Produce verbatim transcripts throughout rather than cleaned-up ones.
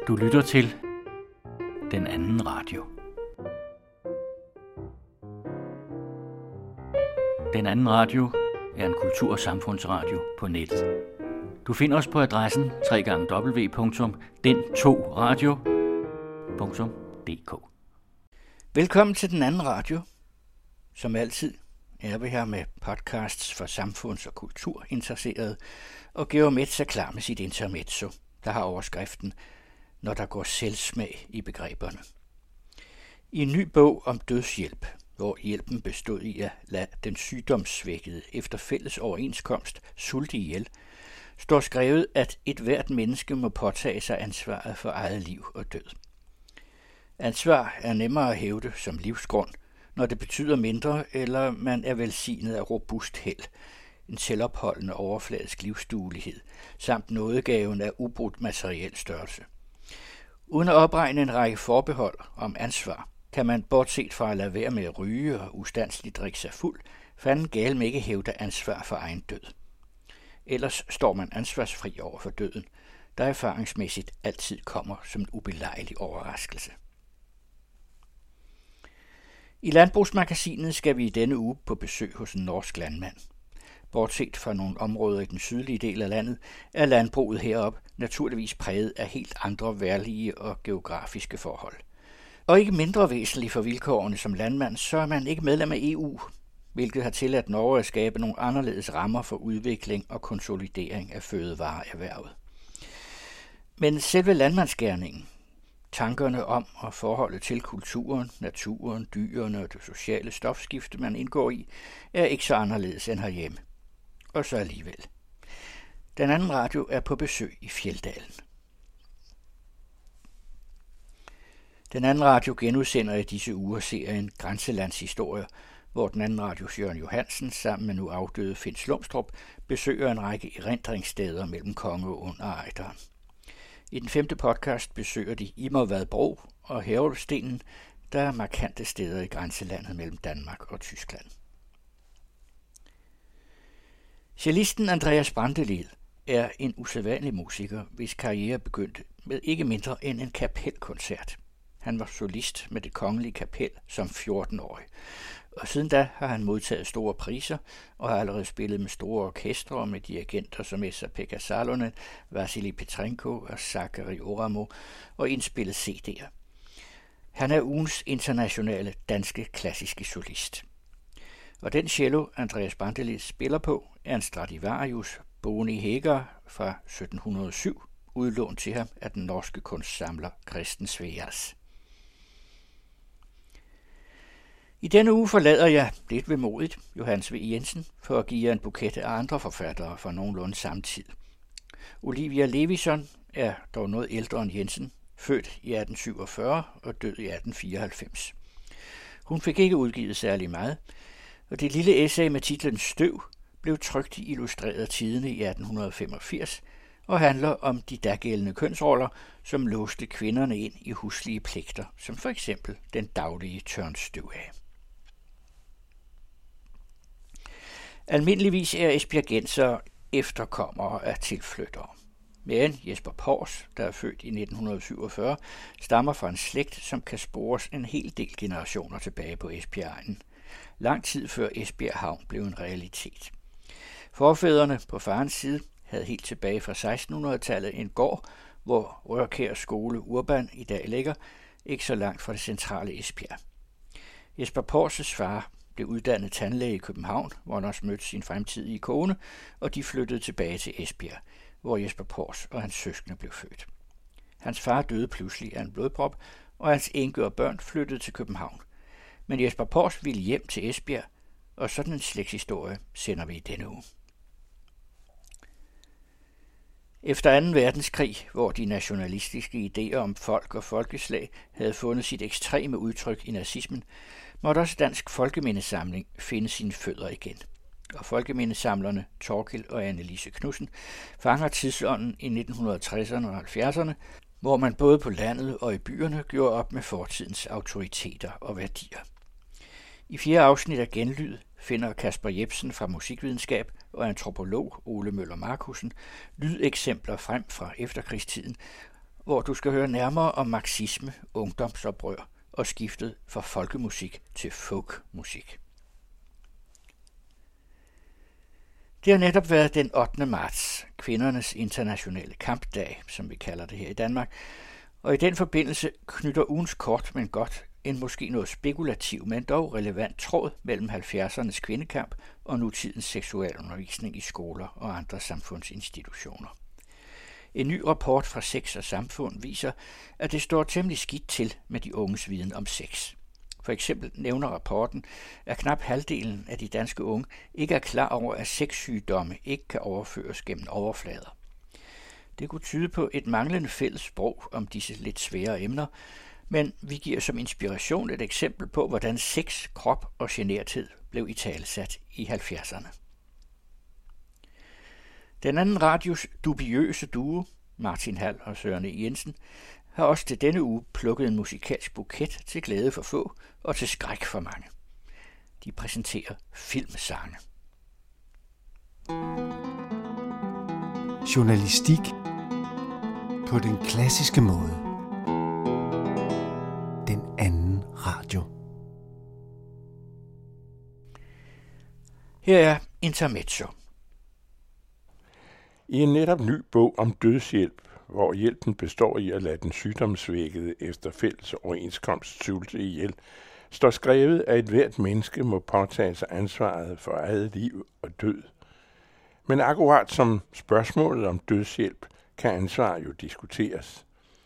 Du lytter til Den Anden Radio. Den Anden Radio er en kultur- og samfundsradio på nettet. Du finder os på adressen w w w punktum den to radio punktum d k. Velkommen til Den Anden Radio. Som altid er vi her med podcasts for samfunds- og kulturinteresserede, og Geomets er klar med sit intermezzo, der har overskriften Når der går selvsmag i begreberne. I en ny bog om dødshjælp, hvor hjælpen bestod i at lade den sygdomssvækkede efter fælles overenskomst sulte ihjel, står skrevet, at et hvert menneske må påtage sig ansvaret for eget liv og død. Ansvar er nemmere at hævde som livsgrund, når det betyder mindre, eller man er velsignet af robust held, en selvopholdende overfladisk livsduelighed, samt nådegaven af ubrudt materiel størrelse. Uden at opregne en række forbehold om ansvar, kan man bortset fra at lade være med at ryge og ustandsligt drikke sig fuld, fanden gale ikke hævde ansvar for egen død. Ellers står man ansvarsfri over for døden, der erfaringsmæssigt altid kommer som en ubelejlig overraskelse. I Landbrugsmagasinet skal vi i denne uge på besøg hos en norsk landmand. Bortset fra nogle områder i den sydlige del af landet, er landbruget heroppe naturligvis præget af helt andre vejrlige og geografiske forhold. Og ikke mindre væsentligt for vilkårene som landmand, så er man ikke medlem af E U, hvilket har tilladt Norge at skabe nogle anderledes rammer for udvikling og konsolidering af fødevareerhvervet. Men selve landmandsgerningen, tankerne om og forholdet til kulturen, naturen, dyrene og det sociale stofskifte, man indgår i, er ikke så anderledes end herhjemme. Og så alligevel. Den Anden Radio er på besøg i Fjelldalen. Den Anden Radio genudsender i disse uger serien Grænselandshistorier, hvor Den Anden Radios Jørgen Johansen sammen med nu afdøde Finn Slumstrup besøger en række erindringssteder mellem Kongeåen og Ejderen. I den femte podcast besøger de Immervad og Herlufstenen, der er markante steder i grænselandet mellem Danmark og Tyskland. Cellisten Andreas Brantelid er en usædvanlig musiker, hvis karriere begyndte med ikke mindre end en kapelkoncert. Han var solist med Det Kongelige Kapel som fjorten-årig, og siden da har han modtaget store priser og har allerede spillet med store orkestre med dirigenter som Esa-Pekka Salonen, Vasili Petrenko og Sakari Oramo og indspillet C D'er. Han er ugens internationale danske klassiske solist. Og den cello, Andreas Brantelid spiller på, er en Stradivarius Boni Heger fra sytten hundrede og syv, udlånt til ham af den norske kunstsamler Kristen Sveas. I denne uge forlader jeg lidt vemodigt Johannes V. Jensen for at give jer en buket af andre forfattere fra nogenlunde samtid. Olivia Levinson er dog noget ældre end Jensen, født i atten syvogfyrre og død i atten fireoghalvfems. Hun fik ikke udgivet særlig meget, og det lille essay med titlen Støv blev trykt i Illustrerede Tidende i atten femogfirs og handler om de dagældende kønsroller, som låste kvinderne ind i huslige pligter, som for eksempel den daglige tørnstøv af. Almindeligvis er esbjergensere efterkommere af tilflyttere. Men Jesper Pors, der er født i nitten syvogfyrre, stammer fra en slægt, som kan spores en hel del generationer tilbage på Esbjerg-egnen. Lang tid før Esbjerg Havn blev en realitet. Forfædrene på farens side havde helt tilbage fra sekstenhundredetallet en gård, hvor Rørkær Skole Urban i dag ligger, ikke så langt fra det centrale Esbjerg. Jesper Pors' far blev uddannet tandlæge i København, hvor han også mødte sin fremtidige kone, og de flyttede tilbage til Esbjerg, hvor Jesper Pors og hans søskende blev født. Hans far døde pludselig af en blodprop, og hans enke og børn flyttede til København. Men Jesper Pors ville hjem til Esbjerg, og sådan en slægtshistorie sender vi i denne uge. Efter anden verdenskrig, hvor de nationalistiske idéer om folk og folkeslag havde fundet sit ekstreme udtryk i nazismen, måtte også Dansk Folkemindesamling finde sine fødder igen. Og folkemindesamlerne Thorkild og Annelise Knudsen fanger tidsånden i nitten tresserne og halvfjerdserne, hvor man både på landet og i byerne gjorde op med fortidens autoriteter og værdier. I fjerde afsnit af Genlyd finder Kasper Jepsen fra musikvidenskab og antropolog Ole Møller Markussen lydeksempler frem fra efterkrigstiden, hvor du skal høre nærmere om marxisme, ungdomsoprør og skiftet fra folkemusik til folkmusik. Det har netop været den ottende marts, kvindernes internationale kampdag, som vi kalder det her i Danmark, og i den forbindelse knytter ugens kort, men godt en måske noget spekulativ, men dog relevant tråd mellem halvfjerdsernes kvindekamp og nutidens seksualundervisning i skoler og andre samfundsinstitutioner. En ny rapport fra Sex og Samfund viser, at det står temmelig skidt til med de unges viden om sex. For eksempel nævner rapporten, at knap halvdelen af de danske unge ikke er klar over, at sexsygdomme ikke kan overføres gennem overflader. Det kunne tyde på et manglende fælles sprog om disse lidt svære emner, men vi giver som inspiration et eksempel på, hvordan sex, krop og generthed blev italesat i halvfjerdserne. Den anden radios dubiøse duo, Martin Hall og Søren E. Jensen, har også til denne uge plukket en musikalsk buket til glæde for få og til skræk for mange. De præsenterer filmsange. Journalistik på den klassiske måde. Den anden radio. Her er Intermezzo. I en netop ny bog om dødshjælp, hvor hjælpen består i at lade den sygdomssvækkede efter fælles overenskomst sulte ihjel, står skrevet, at et hvert menneske må påtage sig ansvaret for eget liv og død. Men akkurat som spørgsmålet om dødshjælp, kan ansvar jo diskuteres.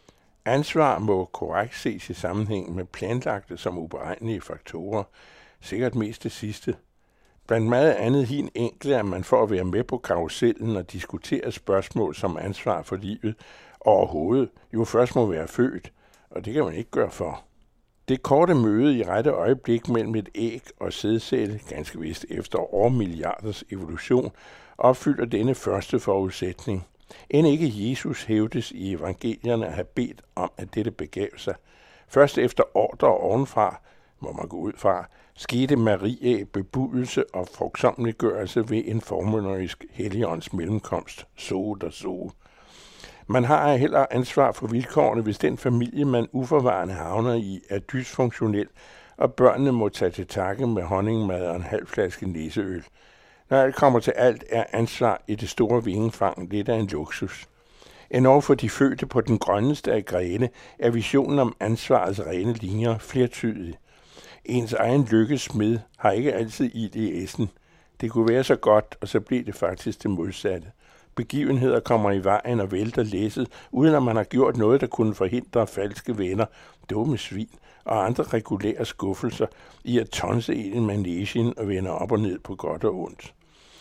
Ansvar må korrekt ses i sammenhæng med planlagte som uberegnelige faktorer, sikkert mest det sidste. Blandt meget andet hin enkelt, at man for at være med på karusellen og diskutere spørgsmål som ansvar for livet overhovedet, jo først må være født, og det kan man ikke gøre for. Det korte møde i rette øjeblik mellem et æg og sædcelle, ganske vist efter årmilliarders evolution, opfylder denne første forudsætning. End ikke Jesus hævdes i evangelierne at have bedt om, at dette begav sig. Først efter ordre ovenfra, må man gå ud fra, skete Maria bebudelse og frugtsomliggørelse ved en formynderisk helligånds mellemkomst, så der så. Man har heller ansvar for vilkårene, hvis den familie, man uforvarende havner i, er dysfunktionel, og børnene må tage til takke med honningmad og en halv flaske næseøl. Når alt kommer til alt, er ansvar i det store vingefang lidt af en luksus. Endnu for de fødte på den grønneste af grene er visionen om ansvarets rene linjer flertydig. Ens egen lykkesmed har ikke altid ild i essen. Det kunne være så godt, og så blev det faktisk det modsatte. Begivenheder kommer i vejen og vælter læsset, uden at man har gjort noget, der kunne forhindre falske venner, dumme svin og andre regulære skuffelser i at tonse ind i manesien og vende op og ned på godt og ondt.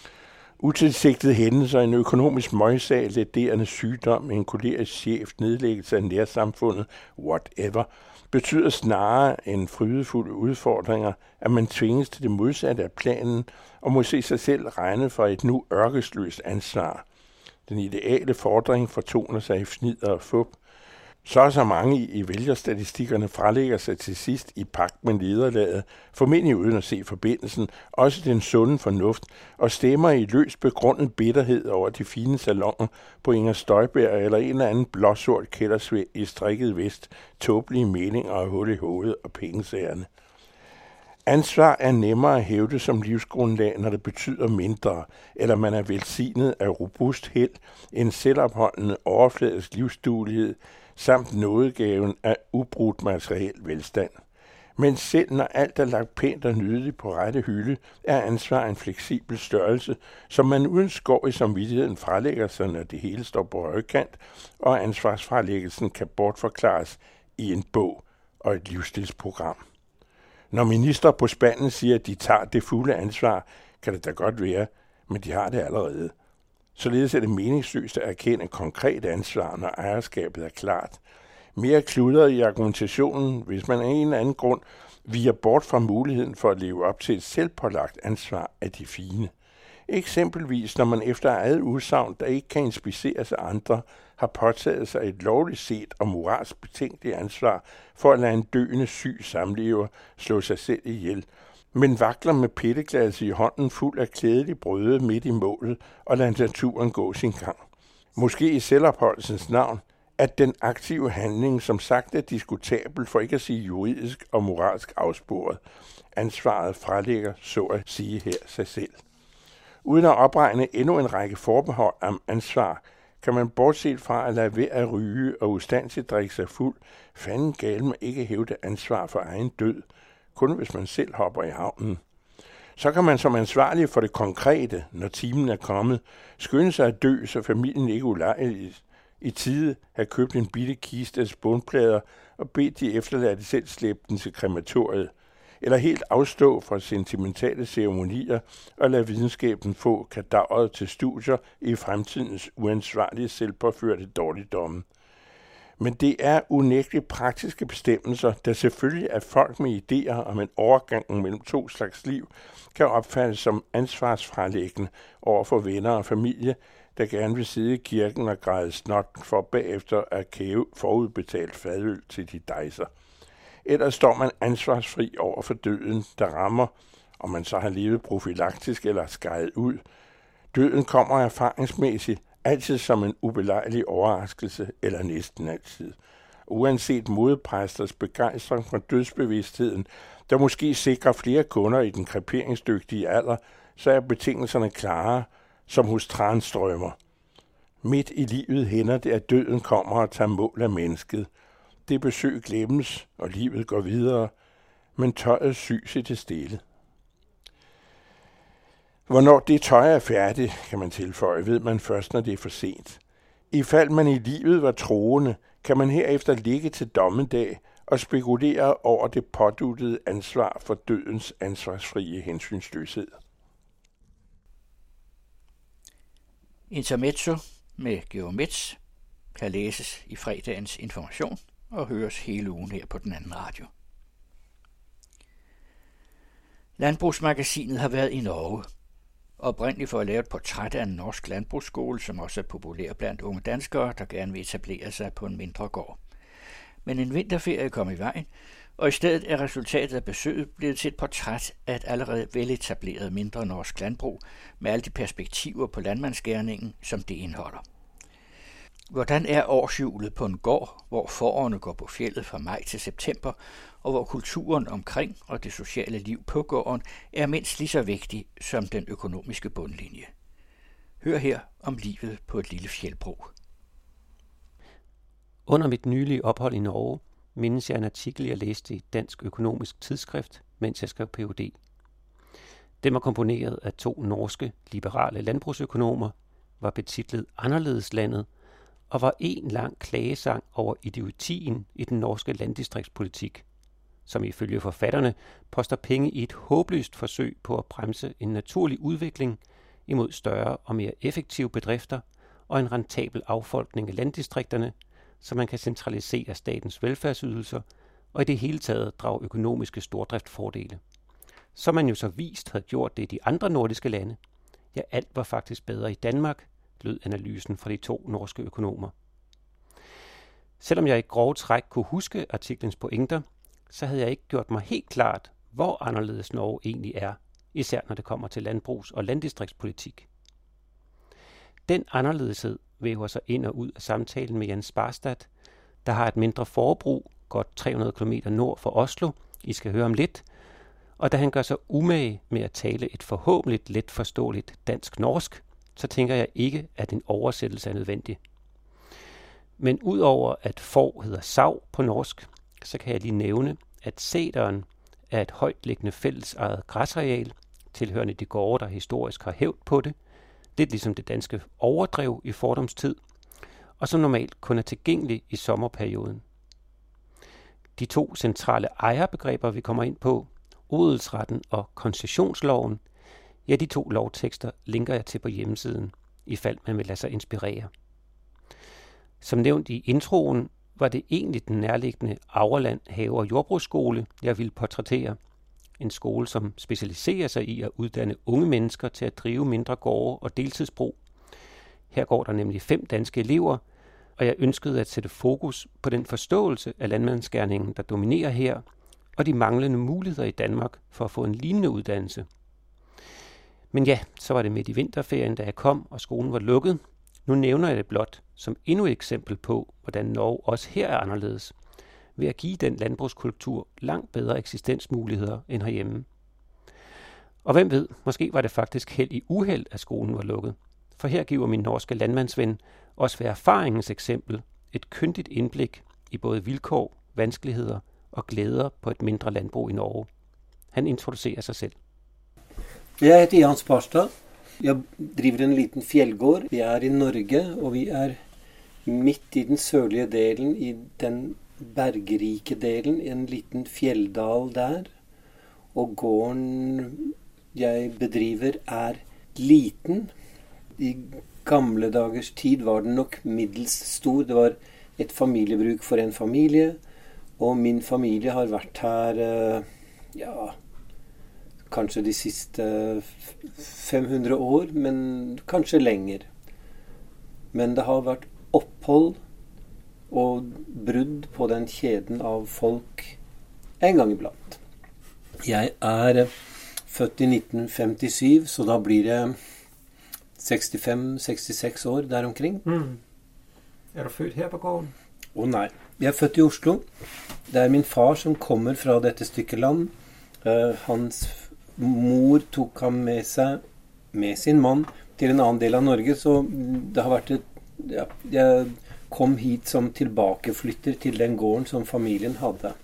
Utilsigtede hændelser, en økonomisk møgssag, lederende sygdom, en kolerisk chef, nedlæggelse af nærsamfundet, whatever, betyder snarere end frydefulde udfordringer, at man tvinges til det modsatte af planen og må se sig selv regne for et nu ørkesløst ansvar. Den ideale fordring fortoner sig i fnid og fup. Så og så mange i vælgerstatistikkerne frelægger sig til sidst i pagt med nederlaget, formentlig uden at se forbindelsen, også den sunde fornuft, og stemmer i løst begrundet bitterhed over de fine salonger på Inger Støjberg eller en eller anden blåsort kældersvend i strikket vest, tåbelige meninger og hul i hovedet og pengesagerne. Ansvar er nemmere at hævde som livsgrundlag, når det betyder mindre, eller man er velsignet af robust held, en selvopholdende overfladisk livsduelighed, samt nådegaven af ubrudt materiel velstand. Men selv når alt er lagt pænt og nydeligt på rette hylde, er ansvar en fleksibel størrelse, som man uden skår i samvittigheden frelægger sig, når det hele står på højkant, og ansvarsfralæggelsen kan bortforklares i en bog og et livsstilsprogram. Når minister på spanden siger, at de tager det fulde ansvar, kan det da godt være, men de har det allerede. Således er det meningsløst at erkende konkret ansvar, når ejerskabet er klart. Mere kludret i argumentationen, hvis man af en eller anden grund viger bort fra muligheden for at leve op til et selvpålagt ansvar af de fine. Eksempelvis når man efter eget udsagn, der ikke kan inspiceres af andre, har påtaget sig et lovligt set og moralsk betænkeligt ansvar for at lade en døende syg samlever slå sig selv ihjel, men vakler med pitteglas i hånden fuld af klædelig brøde midt i målet og lader naturen gå sin gang. Måske i selvopholdelsens navn, at den aktive handling som sagt er diskutabel, for ikke at sige juridisk og moralsk afsporet. Ansvaret fralægger, så at sige her, sig selv. Uden at opregne endnu en række forbehold om ansvar, kan man bortset fra at lade være at ryge og ustandsigt drikke sig fuld, fanden gale med ikke hævde ansvar for egen død, kun hvis man selv hopper i havnen. Så kan man som ansvarlig for det konkrete, når timen er kommet, skynde sig at dø, så familien ikke ulejliges. I tide have købt en bitte kiste af spånplader og bedt de efterladte selv slæbe den til krematoriet, eller helt afstå fra sentimentale ceremonier og lade videnskaben få kadaveret til studier i fremtidens uansvarlige selvpåførte dårligdomme. Men det er unægteligt praktiske bestemmelser, der selvfølgelig er folk med idéer om en overgang mellem to slags liv, kan opfattes som ansvarsfralæggende over for venner og familie, der gerne vil sidde i kirken og græde snot for bagefter at kæve forudbetalt fadøl til de dejser. Ellers står man ansvarsfri over for døden, der rammer, om man så har levet profylaktisk eller skrejet ud. Døden kommer erfaringsmæssigt altid som en ubelejlig overraskelse, eller næsten altid. Uanset modepræsters begejstring for dødsbevidstheden, der måske sikrer flere kunder i den kreperingsdygtige alder, så er betingelserne klare, som hos transtrømmer. Midt i livet hænder det, at døden kommer og tager mål af mennesket. Det besøg glemmes, og livet går videre, men tøjet sys i det stille. Hvornår det tøj er færdigt, kan man tilføje, ved man først, når det er for sent. I fald man i livet var troende, kan man herefter ligge til dommedag og spekulere over det påduttede ansvar for dødens ansvarsfrie hensynsløshed. Intermezzo med Georg Metz kan læses i fredagens Information og høres hele ugen her på den anden radio. Landbrugsmagasinet har været i Norge. Oprindeligt for at lave et portræt af en norsk landbrugsskole, som også er populær blandt unge danskere, der gerne vil etablere sig på en mindre gård. Men en vinterferie kom i vejen, og i stedet er resultatet af besøget blevet til et portræt af et allerede veletableret mindre norsk landbrug, med alle de perspektiver på landmandsgerningen, som det indeholder. Hvordan er årshjulet på en gård, hvor fårene går på fjeldet fra maj til september, og hvor kulturen omkring og det sociale liv på gården er mindst lige så vigtig som den økonomiske bundlinje. Hør her om livet på et lille fjeldbrug. Under mit nylige ophold i Norge mindes jeg en artikel, jeg læste i Dansk Økonomisk Tidsskrift, mens jeg skrev P H D. Den var komponeret af to norske liberale landbrugsøkonomer, var betitlet Anderledeslandet og var en lang klagesang over idiotien i den norske landdistriktspolitik, som ifølge forfatterne poster penge i et håbløst forsøg på at bremse en naturlig udvikling imod større og mere effektive bedrifter og en rentabel affolkning af landdistrikterne, så man kan centralisere statens velfærdsydelser og i det hele taget drage økonomiske stordriftfordele. Som man jo så vist havde gjort det i de andre nordiske lande. Ja, alt var faktisk bedre i Danmark, lød analysen fra de to norske økonomer. Selvom jeg i grove træk kunne huske artiklens pointer, så havde jeg ikke gjort mig helt klart, hvor anderledes Norge egentlig er, især når det kommer til landbrugs- og landdistriktspolitik. Den anderledeshed væver sig ind og ud af samtalen med Jens Sparstad, der har et mindre forbrug, godt tre hundrede kilometer nord for Oslo. I skal høre om lidt. Og da han gør sig umage med at tale et forhåbentlig let forståeligt dansk-norsk, så tænker jeg ikke, at en oversættelse er nødvendig. Men udover at får hedder sav på norsk, så kan jeg lige nævne, at sæderen er et højtliggende fællesejet græsareal, tilhørende de gårde, der historisk har hævd på det, lidt ligesom det danske overdrev i fordomstid, og som normalt kun er tilgængelig i sommerperioden. De to centrale ejerbegreber, vi kommer ind på, odelsretten og koncessionsloven, ja, de to lovtekster linker jeg til på hjemmesiden, ifald man vil lade sig inspirere. Som nævnt i introen, var det egentlig den nærliggende Aurland Have- og Jordbrugsskole, jeg ville portrættere. En skole, som specialiserer sig i at uddanne unge mennesker til at drive mindre gårde og deltidsbrug. Her går der nemlig fem danske elever, og jeg ønskede at sætte fokus på den forståelse af landmandsgerningen, der dominerer her, og de manglende muligheder i Danmark for at få en lignende uddannelse. Men ja, så var det midt i vinterferien, da jeg kom, og skolen var lukket, Nu nævner jeg det blot som endnu et eksempel på, hvordan Norge også her er anderledes, ved at give den landbrugskultur langt bedre eksistensmuligheder end herhjemme. Og hvem ved, måske var det faktisk held i uheld, at skolen var lukket. For her giver min norske landmandsven også ved erfaringens eksempel et kyndigt indblik i både vilkår, vanskeligheder og glæder på et mindre landbrug i Norge. Han introducerer sig selv. Jeg heter Jan Sparstad. Jeg driver en liten fjellgård. Vi er i Norge, og vi er midt i den sørlige delen, i den bergrike delen, en liten fjelldal der. Og gården jeg bedriver er liten. I gamle dagers tid var den nok middels stor. Det var et familiebruk for en familie, og min familie har vært her, ja, kanskje de siste fem hundre år, men kanskje lenger. Men det har vært opphold og brudd på den kjeden av folk en gang iblant. Jeg er født i nitten femtisju, så da blir det sekstifem sekstiseks år der omkring. Mm. Er du født her på gården? Å nei, jeg er født i Oslo. Det er min far som kommer fra dette stykket land. Uh, hans mor tok ham med seg, med sin mann, til en annen del av Norge, så det har vært et, ja, jeg kom hit som tilbakeflytter til den gården som familien hadde.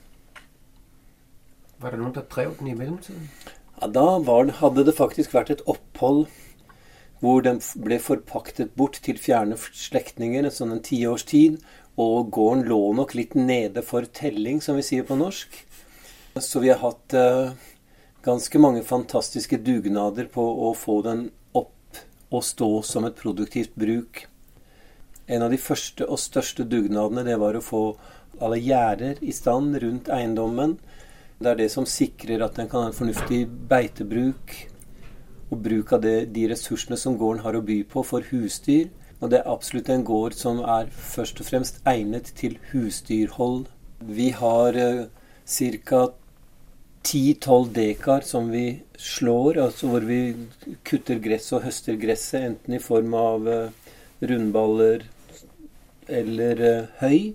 Var det noen der drev den i mellemtiden? Ja, da var, hadde det faktisk vært et opphold hvor den ble forpaktet bort til fjerne slektninger, en sånn en ti års tid, og gården lå nok litt nede for telling, som vi sier på norsk. Så vi har hatt uh, ganske mange fantastiske dugnader på å få den opp og stå som et produktivt bruk. En av de første og største dugnadene, det var å få alle gjerder i stand rundt eiendommen. Det er det som sikrer at den kan ha en fornuftig beitebruk og bruk av det, de ressursene som gården har å by på for husdyr. Og det er absolutt en gård som er først og fremst egnet til husdyrhold. Vi har uh, ca. ti til tolv dekar som vi slår, altså hvor vi kutter gress og høster gresset, enten i form av uh, rundballer eller uh, høy.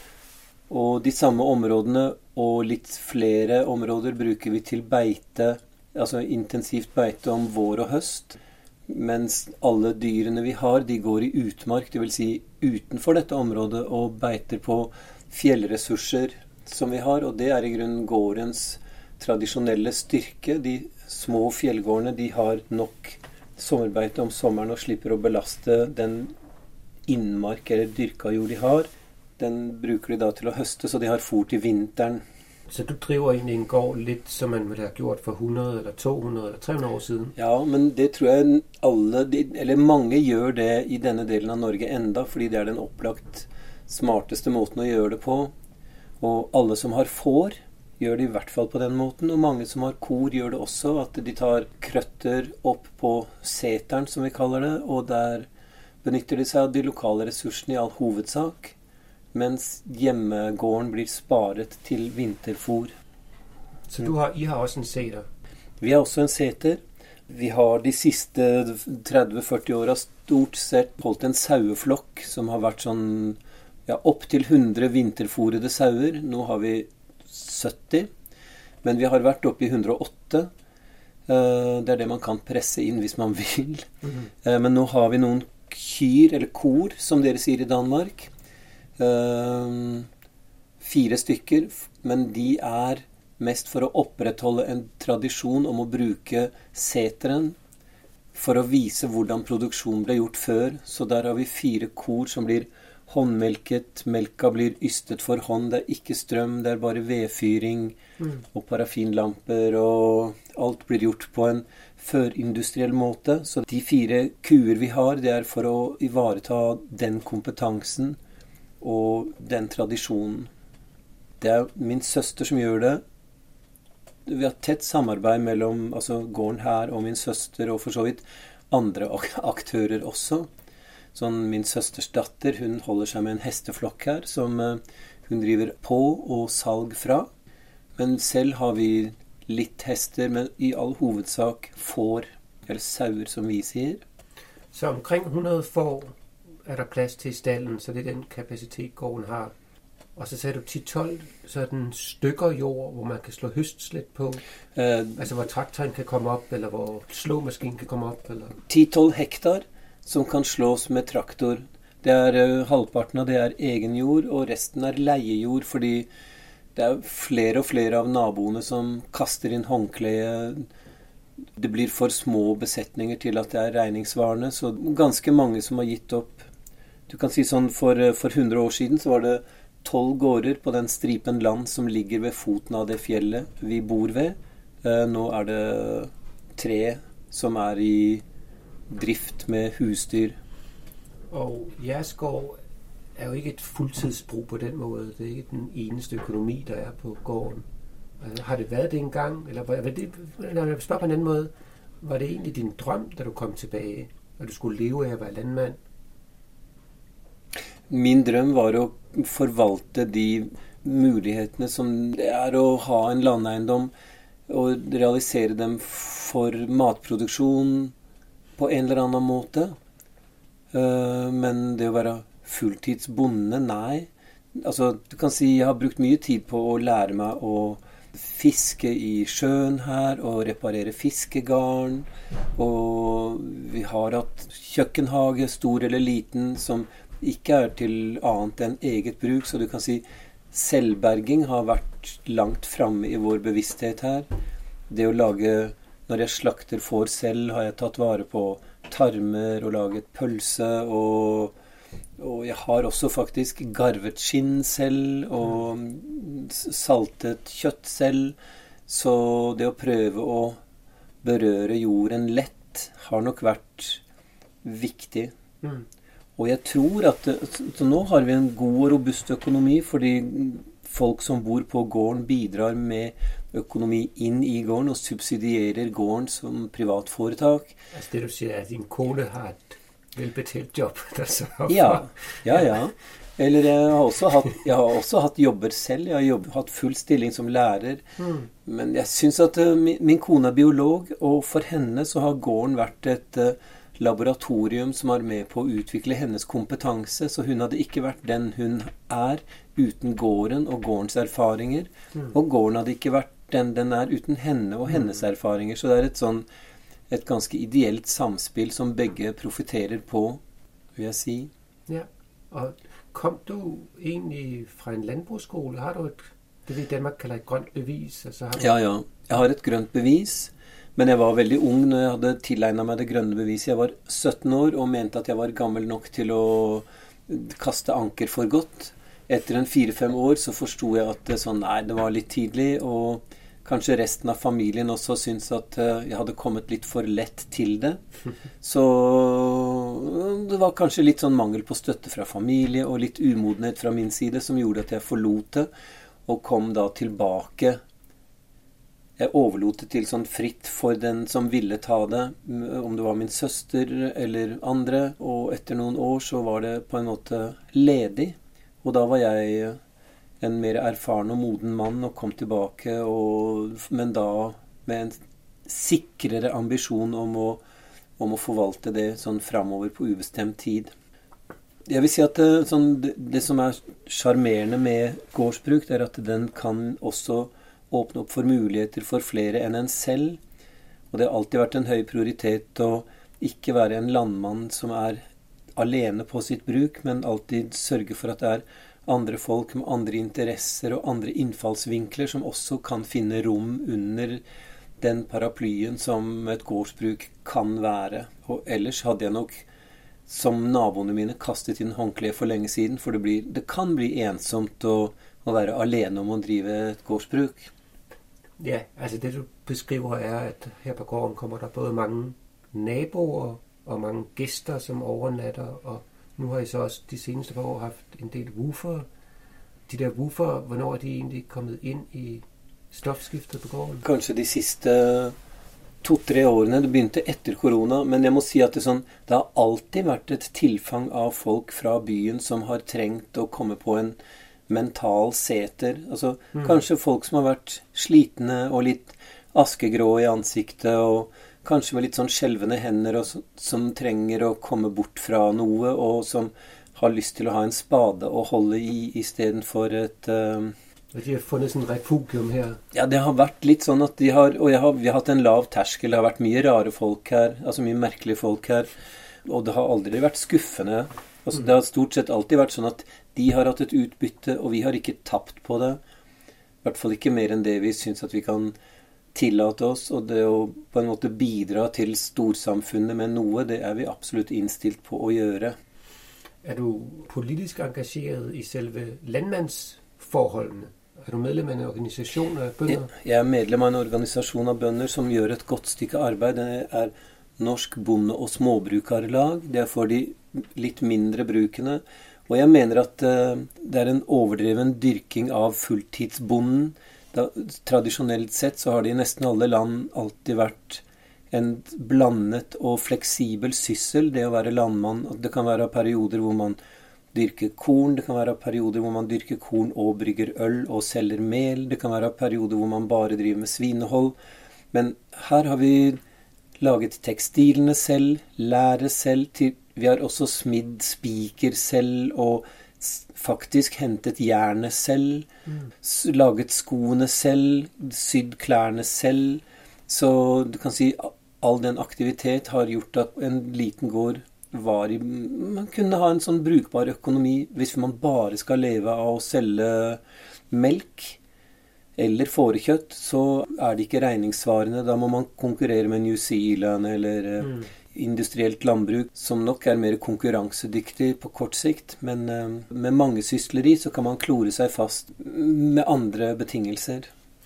Og de samme områdene og litt flere områder bruker vi til beite, altså intensivt beite om vår og høst, mens alle dyrene vi har, de går i utmark, det vil si utenfor dette området, og beiter på fjellressurser som vi har, og det er i grunnen gårdens tradisjonelle styrke. De små fjellgårdene, de har nok sommerbeite om sommeren og slipper å belaste den innmark eller dyrka jord de har. Den bruker de da til å høste, så de har fôr til vinteren. Så du driver egentlig en gård litt som man ville ha gjort for hundre eller to hundre eller tre hundre år siden? Ja, men det tror jeg alle, eller mange gjør det i denne delen av Norge enda, fordi det er den opplagt smarteste måten å gjøre det på. Og alle som har får, gjør det i hvert fall på den måten, og mange som har kor gjør det også, at de tar krøtter opp på seteren, som vi kaller det, og der benytter de seg av de lokale ressursene i all hovedsak, mens hjemmegården blir sparet til vinterfôr. Så du har, I har også en seter? Vi har også en seter. Vi har de siste tretti til førti åra stort sett holdt en saueflokk som har vært sånn, ja, opp til hundre vinterfôrede sauer. Nå har vi sytti, men vi har vært oppe i hundre og åtte. Det er det man kan presse inn hvis man vil. Mm-hmm. Men nå har vi noen kyr, eller kor, som dere sier i Danmark. Uh, fire stykker, men de er mest for å opprettholde en tradisjon om å bruke seteren for å vise hvordan produksjonen ble gjort før. Så der har vi fire kor som blir håndmelket, melka blir ystet for hånd, det er ikke strøm, det er bare vedfyring mm. og parafinlamper, og alt blir gjort på en førindustriell måte. Så de fire kuer vi har, det er for å ivareta den kompetansen og den tradisjonen. Det er min søster som gjør det. Vi har tett samarbeid mellom altså gården her og min søster, og for så vidt andre aktører også. Sånn min søsters datter, hun holder seg med en hesteflokk her, som hun driver på og salg fra. Men selv har vi litt hester, men i all hovedsak får, eller sauer som vi sier. Så omkring hundre får er der plads til i stallen, så det er den kapacitet, gården har. Og så sagde du ti tolv sådan stykker jord, hvor man kan slå høstslæt på. Uh, altså hvor traktoren kan komme op, eller hvor slåmaskinen kan komme op. Eller... ti tolv hektar som kan slås med traktor. Det er uh, halvparten av det er egen jord, og resten er leiejord, fordi det er flere og flere av naboene som kaster inn håndkleet. Det blir for små besetninger til at det er regningsvarende, så ganske mange som har gitt opp. Du kan si sånn, for, for hundre år siden så var det tolv gårder på den stripen land som ligger ved foten av det fjellet vi bor ved. Eh, nå er det tre som er i drift med husdyr. Og jeres gård er jo ikke et fuldtidsbrug på den måde. Det er ikke den eneste økonomi, der er på gården. Altså, har det været det engang? Eller var det, når jeg spørger på en anden måde, var det egentlig din drøm, da du kom tilbage, og du skulle leve af at være landmand? Min drøm var å forvalte de mulighetene som det er å ha en landeiendom, og realisere dem for matproduksjon på en eller annen måte. Men det å være fulltidsbonde, nei. Altså, du kan si, jeg har brukt mye tid på å lære meg å fiske i sjøen her, og reparere fiskegarn, og vi har hatt kjøkkenhage, stor eller liten, som ikke er til annet enn eget bruk, så du kan si selvberging har vært langt fremme i vår bevissthet her. Det å lage, når jeg slakter får selv, har jeg tatt vare på tarmer og laget pølse, og, og jeg har også faktisk garvet skinn selv, og saltet kjøtt selv, så det å prøve å berøre jorden lett har nok vært viktig. Mm. Og jeg tror at så nå har vi en god og robust økonomi, fordi folk som bor på gården bidrar med økonomi inn i gården og subsidierer gården som privatforetak. Altså det du sier er at din kone har et velbetalt jobb? Ja, ja, ja. Eller jeg har også hatt, jeg har også hatt jobber selv. Jeg har jobb, hatt full stilling som lærer. Mm. Men jeg synes at uh, min, min kone er biolog, og for henne så har gården vært et uh, laboratorium som er med på å utvikle hennes kompetanse, så hun hadde ikke vært den hun er uten gården og gårdens erfaringer, mm. og gården hadde ikke vært den den er uten henne og hennes mm. erfaringer, så det er et sånn et ganske ideelt samspill som begge profiterer på, vil jeg si. Ja, og kom du egentlig fra en landbrugsskole? Har du et, det vi i Danmark kalder et grønt bevis? Altså har du... Ja, ja, jeg har et grønt bevis. Men jeg var veldig ung når jeg hadde tilegnet meg det grønne beviset. Jeg var sytten år og mente at jeg var gammel nok til å kaste anker for godt. Etter en fire-fem år så forstod jeg at det, sånn, nei, det var litt tidlig, og kanskje resten av familien også syntes at jeg hadde kommet litt for lett til det. Så det var kanskje litt sånn mangel på støtte fra familie og litt umodenhet fra min side som gjorde at jeg forlot det, og kom da tilbake. Jeg overlot det til sånn fritt for den som ville ta det, om det var min søster eller andre, og etter noen år så var det på en måte ledig, og da var jeg en mer erfaren og moden mann og kom tilbake, og, men da med en sikrere ambisjon om å, om å forvalte det sånn fremover på ubestemt tid. Jeg vil si at det, sånn, det, det som er charmerende med gårdsbruk, det er at den kan også åpne opp for muligheter for flere enn en selv. Og det har alltid vært en høy prioritet å ikke være en landmann som er alene på sitt bruk, men alltid sørge for at det er andre folk med andre interesser og andre innfallsvinkler som også kan finne rom under den paraplyen som et gårdsbruk kan være. Og ellers hadde jeg nok som naboene mine kastet inn håndkle for lenge siden, for det, blir, det kan bli ensomt å, å være alene om å drive et gårdsbruk. Ja, altså det du beskriver er, at her på gården kommer der både mange naboer og mange gæster, som overnatter, og nu har I så også de seneste par år haft en del woofer. De der woofer, hvornår er de egentlig kommet inn i stoffskiftet på gården? Kanskje de siste to-tre årene, det begynte etter korona, men jeg må si at det, sånn, det har alltid vært et tilfang av folk fra byen som har trengt å komme på en mental seter. Altså, mm. kanskje folk som har vært slitne og litt askegrå i ansiktet, og kanskje med litt sånn skjelvende hender, og som, som trenger å komme bort fra noe, og som har lyst til å ha en spade å holde i, i stedet for et... Uh, de har funnet sådan en refugium her. Ja, det har vært litt sånn at de har, og jeg har, vi har hatt en lav terskel, det har vært mye rare folk her, altså mye merkelige folk her, og det har aldri vært skuffende. Altså, det har stort sett alltid vært sånn at de har hatt et utbytte, og vi har ikke tapt på det. I hvert fall ikke mer enn det vi synes at vi kan tillate oss, og det å på en måte bidra til storsamfunnet med noe, det er vi absolutt innstilt på å gjøre. Er du politisk engasjeret i selve landmandsforholdene? Er du medlem av en organisasjon av bønder? Jeg er medlem av en organisasjon av bønder som gjør et godt stykke arbeid. Det er Norsk Bonde- og Småbrukarlag. Det er for de litt mindre brukene. Og jeg mener at uh, det er en overdreven dyrking av fulltidsbonden. Da, tradisjonelt sett så har det i nesten alle land alltid vært en blandet og fleksibel syssel, det å være landmann. Det kan være perioder hvor man dyrker korn, det kan være perioder hvor man dyrker korn og brygger øl og selger mel, det kan være perioder hvor man bare driver med svinehold. Men her har vi laget tekstilene selv, lære selv, til, vi har også smidd spiker selv og faktisk hentet jernet selv, mm. laget skoene selv, sydd klærne selv. Så du kan si all den aktivitet har gjort at en liten gård var i, man kunne ha en sånn brukbar økonomi hvis man bare skal leve av å selge melk eller fårekjøtt, så er det ikke regningssvarende. Da må man konkurrere med New Zealand eller mm. industrielt landbruk, som nok er mer konkurransedyktig på kort sikt. Men uh, med mange sysleri så kan man klore seg fast med andre betingelser.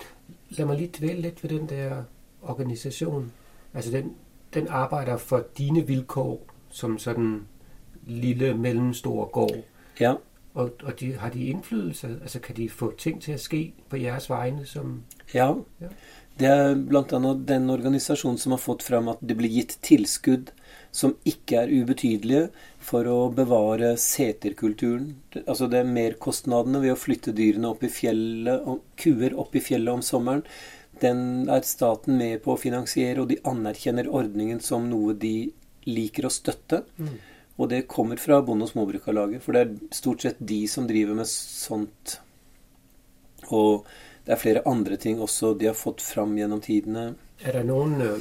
Lad mig lige dvæle lidt ved den der organisation. Altså den, den arbejder for dine vilkår som sådan lille, mellemstor gård. Ja. Og, og de, har de indflydelse? Altså kan de få ting til at ske på jeres vegne? Som... Ja. ja, det er blant annet den organisasjonen som har fått frem at det blir gitt tilskudd som ikke er ubetydelige for å bevare seterkulturen. Altså det er merkostnadene ved å flytte dyrene opp i fjellet, og kuer opp i fjellet om sommeren. Den er staten med på å finansiere, og de anerkjenner ordningen som noe de liker å støtte. Mm. Og det kommer fra Bonde- og Småbrukarlaget, for det er stort sett de som driver med sånt. Og det er flere andre ting også de har fått fram gjennom tidene. Er det noen uh,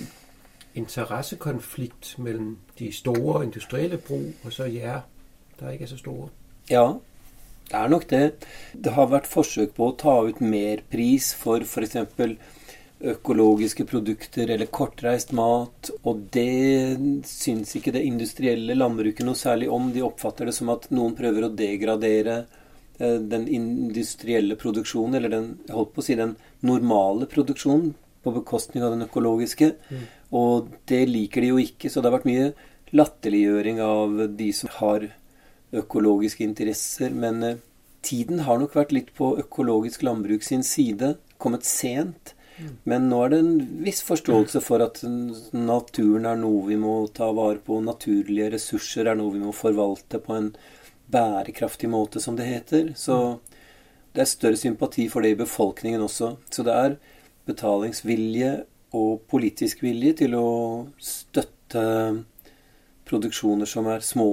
interessekonflikt mellom de store industrielle brug og så jer, der ikke er så store? Ja, det er nok det. Det har vært forsøk på å ta ut mer pris for for eksempel økologiske produkter eller kortreist mat, og det syns ikke det industrielle landbruket noe særlig om. De oppfatter det som at noen prøver å degradere eh, den industrielle produksjonen, eller den, jeg holdt på å si, den normale produksjonen på bekostning av den økologiske, mm. og det liker de jo ikke, så det har vært mye latterliggjøring av de som har økologiske interesser, men eh, tiden har nok vært litt på økologisk landbruk sin side, kommet sent. Men nå er det en viss forståelse for at naturen er noe vi må ta vare på, naturlige ressurser er noe vi må forvalte på en bærekraftig måte, som det heter. Så det er større sympati for det i befolkningen også. Så det er betalingsvilje og politisk vilje til å støtte produksjoner som er små,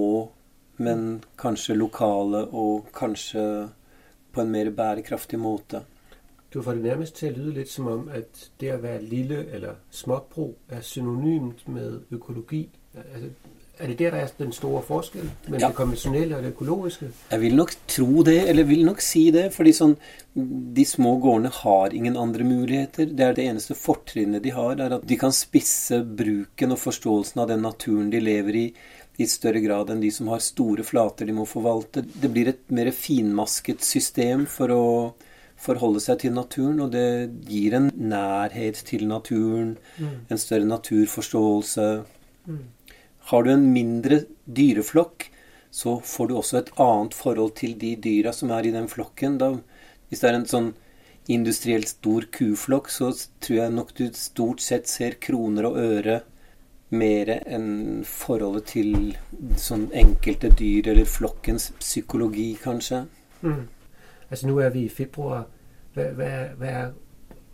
men kanskje lokale og kanskje på en mer bærekraftig måte. Du får det nærmest til at lyde lidt som om, at det at være lille eller småbrug er synonymt med økologi. Altså, er det der, der er den store forskel mellom ja. det konvensjonelle og det økologiske? Jeg vil nok tro det, eller vil nok si det, fordi sånn, de små gårdene har ingen andre muligheter. Det er det eneste fortrinnet de har, er at de kan spisse bruken og forståelsen av den naturen de lever i, i større grad enn de som har store flater de må forvalte. Det blir et mer finmasket system for å forholde seg til naturen, og det gir en nærhet til naturen, mm. en større naturforståelse. Mm. Har du en mindre dyreflokk, så får du også et annet forhold til de dyra som er i den flokken. Da, hvis det er en sånn industrielt stor kuflokk, så tror jeg nok du stort sett ser kroner og øre mer enn forholdet til sånn enkelte dyr, eller flokkens psykologi, kanskje. Mm. Altså nu er vi i februar. Hvad, hvad, hvad er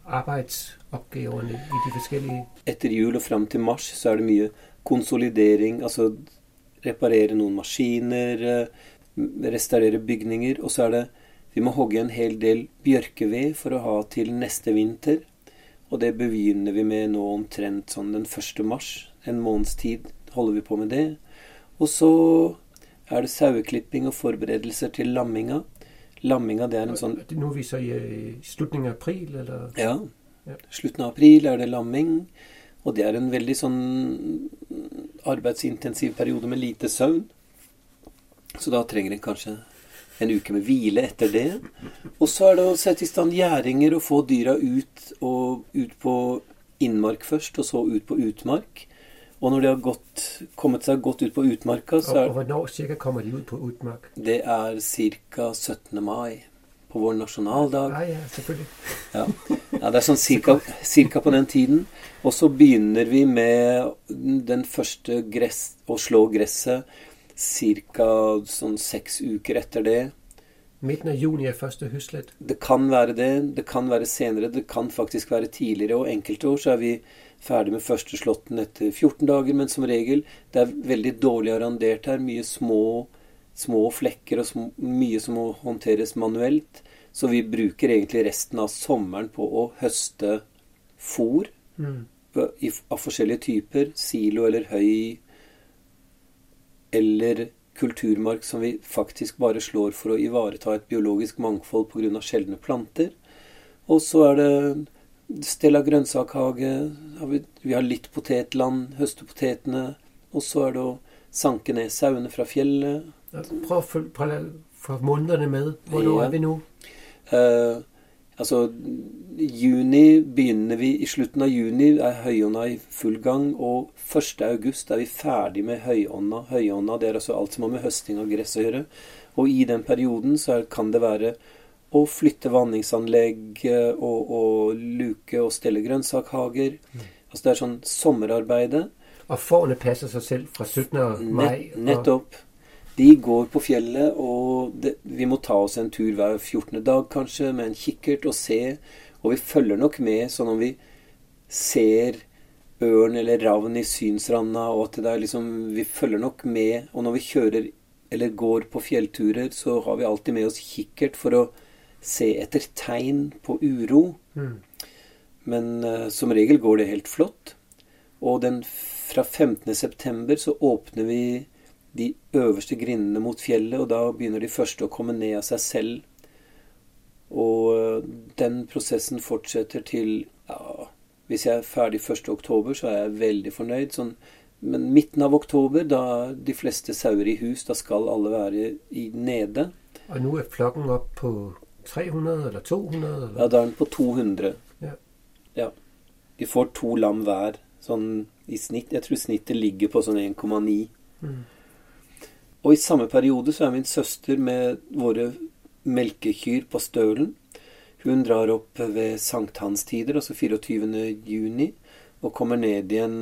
arbeidsoppgaverne i de forskellige? Etter jul og frem til mars så er det mye konsolidering, altså reparere noen maskiner, restaurere bygninger, og så er det, vi må hogge en hel del bjørkeved for å ha til neste vinter, og det begynner vi med nå omtrent sånn den første mars, en måneds tid holder vi på med det, og så er det saueklipping og forberedelser til lamminga. Lamminga, det er en sånn... Nå er vi så i slutningen av april, eller? Ja, slutten av april er det lamming, og det er en veldig sånn arbeidsintensiv periode med lite søvn. Så da trenger en kanskje en uke med hvile etter det. Og så er det å sette i stand gjæringer og få dyra ut, og ut på innmark først, og så ut på utmark. Og når de har gått, kommet seg godt ut på utmarka, så er... Og, og hvornår cirka kommer de ut på utmark? Det er cirka syttende mai, på vår nasjonaldag. Ja, ja, selvfølgelig. Ja. Ja, det er sånn cirka, cirka på den tiden. Og så begynner vi med den første gress, å slå gresset, cirka sånn seks uker etter det. Midten av juni er første høstlett. Det kan være det, det kan være senere, det kan faktisk være tidligere, og enkelte år så er vi ferdig med første slåtten etter fjorten dager, men som regel, det er veldig dårlig arrandert her, mye små, små flekker og små, mye som må håndteres manuelt, så vi bruker egentlig resten av sommeren på å høste fôr mm. i, av forskjellige typer, silo eller høy, eller kulturmark som vi faktisk bare slår for å ivareta et biologisk mangfold på grunn av sjeldne planter. Og så er det stell av grønnsakhage, vi, vi har litt potetland, høste potetene, og så er det å sanke ned sauene fra fjellet. Prøv å følge fra månederne med. Hvor ja. Er vi nå? Uh, altså, juni begynner vi, i slutten av juni er høyånda i full gang, og første august er vi ferdig med høyånda. Høyånda, det er altså alt som har med høsting av gress å gjøre. Og i den perioden så er, kan det være å flytte vanningsanlegg og, og luke og stelle grønnsakhager. Mm. Altså det er sånn sommerarbeide. Og fårene passer seg selv fra syttende mai? Nett, nettopp. De går på fjellet, og det, vi må ta oss en tur hver fjortende dag kanskje, med en kikkert og se. Og vi følger nok med, sånn om vi ser ørn eller ravn i synsranda, og at det er liksom, vi følger nok med. Og når vi kjører eller går på fjellturer, så har vi alltid med oss kikkert for å se etter tegn på uro. Mm. Men uh, som regel går det helt flott. Og den, fra femtende september så åpner vi de øverste grindene mot fjellet, og da begynner de første å komme ned av seg selv. Og uh, den prosessen fortsetter til, ja, hvis jeg er ferdig første oktober, så er jeg veldig fornøyd. Sånn, men midten av oktober, da de fleste sauer i hus, da skal alle være i nede. Og nå er flokken opp på tre hundre eller to hundre? Eller? Ja, da er den på to hundre. Ja. Ja. De får to lam hver, sånn i snitt. Jeg tror snittet ligger på sånn en komma ni. Mm. Og i samme periode så er min søster med våre melkekyr på Stølen. Hun drar opp ved sankthanstider, altså fireogtyvende juni, og kommer ned igjen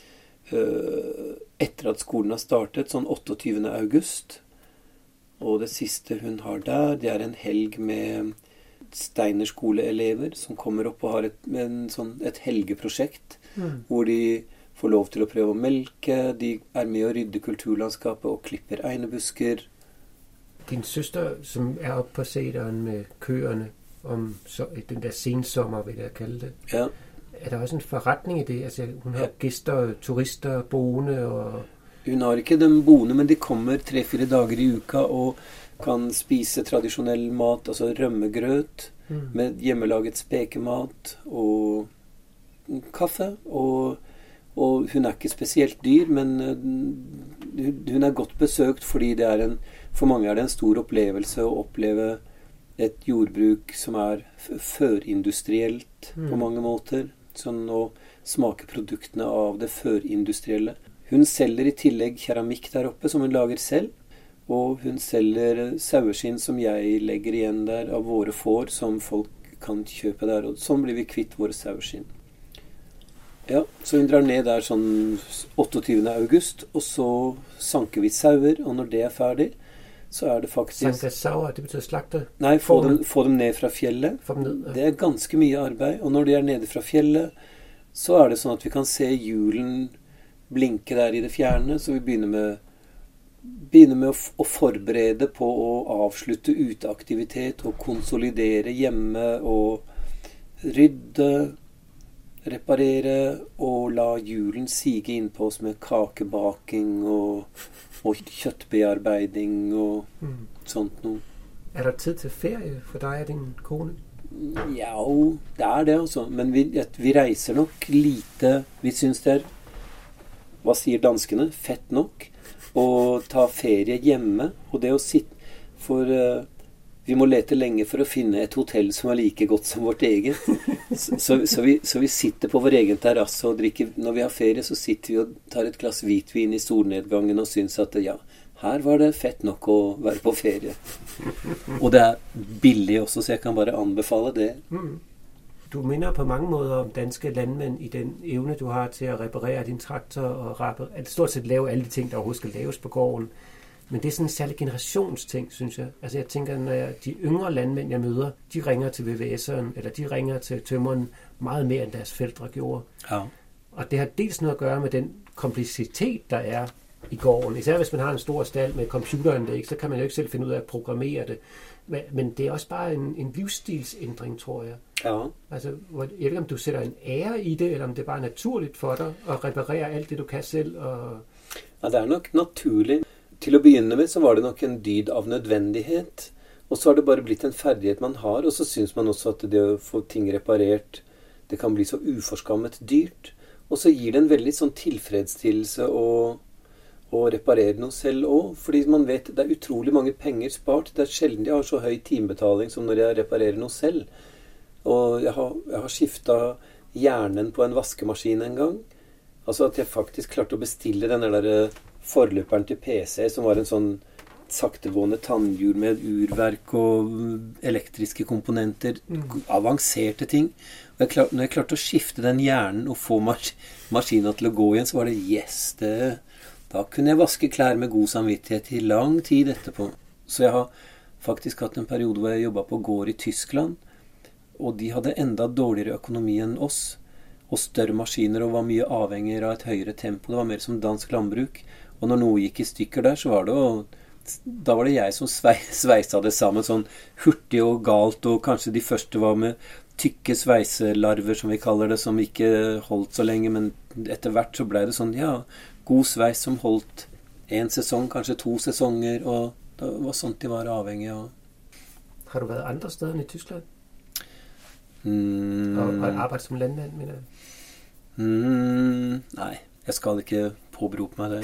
øh, etter at skolen har startet, sånn otteogtyvende august. Og det siste hun har der, det er en helg med Steinerskoleelever som kommer opp og har et, en, sånn, et helgeprosjekt, mm. hvor de får lov til å prøve å melke, de er med å rydde kulturlandskapet og klipper einebusker. Din søster, som er oppe på seteren med køerne, om så, den der sensommer, vil jeg kalde det. Ja. Er der også en forretning i det? Altså, hun har ja. Gæster, turister, boende og... Hun har ikke dem boende, men de kommer tre-fire dager i uka og kan spise tradisjonell mat, altså rømmegrøt, mm. med hjemmelaget spekemat og kaffe. Og, og hun er ikke spesielt dyr, men hun er godt besøkt fordi det er en, for mange er det en stor opplevelse å oppleve et jordbruk som er førindustrielt mm. på mange måter, sånn å smake produktene av det førindustrielle. Hun selger i tillegg keramikk der oppe som hun lager selv, og hun selger saueskinn som jeg legger igjen der av våre får som folk kan kjøpe der, og sånn blir vi kvitt våre saueskinn. Ja, så hun drar ned der sånn otteogtyvende august, og så sanker vi sauer, og når det er ferdig, så er det faktisk... Sangasaur, det betyder slagte? Nei, få dem, få dem ned fra fjellet. Få dem ned, ja. Det er ganske mye arbeid, og når de er nede fra fjellet, så er det sånn at vi kan se julen blinke der i det fjerne, så vi begynner med, begynner med å, f- å forberede på å avslutte uteaktivitet og konsolidere hjemme og rydde, reparere og la julen sige inn på oss med kakebaking og, og kjøttbearbeiding og Mm. sånt noe. Er der tid til ferie for deg og din kone? Ja, det er det altså. Men vi, at vi reiser nok lite. Vi synes det er, hva sier danskene, fett nok å ta ferie hjemme. Og det å sitte, for uh, vi må lete lenge for å finne et hotell som er like godt som vårt eget. Så, så, så, vi, så vi sitter på vår egen terrasse og drikker. Når vi har ferie, så sitter vi og tar et glass hvitvin i solnedgangen og synes at ja, her var det fett nok å være på ferie. Og det er billig også, så jeg kan bare anbefale det. Mm. Du minder på mange måder om danske landmænd i den evne, du har til at reparere din traktor og rappe, altså stort set lave alle de ting, der overhovedet skal laves på gården. Men det er sådan en særlig generationsting, synes jeg. Altså jeg tænker, når jeg, de yngre landmænd, jeg møder, de ringer til V V S'eren, eller de ringer til tømmeren meget mere, end deres forældre gjorde. Ja. Og det har dels noget at gøre med den komplicitet, der er i gården. Især hvis man har en stor stald med computeranlæg, så kan man jo ikke selv finde ud af at programmere det. Men, men det er også bare en, en livsstilsændring, tror jeg. Ja. Altså, hvor, jeg ved ikke, om du sætter en ære i det, eller om det bare er naturligt for dig at reparere alt det, du kan selv. Og... Ja, det er nok naturlig. Til å begynne med så var det nok en dyd av nødvendighet. Og så har det bare blitt en ferdighet man har. Og så synes man også at det å få ting reparert, det kan bli så uforskammet dyrt. Og så gir det en veldig sånn tilfredsstillelse å, å reparere noe selv også. Fordi man vet det er utrolig mange penger spart. Det er sjelden jeg har så høy timebetaling som når jeg reparerer noe selv. Og jeg har, jeg har skiftet hjernen på en vaskemaskin en gang. Altså at jeg faktisk klarte å bestille denne der forløperen til P C, som var en sånn saktegående tannhjul med urverk og elektriske komponenter, mm. avanserte ting. Og jeg klarte, når jeg klarte å skifte den hjernen og få mas- maskinen til å gå igjen, så var det yes, det, da kunne jeg vaske klær med god samvittighet i lang tid etterpå. Så jeg har faktisk hatt en periode hvor jeg jobbet på gård i Tyskland, og de hadde enda dårligere økonomi enn oss, og større maskiner, og var mye avhengig av et høyere tempo. Det var mer som dansk landbruk. Og når noe gikk i stykker der, så var det jo, da var det jeg som svei, sveisa det sammen sånn hurtig og galt, og kanskje de første var med tykke sveiselarver, som vi kaller det, som ikke holdt så lenge, men etter hvert så ble det sånn, ja, god sveis som holdt en sesong, kanskje to sesonger, og det var sånt de var avhengig av. Har du været andre steder enn i Tyskland? Mm. Og, og arbejde som landmand, mener jeg? Mm, nei, jeg skal ikke påberope meg det.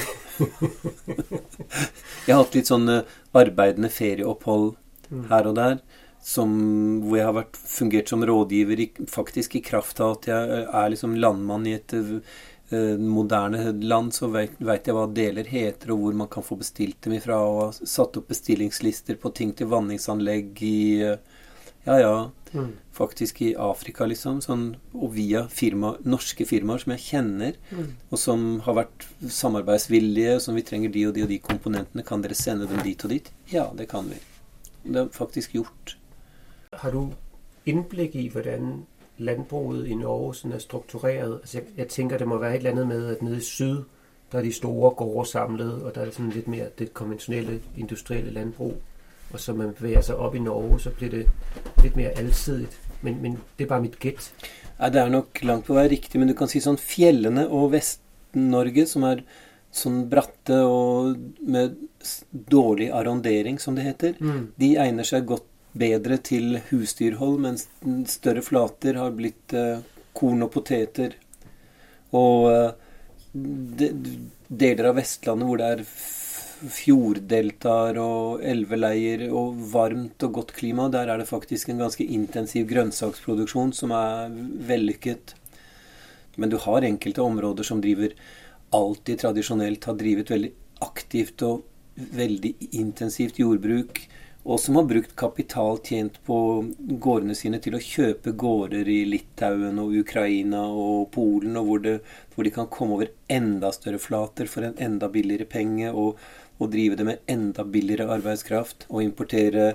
Jeg har hatt litt sånne arbeidende ferieopphold mm. her og der, som, hvor jeg har vært, fungert som rådgiver, i, faktisk i kraft av at jeg er liksom landmann i et uh, moderne land, så vet, vet jeg hva deler heter, og hvor man kan få bestilt dem ifra, og har satt opp bestillingslister på ting til vanningsanlegg i, uh, ja, ja, mm. faktisk i Afrika liksom, sånn, og via firma, norske firmaer som jeg kjenner, mm. og som har vært samarbeidsvillige, som vi trenger de og de og de komponentene, kan dere sende dem dit og dit? Ja, det kan vi. Det er faktisk gjort. Har du indblik i, hvordan landbruget i Norge sådan er struktureret? Altså, jeg, jeg tænker, det må være et eller andet med, at nede i syd, der er de store gårde samlet, og der er sådan lidt mere det konventionelle, industrielle landbrug. Og så man bevæger sig op i Norge, så bliver det lidt mere alsidigt. Men, men det er bare mit gæt. Ja, det er nok langt på vei riktig, men du kan si sånn fjellene og Vest-Norge, som er sånn bratte og med dårlig arrondering, som det heter, mm. de egner seg godt bedre til husdyrhold, mens større flater har blitt uh, korn og poteter. Og uh, de, deler av Vestlandet hvor det er fjorddeltaer og elveleier og varmt og godt klima, der er det faktisk en ganske intensiv grønnsaksproduksjon som er vellykket. Men du har enkelte områder som driver alltid tradisjonelt, har drivet veldig aktivt og veldig intensivt jordbruk, og som har brukt kapital tjent på gårdene sine til å kjøpe gårder i Litauen og Ukraina og Polen, og hvor, det, hvor de kan komme over enda større flater for en enda billigere penge, og og drive det med enda billigere arbeidskraft, og importere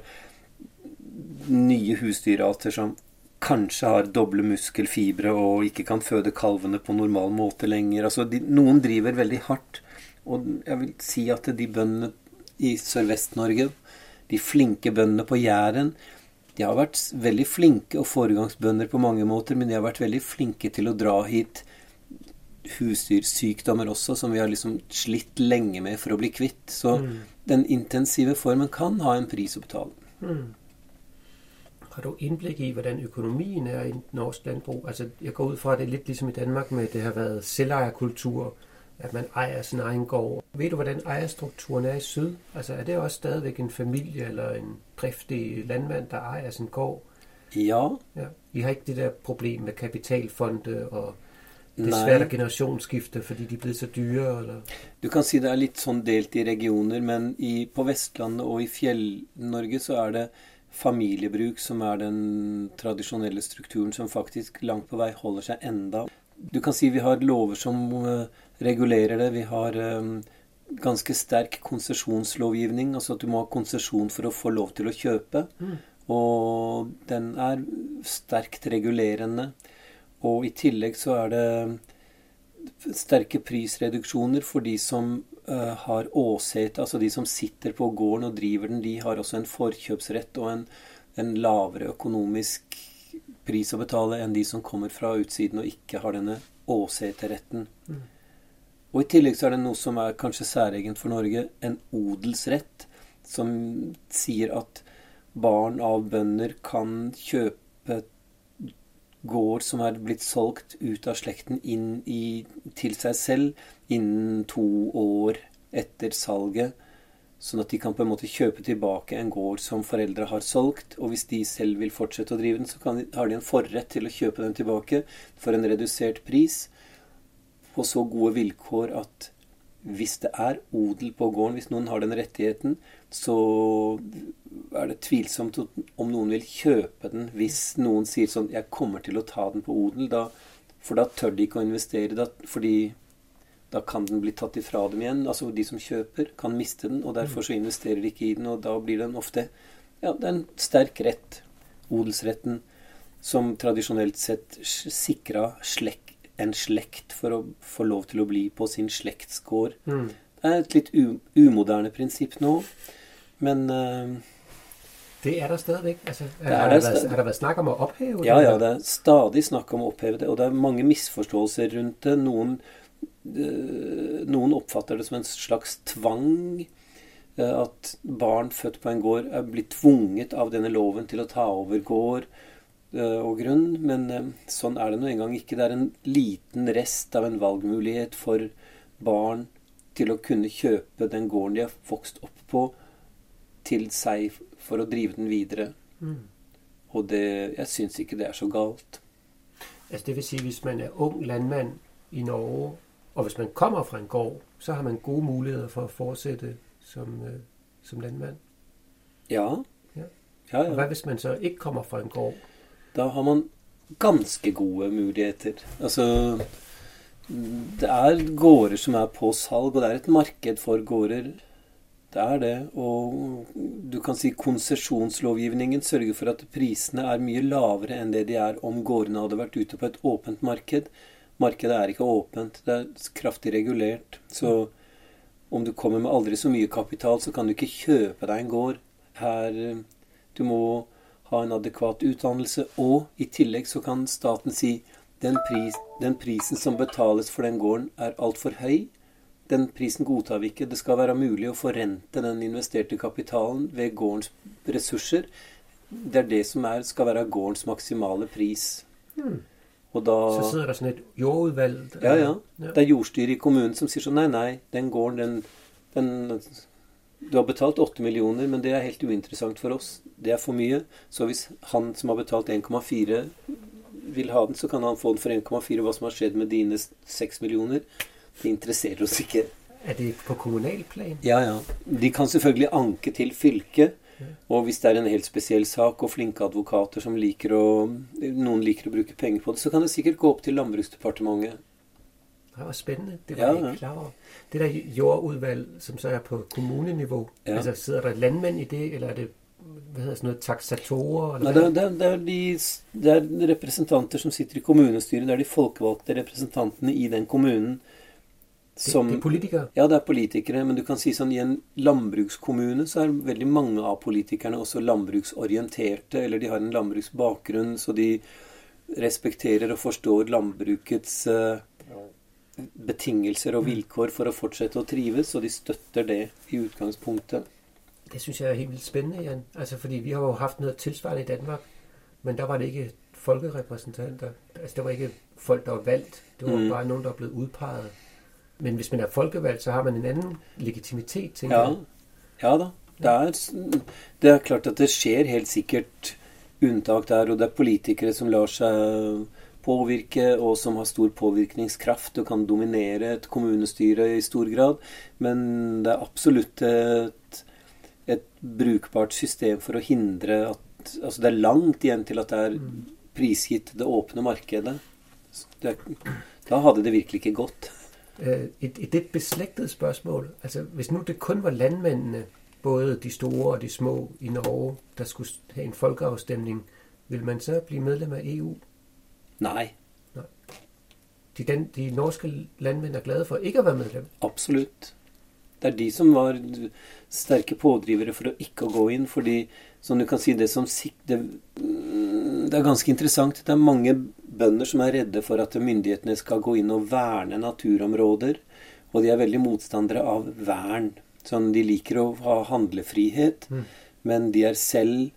nye husdyrrater som kanskje har doble muskelfibre og ikke kan føde kalvene på normal måte lenger. Altså, de, noen driver veldig hardt, og jeg vil si at de bøndene i Sørvest-Norge, de flinke bøndene på Jæren, de har vært veldig flinke og foregangsbønder på mange måter, men de har vært veldig flinke til å dra hit husdyrsykdommer også, som vi har liksom slitt lenge med for å bli kvitt. Så mm. den intensive formen kan ha en pris å betale. Mm. Har du indblik i, hvordan økonomien er i norsk landbrug? Altså, jeg går ud fra, at det er lidt ligesom i Danmark med, at det har været selvejerkultur, at man ejer sin egen gård. Ved du, hvordan ejerstrukturen er i syd? Altså, er det også stadigvæk en familie eller en driftig landmand, der ejer sin gård? Ja. ja. I har ikke det der problem med kapitalfonde, og det er svært at generationsskifte, fordi de er blevet så dyre? Eller? Du kan si det er litt sånn delt i regioner, men i, på Vestlandet og i Fjell-Norge så er det familiebruk som er den tradisjonelle strukturen som faktisk langt på vei holder seg enda. Du kan si vi har lover som uh, regulerer det. Vi har um, ganske sterk konsesjonslovgivning, altså at du må ha konsesjon for å få lov til å kjøpe. Mm. Og den er sterkt regulerende. Og i tillegg så er det sterke prisreduksjoner for de som uh, har åsete, altså de som sitter på gården og driver den, de har også en forkjøpsrett og en, en lavere økonomisk pris å betale enn de som kommer fra utsiden og ikke har denne åseteretten. Mm. Og i tillegg så er det noe som er kanskje særegent for Norge, en odelsrett, som sier at barn av bønder kan kjøpe gård som er blitt solgt ut av slekten inn i, til seg selv innen to år etter salget, sånn at de kan på en måte kjøpe tilbake en gård som foreldre har solgt, og hvis de selv vil fortsette å drive den, så kan de, har de en forrett til å kjøpe den tilbake for en redusert pris, på så gode vilkår at hvis det er odel på gården, hvis noen har den rettigheten, så er det tvilsomt om noen vil kjøpe den hvis noen sier sånn, jeg kommer til å ta den på odel, da, for da tør de ikke å investere, da, fordi da kan den bli tatt ifra dem igjen. Altså de som kjøper kan miste den, og derfor så investerer de ikke i den, og da blir den ofte, ja, det er en sterk rett, odelsretten, som tradisjonelt sett sikra slekt, en slekt for å få lov til å bli på sin slektsgård. Mm. Det er et litt umoderne prinsipp nå, men uh, det er der stadigvæk. Altså, det har, det det været, har der været snakk om å oppheve det? Ja, ja, det er stadig snakk om å oppheve det, og det er mange misforståelser rundt det. Noen, uh, noen oppfatter det som en slags tvang, uh, at barn født på en gård er blitt tvunget av denne loven til å ta over gård og grunn, men eh, sånn er det nå en gang ikke. Det er en liten rest av en valgmulighet for barn til å kunne kjøpe den gården de har vokst opp på, til seg for å drive den videre. Mm. Og det, jeg synes ikke det er så galt. Altså det vil si, hvis man er ung landmand i Norge, og hvis man kommer fra en gård, så har man gode muligheder for å fortsette som, uh, som landmand. Ja. Ja. Ja, ja. Og hva hvis man så ikke kommer fra en gård? Da har man ganske gode muligheter. Altså, det er gårder som er på salg, og det er et marked for gårder. Det er det, og du kan si konsesjonslovgivningen sørger for at prisene er mye lavere enn det de er om gårdene hadde vært ute på et åpent marked. Markedet er ikke åpent, det er kraftig regulert. Så om du kommer med aldri så mye kapital, så kan du ikke kjøpe deg en gård. Her, du må ha en adekvat utdannelse, og i tillegg så kan staten si den, pris, den prisen som betales for den gården er alt for høy. Den prisen godtar vi ikke. Det skal være mulig å forrente den investerte kapitalen ved gårdens ressurser. Det er det som er, skal være gårdens maksimale pris. Hmm. Og da, så sidder der sånn et jordudvalg? Ja, ja. Det er jordstyret i kommunen som sier sånn, nei, nei, den gården, den... den du har betalt åtte millioner, men det er helt uinteressant for oss. Det er for mye. Så hvis han som har betalt en komma fire vil ha den, så kan han få den for en komma fire. Hva som har skjedd med dine seks millioner, det interesserer oss ikke. Er det på kommunalplan? Ja, ja. De kan selvfølgelig anke til fylket. Og hvis det er en helt spesiell sak, og flinke advokater som liker å, noen liker å bruke penger på det, så kan det sikkert gå opp til Landbruksdepartementet. Det var spændende. Det var Ja, jeg ikke ja. klar over. Det der jordudvalg, som så er på kommuneniveau, Ja. altså sidder der landmænd i det, eller er det, hvad hedder sådan noget, taksatorer? Nei, Eller det, hvad? er- det, er- det, er de, det er representanter som sitter i kommunestyret. Det er de folkevalgte representantene i den kommunen som Det, det er politikere. Ja, det er politikere, men du kan si sånn i en landbrukskommune så er veldig mange av politikerne også landbruksorienterte, eller de har en landbruksbakgrunn, så de respekterer og forstår landbrukets eh, betingelser og vilkår for å fortsette å trives, og de støtter det i utgangspunktet. Det synes jeg er helt vildt spændende, Jan. Altså, fordi vi har jo haft noget tilsvarende i Danmark, men der var det ikke folkerepræsentanter. Altså, der var ikke folk, der var valgt. Det var Mm. bare nogen, der blev udpeget. Men hvis man er folkevalgt, så har man en anden legitimitet, tænker Ja, jeg. ja da. Det er, s- det er klart at det skjer helt sikkert unntak der, og det er politikere som lar seg påvirke, og som har stor påvirkningskraft og kan dominere et kommunestyre i stor grad. Men det er absolutt et, et brukbart system for å hindre at Altså det er langt igjen til at det er prisgitt det åpne markedet. Så Det, da hadde det virkelig ikke gått. Øh, Et, et lidt beslægtet spørgsmål. Altså, hvis nu det kun var landmændene, både de store og de små i Norge, der skulle have en folkeafstemning, vil man så blive medlem af E U? Nei, De, den, de norske landmænd er glade for ikke at være medlem. absolutt. Det er de som var sterke pådrivere for å ikke å gå inn, fordi, som du kan si, det som sik- det, det er ganske interessant. Det er mange bønder som er redde for at myndighetene skal gå inn og verne naturområder, og de er veldig motstandere av vern. Sånn, de liker å ha handlefrihet, Mm. men de er selv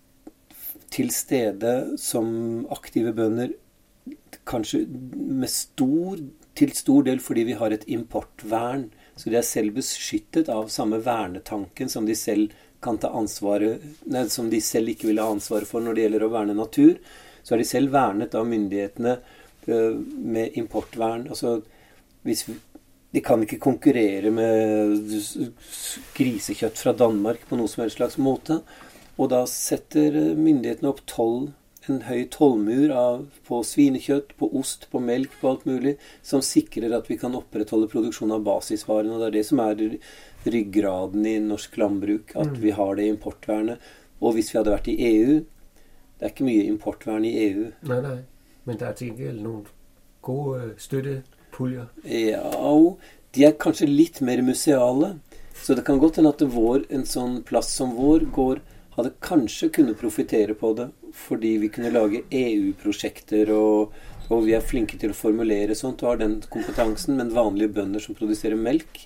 til stede som aktive bønder, kanskje med stor, til stor del fordi vi har et importvern. Så de er selv beskyttet av samme vernetanken som de selv kan ta ansvaret, nei, som de selv ikke vil ha ansvaret for når det gjelder å verne natur. Så er de selv vernet av myndighetene øh, med importvern. Altså, hvis vi, de kan ikke konkurrere med s- s- grisekjøtt fra Danmark på noe som helst slags måte. Og da setter øh, myndighetene opp toll, en høy tollmur av, på svinekjøtt, på ost, på melk, på alt mulig, som sikrer at vi kan opprettholde produksjon av basisvarene. Og det er det som er ryggraden i norsk landbruk, at Mm. vi har det importvernet. Og hvis vi hadde vært i E U, det er ikke mye importvern i E U. Nej, nej. Men der er til gengæld nogle gode øh, støttepuljer. Ja, de er kanskje litt mer museale. Så det kan godt hende at vår, en sånn plass som vår går, hadde kanskje kunne profitere på det, fordi vi kunne lage E U-prosjekter, og, og vi er flinke til å formulere sånt, og har den kompetansen, men vanlige bønder som produserer melk,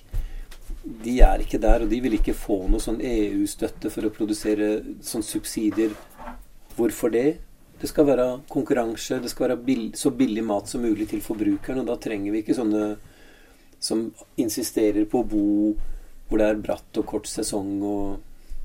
de er ikke der, og de vil ikke få noe sånn E U-støtte for å produsere sånn subsidier. Hvorfor det? Det skal være konkurranse, det skal være bill så billig mat som mulig til forbrukeren, og da trenger vi ikke sånne som insisterer på å bo hvor det er bratt og kort sesong og...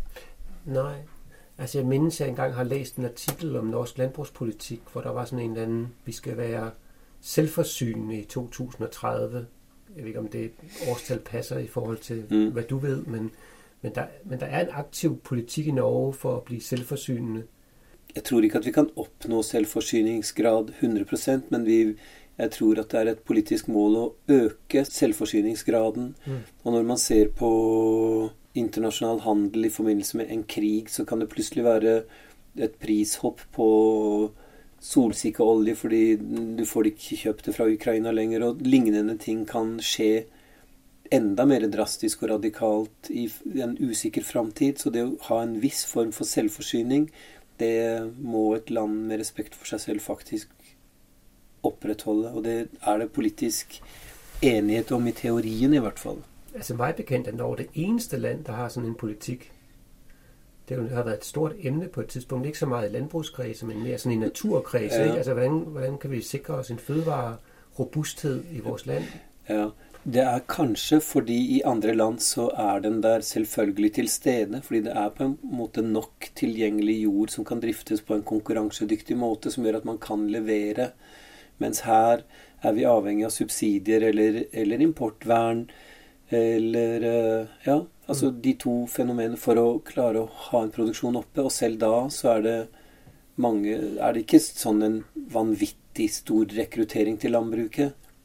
Nej. Altså jeg mindes, jeg engang har læst en artikel om norsk landbrugspolitik, hvor der var sådan en eller anden, vi skal være selvforsynende i to tusind og tredive. Jeg ved ikke, om det årstal passer i forhold til, Mm. hvad du ved, men, men, der, men der er en aktiv politik i Norge for at blive selvforsynende. Jeg tror ikke at vi kan oppnå selvforsyningsgrad hundre prosent, men vi, jeg tror at det er et politisk mål å øke selvforsyningsgraden. Mm. Og når man ser på internasjonal handel i forbindelse med en krig, så kan det plutselig være et prishopp på solsikkeolje, fordi du får det ikke kjøpt det fra Ukraina lenger, og lignende ting kan skje enda mer drastisk og radikalt i en usikker framtid. Så det å ha en viss form for selvforsyning, det må et land med respekt for seg selv faktisk opprettholde, og det er det politisk enighet om i teorien i hvert fall. Altså mig bekendt er Norge det eneste land, der har sådan en politik. Det jo- har været et stort emne på et tidspunkt, ikke så meget i landbrugskredse, men mere sådan i naturkredse. Ja. Ikke? Altså hvordan, hvordan kan vi sikre os en fødevare robusthed i vores land? Ja, det er kanskje fordi i andre land så er den der selvfølgelig til stede, fordi det er på en måte nok tilgjengelig jord som kan driftes på en konkurransedyktig måte, som gjør at man kan levere, mens her er vi avhengig av subsidier eller, eller importvern, eller, eh, ja, altså de to fenomenene for å klare å ha en produksjon oppe, og selv da så er det mange, er det ikke sånn en vanvittig stor rekruttering til landbruket.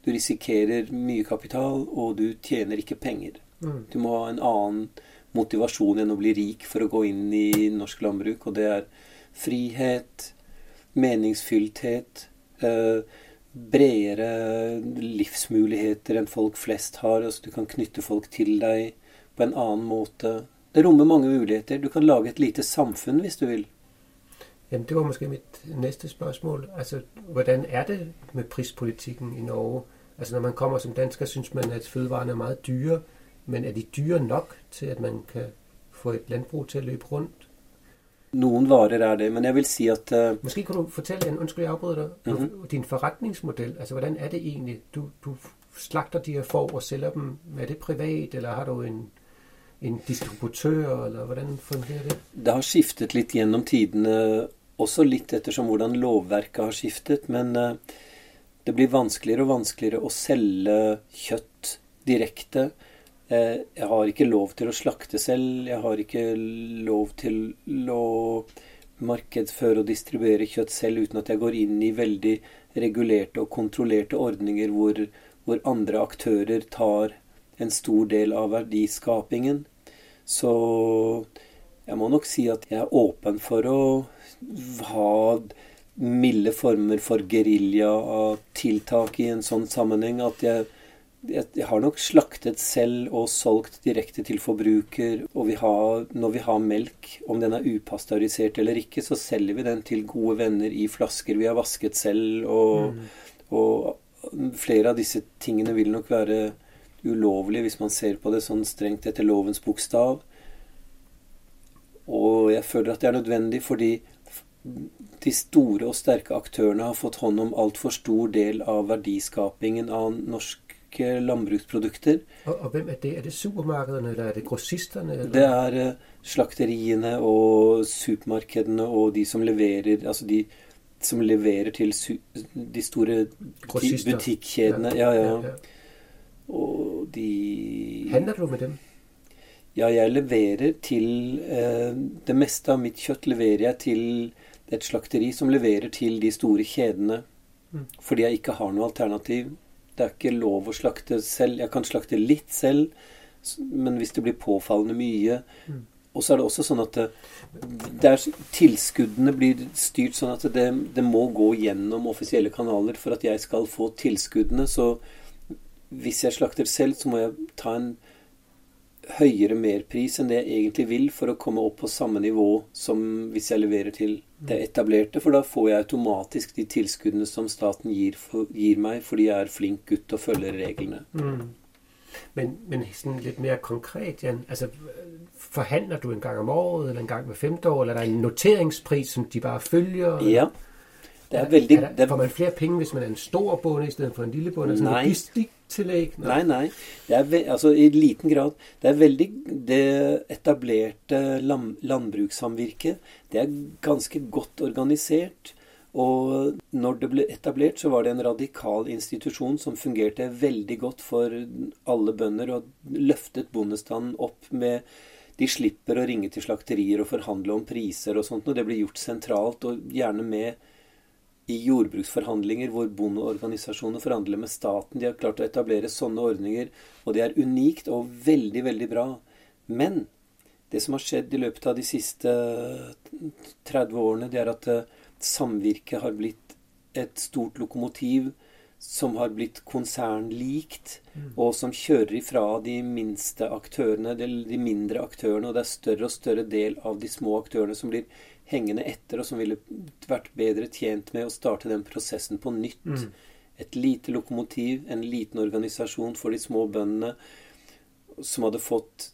du risikerer mye kapital, og du tjener ikke penger. Mm. Du må ha en annen motivasjon enn å bli rik for å gå inn i norsk landbruk, og det er frihet, meningsfyllthet, eh, bredere livsmuligheter enn folk flest har. Altså, du kan knytte folk til deg på en annen måte. Det rommer mange muligheter. Du kan lage et lite samfunn hvis du vil. Jamen, det var måske mitt næste spørgsmål. Altså, hvordan er det med prispolitikken i Norge? Altså, når man kommer som dansker, synes man, at fødevarene er meget dyre, men er de dyre nok til, at man kan få et landbrug til at løbe rundt? Noen varer er det, men jeg vil si at... Uh... Måske kan du fortælle en, undskyld jeg afbryder dig, mm-hmm. din forretningsmodel. Altså, hvordan er det egentlig? Du, du slagter de her får og sælger dem. Er det privat, eller har du en, en distributør, eller hvordan fungerer det? Det har skiftet litt gjennom tidene, også litt ettersom hvordan lovverket har skiftet, men uh, det blir vanskeligere og vanskeligere å selge kjøtt direkte. Jeg har ikke lov til å slakte selv, jeg har ikke lov til å markedsføre og distribuere kjøtt selv uten at jeg går inn i veldig regulerte og kontrollerte ordninger hvor, hvor andre aktører tar en stor del av verdiskapingen. Så jeg må nok si at jeg er åpen for å ha milde former for guerilla-tiltak i en sånn sammenheng at jeg Jeg har nok slaktet selv og solgt direkte til forbruker, og vi har, når vi har melk, om den er upasteurisert eller ikke, så selger vi den til gode venner i flasker vi har vasket selv, og, mm. og flere av disse tingene vil nok være ulovlige hvis man ser på det sånn strengt etter lovens bokstav. Og jeg føler at det er nødvendig fordi de store og sterke aktørene har fått hånd om alt for stor del av verdiskapingen av norsk landbruksprodukter. Og, og hvem er det? Er det supermarkederne, eller er det grossisterne? Eller? Det er uh, slakteriene og supermarkedene og de som leverer, altså de som leverer til su- de store Grossister. butikkjedene. Ja. Ja, ja. Ja, ja. Og de... Handler du med dem? Ja, jeg leverer til uh, det meste av mitt kjøtt leverer jeg til et slakteri som leverer til de store kjedene. Mm. Fordi jeg ikke har noe alternativ. Det er ikke lov å slakte selv. Jeg kan slakte litt selv, men hvis det blir påfallende mye. Mm. Og så er det også sånn at det, det er, tilskuddene blir styrt sånn at det, det må gå gjennom offisielle kanaler for at jeg skal få tilskuddene. Så hvis jeg slakter selv, så må jeg ta en høyere merpris enn det jeg egentlig vil for å komme opp på samme nivå som hvis jeg leverer til det etablerte, for da får jeg automatisk de tilskuddene som staten gir, for, gir meg, fordi jeg er flink gutt og følger reglene. Mm. Men, men sådan lidt mere konkret, Jan, altså forhandler du en gang om året, eller en gang hver femte år, eller er der en noteringspris, som de bare følger? Ja. Det er veldig, er der, får man flere penge, hvis man er en stor bonde, i stedet for en lille bonde? Altså nei. Logistiktillæg? Nei, nei. Det er ve- altså, i liten grad. Det er veldig det etablerte lam- landbrukssamvirket. Det er ganske godt organisert. Og når det ble etablert, så var det en radikal institusjon som fungerte veldig godt for alle bønder, og løftet bondestanden opp med... De slipper å ringe til slakterier og forhandle om priser og sånt, og det blir gjort sentralt, og gjerne med i jordbruksforhandlinger hvor bondeorganisasjoner forhandler med staten. De har klart å etablere sånne ordninger, og det er unikt og veldig, veldig bra. Men det som har skjedd i løpet av de siste tretti årene, det er at samvirket har blitt et stort lokomotiv som har blitt konsernlikt, mm. og som kjører ifra de minste aktørene, de, de mindre aktørene, og det er større og større del av de små aktørene som blir hengende etter, og som ville vært bedre tjent med å starte den prosessen på nytt. Mm. Et lite lokomotiv, en liten organisasjon for de små bøndene, som hadde fått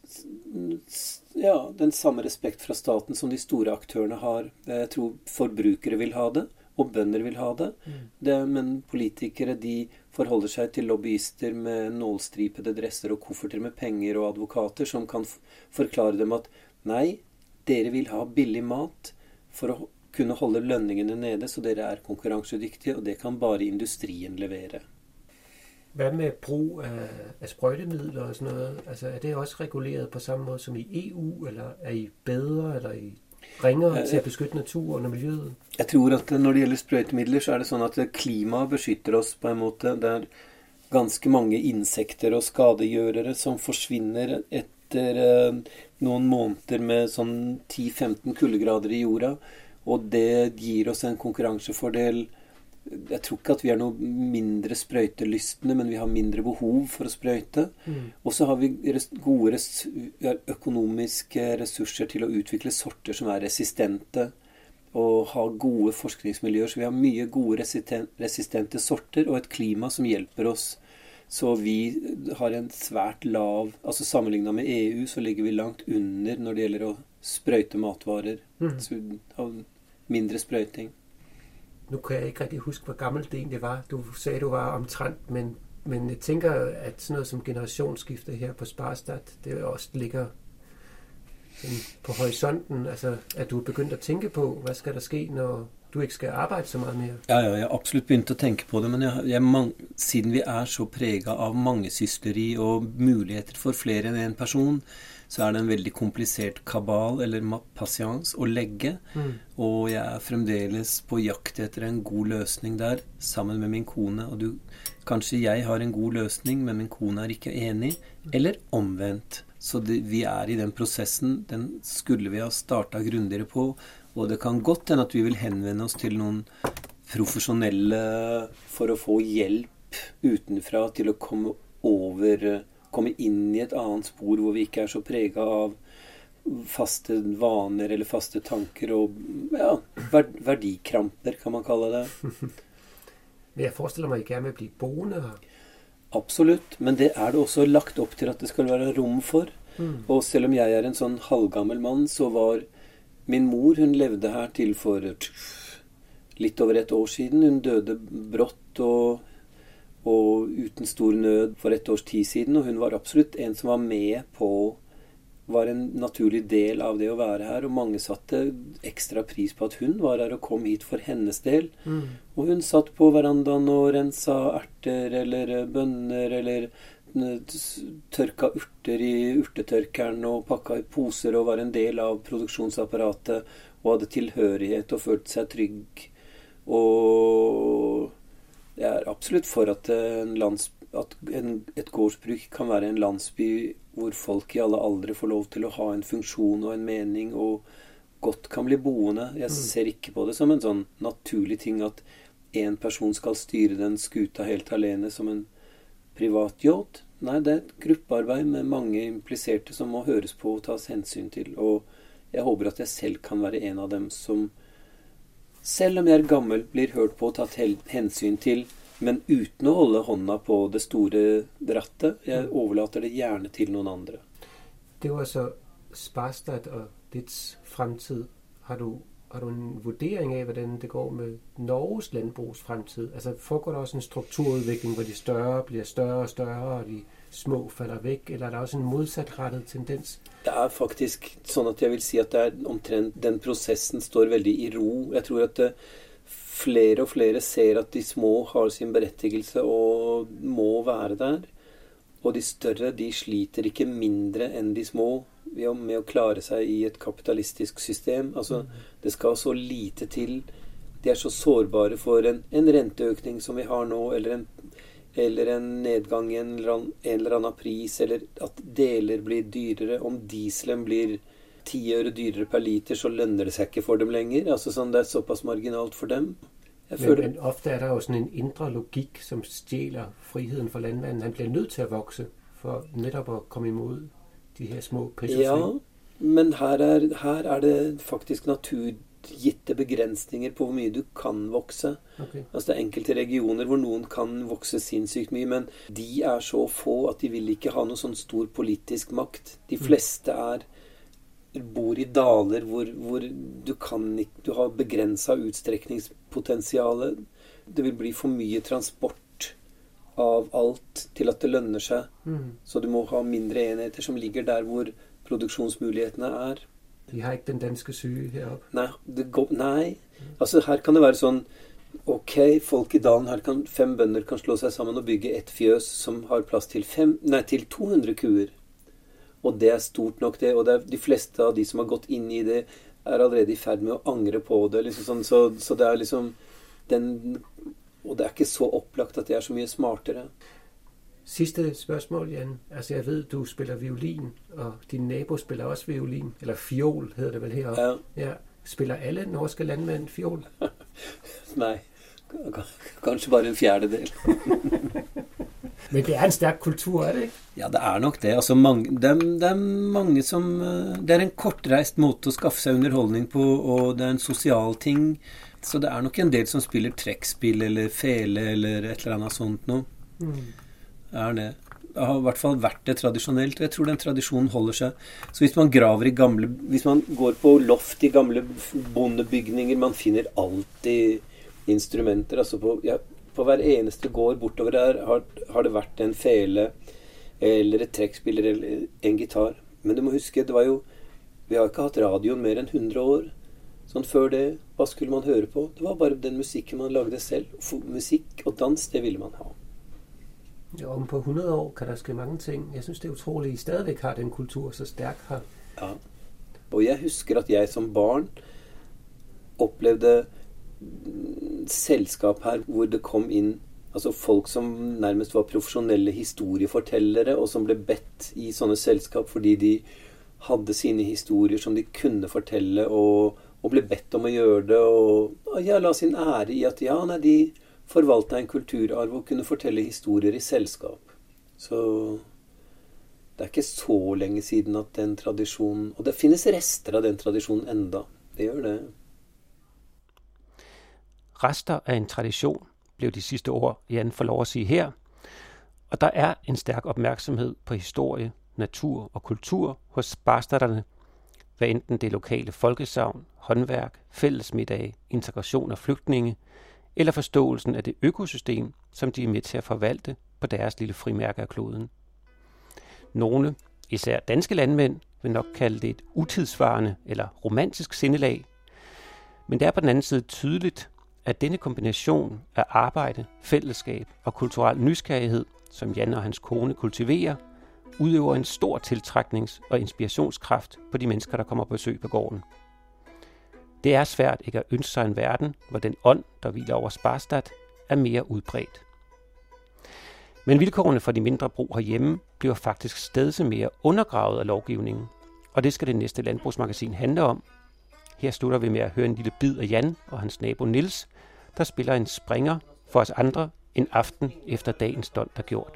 ja, den samme respekt fra staten som de store aktørene har. Jeg tror forbrukere vil ha det, og bønder vil ha det. Mm. det. Men politikere, de forholder seg til lobbyister med nålstripede dresser og kofferter med penger og advokater som kan f- forklare dem at nei, dere vil ha billig mat for å kunne holde lønningene nede, så dere er konkurransedyktige, og det kan bare industrien levere. Hvad med brug af, af sprøjtemidler og sådan noget? Altså, er det også reguleret på samme måde som i E U, eller er I bedre, eller er I ringere til at beskytte naturen og miljøet? Jeg tror at når det gjelder sprøytemidler, så er det sånn at klimaet beskytter oss på en måte. Det er ganske mange insekter og skadegjørere som forsvinner etter eh, noen måneder med sånn ti til femten kuldegrader i jorda. Og det gir oss en konkurransefordel. Jeg tror ikke at vi er noe mindre sprøytelystne, men vi har mindre behov for å sprøyte. Mm. Og så har vi res- gode res- vi har økonomiske ressurser til å utvikle sorter som er resistente, og ha gode forskningsmiljøer. Så vi har mye gode resisten- resistente sorter og et klima som hjelper oss. Så vi har en svært lav, altså sammenlignet med E U, så ligger vi langt under når det gjelder å sprøyte matvarer. Mm. Så vi har mindre sprøyting. Nu kan jeg ikke rigtig huske, hvor gammelt det egentlig var. Du sagde, du var omtrent, men, men jeg tænker, at sådan noget som generationsskifte her på Sparestad, det også ligger sådan på horisonten. Altså, at du er begyndt at tænke på, hvad skal der ske, når du ikke skal arbejde så meget mere? Ja, ja, jeg har absolutt begynt å tenke på det, men jeg, jeg, man, siden vi er så preget av mangesysleri og muligheter for flere enn en person, så er det en veldig komplisert kabal, eller patience, å legge. Mm. Og jeg er fremdeles på jakt etter en god løsning der, sammen med min kone. Og du, kanskje jeg har en god løsning, men min kone er ikke enig, eller omvendt. Så det, vi er i den prosessen, den skulle vi ha startet grundigere på, og det kan godt hende at vi vil henvende oss til noen profesjonelle for å få hjelp utenfra til å komme over, komme inn i et annet spor hvor vi ikke er så preget av faste vaner eller faste tanker og ja, verdikramper kan man kalle det. Men jeg forestiller meg ikke jeg vil bli boende her. Absolutt, men det er det også lagt opp til at det skal være rom for. Mm. Og selv om jeg er en sånn halvgammel mann, så var min mor, hun levde her til for litt over et år siden. Hun døde brått og, og uten stor nød for et års tid siden, og hun var absolutt en som var med på, var en naturlig del av det å være her, og mange satte ekstra pris på at hun var her og kom hit for hennes del. Mm. Og hun satt på verandaen og rensa erter eller bønner eller tørka urter i urtetørkeren og pakka i poser og var en del av produksjonsapparatet og hadde tilhørighet og følte seg trygg. Og jeg er absolutt for at, en lands, at en, et gårdsbruk kan være en landsby hvor folk i alle aldre får lov til å ha en funksjon og en mening og godt kan bli boende. Jeg ser ikke på det som en sånn naturlig ting at en person skal styre den skuta helt alene som en privat yacht. Nei, det er et gruppearbeid med mange impliserte som må høres på og tas hensyn til. Og jeg håper at jeg selv kan være en av dem som, selv om jeg er gammel, blir hørt på og tatt hensyn til, men uten å holde hånda på det store rattet. Jeg overlater det gjerne til noen andre. Det var altså Sparestad og dets fremtid. Har du Har du en vurdering af, hvordan det går med Norges landbrugs fremtid? Altså foregår der også en strukturudvikling, hvor de større bliver større og større, og de små falder væk, eller er der også en modsatrettet tendens? Det er faktisk sånn at jeg vil si at det er omtrent den prosessen står veldig i ro. Jeg tror at det, flere og flere ser at de små har sin berettigelse og må være der. Og de større, de sliter ikke mindre enn de små med å klare seg i et kapitalistisk system. Altså, det skal så lite til. De er så sårbare for en, en renteøkning som vi har nå, eller en, eller en nedgang i en, en eller annen pris, eller at deler blir dyrere. Om dieselen blir ti øre dyrere per liter, så lønner det seg ikke for dem lenger. Altså, sånn, det er såpass marginalt for dem. Men, føler... men ofte er der jo sådan en indre logik, som stjæler friheden for landmanden. Han bliver nødt til at vokse, for netop at komme imod de her små prisutsving. Ja, men her er, her er det faktisk naturgitte begrensninger på hvor mye du kan vokse. Okay. Altså det er enkelte regioner hvor noen kan vokse sinnssykt mye, men de er så få at de vil ikke ha noe sånn stor politisk makt. De fleste er bor i daler hvor, hvor du kan ikke, du har begrenset utstrekningspotensialet. Det vil bli for mye transport av alt til at det lønner seg. Mm. Så du må ha mindre enheter som ligger der hvor produksjonsmulighetene er. De har ikke den danske syge heroppe? Nei, det går, nei. Altså her kan det være sånn, ok, folk i dalen her kan, fem bønder kan slå seg sammen og bygge et fjøs som har plass til, fem, nei, til to hundre kuer. Og det er stort nok det, og det er de fleste av de som har gått inn i det er allerede i ferd med å angre på det, liksom sånn, så, så det er liksom den, og det er ikke så opplagt at det er så mye smartere. Sidste spørgsmål, Jan. Altså, jeg ved, du spiller violin, og din nabo spiller også violin. Eller fiol, hedder det vel heroppe. Ja. Ja. Spiller alle norske landmænd fiol? Nej, kanskje bare en fjerdedel. Men det er en stærk kultur, er det ikke? Ja, det er nok det. Altså, mange, det, er, det er mange som... Det er en kortreist måte å skaffe seg underholdning på, og det er en sosial ting. Så det er nok en del som spiller trekkspill eller fele eller et eller annet sånt nå. Mm. Det er det. Det har i hvert fall vært det tradisjonelt, og jeg tror den tradisjonen holder seg. Så hvis man graver i gamle... Hvis man går på loft i gamle bondebygninger, man finner alltid instrumenter. Altså på, ja, på hver eneste gård bortover der har, har det vært en fele eller et trekkspill eller en gitar. Men du må huske, det var jo... Vi har ikke hatt radioen mer enn hundre år. Sånn før det, hva skulle man høre på? Det var bare den musikken man lagde selv. Musikk og dans, det ville man ha. Ja, om på hundrede år kan der ske mange ting. Jeg synes, det er utroligt, at I stadigvæk har den kultur så stærk her. Ja, og jeg husker at jeg som barn oplevde selskap her, hvor det kom inn altså folk som nærmest var profesjonelle historiefortellere, og som ble bedt i sånne selskap fordi de hadde sine historier som de kunne fortelle, og, og ble bedt om å gjøre det, og, og ja, la sin ære i at ja, nei, de forvalta en kulturarv og kunne fortelle historier i selskap. Så det er ikke så lenge siden at den tradisjonen, og det finnes rester av den tradisjonen enda, det gjør det. Rester af en tradition blev de sidste ord, Jan får lov at sige her, og der er en stærk opmærksomhed på historie, natur og kultur hos sparstatterne, hvad enten det lokale folkesavn, håndværk, fællesmiddage, integration af flygtninge, eller forståelsen af det økosystem, som de er med til at forvalte på deres lille frimærke af kloden. Nogle, især danske landmænd, vil nok kalde det et utidsvarende eller romantisk sindelag, men det er på den anden side tydeligt, at denne kombination af arbejde, fællesskab og kulturel nysgerrighed, som Jan og hans kone kultiverer, udøver en stor tiltræknings- og inspirationskraft på de mennesker, der kommer på besøg på gården. Det er svært ikke at ønske sig en verden, hvor den ånd, der hviler over Sparstad, er mere udbredt. Men vilkårene for de mindre brug herhjemme bliver faktisk stadig mere undergravet af lovgivningen, og det skal det næste landbrugsmagasin handle om. Her slutter vi med at høre en lille bid af Jan og hans nabo Niels, der spiller en springer for os andre en aften efter dagens dont er gjort.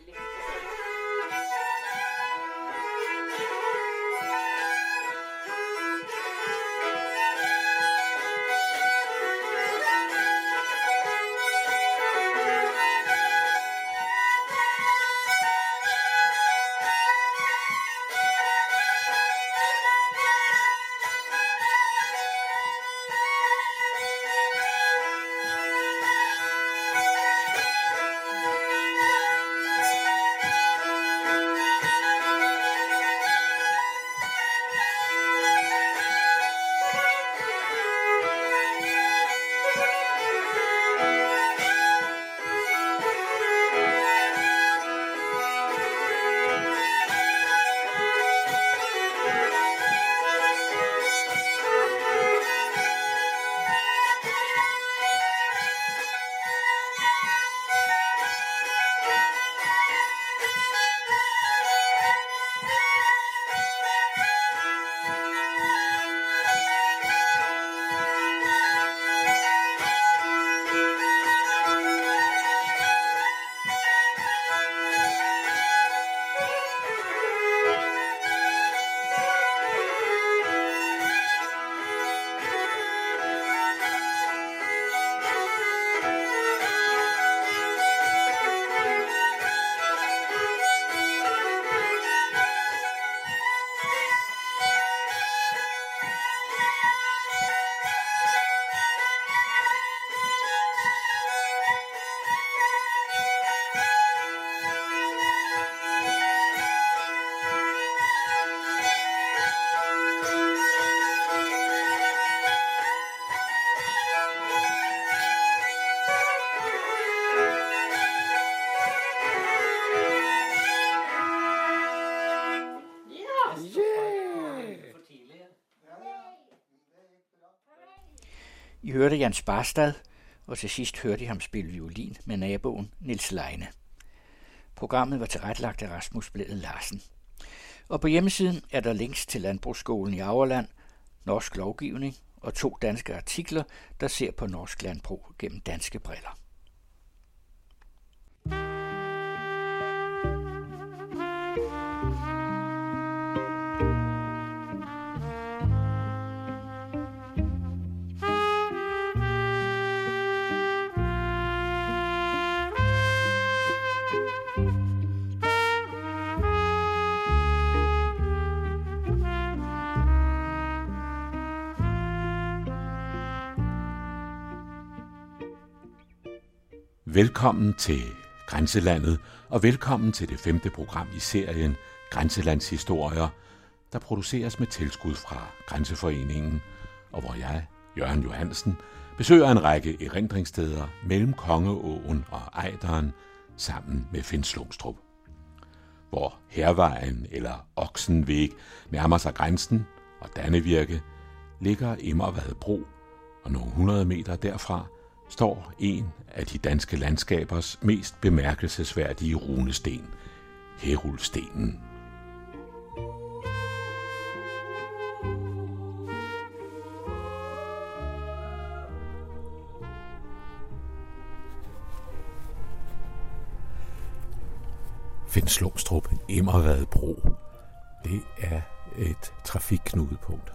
I hørte Jan Sparstad, og til sidst hørte I ham spille violin med naboen Niels Leine. Programmet var tilrettelagt af Rasmus Blædel Larsen. Og på hjemmesiden er der links til Landbrugsskolen i Aurland, norsk lovgivning og to danske artikler, der ser på norsk landbrug gennem danske briller. Velkommen til Grænselandet, og velkommen til det femte program i serien Grænselandshistorier, der produceres med tilskud fra Grænseforeningen, og hvor jeg, Jørgen Johansen, besøger en række erindringssteder mellem Kongeåen og Ejderen sammen med Finn Slumstrup. Hvor Hærvejen eller Oksenvæg nærmer sig grænsen, og Dannevirke ligger Immervad Bro, og nogle hundrede meter derfra står en af de danske landskabers mest bemærkelsesværdige runesten, Herulstenen. Finn Slumstrup, Immervad Bro. Det er et trafikknudepunkt.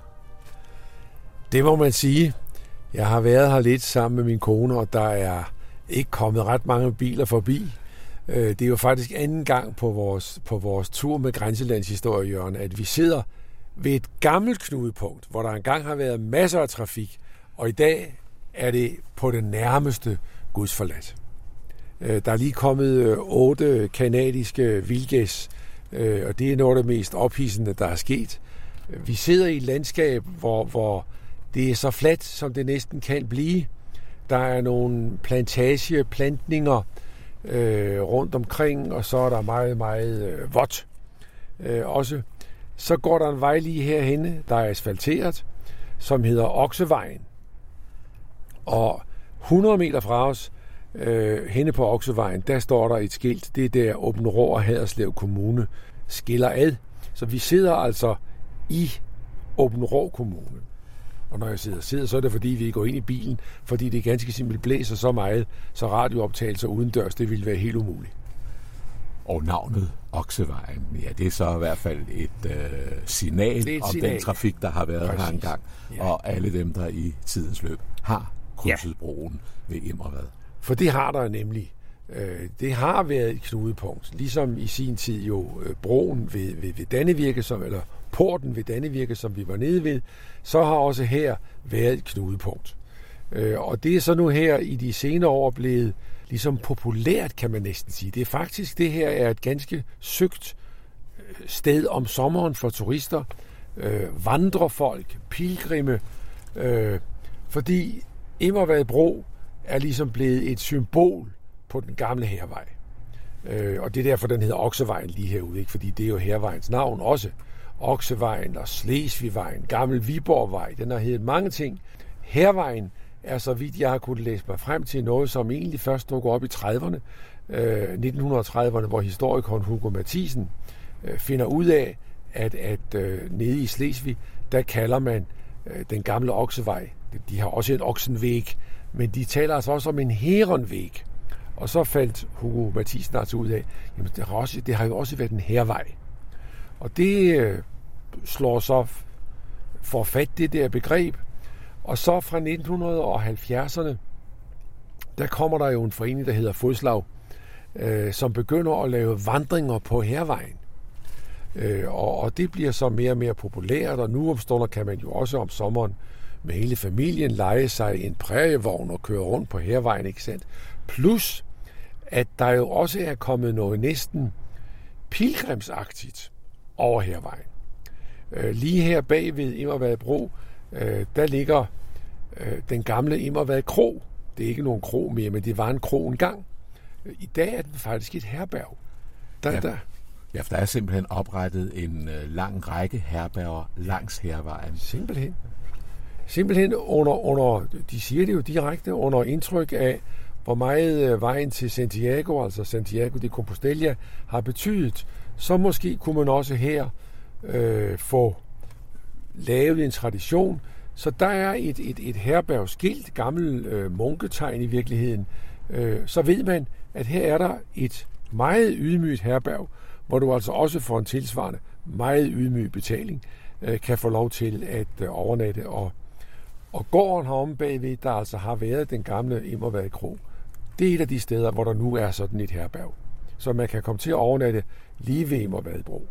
Det må man sige. Jeg har været her lidt sammen med min kone, og der er ikke kommet ret mange biler forbi. Det er jo faktisk anden gang på vores, på vores tur med Grænselandshistorie, Jørgen, at vi sidder ved et gammelt knudepunkt, hvor der engang har været masser af trafik, og i dag er det på det nærmeste gudsforladt. Der er lige kommet otte kanadiske vildgæs, og det er noget af det mest ophidsende, der er sket. Vi sidder i et landskab, hvor, hvor det er så fladt, som det næsten kan blive. Der er nogle plantageplantninger øh, rundt omkring, og så er der meget, meget øh, vådt øh, også. Så går der en vej lige herhenne, der er asfalteret, som hedder Oksevejen. Og hundrede meter fra os, øh, henne på Oksevejen, der står der et skilt. Det er der Aabenraa og Haderslev Kommune skiller ad. Så vi sidder altså i Aabenraa Kommune. Og når jeg sidder, sidder, så er det fordi, vi går ind i bilen, fordi det ganske simpelt blæser så meget, så radiooptagelser udendørs, det ville være helt umuligt. Og navnet Oksevejen, ja, det er så i hvert fald et øh, signal et om signal. Den trafik, der har været Præcis. Her engang, ja. Og alle dem, der i tidens løb har krydset ja. Broen ved Immervad. For det har der nemlig. Det har været et knudepunkt, ligesom i sin tid jo broen ved, ved, ved Dannevirke, som, eller porten ved Dannevirke, som vi var nede ved, så har også her været et knudepunkt. Og det er så nu her i de senere år blevet ligesom populært, kan man næsten sige. Det er faktisk, det her er et ganske søgt sted om sommeren for turister, vandrefolk, pilgrimme, fordi Immervad Bro er ligesom blevet et symbol på den gamle Hærvej. Øh, og det er derfor, den hedder Oksevejen lige herude, ikke? Fordi det er jo Hærvejens navn også. Oksevejen og Slesvigvejen, Gammel Viborgvej, den har heddet mange ting. Hærvejen er, så vidt jeg har kunnet læse mig frem til, noget, som egentlig først dukker op i trediverne, øh, nitten trediverne, hvor historikeren Hugo Mathisen øh, finder ud af, at, at øh, nede i Slesvig, der kalder man øh, den gamle Oksevej. De har også en Oksenvæg, men de taler altså også om en Heronvæg. Og så faldt Hugo Mathisen altså ud af, jamen det har, også, det har jo også været en hærvej. Og det øh, slår så for fat det der begreb. Og så fra nitten halvfjerdserne, der kommer der jo en forening, der hedder Fodslag, øh, som begynder at lave vandringer på Hærvejen. Øh, og, og det bliver så mere og mere populært, og nu omstunder kan man jo også om sommeren med hele familien lege sig en prærievogn og køre rundt på Hærvejen, ikke sandt? Plus, at der jo også er kommet noget næsten pilgrimsagtigt over Hærvejen. Øh, lige her bag ved Immervad Bro, øh, der ligger øh, den gamle Immervad Kro. Det er ikke nogen kro mere, men det var en kro engang. I dag er den faktisk et herberg. Der, ja. der. Ja, for der er simpelthen oprettet en øh, lang række herberger langs Hærvejen. Simpelthen. Simpelthen under, under, de siger det jo direkte, under indtryk af hvor meget vejen til Santiago, altså Santiago de Compostela, har betydet, så måske kunne man også her øh, få lavet en tradition. Så der er et, et, et herbergsskilt, gammel øh, munketegn i virkeligheden. Øh, så ved man, at her er der et meget ydmygt herberg, hvor du altså også for en tilsvarende meget ydmyg betaling øh, kan få lov til at øh, overnatte. Og, og gården heromme bagved, der altså har været den gamle Immervad Kro, det er et af de steder, hvor der nu er sådan et herberg. Så man kan komme til at overnatte lige ved Immervadbro.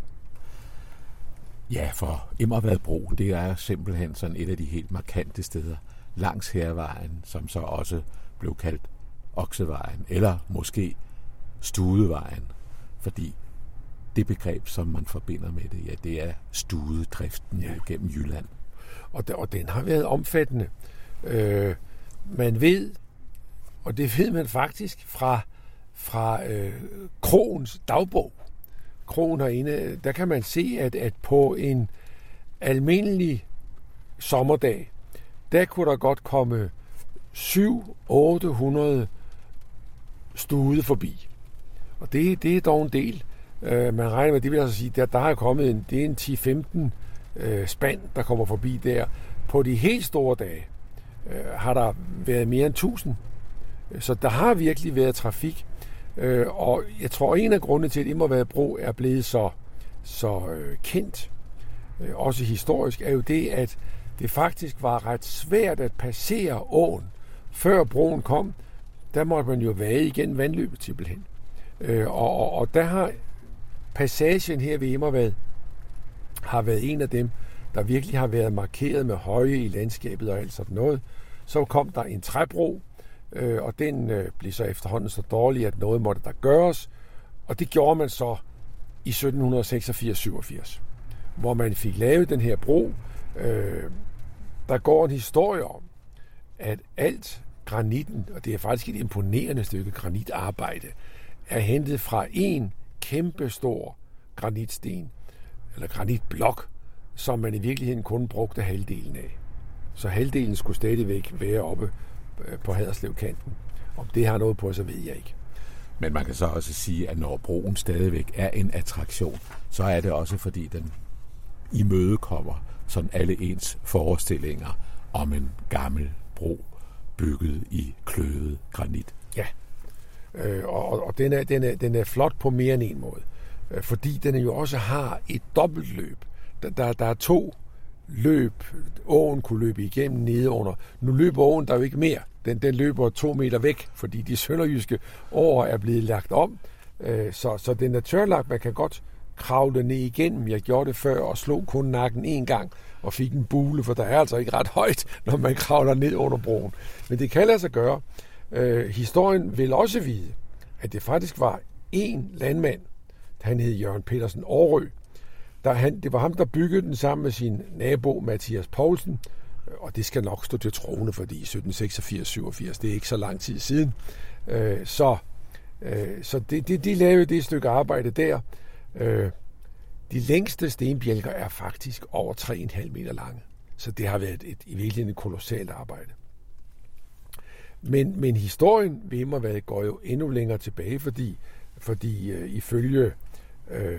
Ja, for Immervadbro, det er simpelthen sådan et af de helt markante steder langs Hærvejen, som så også blev kaldt Oksevejen, eller måske Studevejen, fordi det begreb, som man forbinder med det, ja, det er studedriften ja. gennem Jylland. Og, der, og den har været omfattende. Øh, man ved, og det ved man faktisk fra, fra øh, Krogens dagbog. Krogen herinde, der kan man se, at, at på en almindelig sommerdag, der kunne der godt komme syv til otte hundrede stude forbi. Og det, det er dog en del. Uh, man regner med, det vil altså sige, at der er kommet en, det er en ti til femten uh, spand, der kommer forbi der. På de helt store dage uh, har der været mere end tusind. Så der har virkelig været trafik. Uh, og jeg tror, en af grundene til, at Immervadbro er blevet så, så uh, kendt, uh, også historisk, er jo det, at det faktisk var ret svært at passere åen. Før broen kom, der måtte man jo vade igen vandløbet simpelthen. Uh, og, og, og der har passagen her ved Immervad har været en af dem, der virkelig har været markeret med høje i landskabet og alt sådan noget. Så kom der en træbro, øh, og den øh, blev så efterhånden så dårlig, at noget måtte der gøres. Og det gjorde man så i sytten seksogfirs syvogfirs, hvor man fik lavet den her bro. Øh, der går en historie om, at alt granitten, og det er faktisk et imponerende stykke granitarbejde, er hentet fra en kæmpestor granitsten, eller granitblok, som man i virkeligheden kun brugte halvdelen af. Så halvdelen skulle stadigvæk være oppe på Haderslevkanten. Om det har noget på, så ved jeg ikke. Men man kan så også sige, at når broen stadigvæk er en attraktion, så er det også fordi den imødekommer sådan alle ens forestillinger om en gammel bro bygget i kløvet granit. Ja, øh, og, og den, er, den, er, den er flot på mere end en måde, øh, fordi den jo også har et dobbeltløb. Der, der, der er to løb, åen kunne løbe igennem nede under. Nu løber åen der jo ikke mere. Den, den løber to meter væk, fordi de sønderjyske åer er blevet lagt om. Øh, så, så den er tørlagt. Man kan godt kravle ned igennem. Jeg gjorde det før og slog kun nakken en gang og fik en bule, for der er altså ikke ret højt, når man kravler ned under broen. Men det kan lade sig gøre. Øh, historien vil også vide, at det faktisk var en landmand, han hed Jørgen Petersen Aarø. Der han, det var ham, der byggede den sammen med sin nabo Mathias Poulsen, og det skal nok stå til troende, fordi sytten seksogfirs syvogfirs, det er ikke så lang tid siden. Øh, så øh, så det, det, de lavede det stykke arbejde der. Øh, de længste stenbjælker er faktisk over tre komma fem meter lange, så det har været et, et, i virkeligheden et kolossalt arbejde. Men, men historien ved Immervad går jo endnu længere tilbage, fordi, fordi øh, ifølge øh,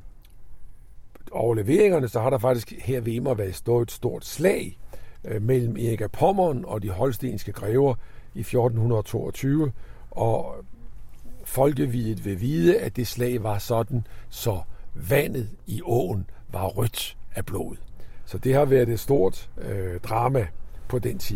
overleveringerne, så har der faktisk her ved Immervad stået et stort slag øh, mellem Erik af Pommern og de holstenske grever i fjorten toogtyve, og folkevidet vil vide, at det slag var sådan, så vandet i åen var rødt af blod. Så det har været et stort øh, drama på den tid.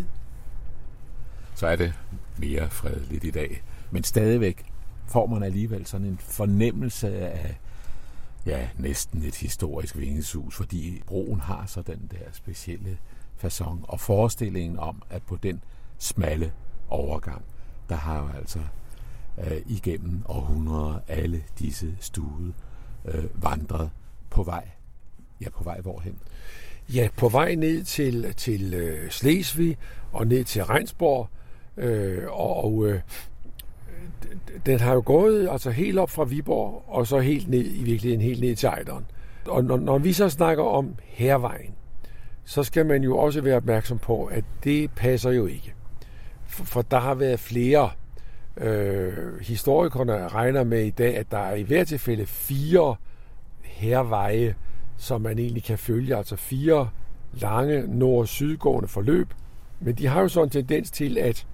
Så er det mere fredeligt i dag. Men stadigvæk får man alligevel sådan en fornemmelse af ja, næsten et historisk vingeshus, fordi broen har så den der specielle facon og forestillingen om, at på den smalle overgang, der har jo altså øh, igennem århundreder alle disse stude øh, vandret på vej. Ja, på vej hvorhen? Ja, på vej ned til, til øh, Slesvig og ned til Rendsborg, øh, og øh, den har jo gået altså helt op fra Viborg, og så helt ned, i virkeligheden helt ned til Ejderen. Og når, når vi så snakker om Hærvejen, så skal man jo også være opmærksom på, at det passer jo ikke. For, for der har været flere Øh, historikerne regner med i dag, at der er i hvert tilfælde fire herveje, som man egentlig kan følge, altså fire lange nord-sydgående forløb. Men de har jo sådan en tendens til at,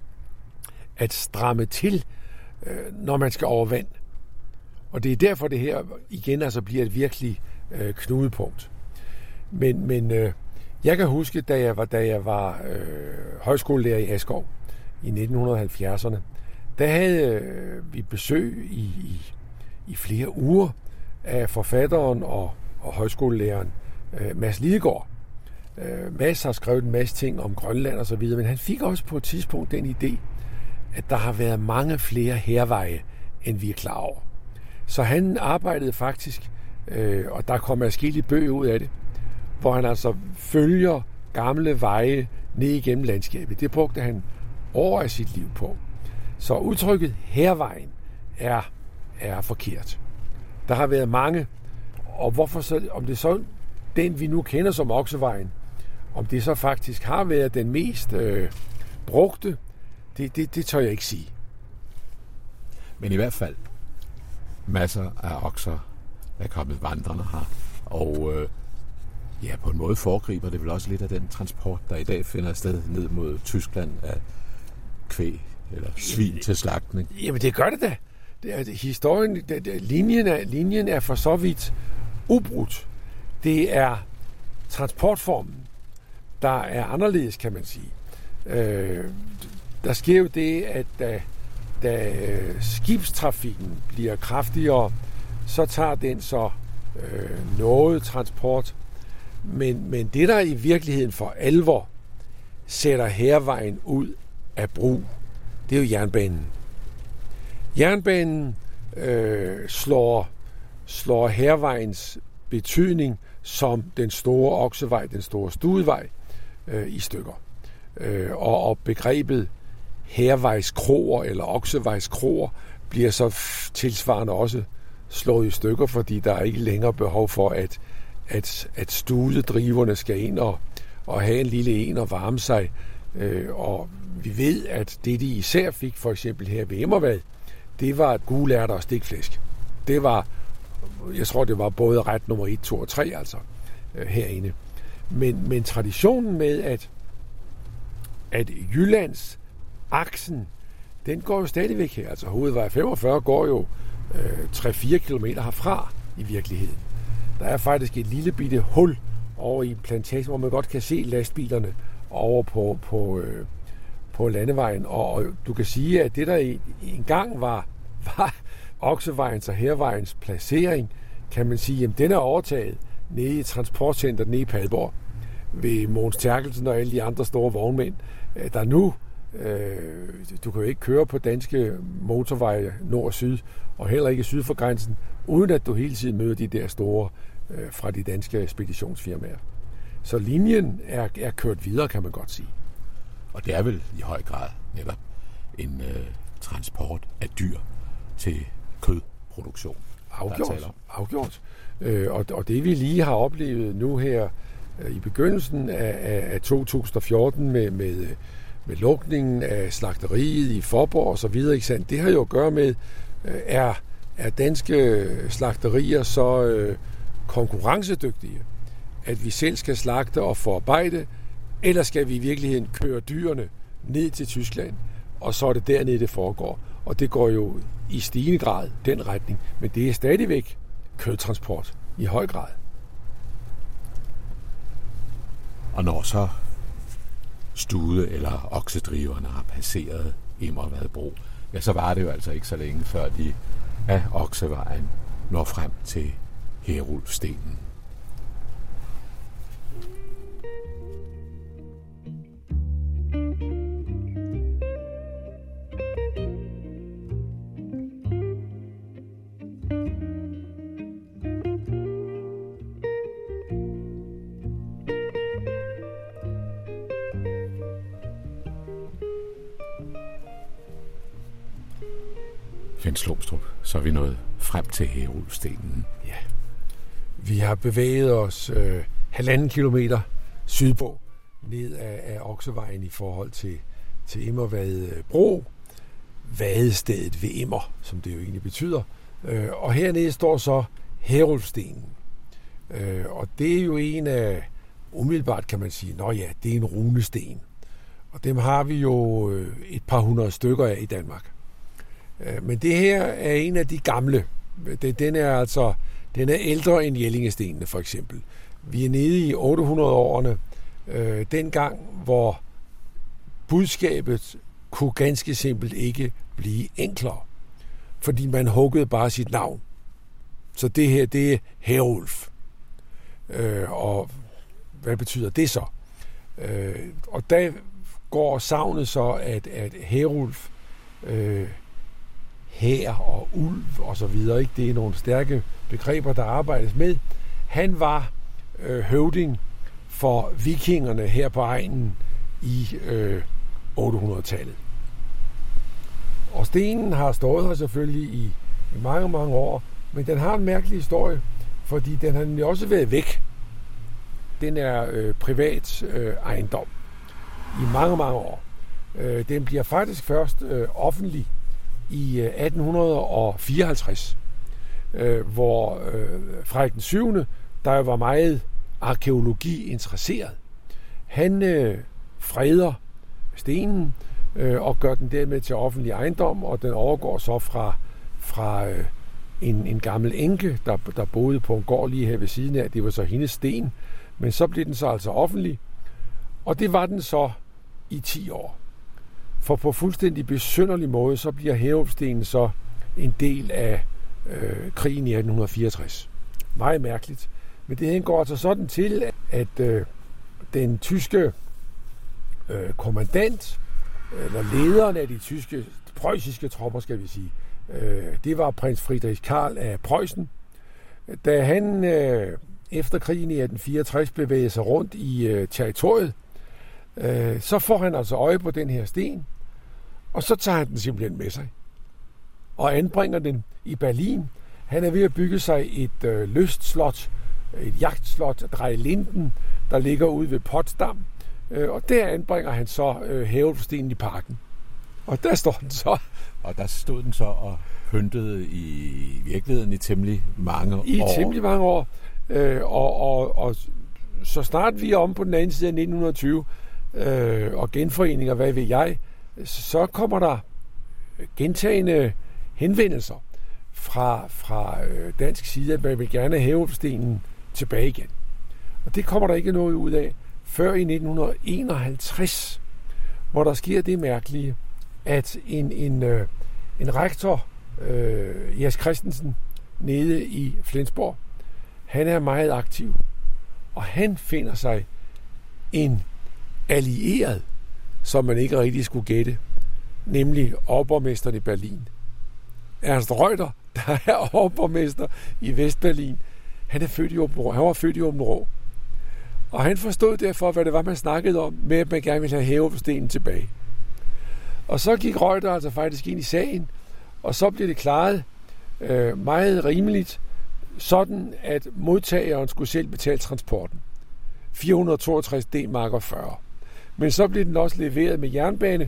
at stramme til, øh, når man skal over vand. Og det er derfor, det her igen altså bliver et virkelig øh, knudepunkt. Men, men øh, jeg kan huske, da jeg var, da jeg var øh, højskolelærer i Askov i nitten halvfjerdserne, der havde øh, vi besøg i, i, i flere uger af forfatteren og, og højskolelæreren øh, Mads Lidegaard. Øh, Mads har skrevet en masse ting om Grønland og så videre, men han fik også på et tidspunkt den idé, at der har været mange flere herveje, end vi er klar over. Så han arbejdede faktisk, øh, og der kom adskillige bøger ud af det, hvor han altså følger gamle veje ned igennem landskabet. Det brugte han år af sit liv på. Så udtrykket hervejen er, er forkert. Der har været mange, og hvorfor så, om det så den, vi nu kender som Oksevejen, om det så faktisk har været den mest øh, brugte, det, det, det tør jeg ikke sige. Men i hvert fald, masser af okser er kommet vandrende her, og øh, ja, på en måde foregriber det vel også lidt af den transport, der i dag finder sted ned mod Tyskland af kvæg eller svin til slagtning. Jamen det gør det da. Det er, historien, det, det, linjen, er, linjen er for så vidt ubrudt. Det er transportformen, der er anderledes, kan man sige. Øh, der sker jo det, at da, da skibstrafikken bliver kraftigere, så tager den så øh, noget transport. Men, men det, der i virkeligheden for alvor sætter hervejen ud af brug, det er jo jernbanen. Jernbanen øh, slår, slår hervejens betydning som den store oksevej, den store studevej, øh, i stykker. Øh, og, og begrebet hervejskroer eller oksevejskroer bliver så tilsvarende også slået i stykker, fordi der er ikke længere behov for, at, at, at studedriverne skal ind og, og have en lille en og varme sig. Øh, og vi ved, at det, de især fik, for eksempel her ved Immervad, det var gule ærter og stikflæsk. Det var, jeg tror, det var både ret nummer et, to og tre, altså øh, herinde. Men, men traditionen med, at, at Jyllands aksen, den går jo stadigvæk her. Altså hovedvej femogfyrre går jo øh, tre til fire kilometer herfra i virkeligheden. Der er faktisk et lille bitte hul over i en plantage, hvor man godt kan se lastbilerne over på, på, øh, på landevejen. Og, og du kan sige, at det der engang var, var oksevejens og hervejens placering, kan man sige, at den er overtaget nede i transportcenteret nede i Padborg ved Mogens Terkelsen og alle de andre store vognmænd, der nu, øh, du kan jo ikke køre på danske motorveje nord og syd, og heller ikke syd for grænsen, uden at du hele tiden møder de der store øh, fra de danske speditionsfirmaer. Så linjen er, er kørt videre, kan man godt sige. Og det er vel i høj grad netop en øh, transport af dyr til kødproduktion. Afgjort, afgjort. Øh, og, og det vi lige har oplevet nu her øh, i begyndelsen af, af, af to tusind og fjorten med, med, med lukningen af slagteriet i Faaborg og så videre, ikke sandt? Det har jo at gøre med, øh, er, er danske slagterier så øh, konkurrencedygtige, at vi selv skal slagte og forarbejde, eller skal vi i virkeligheden køre dyrene ned til Tyskland, og så er det dernede, det foregår. Og det går jo i stigende grad den retning, men det er stadigvæk kødtransport i høj grad. Og når så stude- eller oksedriverne har passeret Immervadbro, ja, så var det jo altså ikke så længe, før de af oksevejen når frem til Herulfstenen. Jens Slumstrup, så er vi nået frem til Herulfstenen. Ja. Vi har bevæget os øh, halvanden kilometer sydpå, ned af, af Oksevejen i forhold til, til Immervad Bro. vadestedet ved Immer, som det jo egentlig betyder. Øh, og hernede står så Herulfstenen. Øh, og det er jo en af, umiddelbart kan man sige, nå ja, det er en runesten. Og dem har vi jo et par hundrede stykker af i Danmark. Øh, men det her er en af de gamle. Den er altså den er ældre end Jellingestenene for eksempel. Vi er nede i otte hundrede årene, øh, dengang hvor budskabet kunne ganske simpelt ikke blive enklere, fordi man huggede bare sit navn. Så det her, det er Herulf. Øh, og hvad betyder det så? Øh, og der går savnet så, at, at Herulf, øh, hær og ulv og så videre, ikke? Det er nogle stærke begreber, der arbejdes med. Han var øh, høvding for vikingerne her på egnen i øh, otte hundrede-tallet. Og stenen har stået her selvfølgelig i, i mange, mange år, men den har en mærkelig historie, fordi den har nemlig også været væk. Den er øh, privat øh, ejendom i mange, mange år. Øh, den bliver faktisk først øh, offentlig i øh, atten fireoghalvtreds, øh, hvor øh, Frederik den syvende, der jo var meget arkæologi interesseret, han øh, freder stenen øh, og gør den dermed til offentlig ejendom, og den overgår så fra, fra øh, en, en gammel enke, der, der boede på en gård lige her ved siden af. Det var så hendes sten, men så blev den så altså offentlig, og det var den så i ti år. For på fuldstændig besynderlig måde, så bliver Herulfstenen så en del af øh, krigen i atten fireogtres. Meget mærkeligt. Men det hengår altså sådan til, at øh, den tyske øh, kommandant, eller lederen af de tyske, preussiske tropper, skal vi sige, øh, det var prins Friedrich Karl af Preussen. Da han øh, efter krigen i atten fireogtres bevægede sig rundt i øh, territoriet, øh, så får han altså øje på den her sten, og så tager han den simpelthen med sig og anbringer den i Berlin. Han er ved at bygge sig et øh, lystslot, et jagtslot, Dreilinden, der ligger ude ved Potsdam. Øh, og der anbringer han så øh, Herulfstenen i parken. Og der står den så. Og der stod den så og pyntede i virkeligheden i temmelig mange I år. I temmelig mange år. Øh, og, og, og så snart vi er om på den anden side af nitten tyve, øh, og genforeninger, hvad ved jeg, så kommer der gentagende henvendelser fra, fra øh, dansk side, at man vil gerne have Herulfstenen tilbage igen. Og det kommer der ikke noget ud af før i nitten enoghalvtreds, hvor der sker det mærkelige, at en, en, øh, en rektor, øh, Jes Christensen, nede i Flensborg, han er meget aktiv, og han finder sig en allieret, som man ikke rigtig skulle gætte, nemlig overborgmesteren i Berlin. Ernst Reuter, der er overborgmester i Vestberlin, han er født i Åbenrå. Han var født i Åbenrå. Og han forstod derfor, hvad det var, man snakkede om, med at man gerne ville have Herulfstenen tilbage. Og så gik Reuter altså faktisk ind i sagen, og så blev det klaret øh, meget rimeligt, sådan at modtageren skulle selv betale transporten. fire hundrede og toogtres D-mark og fyrre. Men så blev den også leveret med jernbane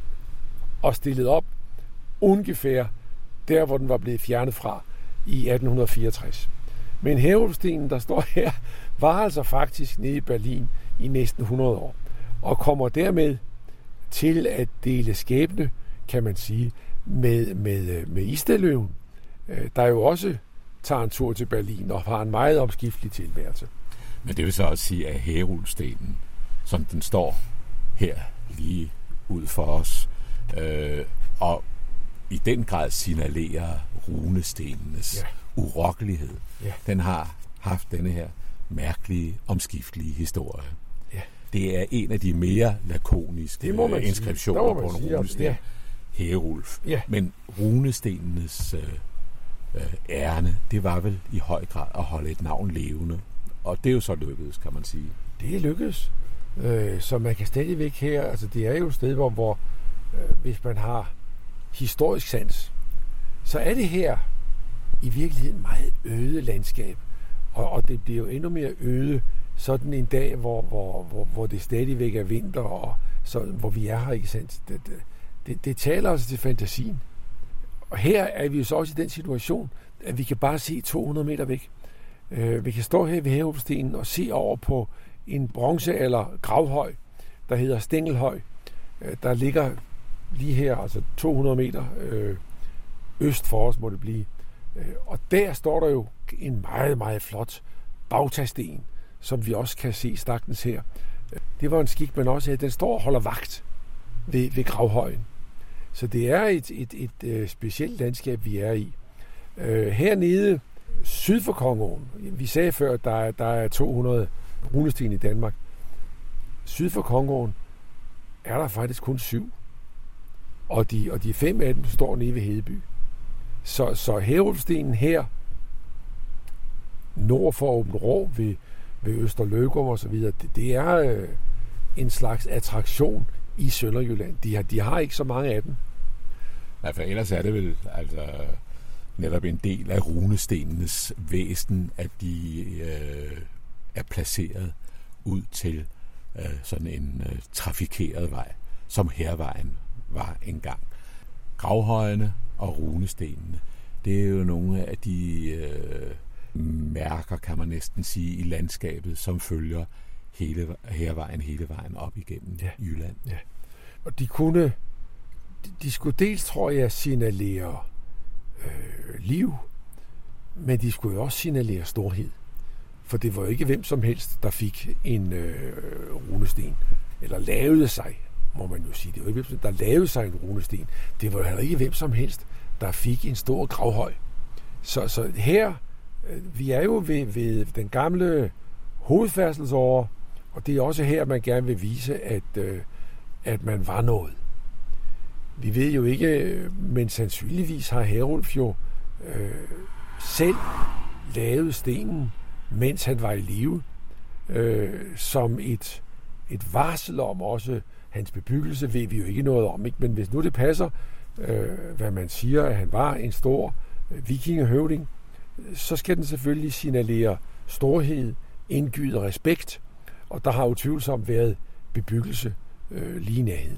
og stillet op ungefær der, hvor den var blevet fjernet fra i atten fireogtres. Men Herulfstenen, der står her, var altså faktisk nede i Berlin i næsten hundrede år, og kommer dermed til at dele skæbne, kan man sige, med, med, med Isdaløven, der jo også tager en tur til Berlin og har en meget omskiftelig tilværelse. Men det vil så også sige, at Herulfstenen, som den står her lige ud for os, øh, og i den grad signalerer runestenenes ja. urokkelighed. Ja. Den har haft denne her mærkelige, omskiftelige historie. Ja. Det er en af de mere lakoniske inskriptioner på en runesten. Ja. Herulf. Ja. Men runestenenes øh, øh, ærne, det var vel i høj grad at holde et navn levende. Og det er jo så lykkedes, kan man sige. Det er lykkedes. Øh, så man kan stadigvæk her, altså det er jo et sted, hvor, hvor øh, hvis man har historisk sans, så er det her i virkeligheden meget øde landskab. Og, og det bliver jo endnu mere øde sådan en dag, hvor, hvor, hvor, hvor det stadigvæk er vinter, og så, hvor vi er her, ikke sandt? Det, det, det, det taler altså til fantasien. Og her er vi jo så også i den situation, at vi kan bare se to hundrede meter væk. Øh, vi kan stå her ved Herulfstenen og se over på en bronze- eller gravhøj, der hedder Stængelhøj. Øh, der ligger lige her, altså to hundrede meter øh, øst for os, må det blive. Øh, og der står der jo en meget, meget flot bagtagsten, som vi også kan se stakkens her. Det var en skik, man også havde. Den står og holder vagt ved, ved gravhøjen. Så det er et, et, et, et specielt landskab, vi er i. Øh, hernede, syd for Kongeåen, vi sagde før, at der er, der er to hundrede runesten i Danmark. Syd for Kongeåen er der faktisk kun syv. Og de, og de fem af dem står nede ved Hedeby. Så, så Herulfstenen her, nord for Åben Rå, ved, ved Østerløgum og så videre, det, det er øh, en slags attraktion i Sønderjylland. De har, de har ikke så mange af dem. Nej, for ellers er det vel altså netop en del af runestenenes væsen, at de øh, er placeret ud til øh, sådan en øh, trafikeret vej, som Hærvejen var engang. Gravhøjene og runestenene, det er jo nogle af de øh, mærker, kan man næsten sige, i landskabet, som følger hele Hærvejen hele vejen op igennem ja. Jylland. Ja. Og de kunne, de, de skulle dels, tror jeg, signalere øh, liv, men de skulle jo også signalere storhed. For det var jo ikke hvem som helst, der fik en øh, runesten, eller lavede sig, må man jo sige. Det var ikke hvem som, der lavede sig en runesten. Det var heller ikke hvem som helst, der fik en stor gravhøj. Så, så her, øh, vi er jo ved, ved den gamle hovedfærdselsåre, og det er også her, man gerne vil vise, at, øh, at man var noget. Vi ved jo ikke, men sandsynligvis har Herulf jo øh, selv lavet stenen, mens han var i live, øh, som et, et varsel om også hans bebyggelse, ved vi jo ikke noget om. Ikke? Men hvis nu det passer, øh, hvad man siger, at han var en stor øh, vikingehøvding, så skal den selvfølgelig signalere storhed, indgyde respekt, og der har utvivlsomt været bebyggelse øh, lige i nærheden.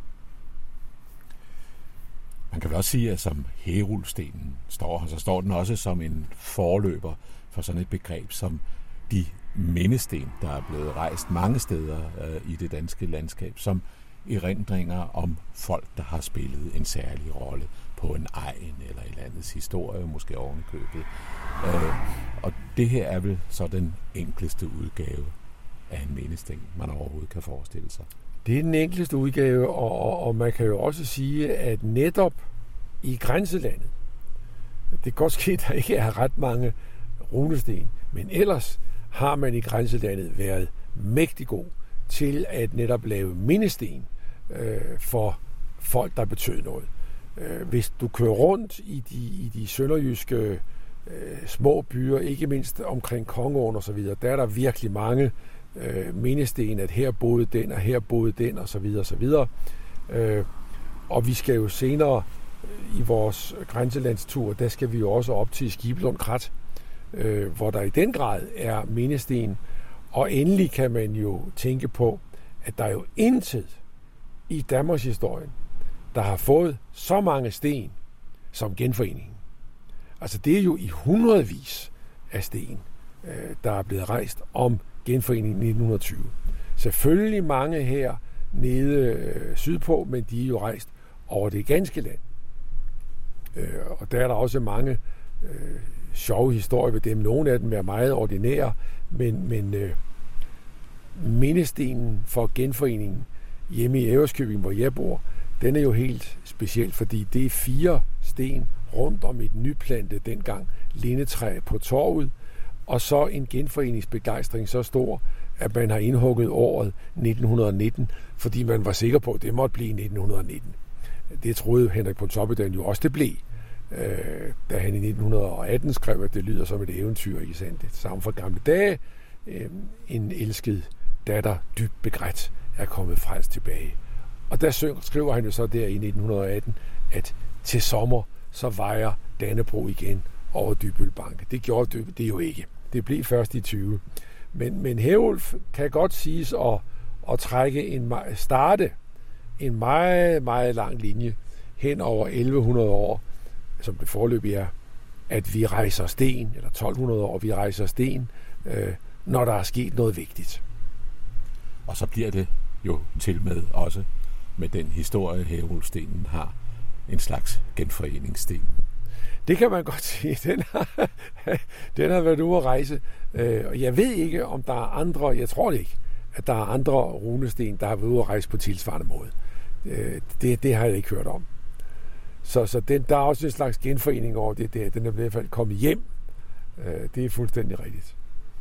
Man kan vel også sige, at som Herulfstenen står, så står den også som en forløber for sådan et begreb som de mindesten, der er blevet rejst mange steder øh, i det danske landskab, som erindringer om folk, der har spillet en særlig rolle på en egen eller et landets historie, måske ovenikøbet. Øh, og det her er vel så den enkleste udgave af en mindesten, man overhovedet kan forestille sig. Det er den enkleste udgave, og, og, og man kan jo også sige, at netop i grænselandet, det kan godt ske, at der ikke er ret mange runesten, men ellers har man i grænselandet været mægtig god til at netop lave mindesten øh, for folk, der betød noget. Øh, hvis du kører rundt i de, i de sønderjyske øh, små byer, ikke mindst omkring Kongeåen og så videre, der er der virkelig mange øh, mindesten, at her boede den, og her boede den, og så videre, og så videre. Øh, og vi skal jo senere i vores grænselandstur, der skal vi jo også op til Skibelund Krat, øh, hvor der i den grad er mindesten. Og endelig kan man jo tænke på, at der er jo intet i Danmarks historien, der har fået så mange sten som Genforeningen. Altså det er jo i hundredvis af sten, øh, der er blevet rejst om Genforeningen nitten tyve. Selvfølgelig mange her nede øh, sydpå, men de er jo rejst over det ganske land. Øh, og der er der også mange øh, sjove historier ved dem. Nogle af dem er meget ordinære, men, men øh, mindestenen for Genforeningen hjemme i Ærøskøbing, hvor jeg bor, den er jo helt speciel, fordi det er fire sten rundt om et nyplantet dengang lindetræ på torvet, og så en genforeningsbegejstring så stor, at man har indhugget året nitten nitten, fordi man var sikker på, at det måtte blive nitten nitten. Det troede Henrik Pontoppidan jo også, det blev, øh, da han i nitten atten skrev, at det lyder som et eventyr, ikke sandt? Det samme fra gamle dage. Øh, en elsket datter, dybt begrædt, er kommet frelst tilbage. Og der skriver han jo så der i nitten atten, at til sommer, så vejer Dannebrog igen over Dybbøl Banke. Det gjorde det jo ikke. Det blev først i tyve. Men, men Herulf kan godt siges at, at trække en, starte en meget, meget lang linje hen over elleve hundrede år, som det foreløbig er, at vi rejser sten, eller tolv hundrede år, vi rejser sten, øh, når der er sket noget vigtigt. Og så bliver det jo til med også med den historie, Herulfstenen har, en slags genforeningssten. Det kan man godt sige. Den har, den har været ude at rejse. Og jeg ved ikke, om der er andre, jeg tror det ikke, at der er andre runesten, der har været ude at rejse på tilsvarende måde. Det, det har jeg ikke hørt om. Så, så den, der er også en slags genforening over det der. Den er i hvert fald kommet hjem. Det er fuldstændig rigtigt.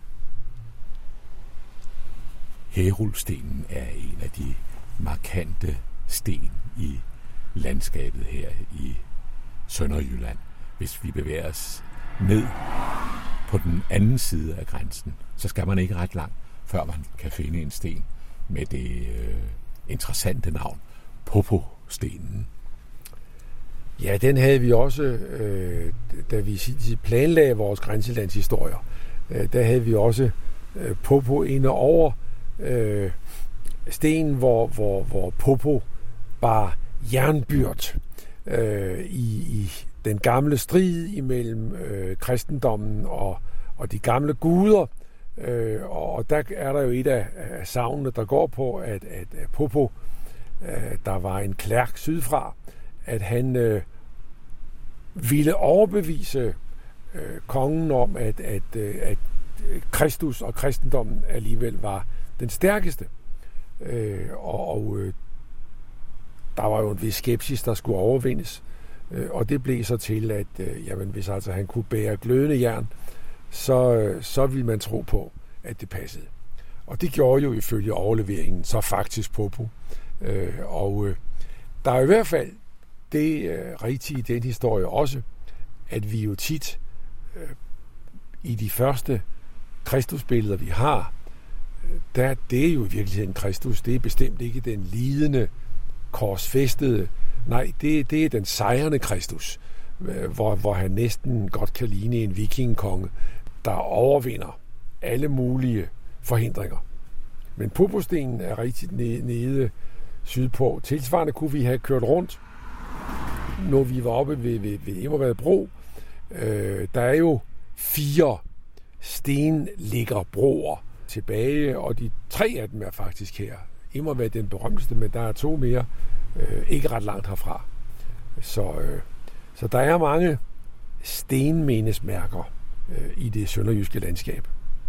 Herulfstenen er en af de markante sten i landskabet her i Sønderjylland. Hvis vi bevæger os ned på den anden side af grænsen, så skal man ikke ret langt, før man kan finde en sten med det øh, interessante navn Popo-stenen. Ja, den havde vi også, øh, da vi planlagde vores grænselandshistorier. Øh, der havde vi også øh, Popo inde over øh, stenen, hvor, hvor, hvor Popo var jernbyrd øh, i, i den gamle strid imellem øh, kristendommen og, og de gamle guder. Øh, og der er der jo et af, af savnene, der går på, at, at, at Popo, øh, der var en klærk sydfra, at han øh, ville overbevise øh, kongen om, at, at, øh, at Kristus og kristendommen alligevel var den stærkeste. Øh, og og øh, der var jo en vis skepsis, der skulle overvindes. Øh, og det blev så til, at øh, jamen, hvis altså han kunne bære glødende jern, så, øh, så ville man tro på, at det passede. Og det gjorde jo ifølge overleveringen så faktisk Popo. Øh, og øh, der er i hvert fald det øh, rigtige i den historie også, at vi jo tit øh, i de første Kristusbilleder, vi har, øh, der det er jo i virkeligheden Kristus. Det er bestemt ikke den lidende, korsfæstede. Nej, det, det er den sejrende Kristus, øh, hvor, hvor han næsten godt kan ligne en vikingkonge, der overvinder alle mulige forhindringer. Men Popo-stenen er rigtig nede, nede sydpå. Tilsvarende kunne vi have kørt rundt, når vi var oppe ved, ved, ved Immervad Bro. Øh, der er jo fire stenliggerbroer tilbage, og de tre af dem er faktisk her. Immervad den berømteste, men der er to mere, øh, ikke ret langt herfra. Så, øh, så der er mange stenmindesmærker øh, i det sønderjyske landskab.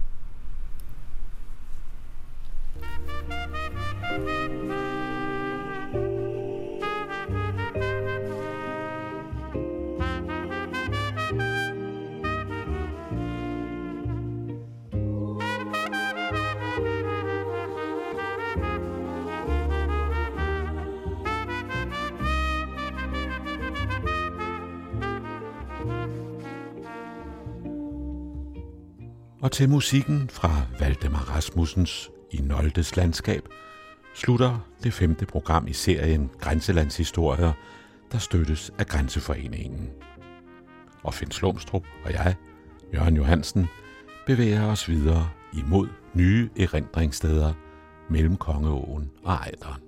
Og til musikken fra Valdemar Rasmussens I Noldes landskab slutter det femte program i serien Grænselandshistorier, der støttes af Grænseforeningen. Og Finn Slumstrup og jeg, Jørgen Johansen, bevæger os videre imod nye erindringssteder mellem Kongeåen og Ejderen.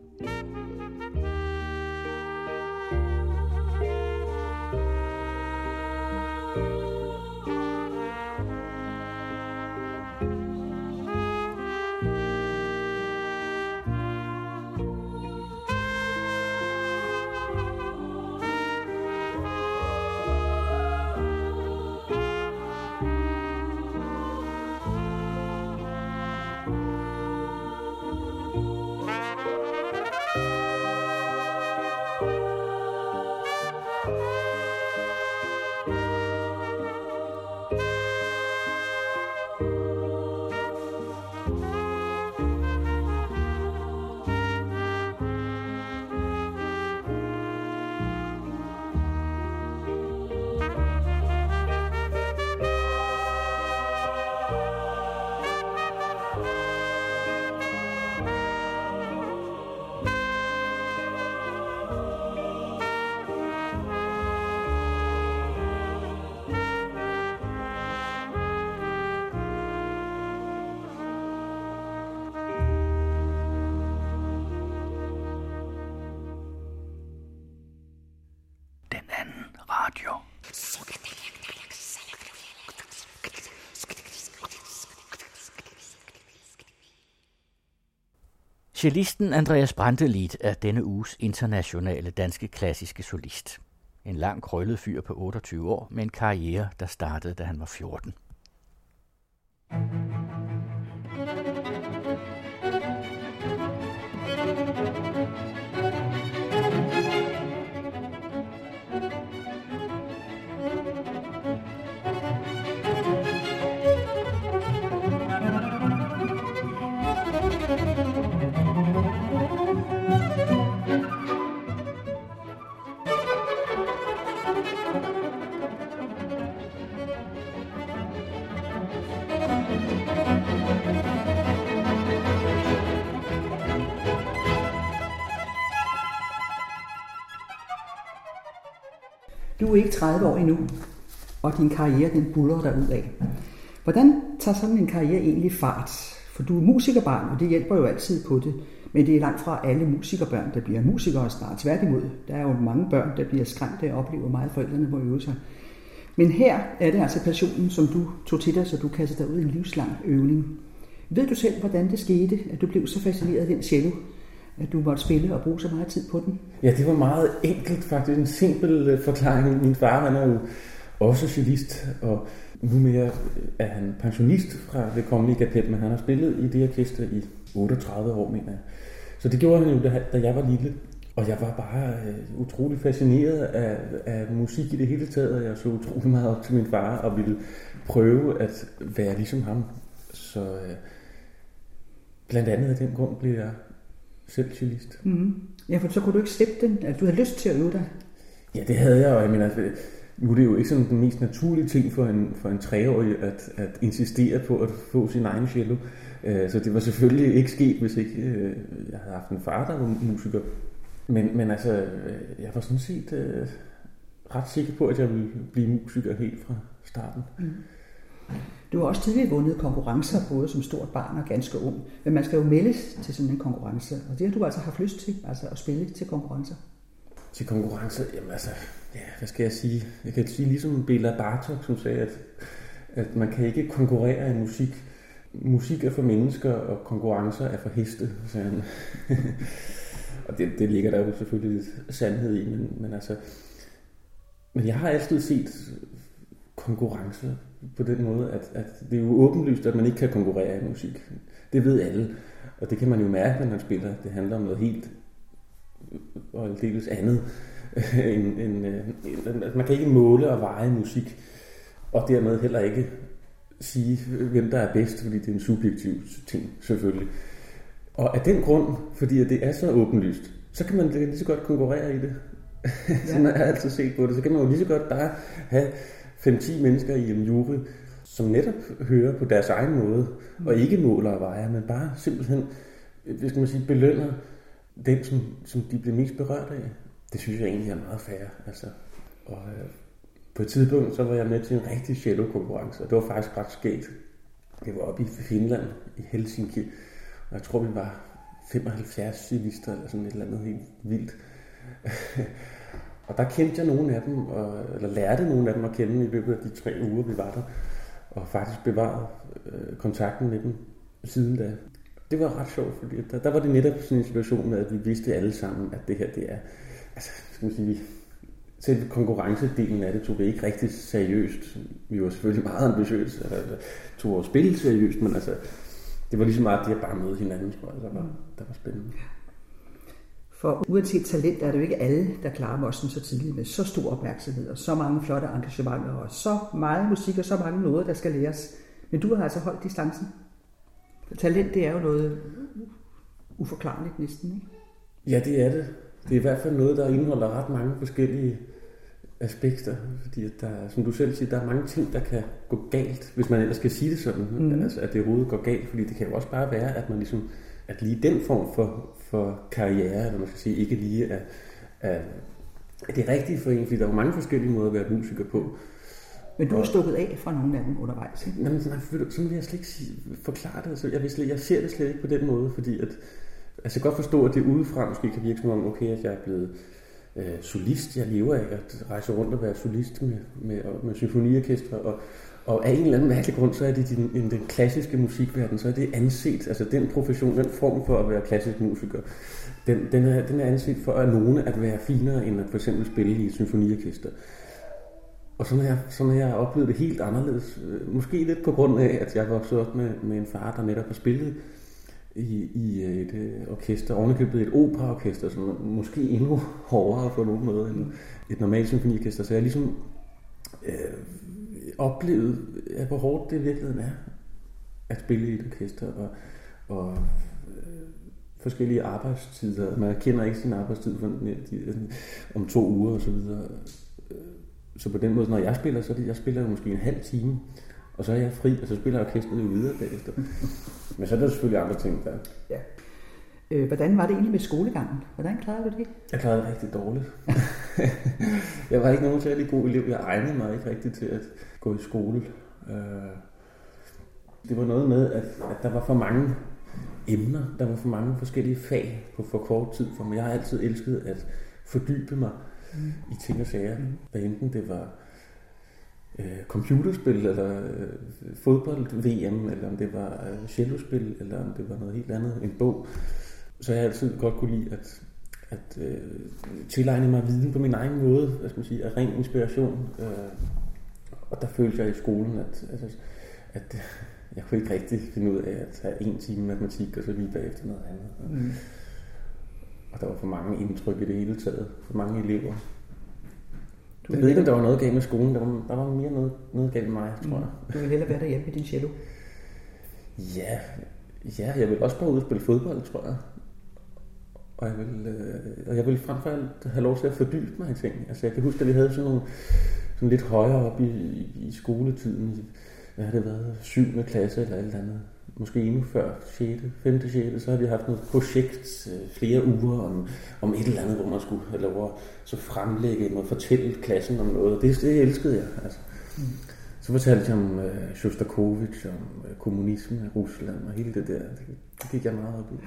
Cellisten Andreas Brantelid er denne uges internationale danske klassiske solist. En lang krøllet fyr på otteogtyve år med en karriere, der startede, da han var fjorten. Du er ikke tredive år endnu, og din karriere den buller derudad. Hvordan tager sådan en karriere egentlig fart? For du er musikerbarn, og det hjælper jo altid på det. Men det er langt fra alle musikerbørn, der bliver musikere snart. Tværtimod, der er jo mange børn, der bliver skræmte og oplever meget, forældrene må øve sig. Men her er det altså passionen, som du tog til dig, så du kastede dig ud i en livslang øvning. Ved du selv, hvordan det skete, at du blev så fascineret af den cello, at du måtte spille og bruge så meget tid på den? Ja, det var meget enkelt faktisk. En simpel forklaring. Min far, han er jo også cellist, og nu mere er han pensionist fra Det Kongelige Kapel, men han har spillet i det orkester i otteogtredive år, mener jeg. Så det gjorde han jo, da jeg var lille. Og jeg var bare uh, utrolig fascineret af, af musik i det hele taget, og jeg så utrolig meget op til min far, og ville prøve at være ligesom ham. Så uh, blandt andet af den grund blev jeg selv cellist. Mm-hmm. Ja, for så kunne du ikke slippe den. Altså, du havde lyst til at øve dig. Ja, det havde jeg, og jeg mener, nu er det jo ikke sådan den mest naturlige ting for en, for en treårig at, at insistere på at få sin egen cello. Uh, så det var selvfølgelig ikke sket, hvis ikke uh, jeg havde haft en far, der var musiker. Men, men altså, jeg var sådan set øh, ret sikker på, at jeg ville blive musiker helt fra starten. Mm. Du har også tidligere vundet konkurrencer, både som stort barn og ganske ung. Men man skal jo meldes til sådan en konkurrence, og det har du altså haft lyst til, altså at spille til konkurrencer. Til konkurrencer? Jamen altså, ja, hvad skal jeg sige? Jeg kan sige ligesom Bela Bartok, som sagde, at, at man kan ikke konkurrere i musik. Musik er for mennesker, og konkurrencer er for heste, sagde han. Og det, det ligger der jo selvfølgelig lidt sandhed i, men, men altså... Men jeg har altid set konkurrence på den måde, at, at det er jo åbenlyst, at man ikke kan konkurrere i musik. Det ved alle, og det kan man jo mærke, når man spiller. Det handler om noget helt og aldeles andet. end, end, end, man kan ikke måle og veje musik, og dermed heller ikke sige, hvem der er bedst, fordi det er en subjektiv ting, selvfølgelig. Og af den grund, fordi det er så åbenlyst, så kan man lige så godt konkurrere i det. Ja. Så man har altid set på det. Så kan man jo lige så godt bare have fem til ti mennesker i en jury, som netop hører på deres egen måde, mm. og ikke måler og vejer, men bare simpelthen, hvad skal man sige, belønner den, som, som de bliver mest berørt af. Det synes jeg egentlig er meget fair. Altså. Og øh, på et tidspunkt, så var jeg med til en rigtig cello-konkurrence, og det var faktisk ret skægt. Det var oppe i Finland, i Helsinki. Og jeg tror, vi var femoghalvfjerds cellister, eller sådan et eller andet helt vildt. Og der kendte jeg nogle af dem, og, eller lærte nogle af dem at kende i løbet af de tre uger, vi var der. Og faktisk bevarede øh, kontakten med dem siden da. Det var ret sjovt, fordi der, der var det netop sådan en situation med, at vi vidste alle sammen, at det her, det er... Altså, skal man sige, selv konkurrencedelen af det tog vi ikke rigtig seriøst. Vi var selvfølgelig meget ambitiøse, eller tog vores spil seriøst, men altså... Det var ligesom meget, at de bare mødte hinanden, tror jeg, der var, der var spændende. For uanset talent er det jo ikke alle, der klarer mossen så tidligt med så stor opmærksomhed og så mange flotte engagementer og så meget musik og så mange noget, der skal læres. Men du har altså holdt distancen. For talent, det er jo noget uforklarligt næsten, ikke? Ja, det er det. Det er i hvert fald noget, der indeholder ret mange forskellige aspekter, fordi der, som du selv siger, der er mange ting, der kan gå galt, hvis man ellers skal sige det sådan, mm. altså, at det overhovedet går galt, fordi det kan jo også bare være, at man ligesom, at lige den form for, for karriere, eller man skal sige, ikke lige er, er, er det rigtige for en, fordi der er jo mange forskellige måder at være musiker på. Men du har stukket af fra nogle af dem undervejs, ikke? Jamen, sådan vil jeg slet ikke sige, forklare det, altså, jeg, slet, jeg ser det slet ikke på den måde, fordi at, altså jeg kan godt forstå, at det udefra måske kan virke som om, okay, at jeg er blevet øh, solist. Jeg lever af at rejse rundt og være solist med, med, med symfoniorkestre, og, og af en eller anden mærkelig grund, så er det i den, den klassiske musikverden, så er det anset, altså den profession, den form for at være klassisk musiker, den, den, er, den er anset for at nogen at være finere, end at for eksempel spille i et symfoniorkester. Og sådan har jeg, sådan har jeg oplevet det helt anderledes. Måske lidt på grund af, at jeg voksede op med, med en far, der netop har spillet i, i et orkester, ovenikøbet et operaorkester, som er måske endnu hårdere på nogen måde end et normalt symfoniorkester. Så jeg ligesom øh, oplevede, ja, hvor hårdt det i virkeligheden er at spille i et orkester, og, og øh, forskellige arbejdstider. Man kender ikke sin arbejdstid for, om to uger og så videre. Så på den måde, når jeg spiller, så er det, jeg spiller måske en halv time, og så er jeg fri, og så spiller orkestret jo videre bagefter. Men så er der selvfølgelig andre ting der. Ja. Øh, hvordan var det egentlig med skolegangen? Hvordan klarede du det? Jeg klarede det rigtig dårligt. Jeg var ikke nogen særlig god elev. Jeg egnede mig ikke rigtig til at gå i skole. Det var noget med, at, at der var for mange emner, der var for mange forskellige fag på for kort tid for mig. Jeg har altid elsket at fordybe mig mm. i ting og sager. Mm. Hvad enten det var øh, computerspil, eller øh, fodbold-V M, eller om det var øh, cellospil, eller om det var noget helt andet, en bog. Så jeg har altid godt kunne lide at, at øh, tilegne mig viden på min egen måde, hvad skal man sige, af ren inspiration. Øh, og der følte jeg i skolen, at, at, at jeg kunne ikke rigtig finde ud af at have en time matematik, og så lige bagefter noget andet. Mm. Og der var for mange indtryk i det hele taget, for mange elever. Du jeg ved ikke, om der var noget galt med skolen, der var, der var mere noget, noget galt med mig, tror jeg. Du ville hellere være derhjemme med din cello? Ja, ja, jeg vil også bare ud og spille fodbold, tror jeg. Og jeg vil, øh, og jeg vil frem for alt have lov til at fordybe mig i ting. Altså jeg kan huske, at vi havde sådan nogle sådan lidt højere op i, i, i skoletiden. Hvad har det været? syvende klasse eller et eller andet. Måske endnu før sjette, femte sjette, så har vi haft noget projekt flere uger om, om et eller andet, hvor man skulle have lov at så fremlægge og fortælle klassen om noget. Det, det elskede jeg. Altså. Mm. Så fortalte jeg om uh, Shostakovich, om uh, kommunisme i Rusland og hele det der. Det, det gik jeg meget op i.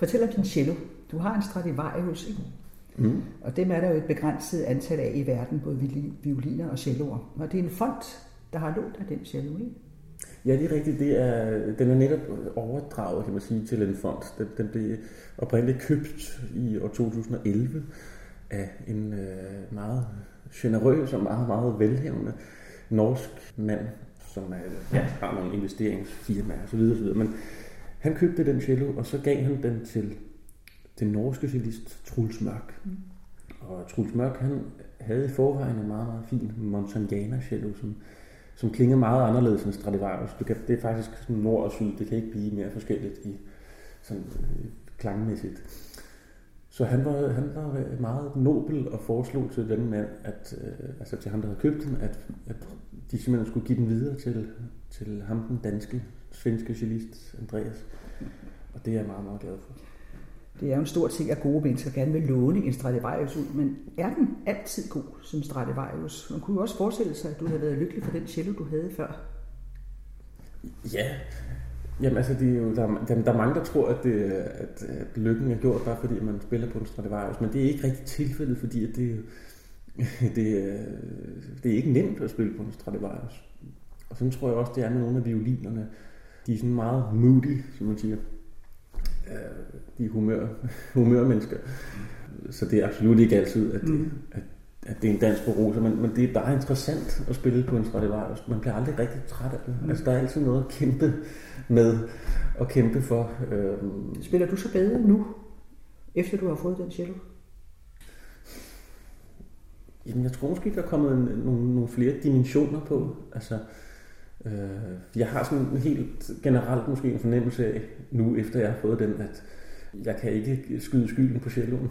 Fortæl om din cello. Du har en Stradivarius, ikke? Mm. Og dem er der jo et begrænset antal af i verden, både violiner og celloer. Og det er en fond, der har lånt af den cello, ikke? Ja, det er rigtigt. Det er, den er netop overdraget, kan man sige, til en fond. Den, den blev oprindeligt købt i år to tusind og elleve af en øh, meget generøs og meget, meget velhavende norsk mand, som er, ja, har nogle investeringsfirmaer osv. osv. Men han købte den cello, og så gav han den til den norske cellist Truls Mørk. Mm. Og Truls Mørk, han havde i forvejen en meget, meget fin Montagnana cello, som, som klinger meget anderledes end Stradivarius. Det er faktisk sådan nord og syd, det kan ikke blive mere forskelligt i sådan øh, klangmæssigt. Så han var, han var meget nobel og foreslog til den mand, at, øh, altså til ham, der havde købt den, at, at de simpelthen skulle give den videre til, til ham, den danske, svenske cellist Andreas. Og det er jeg meget, meget glad for. Det er jo en stor ting, at gode mennesker gerne vil låne en Stradivarius ud, men er den altid god som Stradivarius? Man kunne jo også forestille sig, at du havde været lykkelig for den cello, du havde før. Ja, jamen altså, det er jo, der, er, der er mange, der tror, at, det, at, at lykken er gjort, bare fordi man spiller på en Stradivarius, men det er ikke rigtig tilfældet, fordi at det, det, det er ikke nemt at spille på en Stradivarius. Og sådan tror jeg også, det er med nogle af violinerne. De er sådan meget moody, som man siger. De er humør, humørmennesker. Så det er absolut ikke altid, at det, mm. at, at det er en dans på roser, men, men det er bare interessant at spille på en Stradivarius. Man bliver aldrig rigtig træt af det. Mm. Altså, der er altid noget at kæmpe med og kæmpe for. Øhm. Spiller du så bedre nu, efter du har fået den cello? Jamen, jeg tror måske, der er kommet en, nogle, nogle flere dimensioner på. Altså, øh, jeg har sådan en helt generelt måske en fornemmelse af, nu efter jeg har fået den, at jeg kan ikke skyde skylden på celloen.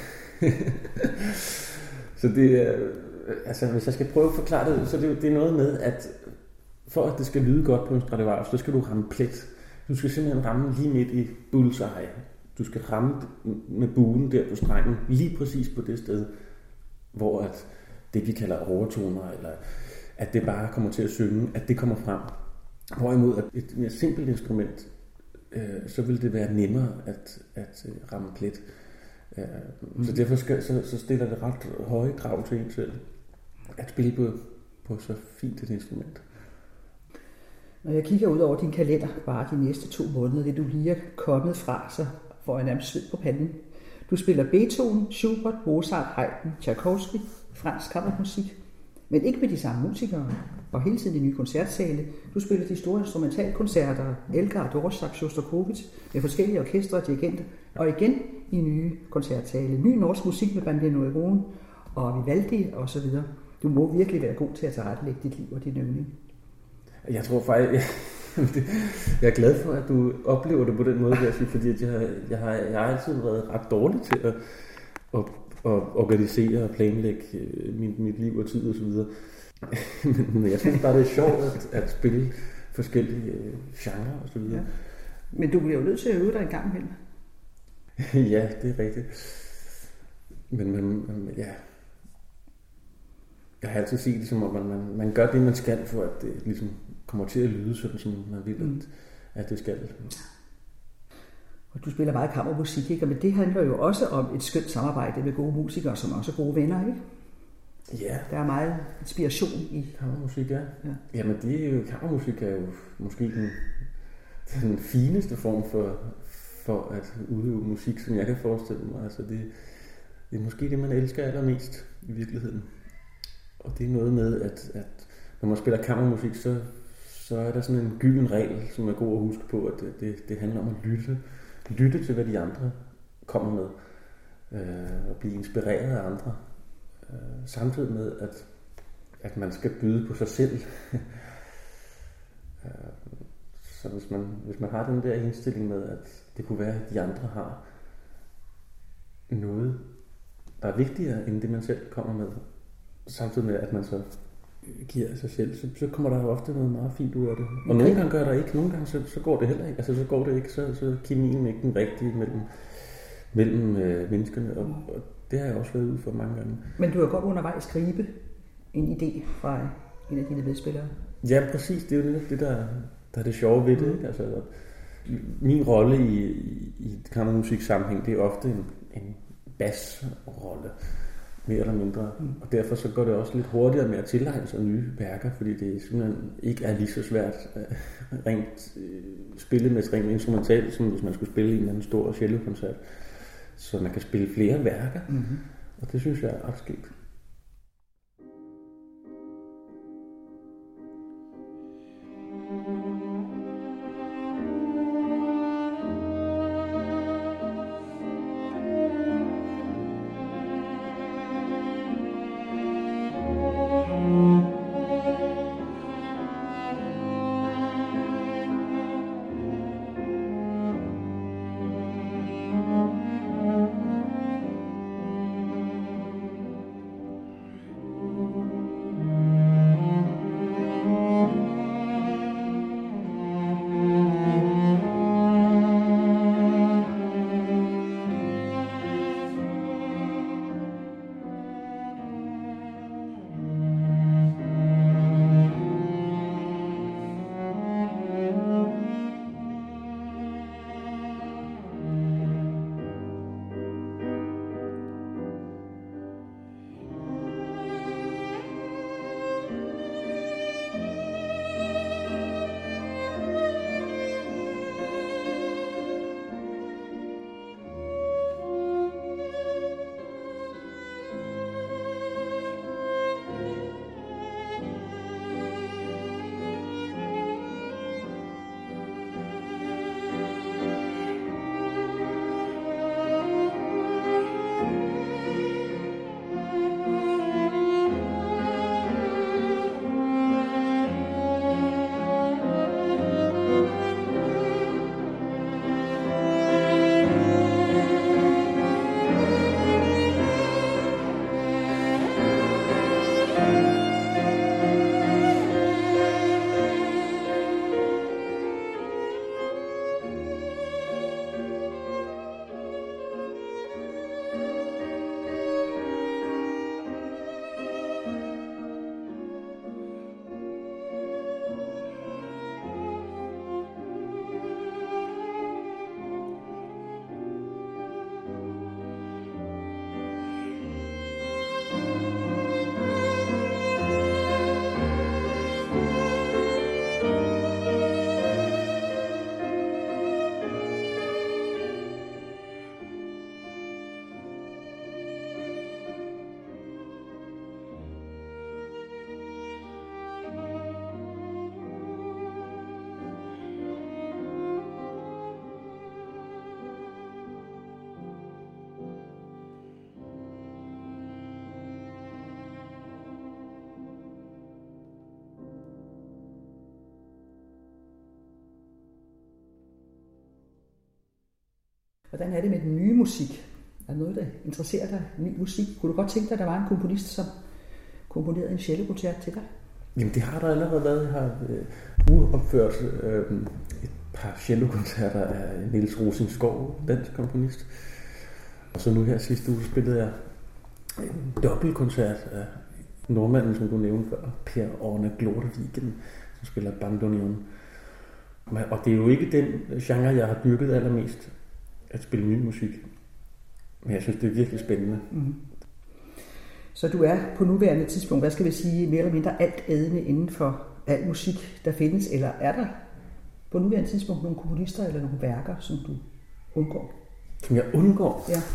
Så det er, altså hvis jeg skal prøve at forklare det, så det, det er noget med, at for at det skal lyde godt på en Stradivarius, så skal du ramme plet. Du skal simpelthen ramme lige midt i bullseye. Du skal ramme med buen der på strengen, lige præcis på det sted, hvor at det vi kalder overtoner, eller at det bare kommer til at synge, at det kommer frem. Hvorimod at et mere simpelt instrument, øh, så vil det være nemmere at, at øh, ramme plet. Øh, mm. Så derfor skal, så, så stiller det ret høje krav til en selv at spille på, på så fint et instrument. Når jeg kigger ud over din kalender, bare de næste to måneder, det du lige er kommet fra, så får jeg nærmest sved på panden. Du spiller Beethoven, Schubert, Mozart, Haydn, Tchaikovsky, fransk kammermusik, men ikke med de samme musikere, og hele tiden i nye koncertsale. Du spiller de store instrumentalkoncerter, Elgar, Dvorak, Shostakovich, med forskellige orkestre og dirigenter, og igen i nye koncertsale. Ny norsk musik med Bandino Eron og Vivaldi og så videre. Du må virkelig være god til at tilrettelægge dit liv og din yndling. Jeg tror faktisk, jeg, jeg er glad for, at du oplever det på den måde, jeg sige, fordi jeg har, jeg, har, jeg har altid været ret dårlig til at, at, at organisere og planlægge mit, mit liv og tid og så videre. Men jeg synes bare, det er sjovt at, at spille forskellige genrer og så videre. Ja. Men du bliver jo nødt til at øve dig en gang imellem. Ja, det er rigtigt. Men, men ja... Jeg har altid set det som, at man, man, man gør det, man skal, for at det ligesom kommer til at lyde sådan, som man vil, mm. at, at det skal. Og du spiller meget kammermusik, ikke? Men det handler jo også om et skønt samarbejde med gode musikere, som også er gode venner, ikke? Ja. Der er meget inspiration i kammermusik, ja. ja. Jamen, det er jo, kammermusik er jo måske den, den fineste form for, for at udøve musik, som jeg kan forestille mig. Altså, det, det er måske det, man elsker allermest i virkeligheden. Og det er noget med, at, at når man spiller kammermusik, så, så er der sådan en gylden regel, som er god at huske på, at det, det, det handler om at lytte. Lytte til, hvad de andre kommer med. Øh, og blive inspireret af andre. Øh, samtidig med, at, at man skal byde på sig selv. øh, så hvis man, hvis man har den der indstilling med, at det kunne være, at de andre har noget, der er vigtigere end det, man selv kommer med, samtidig med, at man så giver sig selv, så, så kommer der jo ofte noget meget fint ud af det. Og okay. Nogle gange gør der ikke, nogle gange så, så går det heller ikke. Altså så går det ikke, så, så kemien ikke den rigtige mellem, mellem øh, menneskene, og, og det har jeg også været ude for mange gange. Men du har godt undervejs gribe en idé fra en af dine medspillere. Ja, præcis. Det er jo det, der, der er det sjove ved det. Mm. Altså, min rolle i, i kammermusiksammenhæng, det er ofte en, en basrolle, mere eller mindre. Mm. Og derfor så går det også lidt hurtigere med at tilegne sig nye værker, fordi det simpelthen ikke er lige så svært uh, rent uh, spillemæssigt, rent instrumentalt, som hvis man skulle spille i en eller anden stor cellokoncert. Så man kan spille flere værker, mm-hmm. og det synes jeg er ret skægt. Hvordan er det med den nye musik? Er der noget, der interesserer dig? Ny musik? Kunne du godt tænke dig, at der var en komponist, som komponerede en cellokoncert til dig? Jamen det har der allerede været. Jeg har øh, uopført øh, et par cellokoncerter af Niels Rosing-Schow, dansk komponist. Og så nu her sidste uge spillede jeg en dobbeltkoncert af nordmanden, som du nævnte før, Per Orne Glortevigen, som spiller bandoneon. Og det er jo ikke den genre, jeg har dyrket allermest, at spille ny musik. Men jeg synes, det er virkelig spændende. Mm. Så du er på nuværende tidspunkt, hvad skal vi sige, mere eller mindre alt ædende inden for al musik, der findes, eller er der på nuværende tidspunkt nogle komponister eller nogle værker, som du undgår? Som jeg undgår? Ja.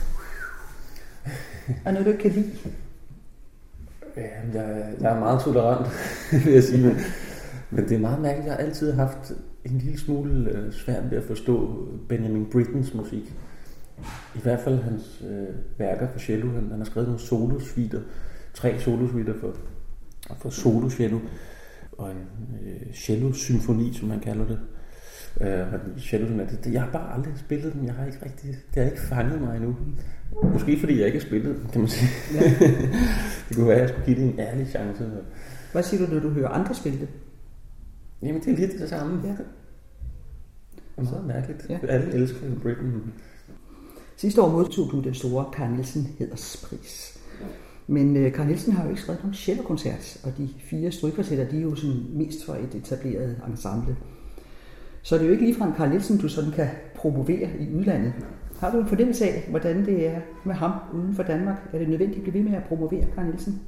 Og noget, du ikke kan lide? Ja, jeg, jeg er meget tolerant, vil jeg sige. Men, men det er meget mærkeligt. Jeg har altid haft en lille smule øh, svært ved at forstå Benjamin Brittens musik. I hvert fald hans øh, værker for cello. Han, han har skrevet nogle solosuiter. Tre solosuiter for, for solo-cello. Og en øh, cello-symfoni, som man kalder det. Øh, cello, det. Jeg har bare aldrig spillet dem. Jeg har ikke rigtig, det har ikke fanget mig endnu. Måske fordi jeg ikke har spillet dem, kan man sige. Ja. Det kunne være, at jeg skulle give det en ærlig chance. Hvad siger du, når du hører andre spille det? Jamen, det er lidt det samme. Ja. Det er meget mærkeligt. Ja. Alle elsker Britten. Sidste år modtog du den store Carl Nielsen Hæderspris. Men uh, Carl Nielsen har jo ikke skrevet nogen cellokoncert, og de fire strygekvartetter, de er jo sådan mest for et etableret ensemble. Så det er jo ikke ligefrem Carl Nielsen, du sådan kan promovere i udlandet. Har du en fornemmelse af, hvordan det er med ham uden for Danmark? Er det nødvendigt at blive ved med at promovere Carl Nielsen?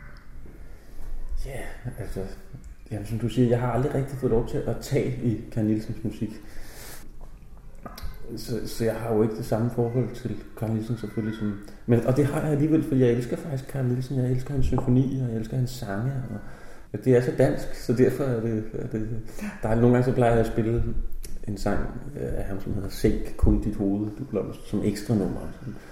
Ja, altså, jamen, som du siger, jeg har aldrig rigtig fået lov til at tage i Carl Nielsens musik. Så, så jeg har jo ikke det samme forhold til Carl Nielsen selvfølgelig. Som, men, og det har jeg alligevel, for jeg elsker faktisk Carl Nielsen. Jeg elsker hans symfoni, og jeg elsker hans sange. Og, og det er så dansk, så derfor er det... Er det der er nogle gange, så plejer jeg at spille en sang af ham, som hedder Sænk kun dit hoved, du blomst, som ekstra nummer.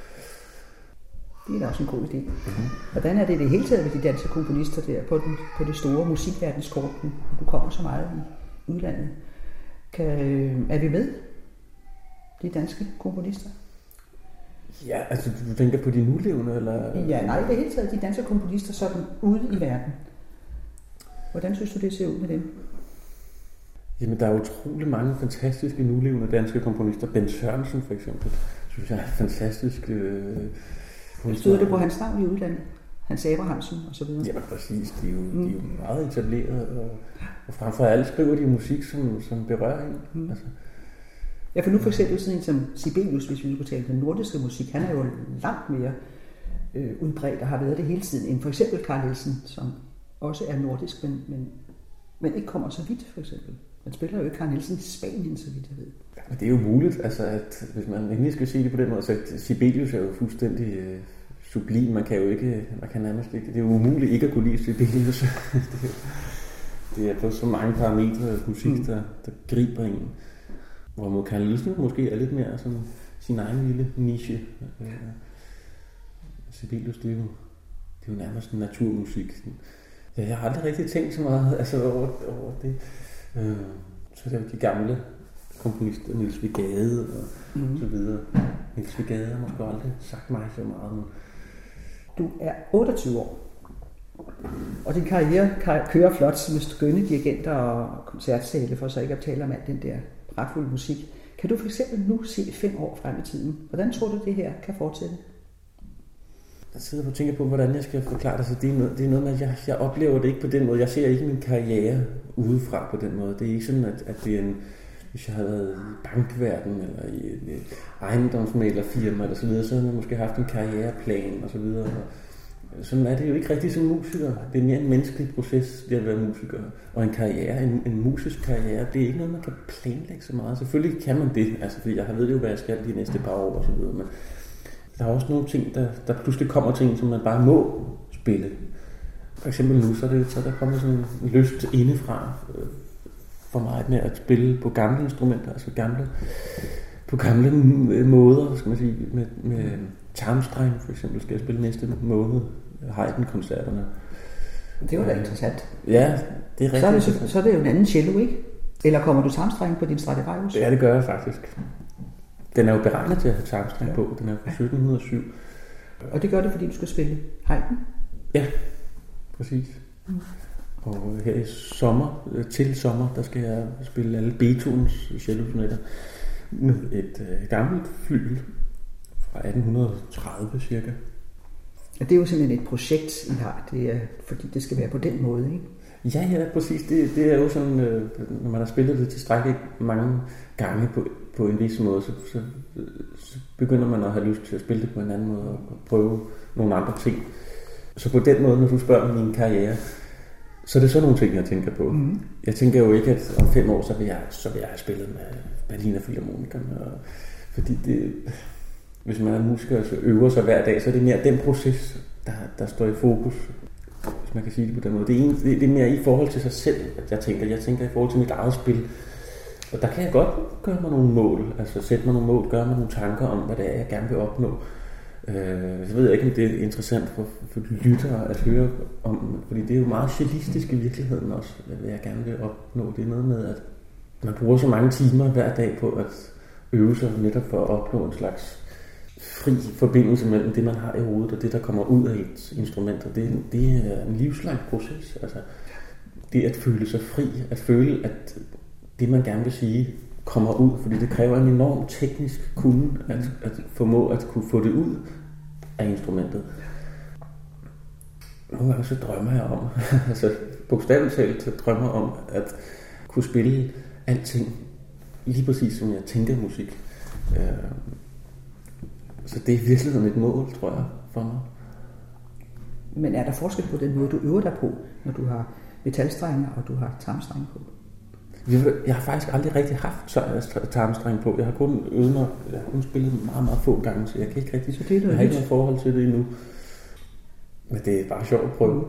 Det er da også en god idé. Mm-hmm. Hvordan er det i det hele taget med de danske komponister der på, den, på det store musikverdenskort, du kommer så meget i udlandet? Kan, er vi med, de danske komponister? Ja, altså du tænker på de nulevende, eller? Ja, nej, i det hele taget de danske komponister sådan ude i verden. Hvordan synes du, det ser ud med dem? Jamen, der er utrolig mange fantastiske nulevende danske komponister. Bent Sørensen for eksempel, synes jeg er fantastisk. Øh, Støder det på hans navn i udlandet? Hans Abrahamsen og så videre? Jamen præcis, de er jo, mm. de er jo meget etableret, og, og frem for alt skriver de musik, som, som berører en. Mm. Altså. Ja, for nu for eksempel sådan en som Sibelius, hvis vi skulle tale den nordiske musik, han er jo langt mere øh, udbredt og har været det hele tiden, end for eksempel Carl Nielsen, som også er nordisk, men, men, men ikke kommer så vidt, for eksempel. Man spiller jo ikke Carl Nielsen i Spanien, så vidt jeg ved. Ja, men det er jo muligt, altså, at hvis man endelig skal se det på den måde, så Sibelius er jo fuldstændig øh, sublim. Man kan jo ikke, man kan nærmest ikke, det er jo umuligt ikke at kunne lide Sibelius. det, er, det er på så mange parametre af musik, mm. der, der griber en. Hvorimod Carl Nielsen måske er lidt mere sådan sin egen lille niche. Ja. Sibelius, det er jo, det er jo nærmest en naturmusik. Ja, jeg har aldrig rigtig tænkt så meget altså, over, over det. Øh, så er det jo de gamle komponister, Niels Vigade og mm. så videre. Niels Vigade har måske aldrig sagt mig så meget. Men... Du er otteogtyve år, og din karriere kører flot med skønne dirigenter og koncertsale, for så ikke at tale om alt den der pragtfulde musik. Kan du for eksempel nu se fem år frem i tiden? Hvordan tror du, det her kan fortsætte? Jeg sidder og tænker på, hvordan jeg skal forklare det. Så det er noget, det er noget med, at jeg, jeg oplever det ikke på den måde. Jeg ser ikke min karriere udefra på den måde. Det er ikke sådan, at, at det er en... Hvis jeg havde været i bankverden eller i et, et ejendomsmæglerfirma eller så videre, så havde jeg måske haft en karriereplan og så videre. Sådan er det jo ikke rigtig som musiker. Det er mere en menneskelig proces, det at være musiker. Og en karriere, en, en musisk karriere, det er ikke noget, man kan planlægge så meget. Selvfølgelig kan man det, altså fordi jeg ved jo, hvad jeg skal de næste par år og så videre. Men der er også nogle ting, der, der pludselig kommer ting, som man bare må spille. For eksempel nu, så er, det, så er der kommet sådan en lyst indefra øh, for mig med at spille på gamle instrumenter, altså gamle, på gamle måder, skal man sige, med, med tarmstreng for eksempel, skal jeg spille næste måned, Haydn-koncerterne. Det var da interessant. Ja, det er rigtigt. Så er det, så, så er det jo en anden cello, ikke? Eller kommer du tarmstreng på din Stradivarius? Ja, det gør jeg faktisk. Den er jo beregnet til at have tarmstreng på. Den er fra sytten hundrede og syv. Og det gør det, fordi du skal spille Haydn? Ja, præcis. Mm. Og her i sommer, til sommer, der skal jeg spille alle Beethovens cellosonater med et øh, gammelt flyl fra atten tredive cirka. Og det er jo simpelthen et projekt, I har. Det er, fordi det skal være på den måde, ikke? Ja, ja, præcis. Det, det er jo sådan, øh, når man har spillet det tilstrækkeligt mange gange på, på en vis måde, så, så, så begynder man at have lyst til at spille det på en anden måde og prøve nogle andre ting. Så på den måde, når du spørger om min karriere, så er det sådan nogle ting, jeg tænker på. Mm. Jeg tænker jo ikke, at om fem år, så vil jeg, så vil jeg have spillet med Berliner Philharmonikerne. Og, fordi det, hvis man er musiker, så øver sig hver dag, så er det mere den proces, der, der står i fokus, hvis man kan sige det på den måde. Det er, en, det, det er mere i forhold til sig selv, at jeg tænker. Jeg tænker i forhold til mit eget spil. Og der kan jeg godt gøre mig nogle mål, altså sætte mig nogle mål, gøre mig nogle tanker om, hvad det er, jeg gerne vil opnå. Øh, så ved jeg ikke, om det er interessant for, for lyttere at høre om, fordi det er jo meget cellistisk i virkeligheden også, hvad jeg gerne vil opnå. Det er noget med, at man bruger så mange timer hver dag på at øve sig netop for at opnå en slags fri forbindelse mellem det, man har i hovedet, og det, der kommer ud af et instrument. Og det, det er en livslang proces. Altså, det at føle sig fri, at føle, at det, man gerne vil sige, kommer ud, fordi det kræver en enorm teknisk kunde at, at formå at kunne få det ud af instrumentet. Nogle gange så drømmer jeg om, altså bogstaveligt talt drømmer om at kunne spille alting lige præcis som jeg tænker musik. Øh, så det er virkelig et mål, tror jeg, for mig. Men er der forskel på den måde, du øver dig på, når du har metalstrenge og du har tarmstrenge på? Jeg har faktisk aldrig rigtig haft tarmstrenge på. Jeg har kun øvet mig, jeg har kun spillet meget, meget få gange, så jeg kan ikke rigtig, så det er jeg har ikke noget forhold til det endnu. Men det er bare sjovt at prøve.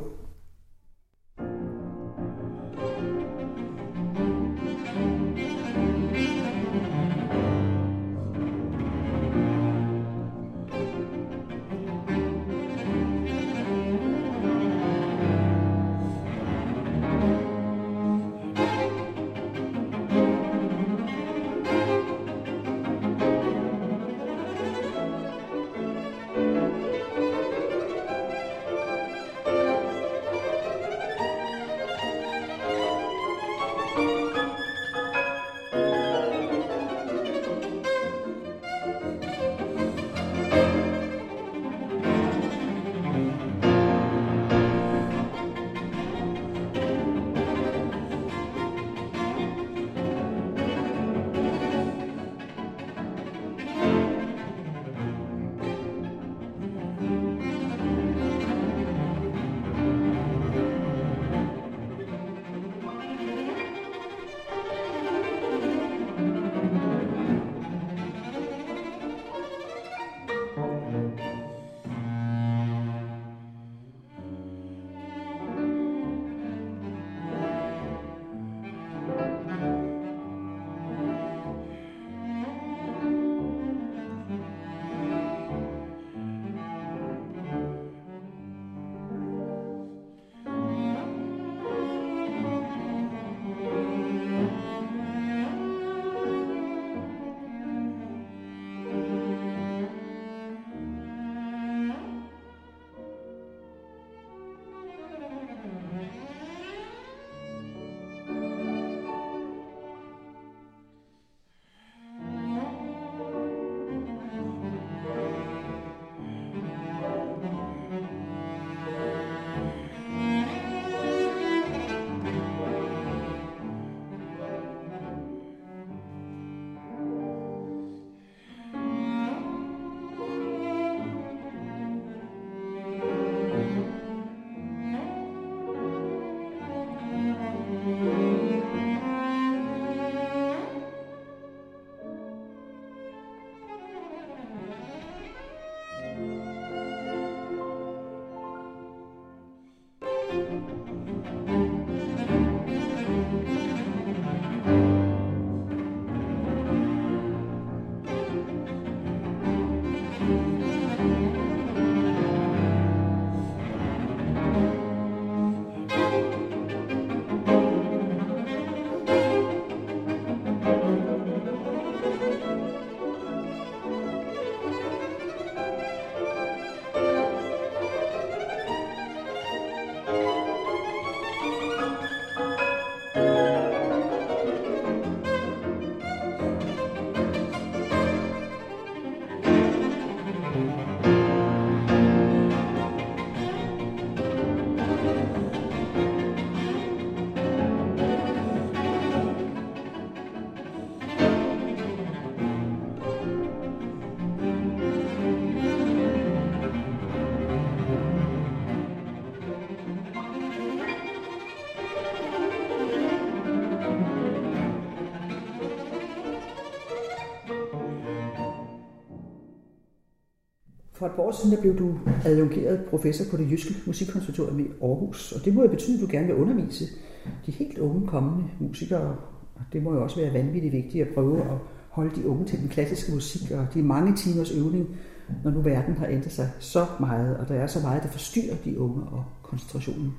For et par år siden der blev du adjungeret professor på det Jyske Musikkonservatorium i Aarhus, og det må jo betyde, at du gerne vil undervise de helt unge kommende musikere. Og det må jo også være vanvittigt vigtigt at prøve at holde de unge til den klassiske musik og de mange timers øvning, når nu verden har ændret sig så meget, og der er så meget, der forstyrrer de unge og koncentrationen.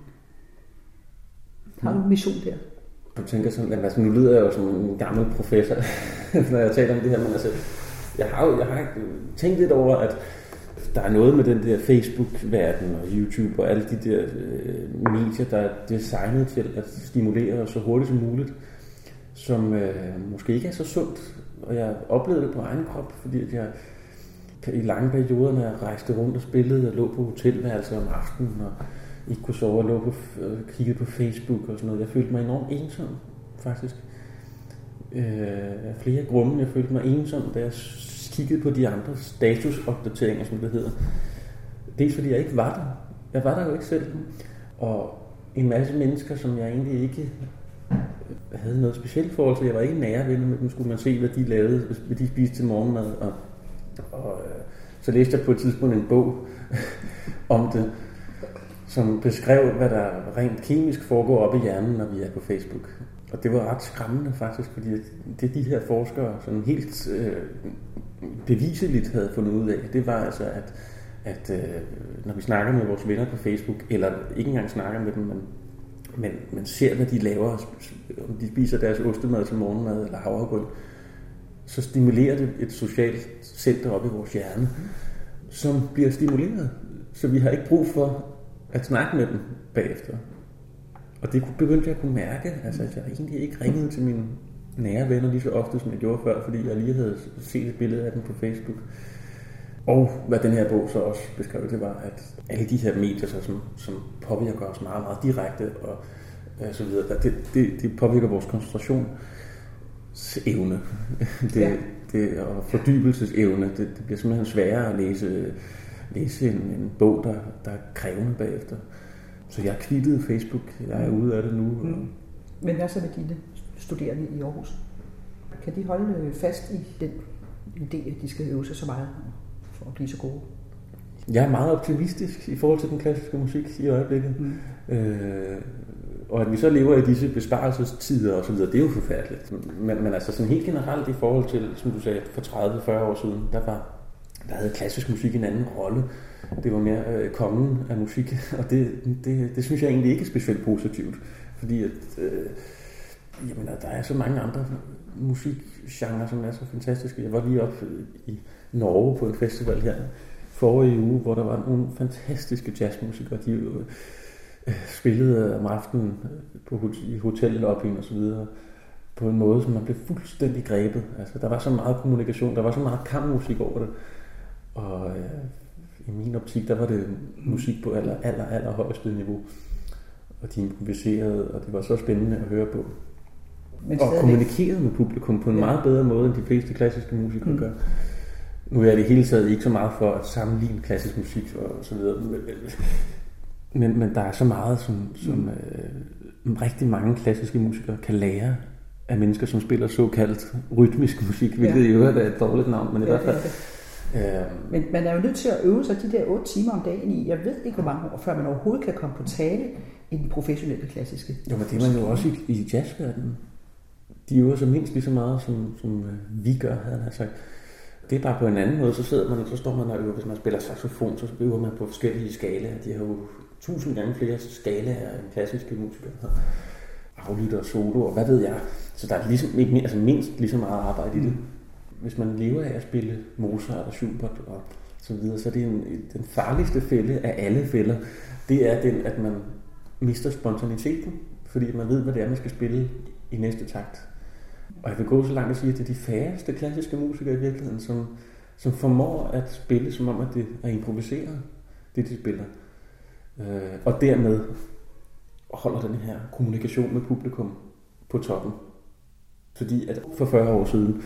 Har du en mission der? Du tænker sådan, at altså, nu lyder jeg jo som en gammel professor, når jeg taler om det her, men altså, jeg har jo jeg har tænkt lidt over, at der er noget med den der Facebook-verden og YouTube og alle de der øh, medier, der er designet til at stimulere os så hurtigt som muligt, som øh, måske ikke er så sundt. Og jeg oplevede det på egen krop, fordi jeg i lange perioder, når jeg rejste rundt og spillede og lå på hotelværelser om aftenen og ikke kunne sove og lå på, øh, kiggede på Facebook og sådan noget. Jeg følte mig enormt ensom, faktisk. af flere grunde. Jeg følte mig ensom, da jeg kiggede på de andre statusopdateringer, som det hedder. Dels fordi jeg ikke var der. Jeg var der jo ikke selv. Og en masse mennesker, som jeg egentlig ikke havde noget specielt forhold til. Jeg var ikke nære venner med dem. Skulle man se, hvad de lavede, hvad de spiste til morgenmad. Og, og så læste jeg på et tidspunkt en bog om det, som beskrev, hvad der rent kemisk foregår op i hjernen, når vi er på Facebook. Og det var ret skræmmende faktisk, fordi det de her forskere sådan helt øh, beviseligt havde fundet ud af, det var altså, at, at øh, når vi snakker med vores venner på Facebook, eller ikke engang snakker med dem, men, men, men ser, hvad de laver, om de spiser deres ostemad til morgenmad eller havregryn, så stimulerer det et socialt center op i vores hjerne, som bliver stimuleret. Så vi har ikke brug for at snakke med dem bagefter. Og det begyndte jeg at kunne mærke, altså at jeg egentlig ikke ringede til mine nære venner lige så ofte, som jeg gjorde før, fordi jeg lige havde set et billede af dem på Facebook. Og hvad den her bog så også beskrev, det var, at alle de her medier, så, som, som påvirker os meget, meget direkte og øh, så videre, det, det, det påvirker vores koncentrationsevne det, ja. det, og fordybelsesevne. Det, det bliver simpelthen sværere at læse, læse en, en bog, der, der er krævende bagefter. Så jeg kvittede Facebook. Jeg er ude af det nu. Mm. Men hvad så med dine studerende i Aarhus? Kan de holde fast i den idé, at de skal øve sig så meget for at blive så gode? Jeg er meget optimistisk i forhold til den klassiske musik i øjeblikket. Mm. Øh, og at vi så lever i disse besparelsestider og så videre, det er jo forfærdeligt. Men, men altså sådan helt generelt i forhold til, som du sagde, for tredive til fyrre år siden, der var der havde klassisk musik en anden rolle. Det var mere øh, kongen af musik, og det, det, det synes jeg egentlig ikke er specielt positivt, fordi at, øh, jamen, der er så mange andre musikgenrer, som er så fantastiske. Jeg var lige oppe i Norge på en festival her forrige uge, hvor der var nogle fantastiske jazzmusikere. De øh, spillede om aftenen på, i hotellobbyen og så videre på en måde, som man blev fuldstændig grebet. Altså, der var så meget kommunikation, der var så meget kammermusik over det, og øh, i min optik, der var det musik på aller, aller, aller højeste niveau. Og de improviserede, og det var så spændende at høre på. Men og kommunikerede med publikum på en ja. meget bedre måde, end de fleste klassiske musikere mm. gør. Nu er jeg det hele taget ikke så meget for at sammenligne klassisk musik og så videre. Men, men der er så meget, som, som mm. øh, rigtig mange klassiske musikere kan lære af mennesker, som spiller såkaldt rytmisk musik, hvilket ja. i øvrigt er et dårligt navn, men i ja, hvert fald... Øh, men man er jo nødt til at øve sig de der otte timer om dagen i, jeg ved ikke hvor mange år, før man overhovedet kan komme på tale i den professionelle klassiske. Jo, men det er man jo også i, i jazzverdenen. De øver sig mindst lige så meget, som, som vi gør, havde han sagt. Det er bare på en anden måde, så sidder man, og så står man og øver, hvis man spiller saxofon, så øver man på forskellige skalaer. De har jo tusind gange flere skalaer end klassiske musikere. Aflytter og solo, og hvad ved jeg. Så der er ligesom, ikke, altså mindst lige så meget arbejde i det. Hvis man lever af at spille Mozart og Schubert og så videre, så er det en, den farligste fælde af alle fælder. Det er den, at man mister spontaniteten, fordi man ved, hvad det er, man skal spille i næste takt. Og jeg vil gå så langt at sige, at det er de færreste klassiske musikere i virkeligheden, som, som formår at spille, som om at det er improviseret, det de spiller. Øh, og dermed holder den her kommunikation med publikum på toppen. Fordi at for fyrre år siden,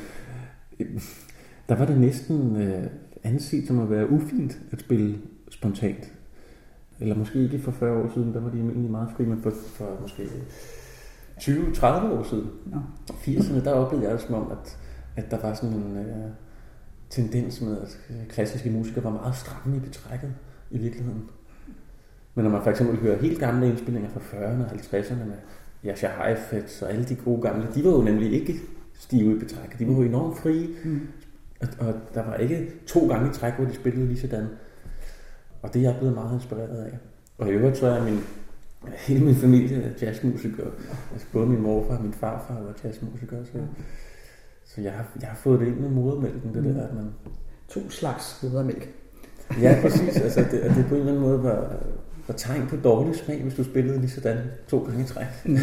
der var det næsten øh, anset som at være ufint at spille spontant. Eller måske ikke for fyrre år siden, der var de egentlig meget fri, men for, for måske tyve til tredive år siden, ja. firserne, der oplevede jeg det som om, at, at der var sådan en øh, tendens med, at klassiske musikere var meget stramme i betrækket i virkeligheden. Men når man for eksempel hører helt gamle indspilninger fra fyrrerne og halvtredserne med Jascha Heifetz og alle de gode gamle, de var jo nemlig ikke stive i betrækket. De var jo enormt frie, mm. og, og der var ikke to gange i træk, hvor de spillede lige sådan. Og det er jeg blevet meget inspireret af. Og i øvrigt så er min, hele min familie jazzmusikere. Altså både min morfar og min farfar var jazzmusikere. Så, så jeg, har, jeg har fået det ind med modermælken, det mm. der, at man... To slags modermælk. Ja, præcis. Altså, det, at det på en eller anden måde var, var tegn på dårlig smag, hvis du spillede lige sådan to gange i træk. Mm.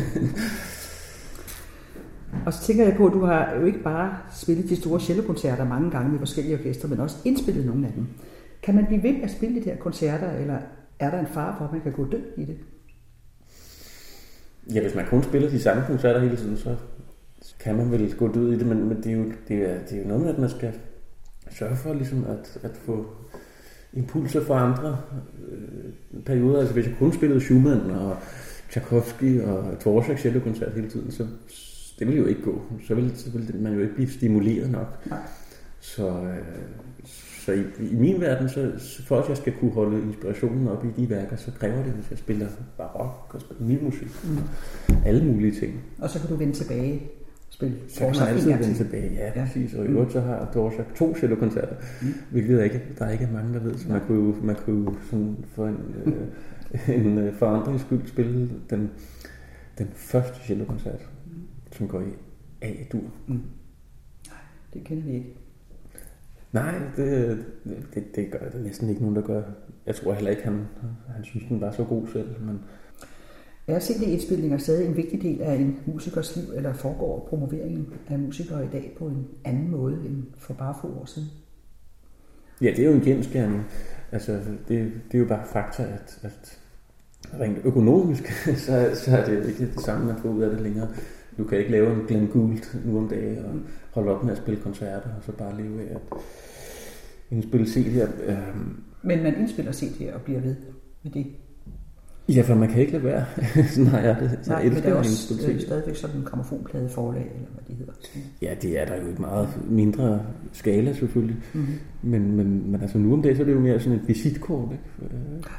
Og så tænker jeg på, at du har jo ikke bare spillet de store cellokoncerter mange gange med forskellige orkestre, men også indspillet nogle af dem. Kan man blive ved at spille de her koncerter, eller er der en fare for, at man kan gå død i det? Ja, hvis man kun spiller de samme koncerter hele tiden, så, kan man vel gå ud i det, men, men det, er jo, det, er, det er jo noget med, at man skal sørge for ligesom at, at få impulser fra andre øh, perioder. Altså hvis jeg kun spillede Schumann og Tchaikovsky og Dvorak cellokoncert hele tiden, så det ville jo ikke gå. Så ville, så ville man jo ikke blive stimuleret nok. Nej. Så, øh, så i, i min verden, så, for at jeg skal kunne holde inspirationen op i de værker, så kræver det, hvis jeg spiller barok og spiller ny musik. Mm. Alle mulige ting. Og så kan du vende tilbage og spille Så kan man altid vende tilbage, ja, ja. Præcis. Og i øvrigt så har Dvorak to cellokoncerter, mm. hvilket ikke, der ikke er mange, der ved. Så man kunne jo, man kunne jo sådan for en, øh, en øh, forandrings skyld spille den, den første cellokoncert, mm. som går i A-dur. Mm. Nej, det kender vi ikke. Nej, det, det, det gør det næsten ikke nogen, der gør. Jeg tror heller ikke, han, han synes, den var så god selv. Men... Er C D-indspilninger stadig en vigtig del af en musikers liv, eller foregår promoveringen af musikere i dag på en anden måde end for bare få år siden? Ja, det er jo en genskærning. Altså, det, det er jo bare fakta, at, at rent økonomisk, så, så er det jo ikke det samme, man får ud af det længere. Du kan ikke lave en Glenn Gould nu om dagen og holde op med at spille koncerter, og så bare leve af at indspille C D'er. Øhm. Men man indspiller C D'er og bliver ved med det? Ja, for man kan ikke lade være. Sådan har jeg det. Nej, men det er også øh, stadigvæk sådan en grammofonplade forlag, eller hvad de hedder. Ja, det er der jo et meget mindre skala selvfølgelig. Mm-hmm. Men, men, men altså nu om dagen, så er det jo mere sådan et visitkort, ikke?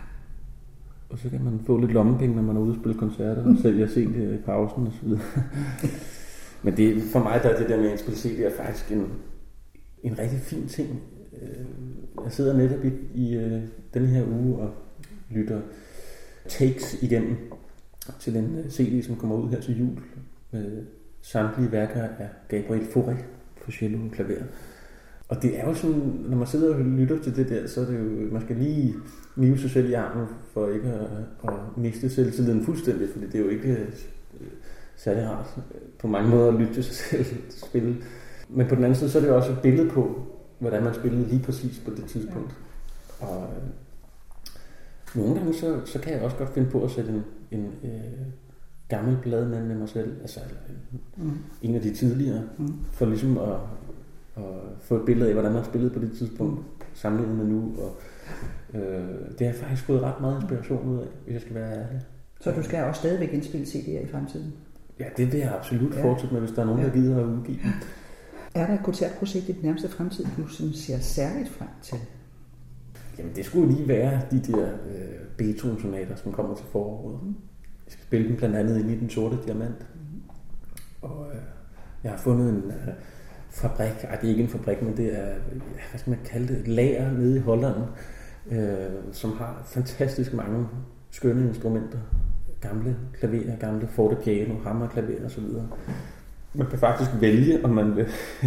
Og så kan man få lidt lommepenge, når man er ude og spille koncerter, og sælger C D'er i pausen og så videre. Men det, for mig der er det der med at spille C D'er faktisk en, en rigtig fin ting. Jeg sidder netop i, i denne her uge og lytter takes igennem til den C D, som kommer ud her til jul, med samtlige værker af Gabriel Fauré for cello og klaver. Og det er jo sådan, når man sidder og lytter til det der, så er det jo, man skal lige nive sig selv i armen, for ikke at, at miste selvtilliden fuldstændig, fordi det er jo ikke særlig rart på mange måder at lytte til sig selv spille. Men på den anden side, så er det jo også et billede på, hvordan man spillede lige præcis på det tidspunkt. Og øh, nogle gange, så, så kan jeg også godt finde på at sætte en, en øh, gammel plade med, med mig selv, altså mm. en af de tidligere, mm. for ligesom at, at få et billede af, hvordan man spillede på det tidspunkt, sammenlignet med nu. Og, øh, det har faktisk fået ret meget inspiration ud af, hvis jeg skal være ærlig. Så du skal også stadigvæk indspille C D'er i fremtiden? Ja, det vil jeg absolut ja. fortsætte med, hvis der er nogen, ja. der gider at udgive dem. Er der et koncertprojekt i den nærmeste fremtid, du sådan ser særligt frem til? Jamen, det skulle lige være de der øh, Beethoven-sonater, som kommer til foråret. Mm. Jeg skal spille dem blandt andet ind i Den Sorte Diamant. Mm. Og øh, jeg har fundet en øh, fabrik, ej, det er ikke en fabrik, men det er, hvad skal man kalde det, et lager nede i Holland, øh, som har fantastisk mange skønne instrumenter. Gamle klaverer, gamle fortepiano, hammerklaver og så videre. Man kan faktisk vælge, om man vil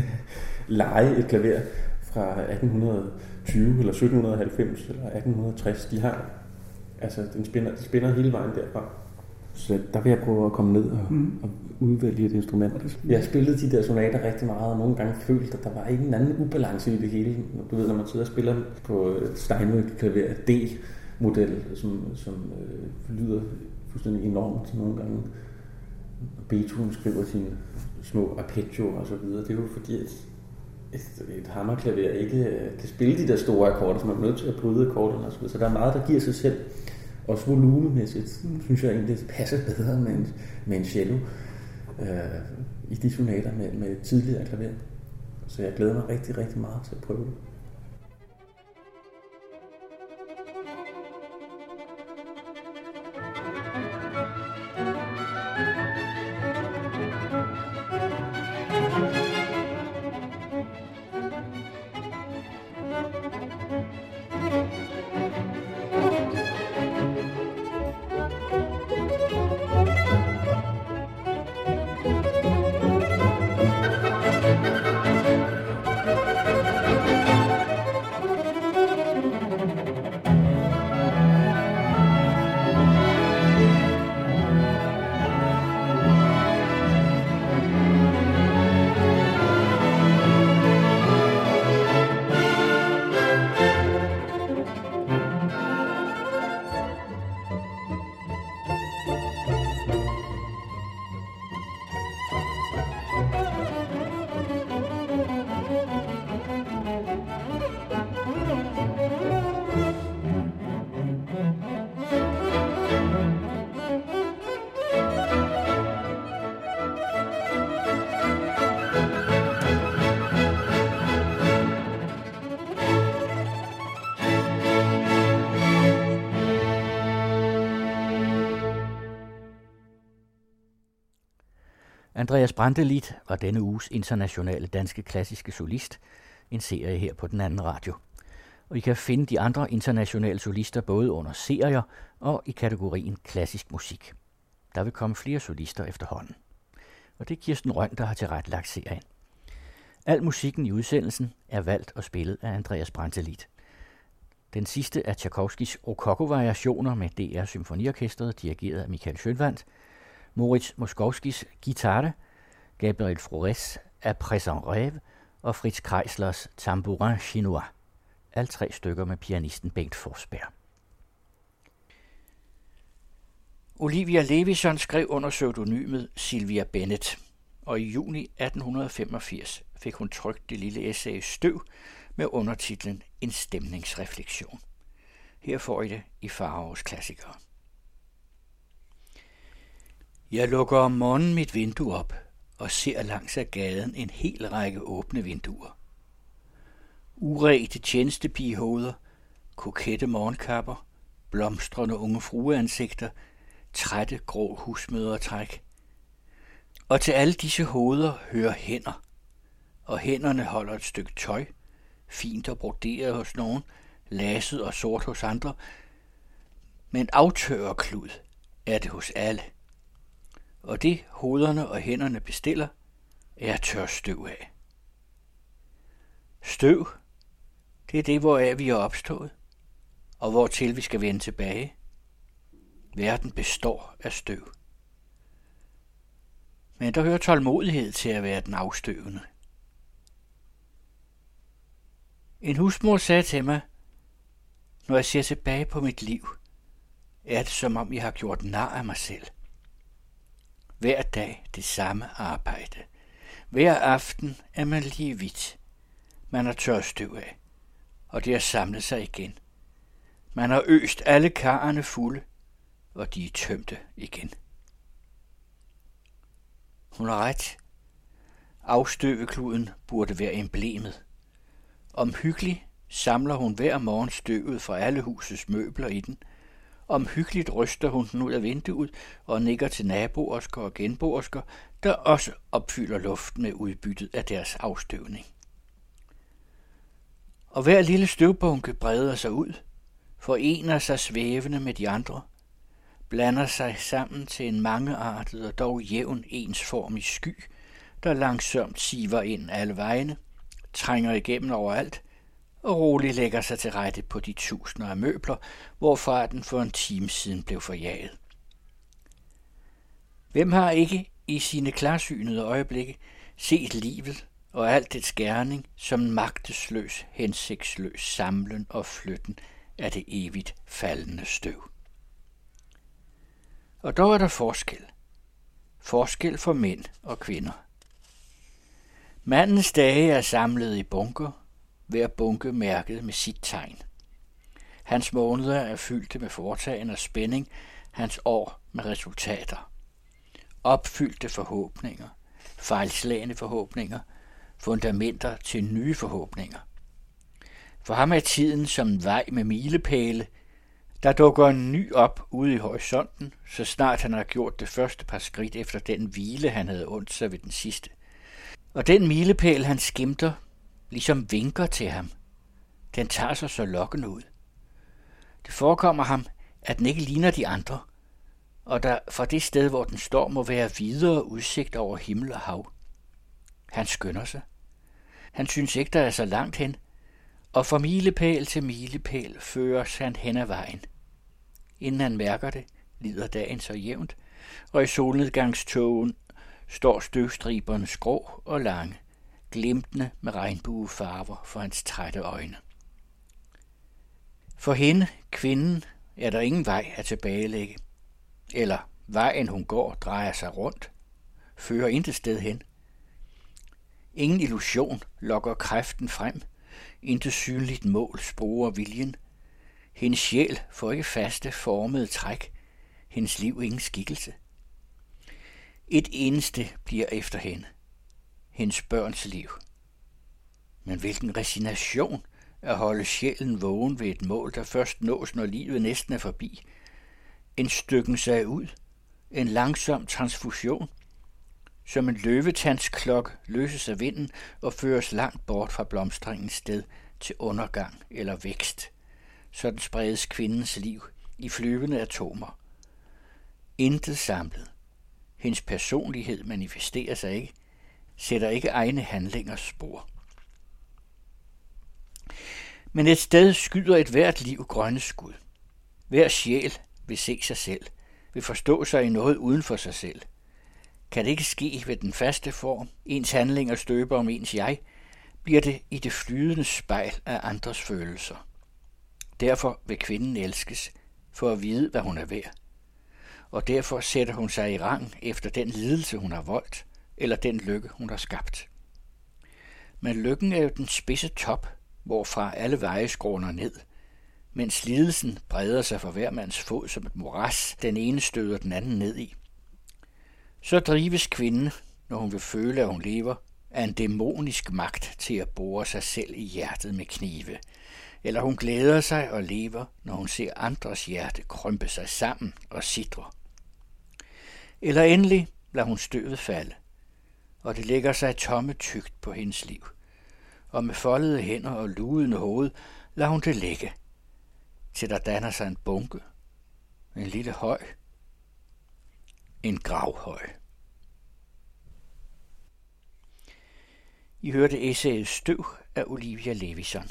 lege et klaver fra atten tyve eller sytten halvfems eller atten tres. De har, altså den spænder, de spænder hele vejen derfra. Så der vil jeg prøve at komme ned og, mm. og udvælge et instrument. Jeg har spillet de der sonater rigtig meget, og nogle gange følt, at der var ikke en anden ubalance i det hele. Du ved, når man sidder og spiller på et Steinway-klaver, D-model, som, som øh, lyder fuldstændig enormt nogle gange. Beethoven skriver sine små arpeggio og så videre. Det er jo fordi, at et, et hammerklaver ikke kan spille de der store akkorder, så man er nødt til at bryde akkorderne og så videre. Så der er meget, der giver sig selv. Også volumemæssigt, mm. synes jeg egentlig, det passer bedre med en, med en cello øh, i de sonater med, med tidligere klaver. Så jeg glæder mig rigtig, rigtig meget til at prøve det. Andreas Brantelid var denne uges internationale danske klassiske solist, en serie her på den anden radio. Og I kan finde de andre internationale solister både under serier og i kategorien klassisk musik. Der vil komme flere solister efterhånden. Og det er Kirsten Røn, der har tilrettelagt serien. Al musikken i udsendelsen er valgt og spillet af Andreas Brantelid. Den sidste er Tchaikovskis Rokoko-variationer med D R Symfoniorkestret, dirigeret af Michael Schönwandt, Moritz Moskowskis guitare, Gabriel Faurés A Présent Rêve og Fritz Kreislers Tambourin Chinois. Alle tre stykker med pianisten Bengt Forsberg. Olivia Levinson skrev under pseudonymet Sylvia Bennett, og i juni atten femogfirs fik hun trykt det lille essay Støv med undertitlen En stemningsrefleksion. Her får I det i Faraos klassikere. Jeg lukker om morgenen mit vindue op og ser langs ad gaden en hel række åbne vinduer. Urægte tjenestepigehoveder, kokette morgenkapper, blomstrende unge frueansigter, trætte grå husmødretræk. Og til alle disse hoveder hører hænder, og hænderne holder et stykke tøj, fint og broderet hos nogen, laset og sort hos andre, men aftørreklud er det hos alle. Og det hovederne og hænderne bestiller, er tør støv af. Støv, det er det, hvoraf vi er opstået, og hvortil vi skal vende tilbage. Verden består af støv. Men der hører tålmodighed til at være den afstøvende. En husmor sagde til mig, når jeg ser tilbage på mit liv, er det som om jeg har gjort nar af mig selv. Hver dag det samme arbejde. Hver aften er man lige hvidt. Man har tør støv af, og det har samlet sig igen. Man har øst alle karrene fulde, og de er tømte igen. Hun har ret. Afstøvekluden burde være emblemet. Omhyggelig samler hun hver morgen støvet fra alle husets møbler i den. Omhyggeligt ryster hun den ud af vinduet og nikker til naboersker og genboersker, der også opfylder luften med udbyttet af deres afstøvning. Og hver lille støvbunke breder sig ud, forener sig svævende med de andre, blander sig sammen til en mangeartet og dog jævn ensformig sky, der langsomt siver ind alle vejene, trænger igennem overalt og roligt lægger sig til rette på de tusinder af møbler, hvorfra den for en time siden blev forjaget. Hvem har ikke i sine klarsynede øjeblikke set livet og alt dets gerning som en magtesløs, hensigtsløs samlen og flytten af det evigt faldende støv? Og dog er der forskel. Forskel for mænd og kvinder. Mandens dage er samlet i bunker, hver bunke mærket med sit tegn. Hans måneder er fyldte med foretagen og spænding, hans år med resultater. Opfyldte forhåbninger, fejlslagende forhåbninger, fundamenter til nye forhåbninger. For ham er tiden som en vej med milepæle, der dukker en ny op ude i horisonten, så snart han har gjort det første par skridt efter den hvile, han havde ondt sig ved den sidste. Og den milepæl, han skimter, ligesom vinker til ham, den tager sig så lokkende ud. Det forekommer ham, at den ikke ligner de andre, og der fra det sted, hvor den står, må være videre udsigt over himmel og hav. Han skynder sig. Han synes ikke, der er så langt hen, og fra milepæl til milepæl føres han hen ad vejen. Inden han mærker det, lider dagen så jævnt, og i solnedgangstogen står støvstriberne skrå og lange, glimtende med regnbuefarver for hans trætte øjne. For hende, kvinden, er der ingen vej at tilbagelægge. Eller vejen hun går drejer sig rundt, fører intet sted hen. Ingen illusion lokker kræften frem, intet synligt mål sporer viljen. Hendes sjæl får ikke faste, formede træk, hendes liv ingen skikkelse. Et eneste bliver efter hende, hendes børns liv. Men hvilken resignation at holde sjælen vågen ved et mål, der først nås, når livet næsten er forbi. En stykken sig ud, en langsom transfusion, som en løvetandsklokke løses af vinden og føres langt bort fra blomstringens sted til undergang eller vækst. Sådan spredes kvindens liv i flyvende atomer. Intet samlet. Hendes personlighed manifesterer sig ikke, sætter ikke egne handlingers spor. Men et sted skyder et hvert liv grønne skud. Hver sjæl vil se sig selv, vil forstå sig i noget uden for sig selv. Kan det ikke ske ved den faste form, ens handlinger støber om ens jeg, bliver det i det flydende spejl af andres følelser. Derfor vil kvinden elskes, for at vide, hvad hun er værd. Og derfor sætter hun sig i rang efter den lidelse, hun har voldt, eller den lykke, hun har skabt. Men lykken er jo den spidse top, hvorfra alle veje skråner ned, mens lidelsen breder sig for hver mands fod som et moras, den ene støder den anden ned i. Så drives kvinden, når hun vil føle, at hun lever, af en dæmonisk magt til at bore sig selv i hjertet med knive, eller hun glæder sig og lever, når hun ser andres hjerte krympe sig sammen og sidre. Eller endelig lader hun støvet falde, og det lægger sig tomme tykt på hendes liv, og med foldede hænder og lugende hoved lader hun det ligge, til der danner sig en bunke, en lille høj, en gravhøj. I hørte essayet Støv af Olivia Levison.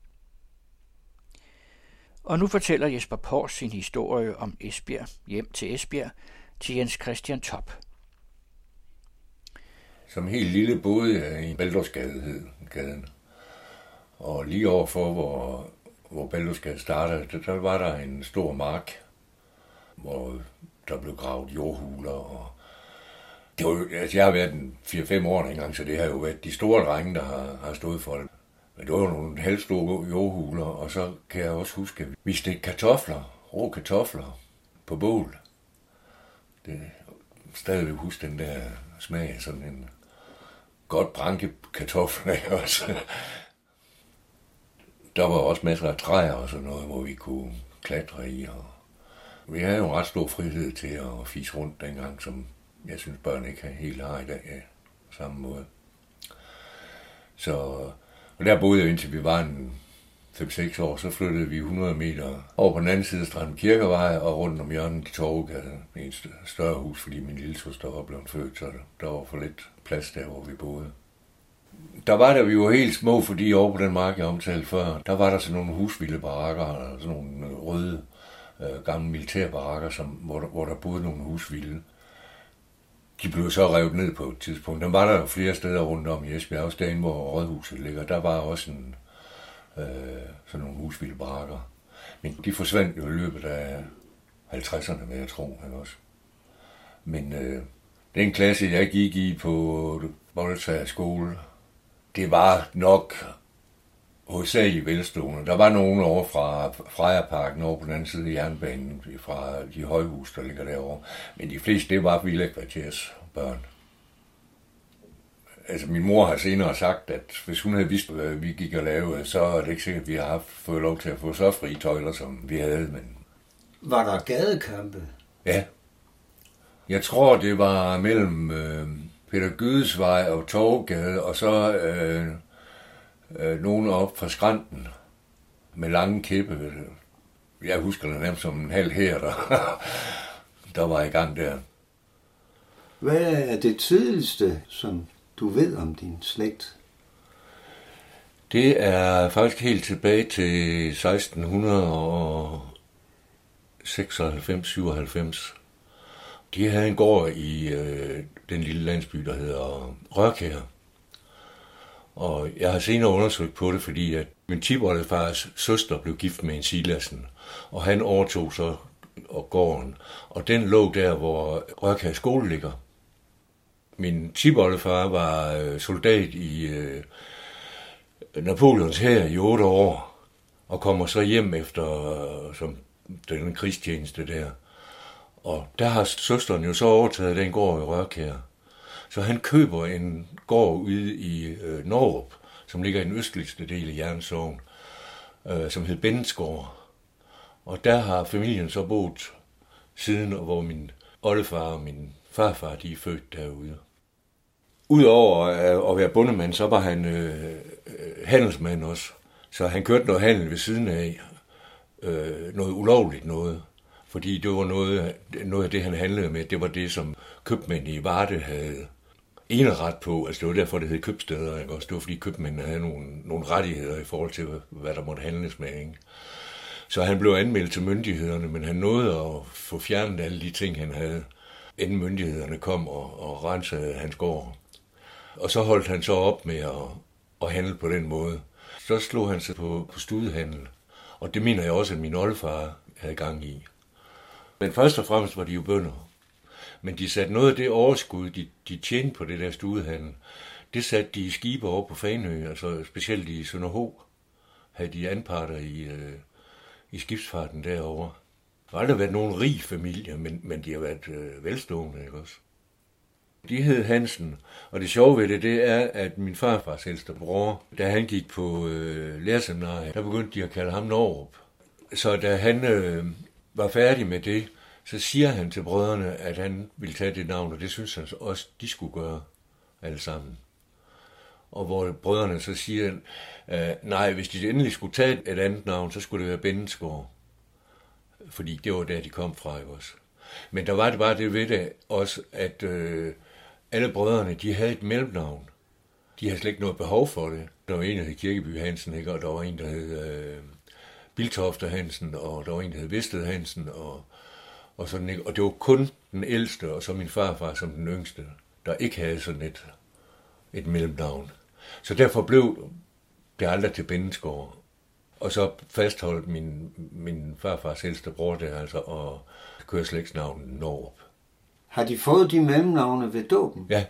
Og nu fortæller Jesper Pors sin historie om Esbjerg, hjem til Esbjerg, til Jens Christian Top. Som helt lille boede jeg i Baldersgade, gaden. Og lige overfor, hvor, hvor Baldersgade startede, der, der var der en stor mark, hvor der blev gravet jordhuler. Og det var, altså jeg har været en fire fem år engang, så det har jo været de store drenge, der har, har stået for det. Men det var jo nogle halvstore jordhuler, og så kan jeg også huske, at vi stegte kartofler, rå kartofler, på bål. Det stadigvæk huske den der smag af sådan en godt branke kartofler også. Der var også masser af træer og sådan noget, hvor vi kunne klatre i. Og vi havde jo en ret stor frihed til at fise rundt dengang, som jeg synes børn ikke helt har i dag ja, på samme måde. Så, og der boede jeg indtil vi var en fem seks år, så flyttede vi hundrede meter over på den anden side af Strand Kirkevej og rundt om hjørnet i Torvegade med et større hus, fordi min lille søster var blevet født, så der var for lidt plads der, hvor vi boede. Der var der, vi var helt små, fordi over på den mark, jeg omtalte før, der var der sådan nogle husvildebarakker, sådan nogle røde øh, gamle militærbarakker, som, hvor, der, hvor der boede nogle husvilde. De blev så revet ned på et tidspunkt. Der var der jo flere steder rundt om i Esbjerg, også derinde, hvor rådhuset ligger. Der var også en, øh, sådan nogle husvilde barakker. Men de forsvandt jo i løbet af halvtredserne, vil jeg tro. Ikke også? Men øh, den klasse, jeg gik i på Voldtager skole, det var nok hovedsageligt velstående. Der var nogen over fra Frejerparken over på den anden side af jernbanen, fra de højhus, der ligger derovre. Men de fleste, det var villakvarters børn. Altså, min mor har senere sagt, at hvis hun havde vidst, hvad vi gik og lavede, så er det ikke sikkert, at vi har haft fået lov til at få så frie tøjler, som vi havde. Men var der gadekampe? Ja. Jeg tror, det var mellem øh, Peter Gydesvej og Torvegade, og så øh, øh, nogen op fra Skrænten med lange kæppe. Jeg husker det nemt som en halv her, der, der var i gang der. Hvad er det tidligste, som du ved om din slægt? Det er faktisk helt tilbage til seksten seksoghalvfems syvoghalvfems. De havde en gård i øh, den lille landsby, der hedder Rørkær. Og jeg har senere undersøgt på det, fordi at min tipoldefars søster blev gift med en Silassen, og han overtog så og gården. Og den lå der, hvor Rørkær skole ligger. Min tipoldefar var øh, soldat i øh, Napoleons hær i otte år, og kommer så hjem efter øh, som den krigstjeneste der. Og der har søsteren jo så overtaget den gård i Rørkær. Så han køber en gård ude i øh, Norrup, som ligger i den østligste del af Jern Sogn, øh, som hed Bendensgård. Og der har familien så boet siden, hvor min oldefar og min farfar, de er født derude. Udover at være bondemand, så var han øh, handelsmand også. Så han kørte noget handel ved siden af. Øh, noget ulovligt noget. Fordi det var noget, noget af det, han handlede med, det var det, som købmænd i Varde havde eneret på. Altså det var derfor, det hed købsteder. Ikke? Også det var, fordi købmændene havde nogle, nogle rettigheder i forhold til, hvad der måtte handles med. Ikke? Så han blev anmeldt til myndighederne, men han nåede at få fjernet alle de ting, han havde, inden myndighederne kom og, og rensede hans gård. Og så holdt han så op med at, at handle på den måde. Så slog han sig på, på studehandel. Og det mener jeg også, at min oldefar havde gang i. Men først og fremmest var de jo bønder. Men de satte noget af det overskud, de, de tjente på det der studehandel, det satte de i skibe over på Fanø, altså specielt i Sønderho, havde de anparter i, øh, i skibsfarten derovre. Der har aldrig været nogen rig familie, men, men de har været øh, velstående, ikke også? De hed Hansen, og det sjove ved det, det er, at min farfars ældste bror, da han gik på øh, lærerseminariet, der begyndte de at kalde ham Norup. Så da han øh, var færdig med det, så siger han til brødrene, at han ville tage det navn, og det synes han også, de skulle gøre alle sammen. Og hvor brødrene så siger, at nej, hvis de endelig skulle tage et andet navn, så skulle det være Bendensgaard. Fordi det var der, de kom fra, ikke også? Men der var det bare det ved det også, at øh, alle brødrene, de havde et mellemnavn. De havde slet ikke noget behov for det. Der var en, der hed Kirkeby Hansen, ikke? Og der var en, der hed øh, Biltofte Hansen, og der var en, der hed Vested Hansen, og, og sådan, ikke? Og det var kun den ældste, og så min farfar som den yngste, der ikke havde sådan et, et mellemnavn. Så derfor blev det aldrig til Bendensgaard. Og så fastholdt min, min farfars ældste bror der, altså, og køre slægtsnavnet Norup. Har de fået de mellemnavne ved dåben? Ja.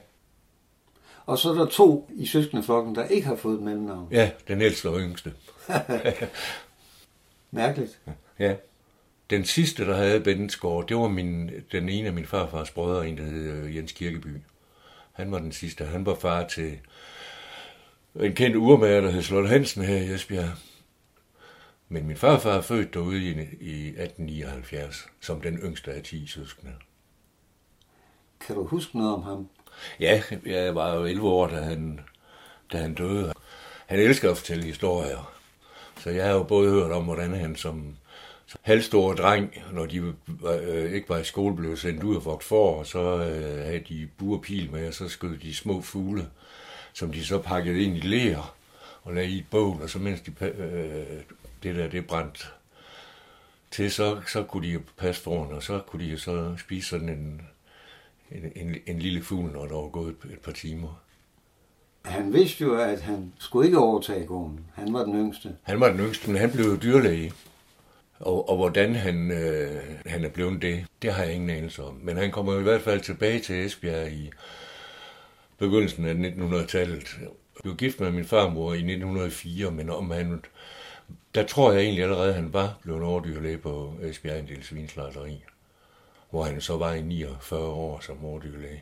Og så er der to i søskendeflokken, der ikke har fået mellemnavn? Ja, den ældste og yngste. Mærkeligt. Ja. Den sidste, der havde Bendensgaard, det var min, den ene af min farfars brødre, en der hed Jens Kirkeby. Han var den sidste. Han var far til en kendt urmager, der hed Slot Hansen her i Esbjerg. Men min farfar er født derude i, i atten nioghalvfjerds, som den yngste af ti søskende. Kan du huske noget om ham? Ja, jeg var jo elleve år, da han, da han døde. Han elsker at fortælle historier. Så jeg har jo både hørt om, hvordan han som halvstor dreng, når de øh, ikke var i skole, blev sendt ud og vogt for, og så øh, havde de bur og pil med, og så skød de små fugle, som de så pakkede ind i ler og lagde i et bål, og så mens de, øh, det der det brændte til, så, så kunne de passe foran, og så kunne de så spise sådan en, en, en, en lille fugl, når der var gået et, et par timer. Han vidste jo, at han skulle ikke overtage gården. Han var den yngste. Han var den yngste, men han blev jo dyrlæge. Og, og hvordan han, øh, han er blevet det, det har jeg ingen anelse om. Men han kommer i hvert fald tilbage til Esbjerg i begyndelsen af nitten hundrede-tallet. Jeg blev gift med min farmor i nitten hundrede og fire, men om han, der tror jeg egentlig allerede, at han var blevet overdyrlæge på Esbjerg Andels Svineslagteri, hvor han så var i niogfyrre år som overdyrlæge.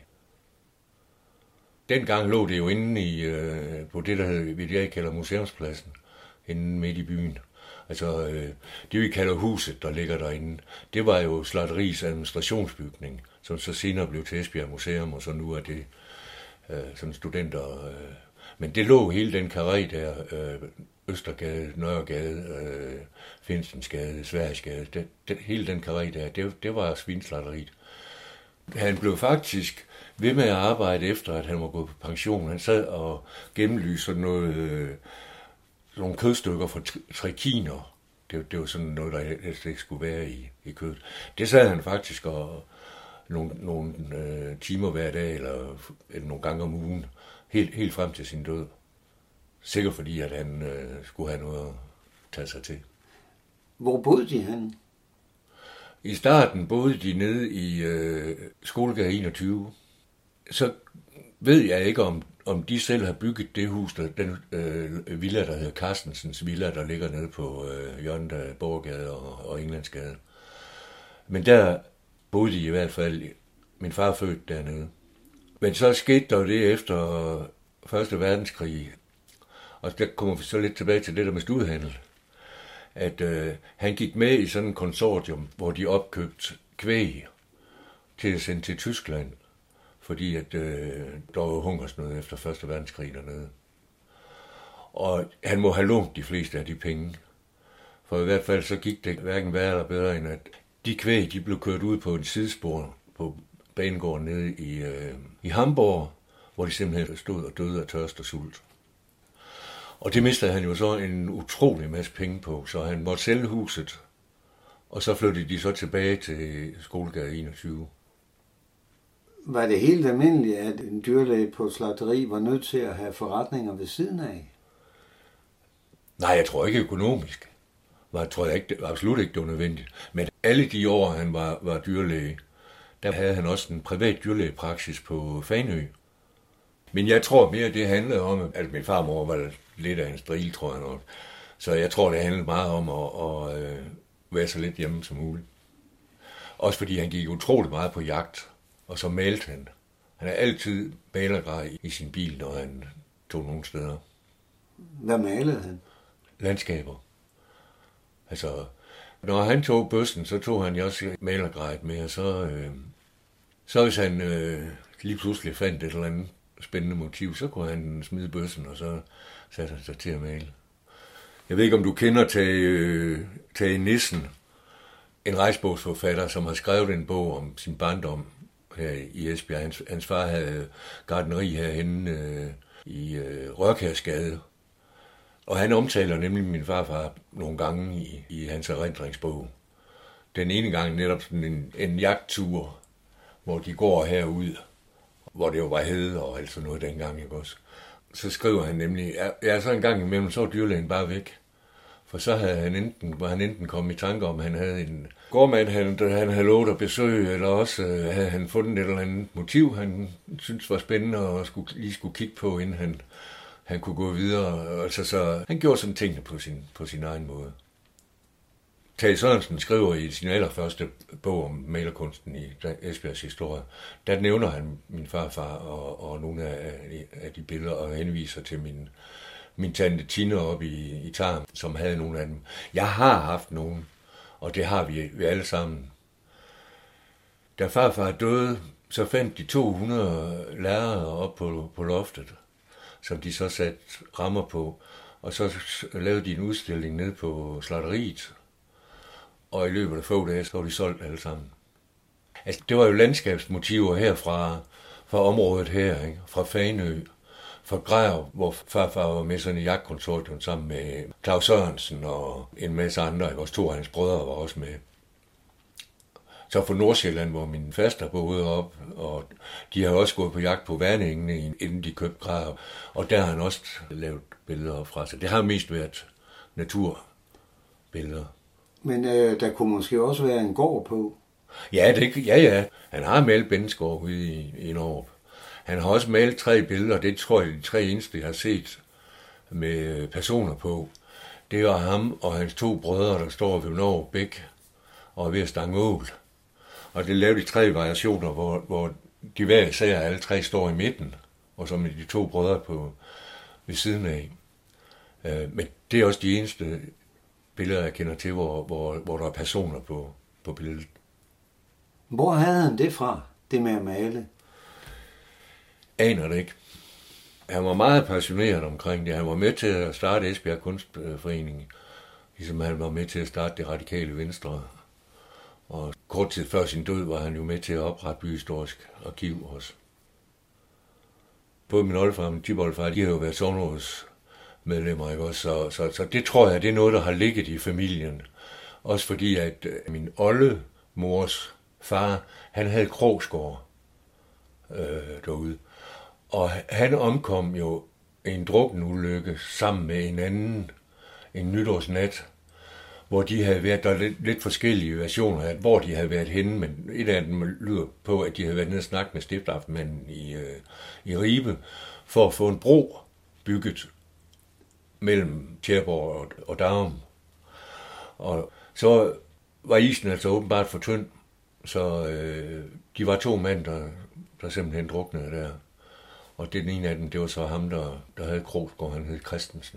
Dengang lå det jo inde i, øh, på det, der hed, jeg kalder museumspladsen, inde midt i byen. Altså, øh, det vi kalder huset, der ligger derinde, det var jo slagteriets administrationsbygning, som så senere blev til Esbjerg Museum, og så nu er det øh, sådan studenter. Øh. Men det lå hele den karré der, øh, Østergade, Nørregade, øh, Finstensgade, Sverigesgade, det, det, hele den karré der, det, det var svineslagteriet. Han blev faktisk ved med at arbejde efter, at han var gået på pension. Han sad og gennemlyste sådan noget, øh, nogle kødstykker fra trekiner. Det, det var sådan noget, der helst ikke skulle være i, i kødet. Det sad han faktisk og nogle, nogle øh, timer hver dag, eller, eller nogle gange om ugen, helt, helt frem til sin død. Sikkert fordi, at han øh, skulle have noget at tage sig til. Hvor boede de henne? I starten boede de nede i øh, Skolegade enogtyve. Så ved jeg ikke, om, om de selv har bygget det hus, der, den øh, villa, der hedder Carstensens Villa, der ligger nede på øh, hjørnet af Borgergade og, og Englandsgade. Men der boede de i hvert fald. Min far er født dernede. Men så skete der jo det efter første verdenskrig, og der kommer vi så lidt tilbage til det der med studehandel, at øh, han gik med i sådan en konsortium, hvor de opkøbte kvæg til at sende til Tyskland, fordi at, øh, der var hungersnød efter første verdenskrig dernede. Og han må have lånt de fleste af de penge. For i hvert fald så gik det hverken værre eller bedre, end at de kvæg, de blev kørt ud på en sidespor på banegården nede i, øh, i Hamburg, hvor de simpelthen stod og døde af tørst og sult. Og det mistede han jo så en utrolig masse penge på, så han måtte sælge huset, og så flyttede de så tilbage til Skolegade enogtyve. Var det helt almindeligt, at en dyrlæge på slagteri var nødt til at have forretninger ved siden af? Nej, jeg tror ikke økonomisk. Jeg tror jeg ikke, absolut ikke, det var nødvendigt. Men alle de år, han var, var dyrlæge, der havde han også en privat dyrlægepraksis på Fanø. Men jeg tror mere, det handlede om, at min farmor var lidt af en stril, tror jeg nok. Så jeg tror, det handlede meget om at, at, at være så lidt hjemme som muligt. Også fordi han gik utroligt meget på jagt, og så malte han. Han har altid malergrej i sin bil, når han tog nogle steder. Hvad malede han? Landskaber. Altså, når han tog bøssen, så tog han jo også malergrejet med, og så, øh, så hvis han øh, lige pludselig fandt et eller andet spændende motiv, så kunne han smide bøssen, og så satte han sig til at male. Jeg ved ikke, om du kender Tage, Tage Nissen, en rejsebogsforfatter, som har skrevet en bog om sin barndom her i Esbjerg. Hans, hans far havde gartneri herhenne øh, i øh, Rørkærsgade, og han omtaler nemlig min farfar nogle gange i, i hans erindringsbog. Den ene gang netop sådan en, en jagttur, hvor de går herud, hvor det jo var hede og alt sådan noget dengang, ikke også? Så skriver han nemlig, ja, så en gang imellem, så var dyrlægen bare væk. For så havde han enten, var han enten kommet i tanke om, at han havde en gårdmand, han, han havde lovet at besøge, eller også øh, havde han fundet et eller andet motiv, han syntes var spændende og skulle, lige skulle kigge på, inden han, han kunne gå videre. Altså, så han gjorde sådan tingene på sin, på sin egen måde. Tage Sørensen skriver i sin allerførste bog om malerkunsten i Esbjergs historie, der nævner han min farfar og, og nogle af, af de billeder, og henviser til min, min tante Tine oppe i, i Tarm, som havde nogle af dem. Jeg har haft nogen, og det har vi, vi alle sammen. Da farfar døde, så fandt de to hundrede lærere op på, på loftet, som de så satte rammer på, og så lavede de en udstilling ned på slagteriet, og i løbet af få dage, så var de solgt alle sammen. Altså, det var jo landskabsmotiver her fra, fra området her, ikke? Fra Fanø, fra Græv, hvor farfar var med sådan en jagtkonsortium sammen med Claus Sørensen og en masse andre, ikke? Også to af hans brødre var også med. Så fra Nordsjælland, hvor min faster boede op, og de har også gået på jagt på Værningene, inden de købte Græv, og der har han også lavet billeder fra sig. Det har mest været naturbilleder. Men øh, der kunne måske også være en gård på. Ja, det, ja, ja. Han har malet Bensgaard ude i, i Norge. Han har også malet tre billeder, det tror jeg de tre eneste, jeg har set med personer på. Det var ham og hans to brødre, der står ved Norge Bæk og er ved at stange ål. Og det lavede de tre variationer, hvor, hvor de hver især alle tre står i midten, og så med de to brødre på ved siden af. Men det er også de eneste billeder, jeg kender til, hvor, hvor, hvor der er personer på, på billedet. Hvor havde han det fra, det med at male? Aner det ikke. Han var meget passioneret omkring det. Han var med til at starte Esbjerg Kunstforening, ligesom han var med til at starte det radikale Venstre. Og kort tid før sin død var han jo med til at oprette Byhistorisk Arkiv også. Både min oldefar og min tipoldefar, de har jo været sognerådsmedlemmer, ikke også? Så, så, så det tror jeg, det er noget, der har ligget i familien. Også fordi, at min oldemors far, han havde Krogsgård øh, derude. Og han omkom jo i en druknenulykke sammen med en anden en nytårsnat, hvor de havde været, der er lidt, lidt forskellige versioner af, hvor de havde været henne, men et af dem lyder på, at de havde været nede og snakket med stiftsaftenmanden i, øh, i Ribe, for at få en bro bygget mellem Tjæreborg og, og Darum. Og så var isen altså åbenbart for tynd, så øh, de var to mænd, der, der simpelthen druknede der. Og den ene af dem, det var så ham, der, der havde Krogsgård, han hed Christensen.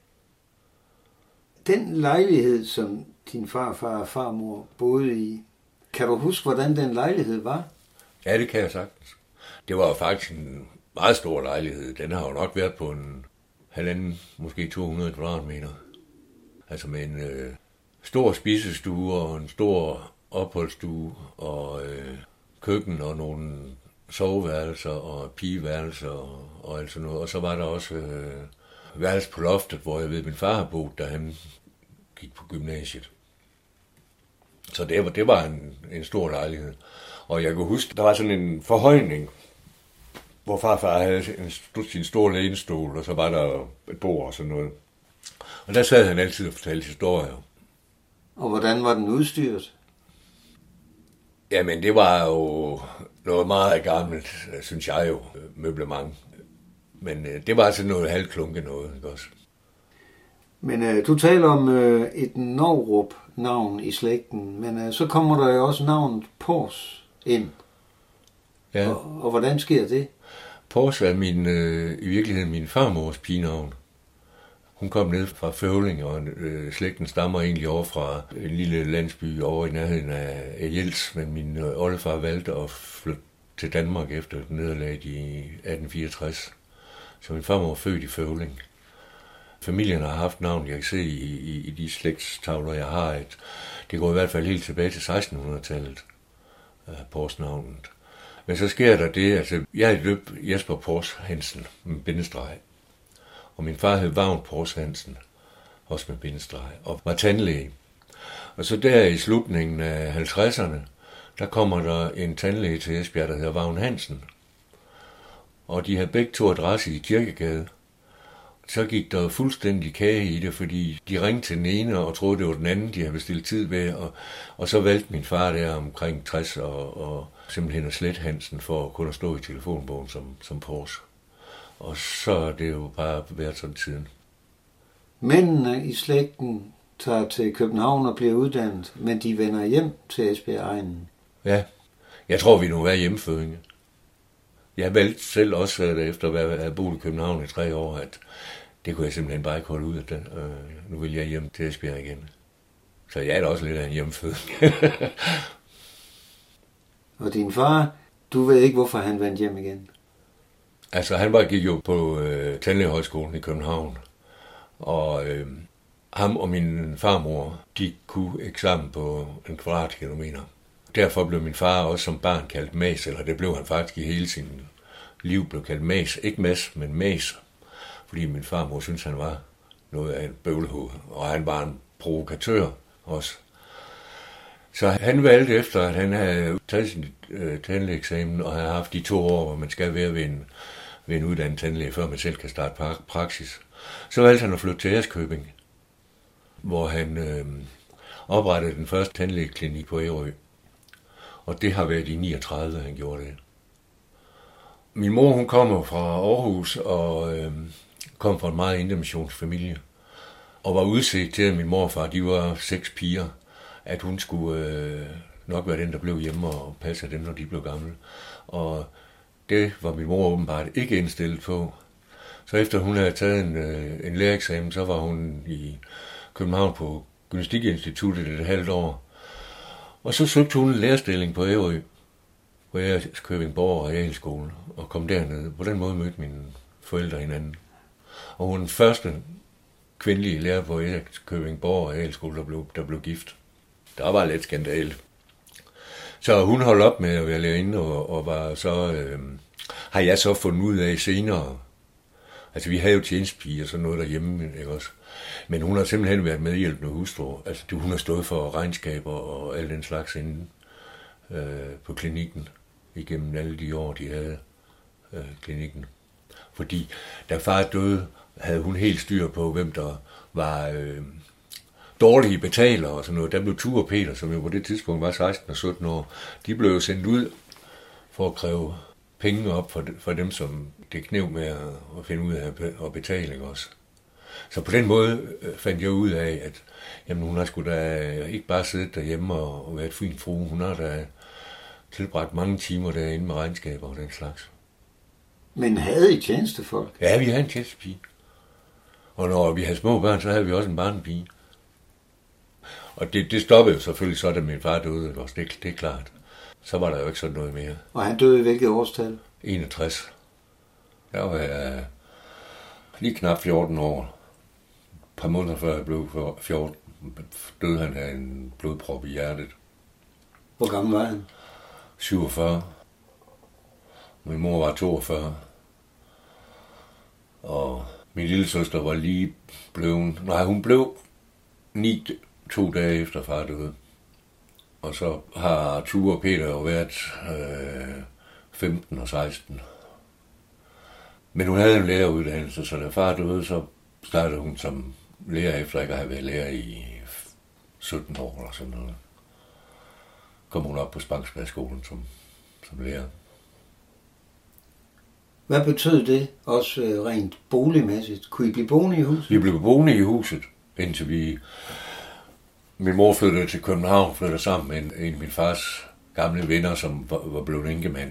Den lejlighed, som din farfar og farmor boede i, kan du huske, hvordan den lejlighed var? Ja, det kan jeg sagtens. Det var faktisk en meget stor lejlighed. Den har jo nok været på en halvanden, måske to hundrede kvadratmeter. Altså med en øh, stor spisestue og en stor opholdsstue og øh, køkken og nogle soveværelser og pigeværelser og, og alt sådan noget. Og så var der også øh, værelse på loftet, hvor jeg ved, at min far har boet, da han gik på gymnasiet. Så det var, det var en, en stor lejlighed. Og jeg kunne huske, der var sådan en forhøjning, hvor farfar havde en, sin store lænestol, og så var der et bord og sådan noget. Og der sad han altid og fortalte historier. Og hvordan var den udstyret? Jamen, det var jo noget meget gammelt, synes jeg jo, møblement. Men øh, det var altså noget halvklunke noget, ikke også? Men øh, du taler om øh, et Novrup-navn i slægten, men øh, så kommer der jo også navnet Pors ind. Ja. Og, og hvordan sker det? Pors er min, øh, i virkeligheden min farmors pigenavn. Hun kom ned fra Føvling, og øh, slægten stammer egentlig over fra en lille landsby over i nærheden af Jels, men min øh, oldefar valgte at flytte til Danmark efter nederlaget i atten fireogtres. Så min farmor var født i Føvling. Familien har haft navn, jeg kan se i, i, i de slægtstavler, jeg har. Et, det går i hvert fald helt tilbage til sekstenhundredetallet, uh, Pors-navnet. Men så sker der det, altså jeg er døbt Jesper Pors Hansen med bindestreg. Og min far hed Vagn Pors Hansen, også med bindestreg, og var tandlæge. Og så der i slutningen af halvtredserne, der kommer der en tandlæge til Esbjerg, der hedder Vagn Hansen. Og de har begge to adresse i Kirkegade. Så gik der fuldstændig kage i det, fordi de ringte til den ene og troede, det var den anden, de havde bestilt tid ved. Og, og så valgte min far der omkring tres og, og simpelthen at slette Hansen for at kunne stå i telefonbogen som, som Pors. Og så er det jo bare været sådan tiden. Mændene i slægten tager til København og bliver uddannet, men de vender hjem til Esbjerg-egnen. Ja, jeg tror, vi nu er hjemmefødinge. Jeg valgte selv også, efter at have boet i København i tre år, at det kunne jeg simpelthen bare ikke holde ud af det. Nu vil jeg hjem til Esbjerg igen. Så jeg er da også lidt af en hjemmeføding. Og din far, du ved ikke, hvorfor han vendte hjem igen? Altså, han bare gik jo på øh, Tandlægehøjskolen i København. Og øh, ham og min farmor, de kunne ikke sammen på en kvadratkilometer. Derfor blev min far også som barn kaldt Mas, eller det blev han faktisk i hele sin liv blev kaldt Mas. Ikke Mas, men Mas. Fordi min farmor syntes, han var noget af en bøvlehoved, og han var en provokatør også. Så han valgte efter, at han havde taget sin øh, tandlægeeksamen, og havde haft de to år, hvor man skal være ved en, ved en uddannet tandlæge, før man selv kan starte praksis. Så valgte han at flytte til Ærøskøbing, hvor han øh, oprettede den første tandlægeklinik på Ærø. Og det har været i niogtredive, han gjorde det. Min mor, hun kommer fra Aarhus og øh, kom fra en meget intermissionsfamilie. Og var udset til, at min morfar, de var seks piger, at hun skulle øh, nok være den, der blev hjemme og passe dem, når de blev gamle. Og det var min mor åbenbart ikke indstillet på. Så efter hun havde taget en, øh, en lærereksamen, så var hun i København på Gymnastikinstituttet et halvt år. Og så søgte hun en lærerstilling på Ærø, på Ærøskøbingborg og Realskole, og kom derned. På den måde mødte mine forældre hinanden. Og hun var den første kvindelige lærer på Ærøskøbingborg og Realskole, der blev, der blev gift. Der var lidt skandale. Så hun holdt op med at være lærerinde, og, og var så, øh, har jeg så fundet ud af senere. Altså, vi havde jo tjenestepige og sådan noget derhjemme, ikke også? Men hun har simpelthen været medhjælpende hustru. Altså, hun har stået for regnskaber og alt den slags inde øh, på klinikken, igennem alle de år, de havde øh, klinikken. Fordi da far døde, havde hun helt styr på, hvem der var øh, dårlige betalere og sådan noget. Der blev Ture og Peter, som jo på det tidspunkt var seksten og sytten år, de blev jo sendt ud for at kræve penge op for, for dem, som det knev med at, at finde ud af at betale, ikke også? Så på den måde fandt jeg ud af, at jamen, hun har sgu da ikke bare siddet derhjemme og, og været et fint frue. Hun har da tilbragt mange timer derinde med regnskaber og den slags. Men havde I tjenestefolk? Ja, vi havde en tjenestepige. Og når vi havde små børn, så havde vi også en barnepige. Og det, det stoppede jo selvfølgelig så, da min far døde. Det, det er klart. Så var der jo ikke sådan noget mere. Og han døde i hvilket årstal? enogtres. Der var jeg lige knap fjorten år. Et par måneder før jeg blev fjorten, døde han af en blodprop i hjertet. Hvor gammel var han? syvogfyrre. Min mor var toogfyrre. Og min lille søster var lige blevet... Nej, hun blev ni to dage efter far døde. Og så har Ture og Peter jo været øh, femten og seksten. Men hun havde en læreruddannelse, så da far døde, så startede hun som lærer efter ikke at have været lærer i sytten år eller sådan noget. Kom hun op på Spangsbergskolen som, som lærer. Hvad betød det også rent boligmæssigt? Kunne I blive boende i huset? Vi blev boende i huset, indtil vi... Min mor flyttede til København, flyttede sammen med en, en af min fars gamle venner, som var, var blevet enkemand.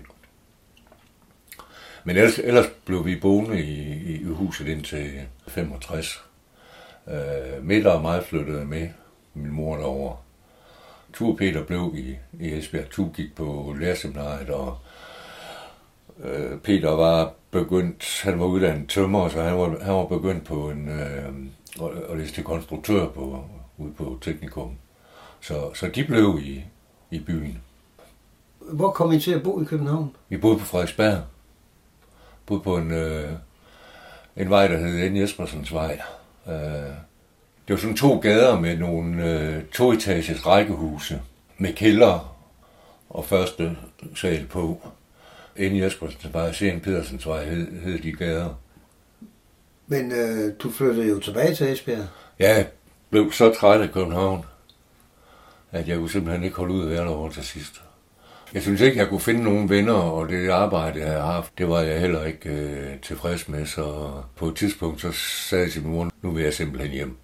Men ellers, ellers blev vi boende i, i huset indtil femogtres. Øh, Midter og mig flyttede med min mor derover. Ture Peter blev i, i Esbjerg. Ture gik på lærerseminariet, og øh, Peter var begyndt, han var uddannet tømrer, så han var, han var begyndt på en, øh, at læse til konstruktør på, ude på Teknikum. Så, så de blev i, i byen. Hvor kom I til at bo i København? Vi boede på Frederiksberg. Boede på en, øh, en vej, der hed N. Jespersens Vej. Øh, det var sådan to gader med nogle øh, toetages rækkehuse med kælder og første sal på. N. Jespersens Vej og C N. Pedersens Vej hed, hed de gader. Men øh, du flyttede jo tilbage til Esbjerg. Ja, jeg blev så træt af København, at jeg kunne simpelthen ikke holde ud at være derovre til sidst. Jeg synes ikke, jeg kunne finde nogen venner, og det arbejde, jeg havde haft, det var jeg heller ikke øh, tilfreds med. Så på et tidspunkt, så sagde jeg til min mor, nu vil jeg simpelthen hjem.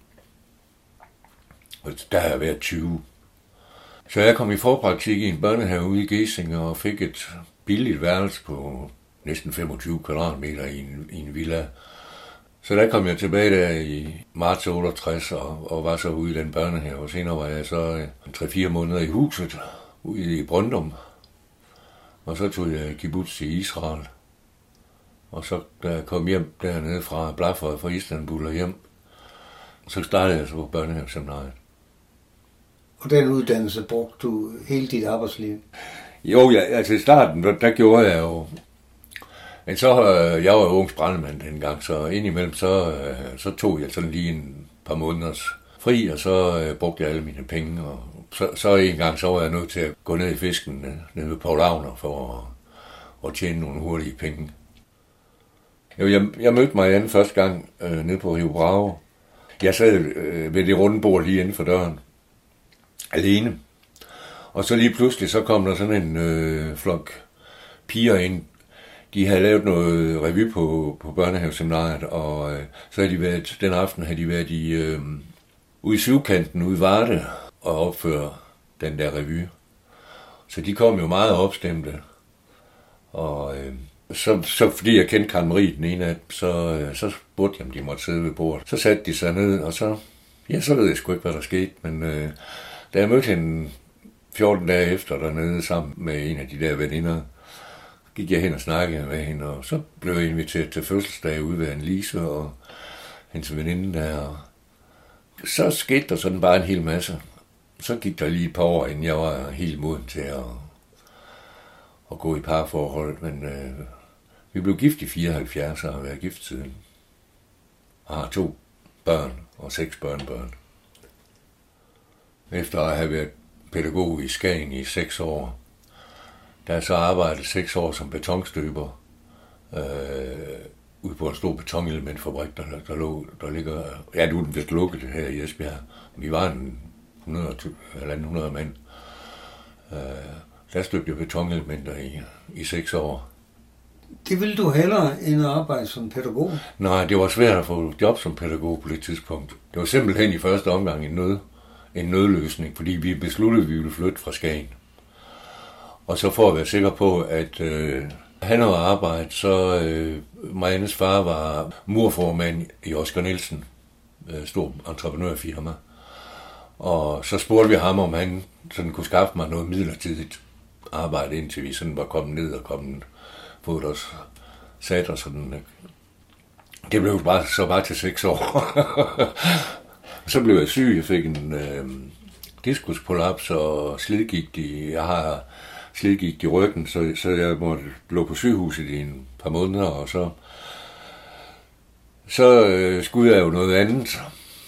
Og der har jeg været tyve. Så jeg kom i forpraktik i en børnehave ude i Gæsing og fik et billigt værelse på næsten femogtyve kvadratmeter i en, i en villa. Så der kom jeg tilbage der i marts otteogtres og, og var så ude i den børnehave. Og senere var jeg så tre fire måneder i huset ude i Brøndum. Og så tog jeg kibbutz til Israel. Og så da jeg kom hjem dernede fra Blaffer fra Istanbul og hjem, så startede jeg så på børnehaveseminariet. Og den uddannelse brugte du hele dit arbejdsliv? Jo, ja, altså i starten, der, der gjorde jeg jo... Men så, øh, jeg var jo ungs brandemand dengang, så indimellem, så, øh, så tog jeg sådan lige en par måneders fri, og så øh, brugte jeg alle mine penge, og så, så en gang, så var jeg nødt til at gå ned i fisken øh, nede ved Paul Agner for at, at tjene nogle hurtige penge. Jo, jeg, jeg mødte Marianne første gang øh, nede på Rio Bravo. Jeg sad øh, ved det runde bord lige inden for døren, alene. Og så lige pludselig, så kom der sådan en øh, flok piger ind. De havde lavet noget revy på, på børnehaveseminariet, og øh, så havde de været, den aften havde de været i, øh, ude i Syvkanten, ude i Varde, og opføre den der revy. Så de kom jo meget opstemte. Og øh, så, så fordi jeg kendte Karen Marie, den ene af dem, så, øh, så spurgte jeg, om de måtte sidde ved bordet. Så satte de sig ned, og så, ja, så ved jeg sgu ikke, hvad der skete, men øh, da jeg mødte hende fjorten dage efter dernede sammen med en af de der veninder, gik jeg hen og snakkede med hende, og så blev jeg inviteret til fødselsdag ude ved Annelise og hendes veninde der. Og så skete der sådan bare en hel masse. Så gik der lige et par år, inden jeg var helt moden til at, at gå i parforhold, men øh, vi blev gift i fireoghalvfjerds og har været gift siden. Og har to børn og seks børnebørn. Efter at have været pædagog i Skagen i seks år, der er så arbejdet seks år som betonstøber øh, ude på en stor betonelementfabrik, der, der, lå, der ligger... Ja, nu er den vist lukket her i Esbjerg. Vi var en hundrede eller hundrede mand. Øh, der støbte jeg betonelementer i, i seks år. Det ville du hellere end at arbejde som pædagog? Nej, det var svært at få job som pædagog på det tidspunkt. Det var simpelthen i første omgang en, nød, en nødløsning, fordi vi besluttede, at vi ville flytte fra Skagen. Og så for at være sikker på, at øh, han havde arbejdet, så øh, Mariannes far var murformand i Oscar Nielsen, øh, stor entreprenørfirma. Og så spurgte vi ham, om han sådan kunne skaffe mig noget midlertidigt arbejde, indtil vi sådan var kommet ned og kommet, fået os, sat os sådan. Det blev bare, så bare til seks år. Så blev jeg syg, jeg fik en øh, diskusprolaps og slidgigt i, jeg har slidgigt i ryggen, så, så jeg måtte lå på sygehuset i en par måneder, og så, så øh, skulle jeg jo noget andet.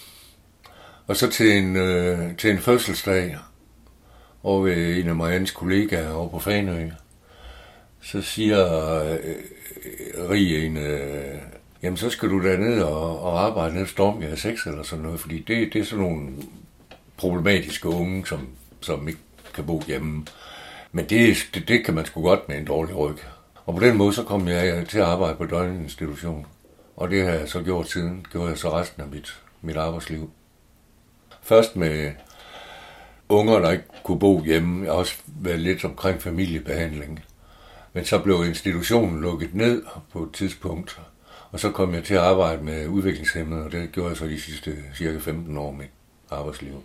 Og så til en, øh, til en fødselsdag over ved en af Mariannes kollegaer over på Fanø, så siger øh, Rie en, øh, jamen så skal du derned og, og arbejde ned Stormgade seks eller sådan noget, fordi det, det er sådan nogle problematiske unge, som, som ikke kan bo hjemme. Men det, det, det kan man sgu godt med en dårlig ryg. Og på den måde så kom jeg til at arbejde på døgninstitution. Og det har jeg så gjort siden, gjorde jeg så resten af mit, mit arbejdsliv. Først med unger, der ikke kunne bo hjemme. Jeg har også været lidt omkring familiebehandling. Men så blev institutionen lukket ned på et tidspunkt. Og så kom jeg til at arbejde med udviklingshæmmede, og det gjorde jeg så de sidste cirka femten år med arbejdsliv.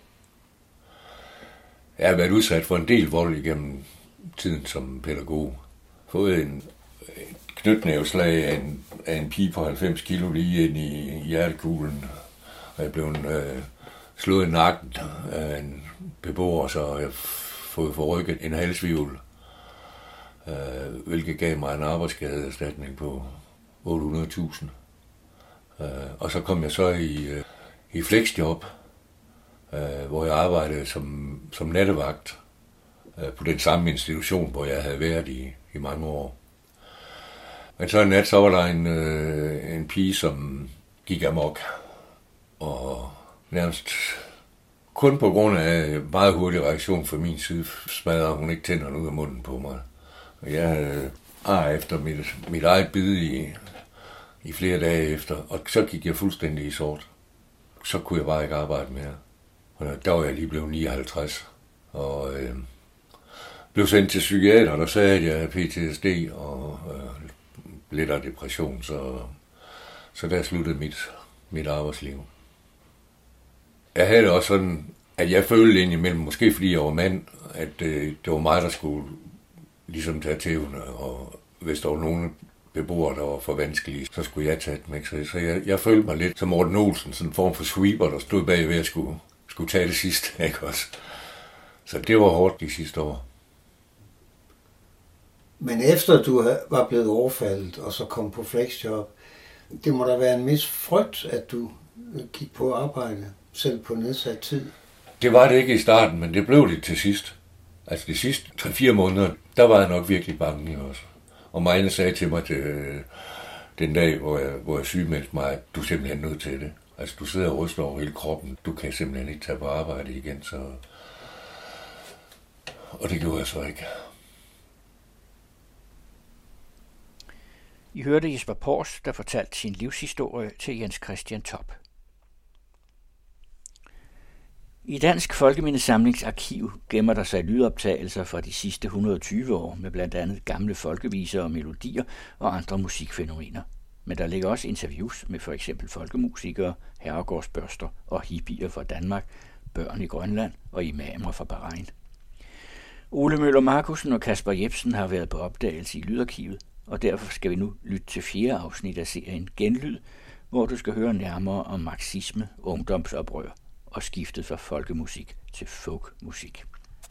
Jeg har været udsat for en del vold igennem tiden som pædagog. Fået en knytnæveslag af en, af en pige på halvfems kilo lige ind i hjertekuglen. Og jeg blev øh, slået i nakken af en beboer, så jeg har fået forrykket en halsvivl, øh, hvilket gav mig en arbejdsskadeerstatning på otte hundrede tusind. Øh, og så kom jeg så i, øh, i flexjob, øh, hvor jeg arbejdede som, som nattevagt øh, på den samme institution, hvor jeg havde været i, i mange år. Men så en nat, så var der en, øh, en pige, som gik amok, og nærmest kun på grund af meget hurtig reaktion fra min side, smadrede hun ikke tænderne ud af munden på mig. Og jeg havde ar efter mit, mit eget bid i, i flere dage efter, og så gik jeg fuldstændig i sort. Så kunne jeg bare ikke arbejde mere. Og der var jeg lige blevet nioghalvtreds, og øh, blev sendt til psykiater, der sagde, at jeg havde P T S D og øh, lidt af depression, så, så der sluttede mit, mit arbejdsliv. Jeg havde det også sådan, at jeg følte indimellem, måske fordi jeg var mand, at øh, det var mig, der skulle ligesom tage tævne, og hvis der var nogle beboere, der var for vanskelige, så skulle jeg tage dem, ikke? Så jeg, jeg følte mig lidt som Morten Olsen, sådan en form for sweeper, der stod bagved at skulle, skulle tage det sidste, ikke også? Så det var hårdt de sidste år. Men efter du var blevet overfaldet, og så kom på flexjob, det må da være en vis frygt, at du gik på arbejde, selv på nedsat tid. Det var det ikke i starten, men det blev det til sidst. Altså de sidste tre fire måneder, der var jeg nok virkelig bange også. Og Marianne sagde til mig til, øh, den dag, hvor jeg, hvor jeg sygemeldte mig, at du er simpelthen nødt til det. Altså du sidder og ryster over hele kroppen, du kan simpelthen ikke tage på arbejde igen, så... Og det gjorde jeg så ikke. I hørte Jesper Pors, der fortalte sin livshistorie til Jens Christian Top. I Dansk Folkemindesamlings arkiv gemmer der sig lydoptagelser fra de sidste et hundrede og tyve år med blandt andet gamle folkeviser og melodier og andre musikfænomener. Men der ligger også interviews med for eksempel folkemusikere, herregårdsbørster og hippier fra Danmark, børn i Grønland og imamer fra Bahrain. Ole Møller Markusen og Kasper Jepsen har været på opdagelse i Lydarkivet, og derfor skal vi nu lytte til fjerde afsnit af serien Genlyd, hvor du skal høre nærmere om marxisme, ungdomsoprør og skiftet fra folkemusik til folkmusik.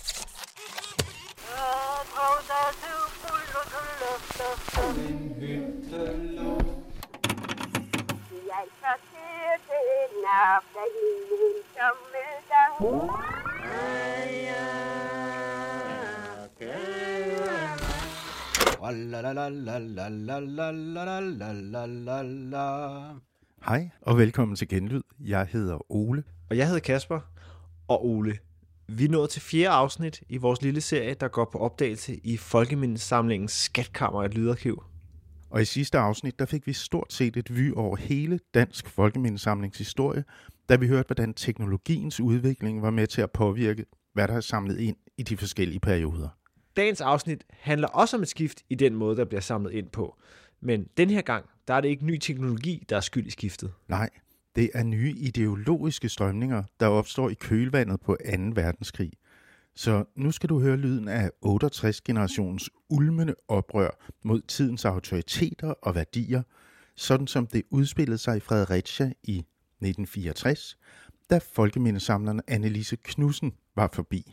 Hej og velkommen til Genlyd. Jeg hedder Ole. Og jeg hedder Kasper. Og Ole, vi er nået til fjerde afsnit i vores lille serie, der går på opdagelse i Folkemindesamlingens skatkammer et lydarkiv. Og i sidste afsnit, der fik vi stort set et vy over hele Dansk Folkemindesamlings historie, da vi hørte, hvordan teknologiens udvikling var med til at påvirke, hvad der er samlet ind i de forskellige perioder. Dagens afsnit handler også om et skift i den måde, der bliver samlet ind på. Men den her gang, der er det ikke ny teknologi, der er skyld i skiftet. Nej, det er nye ideologiske strømninger, der opstår i kølvandet på anden verdenskrig. Så nu skal du høre lyden af otteogtres-generationens ulmende oprør mod tidens autoriteter og værdier, sådan som det udspillede sig i Fredericia i nitten fireogtres, da folkemindesamleren Annelise Knudsen var forbi.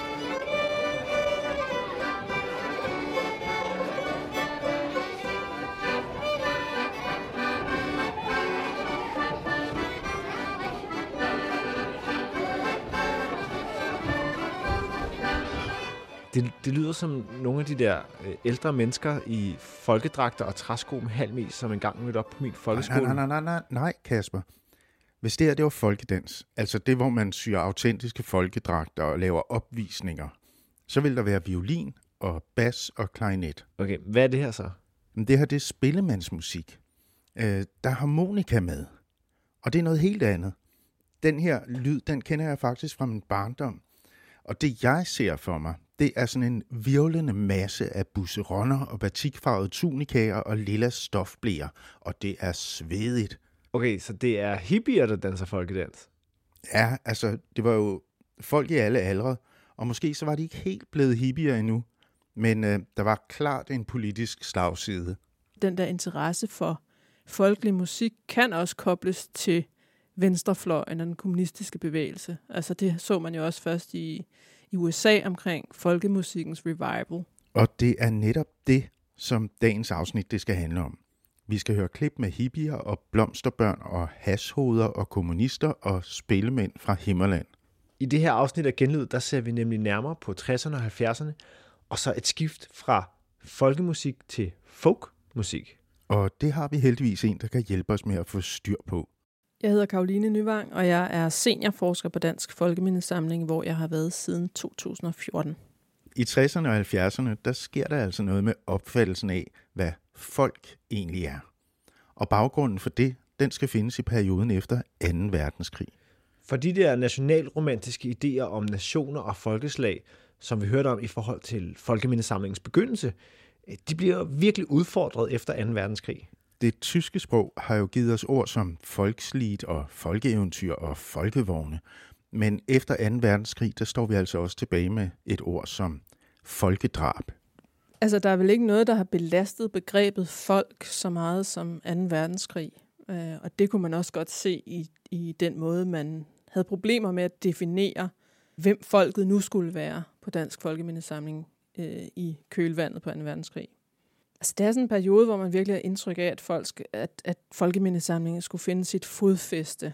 Det, det lyder som nogle af de der øh, ældre mennesker i folkedragter og træsko med halmis, som engang mødte op på min folkeskole. Nej, nej, nej, nej, nej, Kasper. Hvis det her, det var folkedans, altså det, hvor man syr autentiske folkedragter og laver opvisninger, så vil der være violin og bas og klarinet. Okay, hvad er det her så? Det her, det er spillemandsmusik. Øh, der er harmonika med, og det er noget helt andet. Den her lyd, den kender jeg faktisk fra min barndom. Og det, jeg ser for mig, det er sådan en virvlende masse af busseronner og batikfarvede tunikaer og lilla stofbleer, og det er svedigt. Okay, så det er hippier, der danser folkedans? Ja, altså, det var jo folk i alle aldre, og måske så var de ikke helt blevet hippier endnu, men øh, der var klart en politisk slagside. Den der interesse for folkelig musik kan også kobles til venstrefløjen og den kommunistiske bevægelse. Altså det så man jo også først i, i U S A omkring folkemusikkens revival. Og det er netop det, som dagens afsnit det skal handle om. Vi skal høre klip med hippier og blomsterbørn og hashoveder og kommunister og spillemænd fra Himmerland. I det her afsnit af Genlyd, der ser vi nemlig nærmere på tresserne og halvfjerdserne, og så et skift fra folkemusik til folkmusik. Og det har vi heldigvis en, der kan hjælpe os med at få styr på. Jeg hedder Caroline Nyvang, og jeg er seniorforsker på Dansk Folkemindesamling, hvor jeg har været siden to tusind og fjorten. I tresserne og halvfjerdserne, der sker der altså noget med opfattelsen af, hvad folk egentlig er. Og baggrunden for det, den skal findes i perioden efter anden verdenskrig. For de der nationalromantiske idéer om nationer og folkeslag, som vi hørte om i forhold til Folkemindesamlingens begyndelse, de bliver virkelig udfordret efter anden verdenskrig. Det tyske sprog har jo givet os ord som volkslied og folkeeventyr og folkevogne. Men efter anden verdenskrig, der står vi altså også tilbage med et ord som folkedrab. Altså, der er vel ikke noget, der har belastet begrebet folk så meget som anden verdenskrig. Og det kunne man også godt se i, i den måde, man havde problemer med at definere, hvem folket nu skulle være på Dansk Folkemindesamling øh, i kølvandet på anden verdenskrig. Altså, det er sådan en periode, hvor man virkelig har indtryk af, at, folk skal, at, at Folkemindesamlingen skulle finde sit fodfæste.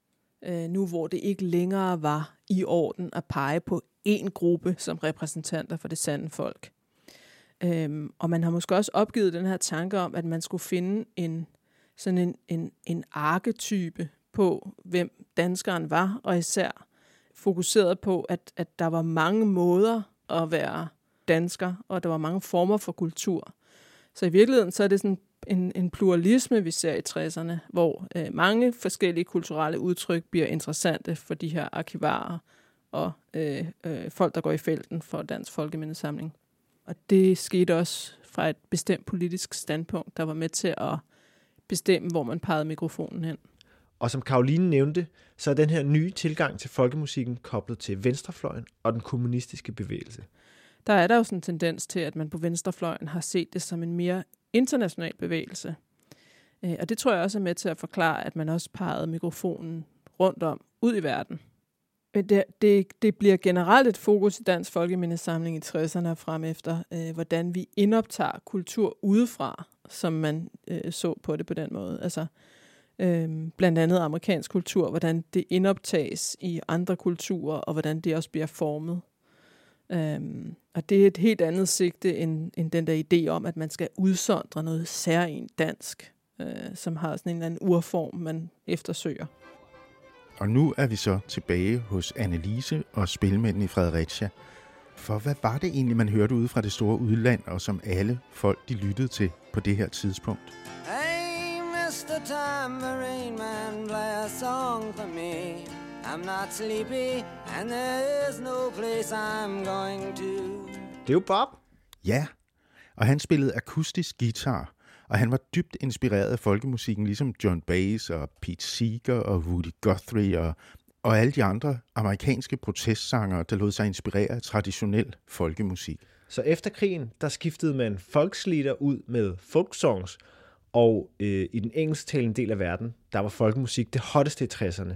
Øh, nu hvor det ikke længere var i orden at pege på én gruppe som repræsentanter for det sande folk. Øh, og man har måske også opgivet den her tanke om, at man skulle finde en, sådan en, en, en arketype på, hvem danskeren var, og især fokuseret på, at, at der var mange måder at være dansker, og der var mange former for kultur. Så i virkeligheden så er det sådan en, en pluralisme, vi ser i tresserne, hvor øh, mange forskellige kulturelle udtryk bliver interessante for de her arkivarer og øh, øh, folk, der går i felten for Dansk Folkemindesamling. Og det skete også fra et bestemt politisk standpunkt, der var med til at bestemme, hvor man pegede mikrofonen hen. Og som Caroline nævnte, så er den her nye tilgang til folkemusikken koblet til venstrefløjen og den kommunistiske bevægelse. Der er der jo sådan en tendens til, at man på venstrefløjen har set det som en mere international bevægelse. Og det tror jeg også er med til at forklare, at man også pegede mikrofonen rundt om, ud i verden. Det, det, det bliver generelt et fokus i Dansk Folkemindesamling i tresserne og frem efter, øh, hvordan vi indoptager kultur udefra, som man øh, så på det på den måde. Altså øh, blandt andet amerikansk kultur, hvordan det indoptages i andre kulturer, og hvordan det også bliver formet. Um, og det er et helt andet sigte end, end den der idé om, at man skal udsondre noget særligt dansk, uh, som har sådan en eller anden urform, man eftersøger. Og nu er vi så tilbage hos Annelise og spilmændene i Fredericia. For hvad var det egentlig, man hørte ude fra det store udland, og som alle folk de lyttede til på det her tidspunkt? Hey, mister Tambourine Man, play a song for me. I'm not sleepy, and there is no place I'm going to. Det er jo Bob. Ja, og han spillede akustisk guitar, og han var dybt inspireret af folkemusikken, ligesom John Baez og Pete Seeger og Woody Guthrie og og alle de andre amerikanske protestsangere, der lod sig inspirere af traditionel folkemusik. Så efter krigen, der skiftede man folkslieder ud med folksongs, og øh, i den engelsktalende del af verden, der var folkemusik det hotteste i tresserne.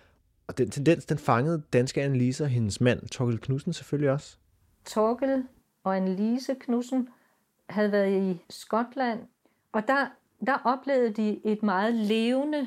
Og den tendens, den fangede danske Annelise og hendes mand, Thorkild Knudsen, selvfølgelig også. Thorkild og Annelise Knudsen havde været i Skotland, og der, der oplevede de et meget levende,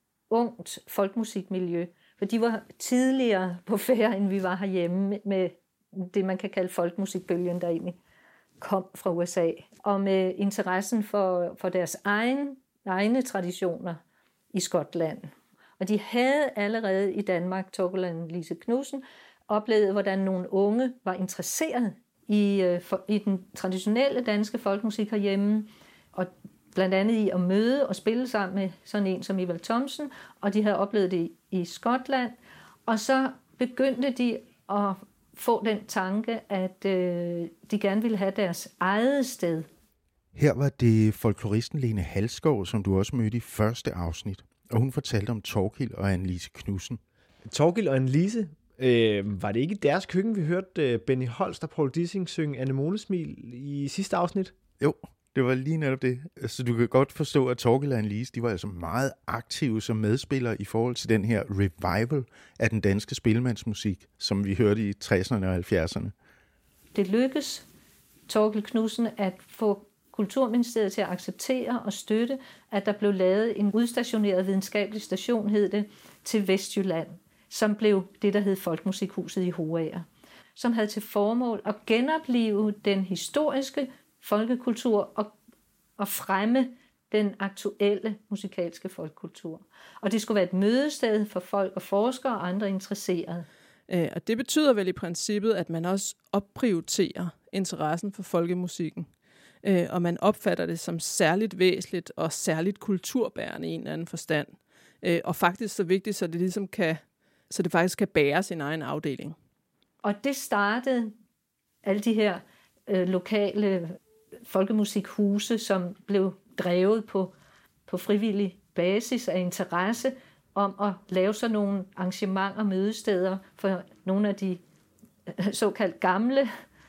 ungt folkemusikmiljø. For de var tidligere på færd, end vi var herhjemme, med det, man kan kalde folkemusikbølgen, der egentlig kom fra U S A. Og med interessen for, for deres egen, egne traditioner i Skotland. Og de havde allerede i Danmark, Thorkild og Annelise Knudsen, oplevet, hvordan nogle unge var interesseret i, for, i den traditionelle danske folkemusik herhjemme, og blandt andet i at møde og spille sammen med sådan en som Evald Thomsen, og de havde oplevet det i, i Skotland. Og så begyndte de at få den tanke, at øh, de gerne ville have deres eget sted. Her var det folkloristen Lene Halskov, som du også mødte i første afsnit, og hun fortalte om Thorkild og Annelise Knudsen. Thorkild og Annelise, øh, var det ikke i deres køkken, vi hørte øh, Benny Holst og Paul Dissing synge Anemonesmil i sidste afsnit? Jo, det var lige netop det. Så du kan godt forstå, at Thorkild og Annelise, de var altså meget aktive som medspillere i forhold til den her revival af den danske spillemandsmusik, som vi hørte i tresserne og halvfjerdserne. Det lykkedes Thorkild Knudsen at få Kulturministeriet til at acceptere og støtte, at der blev lavet en udstationeret videnskabelig station, hed det, til Vestjylland, som blev det, der hed Folkemusikhuset i Hoager, som havde til formål at genopleve den historiske folkekultur og, og fremme den aktuelle musikalske folkekultur. Og det skulle være et mødested for folk og forskere og andre interesserede. Øh, og det betyder vel i princippet, at man også opprioriterer interessen for folkemusikken. Øh, og man opfatter det som særligt væsentligt og særligt kulturbærende i en eller anden forstand. Øh, og faktisk så vigtigt, så det ligesom kan, så det faktisk kan bære sin egen afdeling. Og det startede alle de her øh, lokale folkemusikhuse, som blev drevet på, på frivillig basis af interesse om at lave sådan nogle arrangementer og mødesteder for nogle af de øh, såkaldt gamle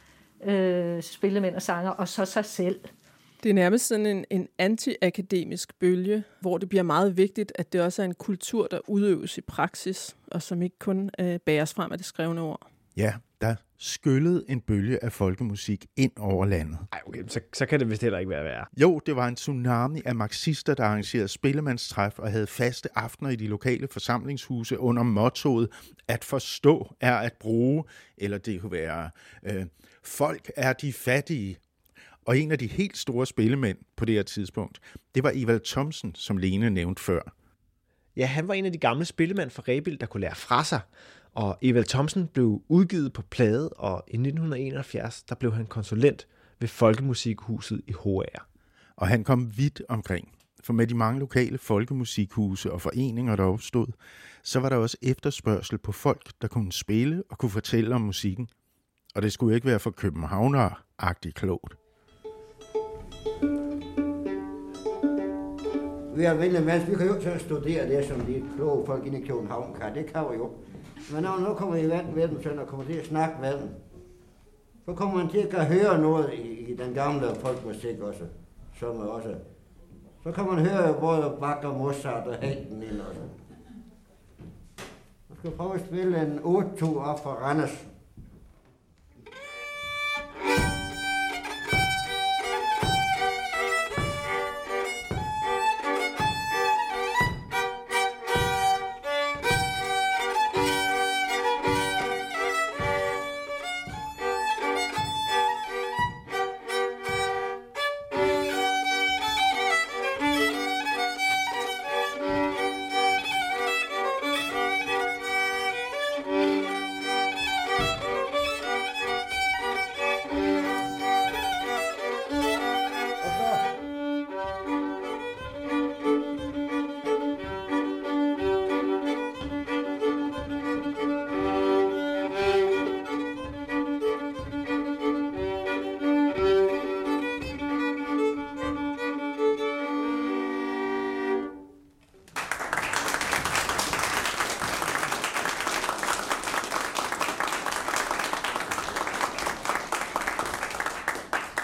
øh, spillemænd og sanger, og så sig selv. Det er nærmest sådan en, en anti-akademisk bølge, hvor det bliver meget vigtigt, at det også er en kultur, der udøves i praksis, og som ikke kun øh, bæres frem af det skrevne ord. Ja, der skyllede en bølge af folkemusik ind over landet. Ej, okay, så, så kan det vist heller ikke være værre. Jo, det var en tsunami af marxister, der arrangerede spillemandstræf og havde faste aftener i de lokale forsamlingshuse under mottoet at forstå er at bruge, eller det kunne være øh, folk er de fattige. Og en af de helt store spillemænd på det her tidspunkt, det var Evald Thomsen, som Lene nævnte før. Ja, han var en af de gamle spillemænd fra Rebild, der kunne lære fra sig. Og Evald Thomsen blev udgivet på plade, og i nitten enoghalvfjerds der blev han konsulent ved Folkemusikhuset i Hoager. Og han kom vidt omkring, for med de mange lokale folkemusikhuse og foreninger, der opstod, så var der også efterspørgsel på folk, der kunne spille og kunne fortælle om musikken. Og det skulle ikke være for københavner-agtigt klogt. Vi er venlige mennesker. Vi kan jo ikke studere det, som de kloge folk inde i København kan. Det kan vi jo. Men når nu kommer I vand med dem, så når kommer til at snakke med dem, så kommer man til at kan høre noget i, i den gamle folkmusik også. Som også. Så kan man høre både Bach og Mozart og Haydn ind også. Jeg skal prøve at spille en otte-to op fra Randers.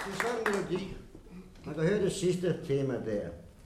Det er sådan en melodi. Man kan høre det sidste tema der.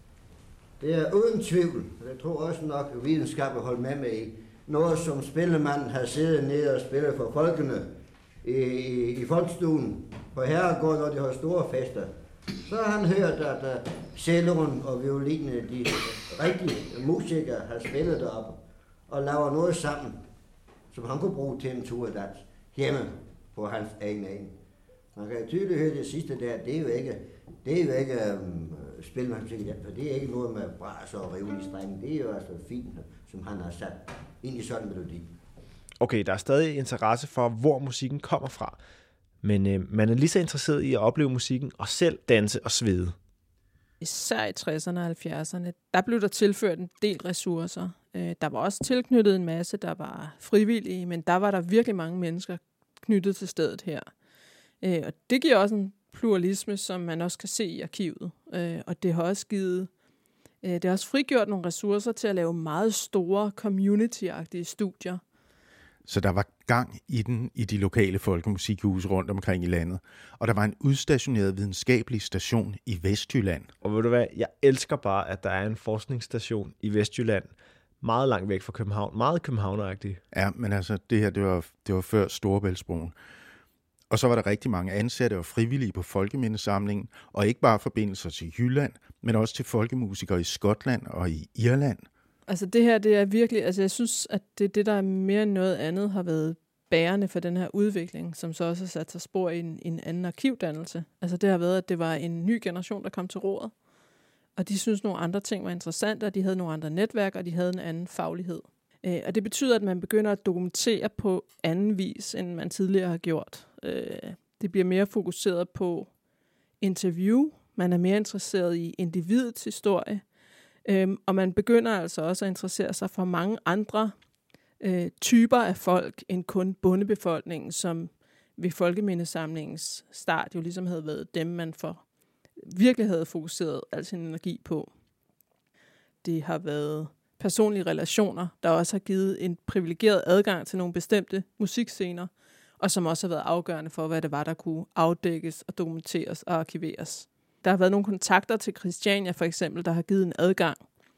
Det er uden tvivl, og jeg tror også nok, at videnskab vil holde med med i, noget som spillemanden har siddet nede og spillet for folkene i, i, i folkestuen på herregården, når de har store fester. Så har han hørt, at uh, celloen og violinen, de rigtige musikere, har spillet deroppe og laver noget sammen, som han kunne bruge til en turdans hjemme på hans egen egen. Man kan tydeligt høre det sidste der, det er jo ikke, det er jo ikke um, spilmandsmusik, for det er ikke noget med bras og rivende strenge, det er jo altså fint, som han har sat ind i sådan en melodi. Okay, der er stadig interesse for, hvor musikken kommer fra, men øh, man er lige så interesseret i at opleve musikken og selv danse og svede. Især i tresserne og halvfjerdserne, der blev der tilført en del ressourcer. Øh, der var også tilknyttet en masse, der var frivillige, men der var der virkelig mange mennesker knyttet til stedet her. Øh, og det giver også en pluralisme, som man også kan se i arkivet. Øh, og det har også givet, øh, det har også frigjort nogle ressourcer til at lave meget store community-agtige studier. Så der var gang i den i de lokale folkemusikhuse rundt omkring i landet. Og der var en udstationeret videnskabelig station i Vestjylland. Og ved du hvad, jeg elsker bare, at der er en forskningsstation i Vestjylland, meget langt væk fra København, meget københavneragtigt. Ja, men altså, det her, det var, det var før Storebæltsbroen. Og så var der rigtig mange ansatte og frivillige på Folkemindesamlingen, og ikke bare forbindelser til Jylland, men også til folkemusikere i Skotland og i Irland. Altså det her, det er virkelig, altså jeg synes, at det er det, der er mere end noget andet har været bærende for den her udvikling, som så også har sat sig spor i en, en anden arkivdannelse. Altså det har været, at det var en ny generation, der kom til roret, og de synes nogle andre ting var interessante, og de havde nogle andre netværk, og de havde en anden faglighed. Øh, og det betyder, at man begynder at dokumentere på anden vis, end man tidligere har gjort. Øh, det bliver mere fokuseret på interview, man er mere interesseret i individets historie, Øhm, og man begynder altså også at interessere sig for mange andre øh, typer af folk end kun bondebefolkningen, som ved Folkemindesamlingens start jo ligesom havde været dem, man for virkelig havde fokuseret al sin energi på. Det har været personlige relationer, der også har givet en privilegeret adgang til nogle bestemte musikscener, og som også har været afgørende for, hvad det var, der kunne afdækkes og dokumenteres og arkiveres. Der har været nogle kontakter til Christiania for eksempel, der har givet en adgang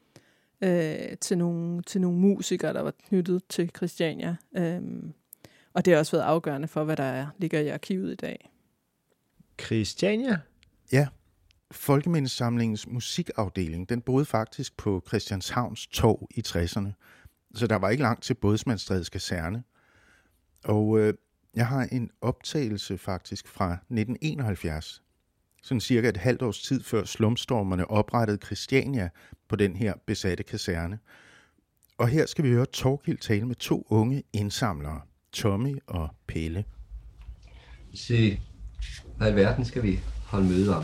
øh, til, nogle, til nogle musikere, der var knyttet til Christiania. Øhm, og det har også været afgørende for, hvad der er, ligger i arkivet i dag. Christiania? Ja. Folkemindesamlingens musikafdeling, den boede faktisk på Christianshavns Torv i tresserne. Så der var ikke langt til Bådsmandsstrædes kaserne. Og øh, jeg har en optagelse faktisk fra nitten enoghalvfjerds. Sådan cirka et halvt års tid før slumstormerne oprettede Christiania på den her besatte kaserne. Og her skal vi høre Thorkild tale med to unge indsamlere, Tommy og Pelle. Se, hvad i verden skal vi holde møde om?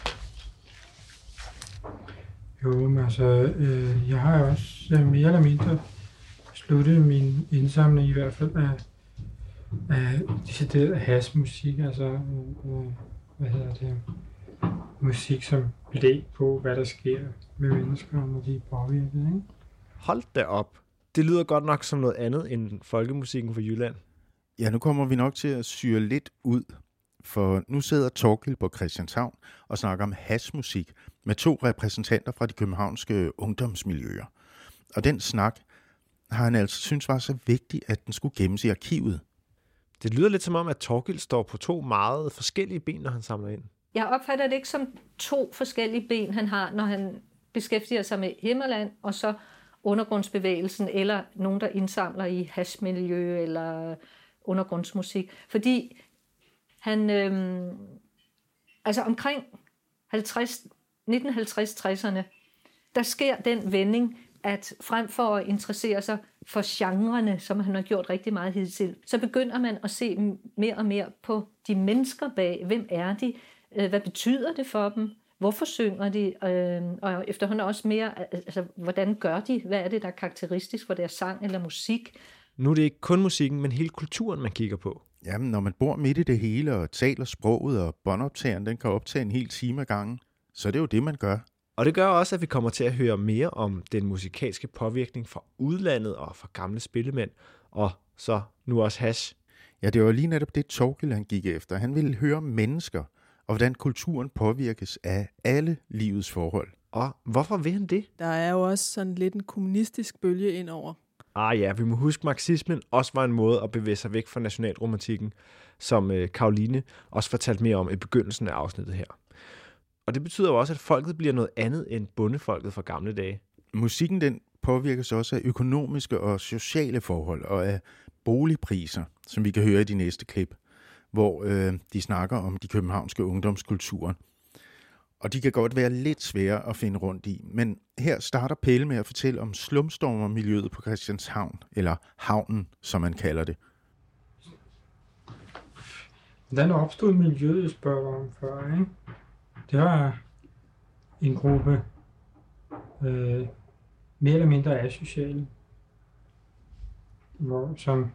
Jo, men altså, øh, jeg har også øh, mere eller mindre sluttet min indsamling i hvert fald af, af decideret hashmusik, altså øh, hvad hedder det, musik som belæg på, hvad der sker med mennesker, når de er påvirket, ikke? Hold da op. Det lyder godt nok som noget andet end folkemusikken fra Jylland. Ja, nu kommer vi nok til at syre lidt ud, for nu sidder Thorkild på Christianshavn og snakker om hashmusik med to repræsentanter fra de københavnske ungdomsmiljøer. Og den snak har han altså synes var så vigtig, at den skulle gemmes i arkivet. Det lyder lidt som om, at Thorkild står på to meget forskellige ben, når han samler ind. Jeg opfatter det ikke som to forskellige ben, han har, når han beskæftiger sig med Himmerland, og så undergrundsbevægelsen, eller nogen, der indsamler i hashmiljø, eller undergrundsmusik. Fordi han, øhm, altså omkring halvtreds, nitten halvtreds tresserne, der sker den vending, at frem for at interessere sig for genrerne, som han har gjort rigtig meget hidtil, så begynder man at se mere og mere på de mennesker bag. Hvem er de? Hvad betyder det for dem? Hvorfor synger de? Og efterhånden også mere, altså, hvordan gør de? Hvad er det, der er karakteristisk for deres sang eller musik? Nu er det ikke kun musikken, men hele kulturen, man kigger på. Jamen, når man bor midt i det hele og taler sproget, og båndoptageren den kan optage en hel time ad gangen, så er det jo det, man gør. Og det gør også, at vi kommer til at høre mere om den musikalske påvirkning fra udlandet og fra gamle spillemænd, og så nu også hash. Ja, det var lige netop det, Thorkild han gik efter. Han ville høre mennesker, og hvordan kulturen påvirkes af alle livets forhold. Og hvorfor vil han det? Der er jo også sådan lidt en kommunistisk bølge indover. Ah ja, vi må huske, at marxismen også var en måde at bevæge sig væk fra nationalromantikken, som øh, Karoline også fortalte mere om i begyndelsen af afsnittet her. Og det betyder jo også, at folket bliver noget andet end bondefolket fra gamle dage. Musikken den påvirkes også af økonomiske og sociale forhold og af boligpriser, som vi kan høre i de næste klip, hvor øh, de snakker om de københavnske ungdomskulturer. Og de kan godt være lidt svære at finde rundt i, men her starter Pelle med at fortælle om slumstormermiljøet på Christianshavn, eller havnen, som man kalder det. Hvordan opstod miljøet, spørger om før, ikke? Det var en gruppe øh, mere eller mindre asociale, hvor, som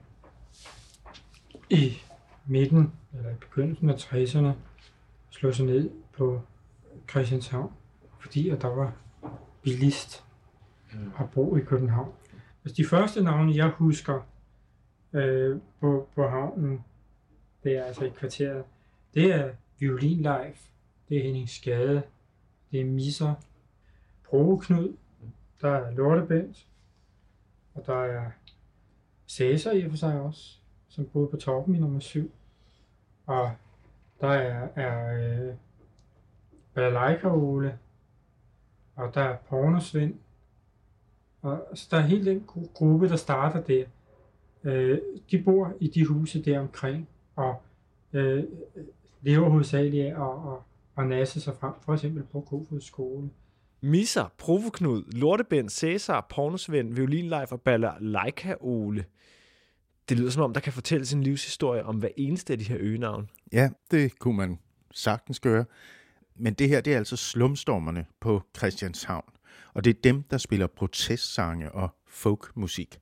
i midten, eller i begyndelsen af tresserne, slog sig ned på Christianshavn, fordi at der var billigst at bo i København. Altså de første navne, jeg husker øh, på, på havnen, det er altså i kvarteret, det er Violin Live, det er Henning Skade, det er Misser, Proveknud, der er Lortebent, og der er Cæsar i og for sig også, som boede på toppen i nummer syv, og der er, er øh, Balalaika Ole, og der er Pornosvend, og så der er hele den gruppe, der starter der. Øh, de bor i de huse der omkring, og øh, lever hovedsageligt af at, at, at nasse sig frem, for eksempel på Kofods skole. Misser, Provoknud, Lortebent, Cæsar, Pornosvend, Violinlife og Balalaika Ole. Det lyder som om, der kan fortælles en livshistorie om hver eneste af de her øgenavn. Ja, det kunne man sagtens gøre. Men det her, det er altså slumstormerne på Christianshavn. Og det er dem, der spiller protestsange og folkmusik.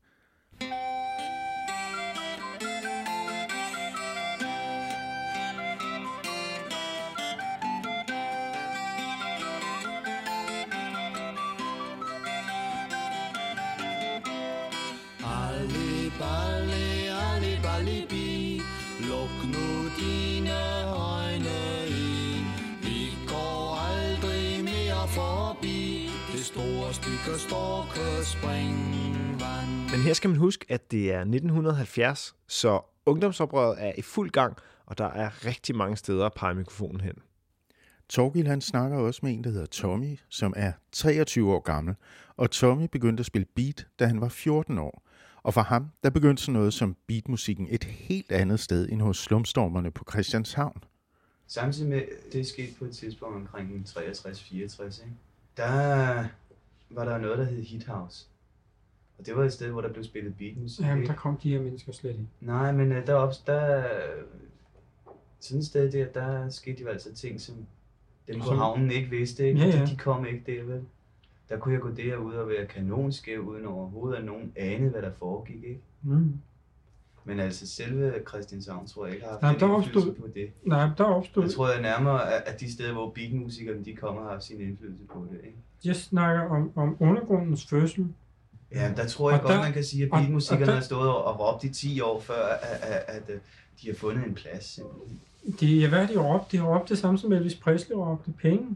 Ali, balli, ali, balli, bi. Luk nu dine øjne ind. Vi går aldrig mere forbi det store stykke Storkespringvand. Men her skal man huske, at det er nitten halvfjerds, så ungdomsoprøret er i fuld gang, og der er rigtig mange steder at pege mikrofonen hen. Torgild han snakker også med en, der hedder Tommy, som er treogtyve år gammel, og Tommy begyndte at spille beat, da han var fjorten år. Og for ham, der begyndte sådan noget som beatmusikken et helt andet sted end hos slumstormerne på Christianshavn. Samtidig med, det skete på et tidspunkt omkring treogtres fireogtres, ikke? Der var der noget, der hed Hit House. Og det var et sted, hvor der blev spillet beatmusik. Jamen, der kom de her mennesker slet ikke. Nej, men uh, deroppe, der... Sådan et sted der, der skete jo altså ting, som dem på havnen ikke vidste, ikke? Ja, ja. De, de kom ikke der, vel? Der kunne jeg gå derud og være kanonskæv, uden overhovedet, at nogen anede, hvad der foregik, ikke? Mm. Men altså, selve Christianshavn tror jeg ikke har Nej, haft der en opstod, indflydelse på det. Nej, der opstod... Jeg tror jeg nærmere, at de steder, hvor beatmusikerne de kommer, har haft sin indflydelse på det, ikke? Jeg snakker om, om undergrundens fødsel. Ja, der tror jeg og godt, der, man kan sige, at beatmusikerne har stået og råbt i ti år før, at, at, at, at de har fundet en plads, simpelthen. De, ja, hvad har de råbt? De har råbt det samme som Elvis Presley råbte penge.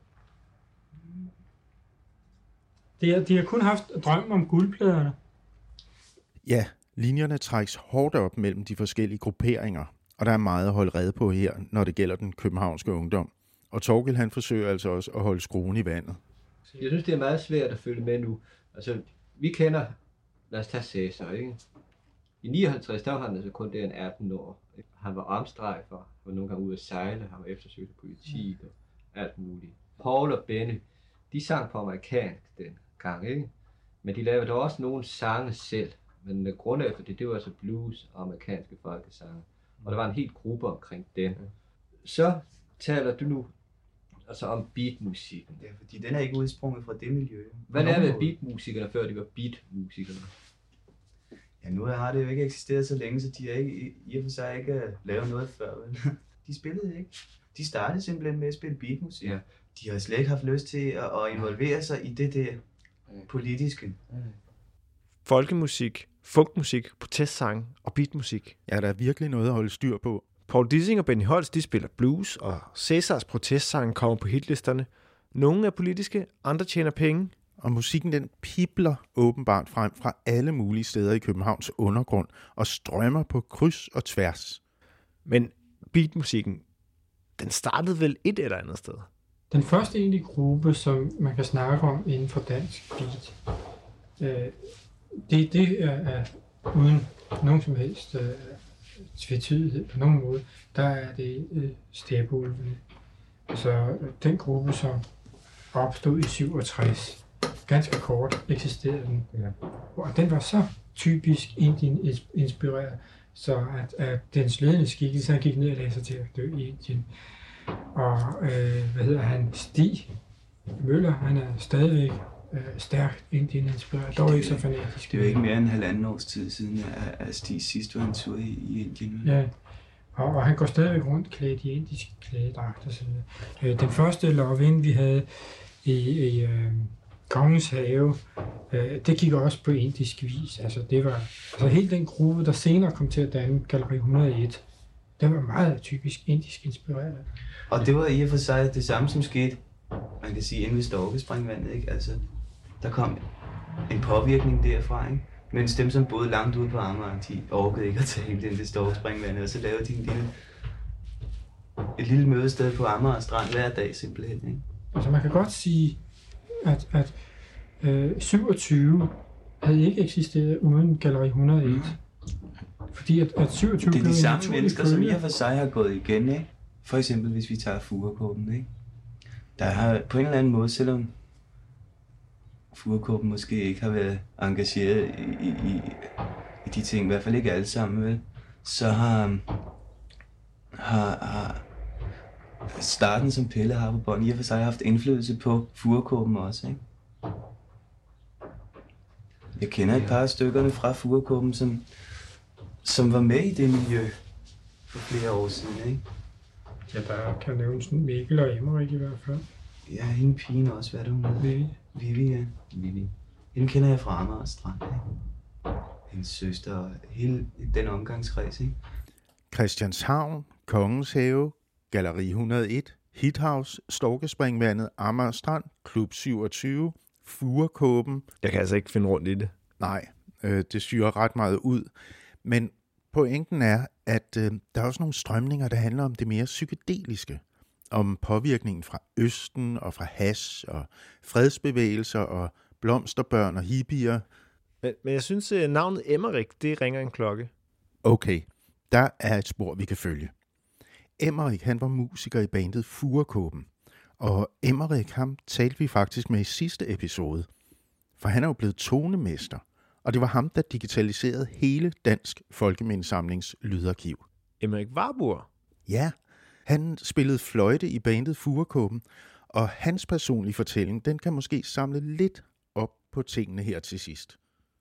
De, de har kun haft drømme om guldpladerne. Ja, linjerne trækkes hårdt op mellem de forskellige grupperinger, og der er meget at holde rede på her, når det gælder den københavnske ungdom. Og Torgild han forsøger altså også at holde skruen i vandet. Jeg synes, det er meget svært at følge med nu. Altså, vi kender, lad os tage Cæsar, ikke? I nioghalvtreds, der var han altså kun der en atten år. Han var armstrejfer, var nogle gange ude at sejle, han var eftersøgt af politiet og alt muligt. Paul og Benny, de sang på amerikansk den gang, ikke? Men de lavede også nogle sange selv. Men grundet for det, det var altså blues og amerikanske folkesange. Og der var en hel gruppe omkring den. Så taler du nu altså om beatmusikken. Ja, fordi den er ikke udsprunget fra det miljø. Hvad er det beatmusikerne, før de var beatmusikerne? Ja, nu har det jo ikke eksisteret så længe, så de har ikke, i og for sig ikke lavet noget før. Vel? De spillede ikke. De startede simpelthen med at spille beatmusik. Ja. De har slet ikke haft lyst til at, at involvere sig i det der politiske. Folkemusik, folkmusik, protestsang og beatmusik. Ja, der er virkelig noget at holde styr på. Paul Dissing og Benny Holst, de spiller blues, og Cæsars protestsange kommer på hitlisterne. Nogle er politiske, andre tjener penge. Og musikken den pibler åbenbart frem fra alle mulige steder i Københavns undergrund og strømmer på kryds og tværs. Men beatmusikken, den startede vel et eller andet sted? Den første egentlige gruppe, som man kan snakke om inden for dansk beat, øh, det, det er, er uden nogen som helst øh, tvetydighed på nogen måde, der er det øh, Steppeulvene. Så øh, den gruppe, som opstod i syvogtres, ganske kort eksisterede den. Ja. Og den var så typisk Indien-inspireret, så at, at dens ledende skikkelse gik ned og lagde sig til at dø i Indien. Og øh, hvad hedder han? Stig Møller, han er stadigvæk øh, stærkt Indien-inspireret, dog ikke så fanatisk. Det er jo ikke mere end halvanden års tid siden, at, at Stig sidst var en tur i, i Indien. Ja, og, og han går stadigvæk rundt klædt i indisk klædedragt og sådan noget. Øh, den første love-in, vi havde i, i øh, Kongens Have, øh, det gik også på indisk vis. Altså, det var altså hele den gruppe, der senere kom til at danne Galleri et hundrede og et, den var meget typisk indisk inspireret. Og det var i og for sig det samme, som skete, man kan sige, inden ved Storkespringvandet, ikke? Altså, der kom en påvirkning derfra, ikke? Mens dem, som boede langt ude på Amager, de orkede ikke at tage helt ind til Storkespringvandet, og så lavede de en lille, et lille mødested på Amager Strand hver dag simpelthen, ikke? Altså, man kan godt sige, at, at øh, syvogtyve havde ikke eksisteret uden Galleri et hundrede og et. Mm. Fordi at, at syvogtyve det er de samme mennesker, som i og for sig har gået igen, ikke? For eksempel, hvis vi tager Furekåben, ikke? Der har på en eller anden måde, selvom Furekåben måske ikke har været engageret i, i, i de ting, i hvert fald ikke alle sammen, vel? Så har, har, har starten, som Pelle har på bånd, i og for sig haft indflydelse på Furekåben også, ikke? Jeg kender et par af stykkerne fra Furekåben, som, som var med i det miljø for flere år siden, ikke? Ja, der kan nævnes Mikkel og Emmerik i hvert fald. Ja, hende pigen også, hvad er det hun hedder? Vivi. Vivi, ja. Vivi. Hende kender jeg fra Amager Strand, ikke? Hendes søster og hele den omgangskreds, ikke? Christianshavn, Kongens Have, Galleri et hundrede og et, Hithouse, Storkespringvandet, Amager Strand, Klub syvogtyve, Furekåben. Jeg kan altså ikke finde rundt i det. Nej, øh, det syrer ret meget ud. Men pointen er, at øh, der er også nogle strømninger, der handler om det mere psykedeliske. Om påvirkningen fra Østen og fra hash og fredsbevægelser og blomsterbørn og hippier. Men, men jeg synes, at navnet Emmerik, det ringer en klokke. Okay, der er et spor, vi kan følge. Emmerik, han var musiker i bandet Furekåben. Og Emmerik, ham talte vi faktisk med i sidste episode. For han er jo blevet tonemester. Og det var ham, der digitaliserede hele Dansk Folkemindesamlings lydarkiv. Emmerik Warburg? Ja, han spillede fløjte i bandet Furekåben, og hans personlige fortælling, den kan måske samle lidt op på tingene her til sidst.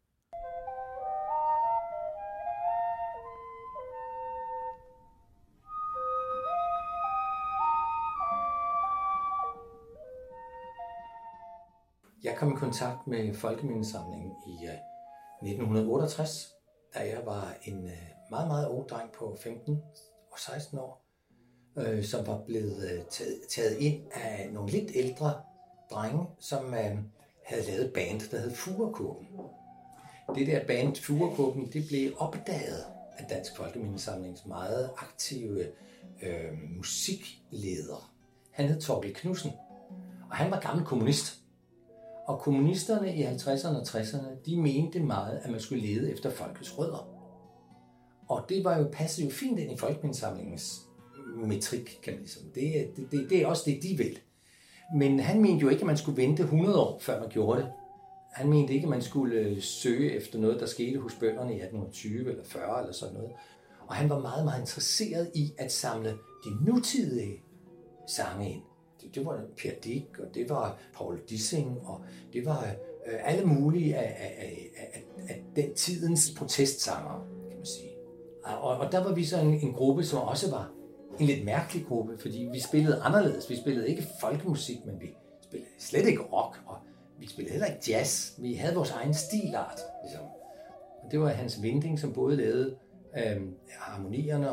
Jeg kom i kontakt med Folkemindesamlingen i nitten otteogtres, da jeg var en meget, meget ung dreng på femten og seksten år, øh, som var blevet taget, taget ind af nogle lidt ældre drenge, som øh, havde lavet et band, der hed Furekåben. Det der band Furekåben, det blev opdaget af Dansk Folkemindesamlings meget aktive øh, musikleder. Han hed Torkel Knudsen, og han var gammel kommunist. Og kommunisterne i halvtredserne og tresserne, de mente meget, at man skulle lede efter folkets rødder. Og det var jo passet jo fint ind i Folkemindesamlingens metrik, kan man ligesom. Det, det, det, det er også det, de vil. Men han mente jo ikke, at man skulle vente hundrede år, før man gjorde det. Han mente ikke, at man skulle søge efter noget, der skete hos bønderne i atten tyve eller fyrre eller sådan noget. Og han var meget, meget interesseret i at samle de nutidige sange ind. Det, det var Per Dick, og det var Paul Dissing, og det var øh, alle mulige af, af, af, af, af den tidens protestsanger, kan man sige. Og, og der var vi så en, en gruppe, som også var en lidt mærkelig gruppe, fordi vi spillede anderledes. Vi spillede ikke folkemusik, men vi spillede slet ikke rock, og vi spillede heller ikke jazz. Vi havde vores egen stilart, ligesom. Og det var Hans Vinding, som både lavede øh, harmonierne og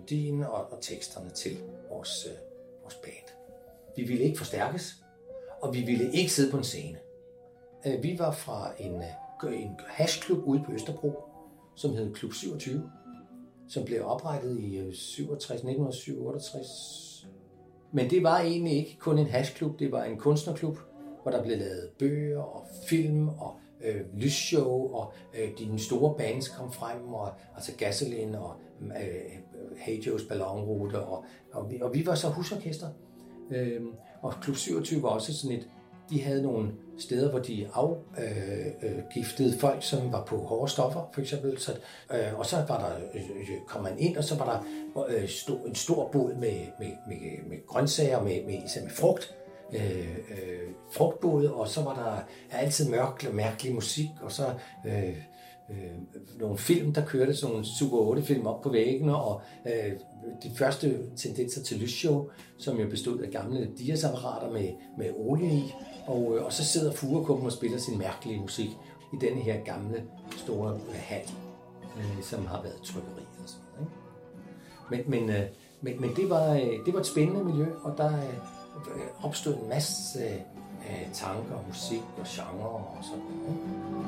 melodien og, og teksterne til vores, øh, vores band. Vi ville ikke forstærkes, og vi ville ikke sidde på en scene. Øh, vi var fra en, øh, en hashklub ude på Østerbro, som hed Klub syvogtyve, som blev oprettet i øh, syvogtres, nitten syvogtres. Men det var egentlig ikke kun en hashklub, det var en kunstnerklub, hvor der blev lavet bøger og film og øh, lysshow, og øh, de store bands kom frem, og, altså Gasoline og øh, Hey Joe's Ballonrute, og, og, vi, og vi var så husorkester. Øh, og Klub syvogtyve var også sådan et, de havde nogle steder, hvor de afgiftede øh, folk, som var på hårde stoffer, for eksempel. Så, øh, og så var der, øh, kom man ind, og så var der øh, stor, en stor båd med, med, med, med grøntsager, med, med, med frugt, øh, øh, frugtbåd, og så var der altid mørk, mærkelig musik, og så øh, øh, nogle film, der kørte sådan nogle Super otte film op på væggene, og øh, de første tendenser til lysshow, som jo bestod af gamle diasapparater med, med olie i, og, og så sidder Furekummen og spiller sin mærkelige musik i denne her gamle, store hal, øh, som har været trykkeri og sådan noget. Ikke? Men, men, øh, men, men det, var, øh, det var et spændende miljø, og der øh, opstod en masse øh, tanker og musik og genre og sådan noget.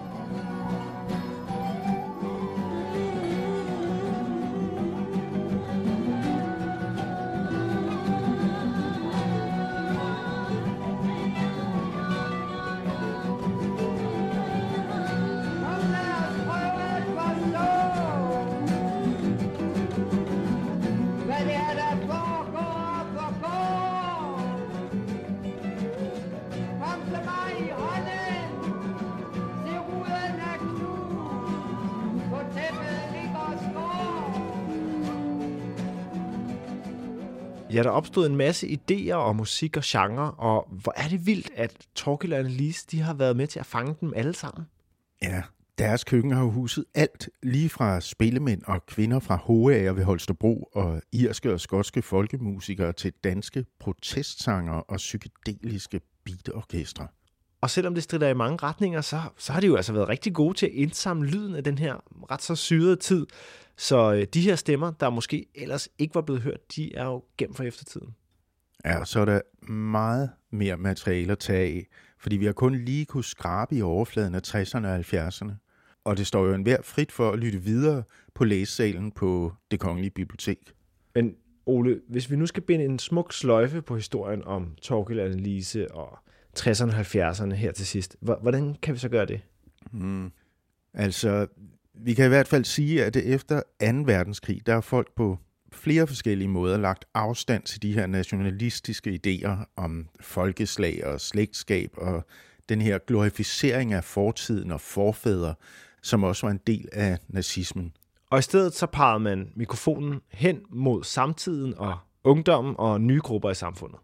Ja, der opstod en masse idéer og musik og genre, og hvor er det vildt, at Thorkild og Annelise, de har været med til at fange dem alle sammen. Ja, deres køkken har jo huset alt, lige fra spillemænd og kvinder fra Hoager ved Holstebro og irske og skotske folkemusikere til danske protestsanger og psykedeliske beatorkestre. Og selvom det strider i mange retninger, så, så har de jo altså været rigtig gode til at indsamle lyden af den her ret så syrede tid. Så øh, de her stemmer, der måske ellers ikke var blevet hørt, de er jo gemt for eftertiden. Ja, så er der meget mere materiale at tage af, fordi vi har kun lige kunne skrabe i overfladen af tresserne og halvfjerdserne. Og det står jo enhver frit for at lytte videre på læsesalen på Det Kongelige Bibliotek. Men Ole, hvis vi nu skal binde en smuk sløjfe på historien om Thorkild og Annelise og tresserne og halvfjerdserne her til sidst, hvordan kan vi så gøre det? Hmm. Altså, vi kan i hvert fald sige, at efter anden verdenskrig, der er folk på flere forskellige måder lagt afstand til de her nationalistiske idéer om folkeslag og slægtskab og den her glorificering af fortiden og forfædre, som også var en del af nazismen. Og i stedet så pegede man mikrofonen hen mod samtiden og ungdommen og nye grupper i samfundet.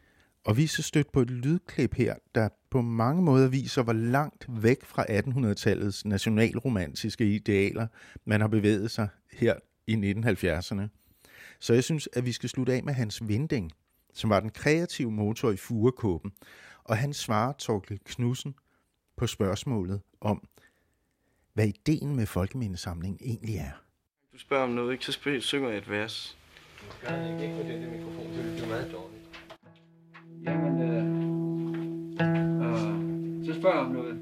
Og vi er så stødt på et lydklip her, der på mange måder viser, hvor langt væk fra attenhundredetallets nationalromantiske idealer man har bevæget sig her i nitten halvfjerdserne. Så jeg synes, at vi skal slutte af med Hans Vinding, som var den kreative motor i Furekåben, og han svarer Thorkild Knudsen på spørgsmålet om, hvad ideen med folkemindesamlingen egentlig er. Du spørger om noget, ikke? Så spil, synger jeg et vers. Du skal ikke på den mikrofon, det er meget dårligt. Jamen, øh, øh, så spørger jeg om noget.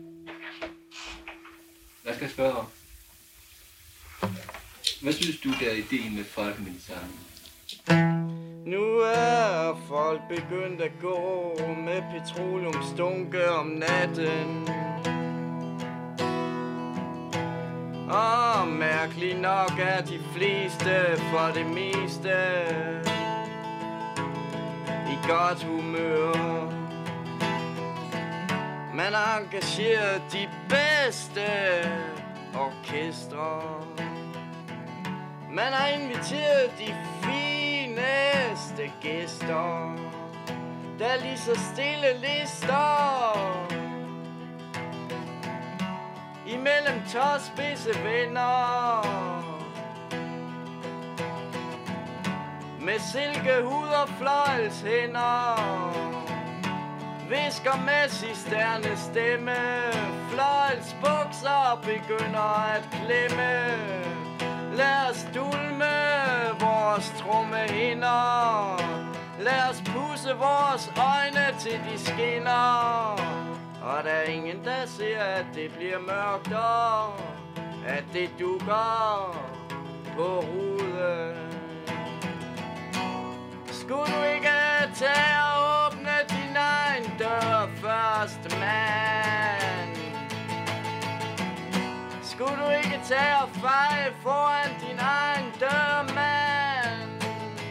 Hvad skal jeg spørge om? Hvad synes du, der er ideen med folkemindesamlingen? Nu er folk begyndt at gå med petroleumstunke om natten. Og mærkeligt nok er de fleste for det meste i godt humør. Man engagerer de bedste orkestre. Man har inviteret de fineste gæster, der lige så stille lister imellem tåspidse venner med silkehud og fløjlshænder, visker med cisterne stemme, fløjlsbukser begynder at klemme. Lad os dulme vores trommehinder. Lad os pusse vores øjne til de skinner. Og der er ingen, der ser, at det bliver mørkt, og at det dukker på ruden. Skulle du ikke tage og åbne din egen dør først, mand? Skulle du ikke tage og feje foran din egen dør, mand?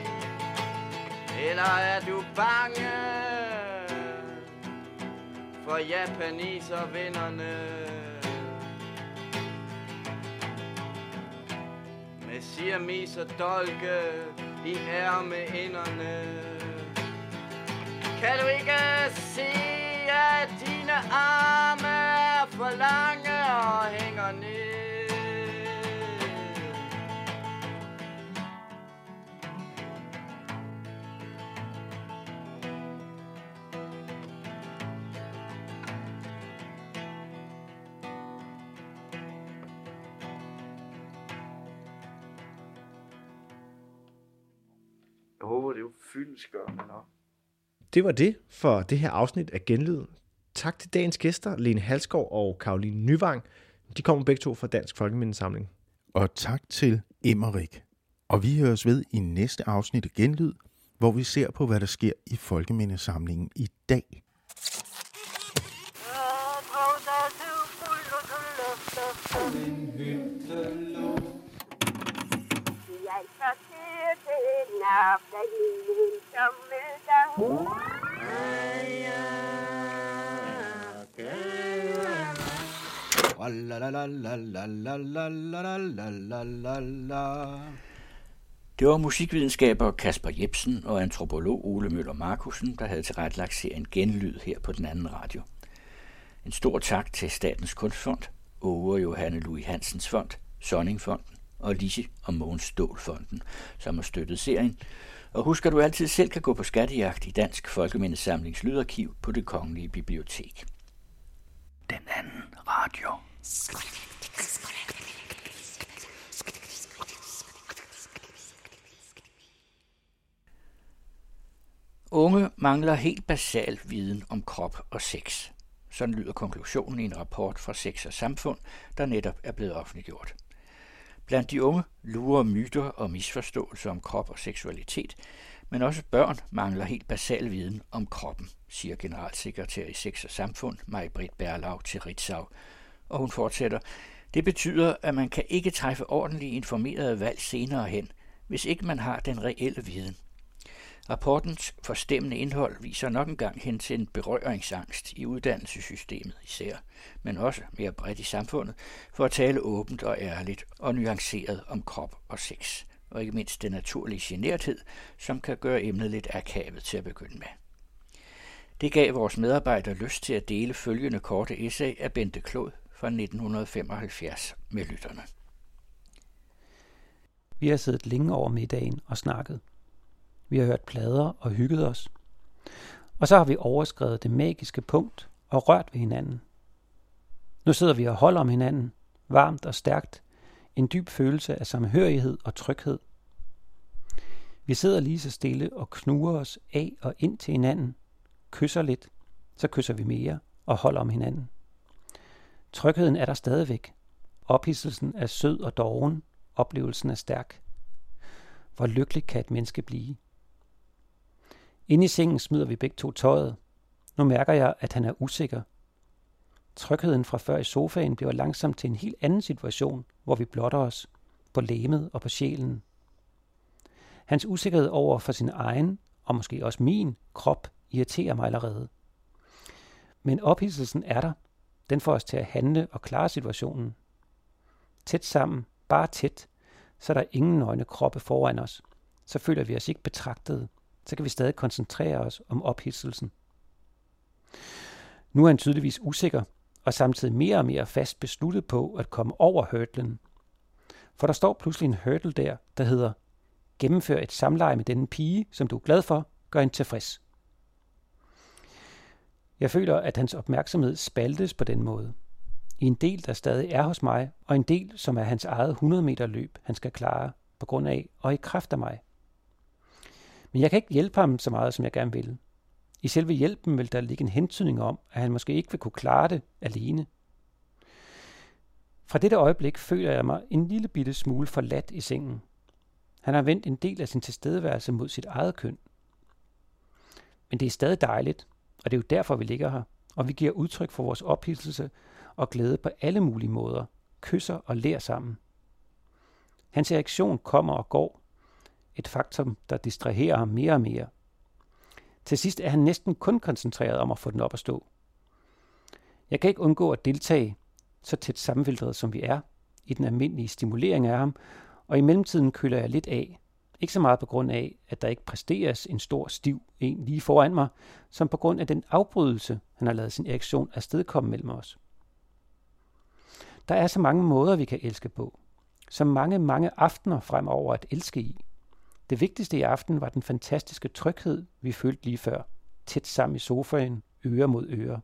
Eller er du bange for japaniservinderne med siamis og dolke i ærmeinderne? Kan du ikke se, at dine arme er for lange og hænger ned? Jeg håber, det er jo fyldestgørende nok. Det var det for det her afsnit af Genlyden. Tak til dagens gæster, Lene Halskov og Caroline Nyvang. De kommer begge to fra Dansk Folkemindesamling. Og tak til Emmerik. Og vi høres ved i næste afsnit af Genlyd, hvor vi ser på, hvad der sker i Folkemindesamlingen i dag. Det var musikvidenskaber Kasper Jepsen og antropolog Ole Møller Markussen, der havde tilrettelagt serien Genlyd her på den anden radio. En stor tak til Statens Kunstfond, Åge og Johanne Louis Hansens Fond, Sonningfonden og Lise og Mogens Stålfonden, som har støttet serien. Og husk, at du altid selv kan gå på skattejagt i Dansk Folkemindesamlings lydarkiv på Det Kongelige Bibliotek. Den anden radio. Unge mangler helt basal viden om krop og sex. Sådan lyder konklusionen i en rapport fra Sex og Samfund, der netop er blevet offentliggjort. Blandt de unge lurer myter og misforståelser om krop og seksualitet, men også børn mangler helt basal viden om kroppen, siger generalsekretær i Sex og Samfund, Maj-Britt Berlau til Ritzau. Og hun fortsætter, det betyder, at man kan ikke træffe ordentligt informerede valg senere hen, hvis ikke man har den reelle viden. Rapportens forstemmende indhold viser nok engang hen til en berøringsangst i uddannelsessystemet især, men også mere bredt i samfundet, for at tale åbent og ærligt og nuanceret om krop og sex, og ikke mindst den naturlige generthed, som kan gøre emnet lidt akavet til at begynde med. Det gav vores medarbejdere lyst til at dele følgende korte essay af Bente Klod fra nitten femoghalvfjerds med lytterne. Vi har siddet længe over middagen og snakket. Vi har hørt plader og hygget os. Og så har vi overskredet det magiske punkt og rørt ved hinanden. Nu sidder vi og holder om hinanden, varmt og stærkt, en dyb følelse af samhørighed og tryghed. Vi sidder lige så stille og knuger os af og ind til hinanden, kysser lidt, så kysser vi mere og holder om hinanden. Trygheden er der stadigvæk. Ophidselsen er sød og doven, oplevelsen er stærk. Hvor lykkelig kan et menneske blive? Inde i sengen smider vi begge to tøjet. Nu mærker jeg, at han er usikker. Trygheden fra før i sofaen bliver langsomt til en helt anden situation, hvor vi blotter os på legemet og på sjælen. Hans usikkerhed over for sin egen, og måske også min, krop irriterer mig allerede. Men ophidselsen er der. Den får os til at handle og klare situationen. Tæt sammen, bare tæt, så er der ingen nøgne kroppe foran os. Så føler vi os ikke betragtet. Så kan vi stadig koncentrere os om ophidselsen. Nu er han tydeligvis usikker, og samtidig mere og mere fast besluttet på at komme over hurdlen. For der står pludselig en hurdle der, der hedder, gennemfør et samleje med denne pige, som du er glad for, gør hende tilfreds. Jeg føler, at hans opmærksomhed spaltes på den måde. I en del, der stadig er hos mig, og en del, som er hans eget hundrede meter løb, han skal klare på grund af og i kraft af mig. Men jeg kan ikke hjælpe ham så meget, som jeg gerne vil. I selve hjælpen vil der ligge en hentydning om, at han måske ikke vil kunne klare det alene. Fra dette øjeblik føler jeg mig en lille bitte smule forladt i sengen. Han har vendt en del af sin tilstedeværelse mod sit eget køn. Men det er stadig dejligt, og det er jo derfor, vi ligger her, og vi giver udtryk for vores ophidselse og glæde på alle mulige måder, kysser og ler sammen. Hans reaktion kommer og går, et faktum, der distraherer ham mere og mere. Til sidst er han næsten kun koncentreret om at få den op at stå. Jeg kan ikke undgå at deltage, så tæt sammenfiltret som vi er, i den almindelige stimulering af ham, og i mellemtiden køler jeg lidt af. Ikke så meget på grund af, at der ikke præsteres en stor, stiv en lige foran mig, som på grund af den afbrydelse, han har lavet sin erektion afstedkomme mellem os. Der er så mange måder, vi kan elske på. Så mange, mange aftener fremover at elske i. Det vigtigste i aften var den fantastiske tryghed, vi følte lige før. Tæt sammen i sofaen, øre mod øre.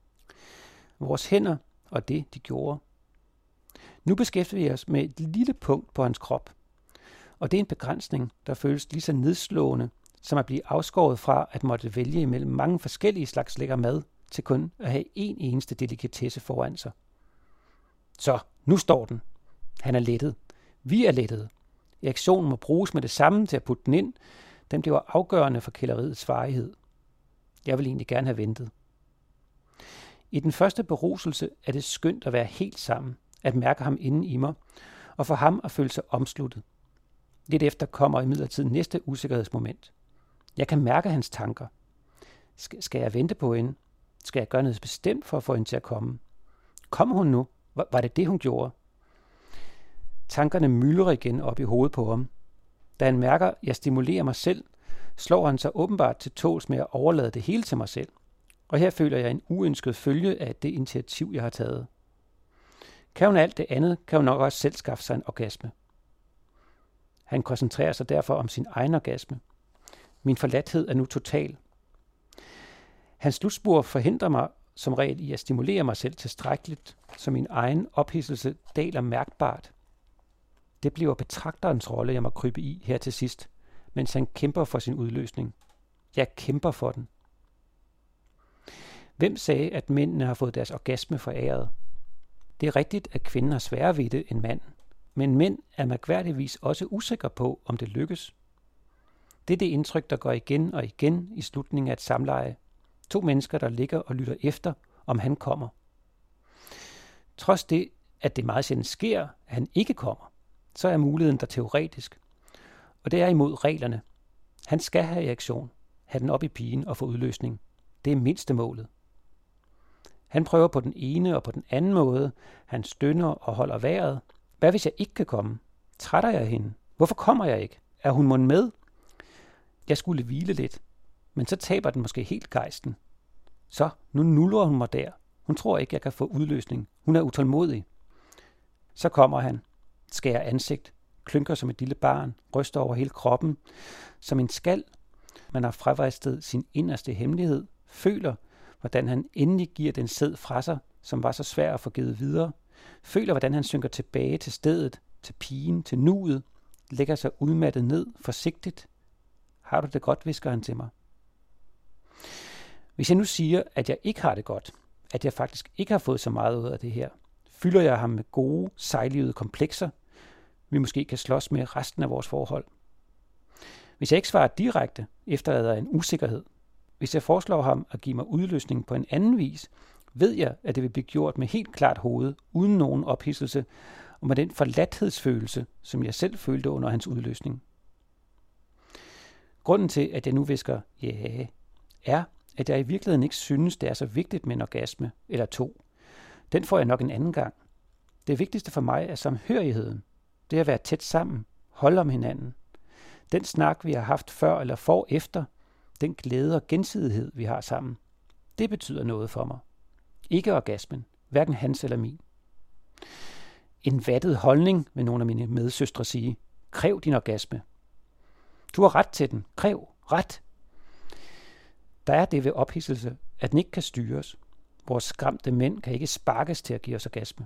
Vores hænder og det, de gjorde. Nu beskæftiger vi os med et lille punkt på hans krop. Og det er en begrænsning, der føles lige så nedslående, som at blive afskåret fra at måtte vælge imellem mange forskellige slags lækker mad, til kun at have en eneste delikatesse foran sig. Så, nu står den. Han er lettet. Vi er lettet. Reaktionen må bruges med det samme til at putte den ind. Den bliver afgørende for kælderiets varighed. Jeg vil egentlig gerne have ventet. I den første beruselse er det skønt at være helt sammen, at mærke ham inde i mig, og for ham at føle sig omsluttet. Lidt efter kommer imidlertid næste usikkerhedsmoment. Jeg kan mærke hans tanker. Skal jeg vente på hende? Skal jeg gøre noget bestemt for at få hende til at komme? Kom hun nu? Var det det, hun gjorde? Tankerne myldrer igen op i hovedet på ham. Da han mærker, at jeg stimulerer mig selv, slår han sig åbenbart til tåls med at overlade det hele til mig selv. Og her føler jeg en uønsket følge af det initiativ, jeg har taget. Kan hun alt det andet, kan hun nok også selv skaffe sig en orgasme. Han koncentrerer sig derfor om sin egen orgasme. Min forladthed er nu total. Hans slutspur forhindrer mig som regel i at stimulere mig selv tilstrækkeligt, så min egen ophidselse daler mærkbart. Det bliver betragterens rolle, jeg må krybe i her til sidst, mens han kæmper for sin udløsning. Jeg kæmper for den. Hvem sagde, at mændene har fået deres orgasme foræret? Det er rigtigt, at kvinden har sværere ved det end manden, men mænd er mærkværdigvis også usikre på, om det lykkes. Det er det indtryk, der går igen og igen i slutningen af et samleje. To mennesker, der ligger og lytter efter, om han kommer. Trods det, at det meget sjældent sker, at han ikke kommer, så er muligheden der teoretisk. Og det er imod reglerne. Han skal have reaktion, have den op i pigen og få udløsning. Det er mindste målet. Han prøver på den ene og på den anden måde. Han stønner og holder vejret. Hvad hvis jeg ikke kan komme? Trætter jeg hende? Hvorfor kommer jeg ikke? Er hun mon med? Jeg skulle hvile lidt, men så taber den måske helt gejsten. Så, nu nuller hun mig der. Hun tror ikke, jeg kan få udløsning. Hun er utålmodig. Så kommer han, skærer ansigt, klynker som et lille barn, ryster over hele kroppen, som en skal. Man har frevristet sin inderste hemmelighed, føler, hvordan han endelig giver den sæd fra sig, som var så svær at få givet videre, føler, hvordan han synker tilbage til stedet, til pigen, til nuet, lægger sig udmattet ned, forsigtigt. Har du det godt, hvisker han til mig. Hvis jeg nu siger, at jeg ikke har det godt, at jeg faktisk ikke har fået så meget ud af det her, fylder jeg ham med gode, sejlivede komplekser, vi måske kan slås med resten af vores forhold. Hvis jeg ikke svarer direkte, efterlader jeg en usikkerhed. Hvis jeg foreslår ham at give mig udløsning på en anden vis, ved jeg, at det vil blive gjort med helt klart hoved, uden nogen ophidselse, og med den forladthedsfølelse, som jeg selv følte under hans udløsning. Grunden til, at jeg nu visker ja, er, at jeg i virkeligheden ikke synes, det er så vigtigt med en orgasme eller to. Den får jeg nok en anden gang. Det vigtigste for mig er samhørigheden. Det er at være tæt sammen, holde om hinanden. Den snak, vi har haft før eller for efter, den glæde og gensidighed, vi har sammen, det betyder noget for mig. Ikke orgasmen, hverken hans eller min. En vattet holdning, vil nogle af mine medsøstre sige. Kræv din orgasme. Du har ret til den. Kræv. Ret. Der er det ved ophidselse, at den ikke kan styres. Vores skræmte mænd kan ikke sparkes til at give os orgasme.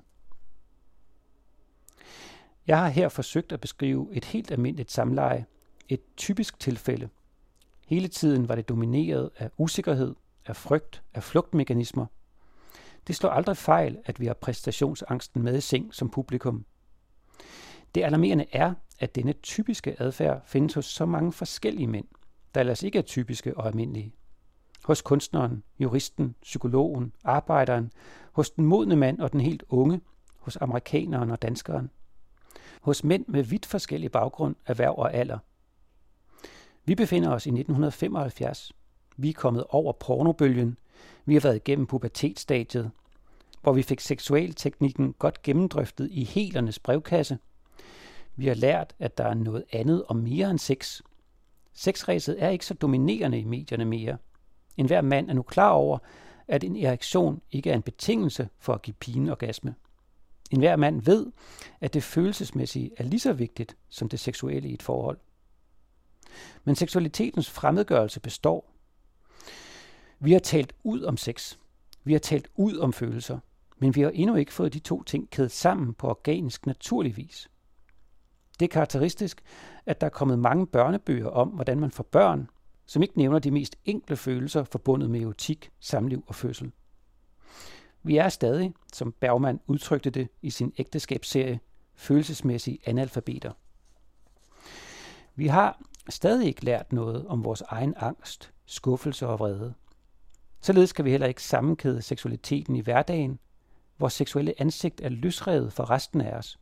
Jeg har her forsøgt at beskrive et helt almindeligt samleje, et typisk tilfælde. Hele tiden var det domineret af usikkerhed, af frygt, af flugtmekanismer. Det slår aldrig fejl, at vi har præstationsangsten med i seng som publikum. Det alarmerende er, at denne typiske adfærd findes hos så mange forskellige mænd, der ellers ikke er typiske og almindelige. Hos kunstneren, juristen, psykologen, arbejderen, hos den modne mand og den helt unge, hos amerikaneren og danskeren. Hos mænd med vidt forskellige baggrund, erhverv og alder. Vi befinder os i nitten femoghalvfjerds. Vi er kommet over pornobølgen. Vi har været igennem pubertetsstadiet, hvor vi fik seksualteknikken godt gennemdrøftet i helernes brevkasse. Vi har lært, at der er noget andet og mere end sex. Sexræset er ikke så dominerende i medierne mere. Enhver mand er nu klar over, at en erektion ikke er en betingelse for at give pigen orgasme. Enhver mand ved, at det følelsesmæssige er lige så vigtigt som det seksuelle i et forhold. Men seksualitetens fremmedgørelse består. Vi har talt ud om sex. Vi har talt ud om følelser. Men vi har endnu ikke fået de to ting kædet sammen på organisk naturlig vis. Det er karakteristisk, at der er kommet mange børnebøger om, hvordan man får børn, som ikke nævner de mest enkle følelser forbundet med erotik, samliv og fødsel. Vi er stadig, som Bergman udtrykte det i sin ægteskabsserie, følelsesmæssige analfabeter. Vi har stadig ikke lært noget om vores egen angst, skuffelse og vrede. Således kan vi heller ikke sammenkæde seksualiteten i hverdagen. Vores seksuelle ansigt er løsrevet fra resten af os.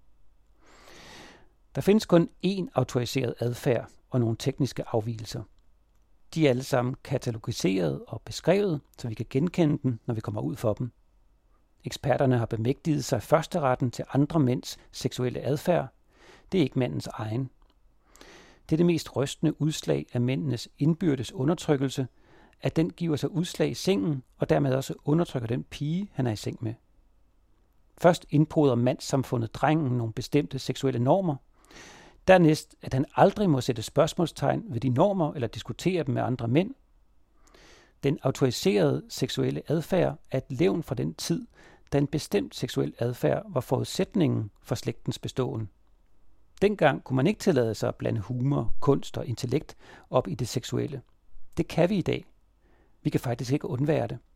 Der findes kun én autoriseret adfærd og nogle tekniske afvigelser. De er alle sammen katalogiseret og beskrevet, så vi kan genkende dem, når vi kommer ud for dem. Eksperterne har bemægtiget sig førsteretten til andre mænds seksuelle adfærd. Det er ikke mandens egen. Det er det mest rystende udslag af mændenes indbyrdes undertrykkelse, at den giver sig udslag i sengen, og dermed også undertrykker den pige, han er i seng med. Først indpoder mandssamfundet drengen nogle bestemte seksuelle normer. Dernæst, at han aldrig må sætte spørgsmålstegn ved de normer eller diskutere dem med andre mænd. Den autoriserede seksuelle adfærd er et levn fra den tid, da en bestemt seksuel adfærd var forudsætningen for slægtens beståen. Dengang kunne man ikke tillade sig at blande humor, kunst og intellekt op i det seksuelle. Det kan vi i dag. Vi kan faktisk ikke undvære det.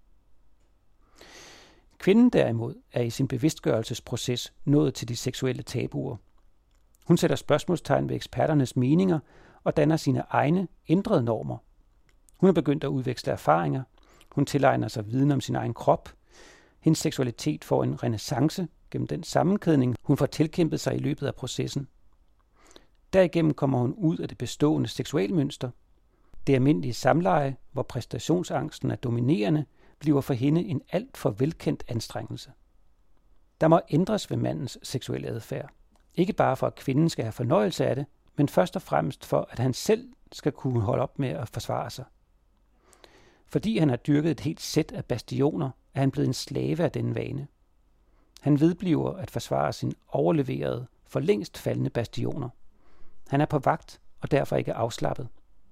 Kvinden derimod er i sin bevidstgørelsesproces nået til de seksuelle tabuer. Hun sætter spørgsmålstegn ved eksperternes meninger og danner sine egne ændrede normer. Hun er begyndt at udveksle erfaringer. Hun tilegner sig viden om sin egen krop. Hendes seksualitet får en renæssance gennem den sammenkædning, hun får tilkæmpet sig i løbet af processen. Derigennem kommer hun ud af det bestående seksualmønster. Det almindelige samleje, hvor præstationsangsten er dominerende, bliver for hende en alt for velkendt anstrengelse. Der må ændres ved mandens seksuelle adfærd. Ikke bare for, at kvinden skal have fornøjelse af det, men først og fremmest for, at han selv skal kunne holde op med at forsvare sig. Fordi han har dyrket et helt sæt af bastioner, er han blevet en slave af denne vane. Han vedbliver at forsvare sin overleverede, for længst faldende bastioner. Han er på vagt og derfor ikke afslappet.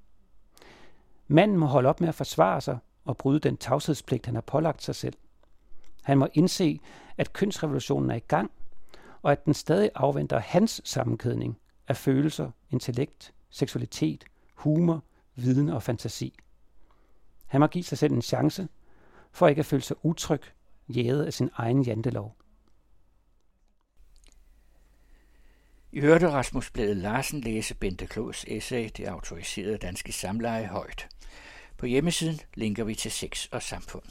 Manden må holde op med at forsvare sig og bryde den tavshedspligt, han har pålagt sig selv. Han må indse, at kønsrevolutionen er i gang, og at den stadig afventer hans sammenkædning af følelser, intellekt, seksualitet, humor, viden og fantasi. Han må give sig selv en chance, for ikke at føle sig utryg, jaget af sin egen jantelov. I hørte Rasmus Blæde Larsen læse Bente Klods essay Det autoriserede danske samleje højt. På hjemmesiden linker vi til Sex og Samfund.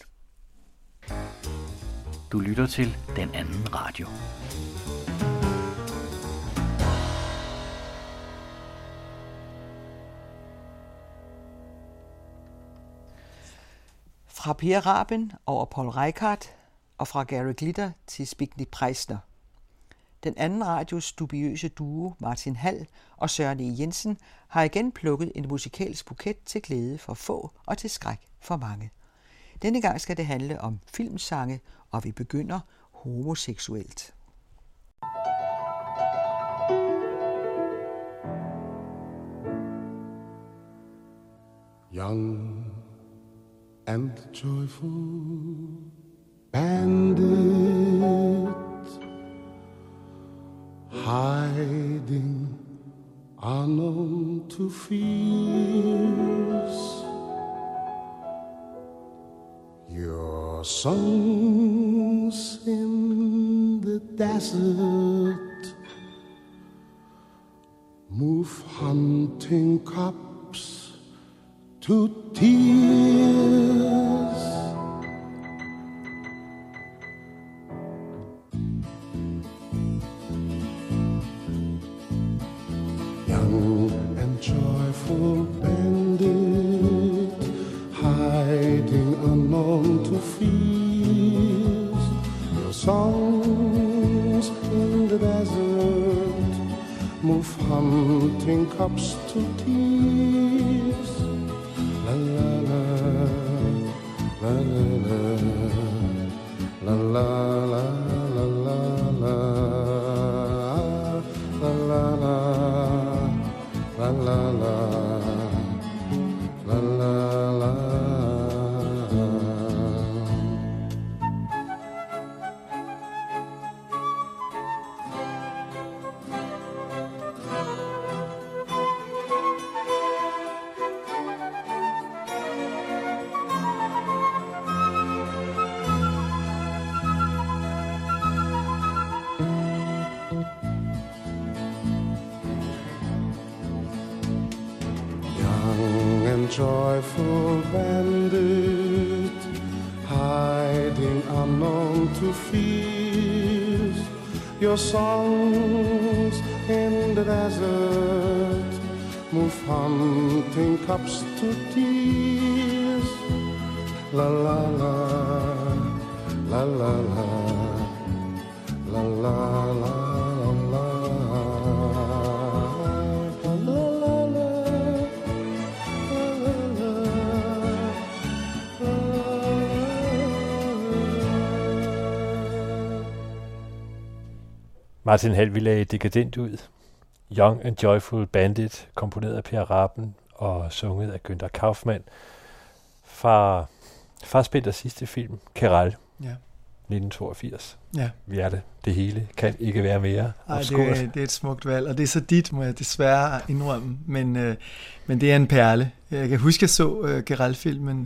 Du lytter til Den Anden Radio. Fra Per Raben over Paul Reichhardt og fra Gary Glitter til Zbigniew Preisner. Den anden radios dubiøse duo Martin Hall og Søren E. Jensen har igen plukket en musikalsk buket til glæde for få og til skræk for mange. Denne gang skal det handle om filmsange, og vi begynder homoseksuelt. Young and joyful, bandit, hiding unknown to fears. Your songs in the desert move hunting cubs to tears. Young and joyful bandit, hiding unknown to fears. Your songs in the desert move hunting cubs to tears. La la la, la la la, la la la, la la la, la la la, la la la, la la la. Joyful bandit, hiding unknown to fears. Your songs in the desert move hunting cubs to tears. La la la, la la la, la la la. Martin Hall ville lagde dekadent ud. Young and Joyful Bandit, komponeret af Per Rappen og sunget af Günther Kaufmann fra Fassbinders sidste film, Keral, ja. nitten toogfirs. Ja. Vi er det. Det hele kan ikke være mere obskurt. Nej, det, det er et smukt valg, og det er så dit, må jeg desværre indrømme, men, øh, men det er en perle. Jeg kan huske, jeg så øh, Keral-filmen,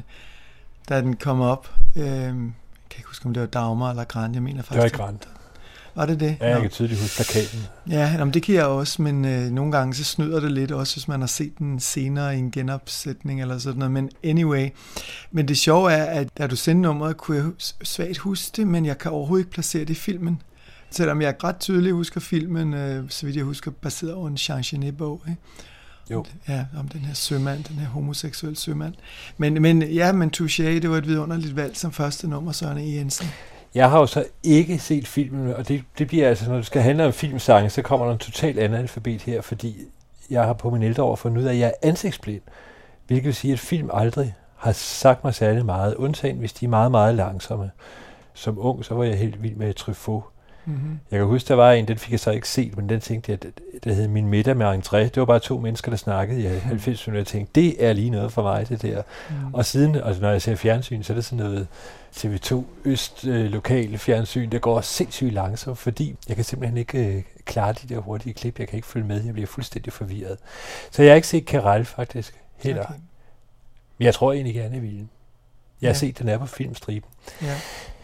da den kom op. Øh, jeg kan ikke huske, om det var Dagmar eller Grant, jeg mener faktisk. Det var Grant. Var det det? Ja, jeg kan tydeligt huske plakaten. Ja, jamen, det kan jeg også, men øh, nogle gange så snyder det lidt, også hvis man har set den senere i en genopsætning eller sådan noget, men anyway. Men det sjove er, at da du sendte nummeret, kunne jeg svagt huske det, men jeg kan overhovedet ikke placere det i filmen. Selvom jeg ret tydeligt husker filmen, øh, så vidt jeg husker, baseret over en Jean Genet-bog, ikke? Jo. Ja, om den her sømand, den her homoseksuelle sømand. Men, men ja, men Touché, det var et vidunderligt valg som første nummer, Søren E. Jensen. Jeg har jo så ikke set filmen, og det, det bliver altså, når det skal handle om filmsange, så kommer der en totalt anden alfabet her, fordi jeg har på min ældre år fundet ud af, at jeg er ansigtsblind. Hvilket vil sige, at film aldrig har sagt mig særlig meget, undtagen hvis de er meget, meget langsomme. Som ung, så var jeg helt vild med Truffaut. Mm-hmm. Jeg kan huske, der var en, den fik jeg så ikke set, men den tænkte jeg, der hed Min middag med entré. Det var bare to mennesker, der snakkede i halvfems minutter. Jeg tænkte, det er lige noget for mig, det der. Mm. Og siden, altså når jeg ser fjernsyn, så er det sådan noget T V to Øst øh, lokale fjernsyn, der går sindssygt langsomt, fordi jeg kan simpelthen ikke øh, klare de der hurtige klip. Jeg kan ikke følge med, jeg bliver fuldstændig forvirret. Så jeg har ikke set Keral faktisk heller. Okay. Men jeg tror egentlig gerne, jeg ville. Jeg har ja. set, den er på filmstriben. Ja.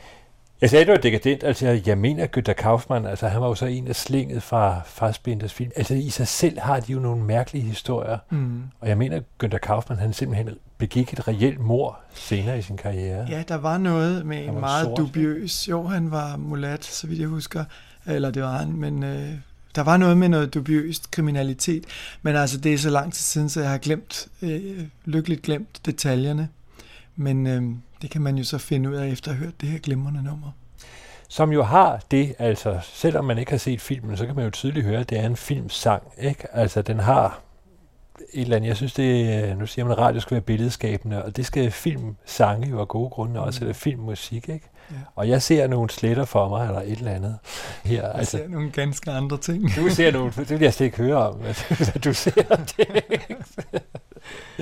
Jeg sagde, det var dekadent, altså jeg mener, at Günther Kaufmann, altså han var jo så en af slinget fra Fassbinders film. Altså i sig selv har de jo nogle mærkelige historier, mm. og jeg mener, at Günther Kaufmann, han simpelthen begik et reelt mord senere i sin karriere. Ja, der var noget med han en meget sort. dubiøs, jo han var mulat, så vidt jeg husker, eller det var han, men øh, der var noget med noget dubiøst kriminalitet, men altså det er så lang tid siden, så jeg har glemt, øh, lykkeligt glemt detaljerne, men øh, det kan man jo så finde ud af efter at have hørt det her glimrende nummer. Som jo har det, altså selvom man ikke har set filmen, så kan man jo tydeligt høre, at det er en filmsang, ikke? Altså den har et eller andet, jeg synes det, nu siger man, at radio skal være billedskabende, og det skal filmsange jo af gode grunde også, eller filmmusik, ikke? Ja. Og jeg ser nogle sletter for mig, eller et eller andet her. Jeg altså, ser nogle ganske andre ting. Du ser nogle, det vil jeg slet ikke høre om, at du ser det.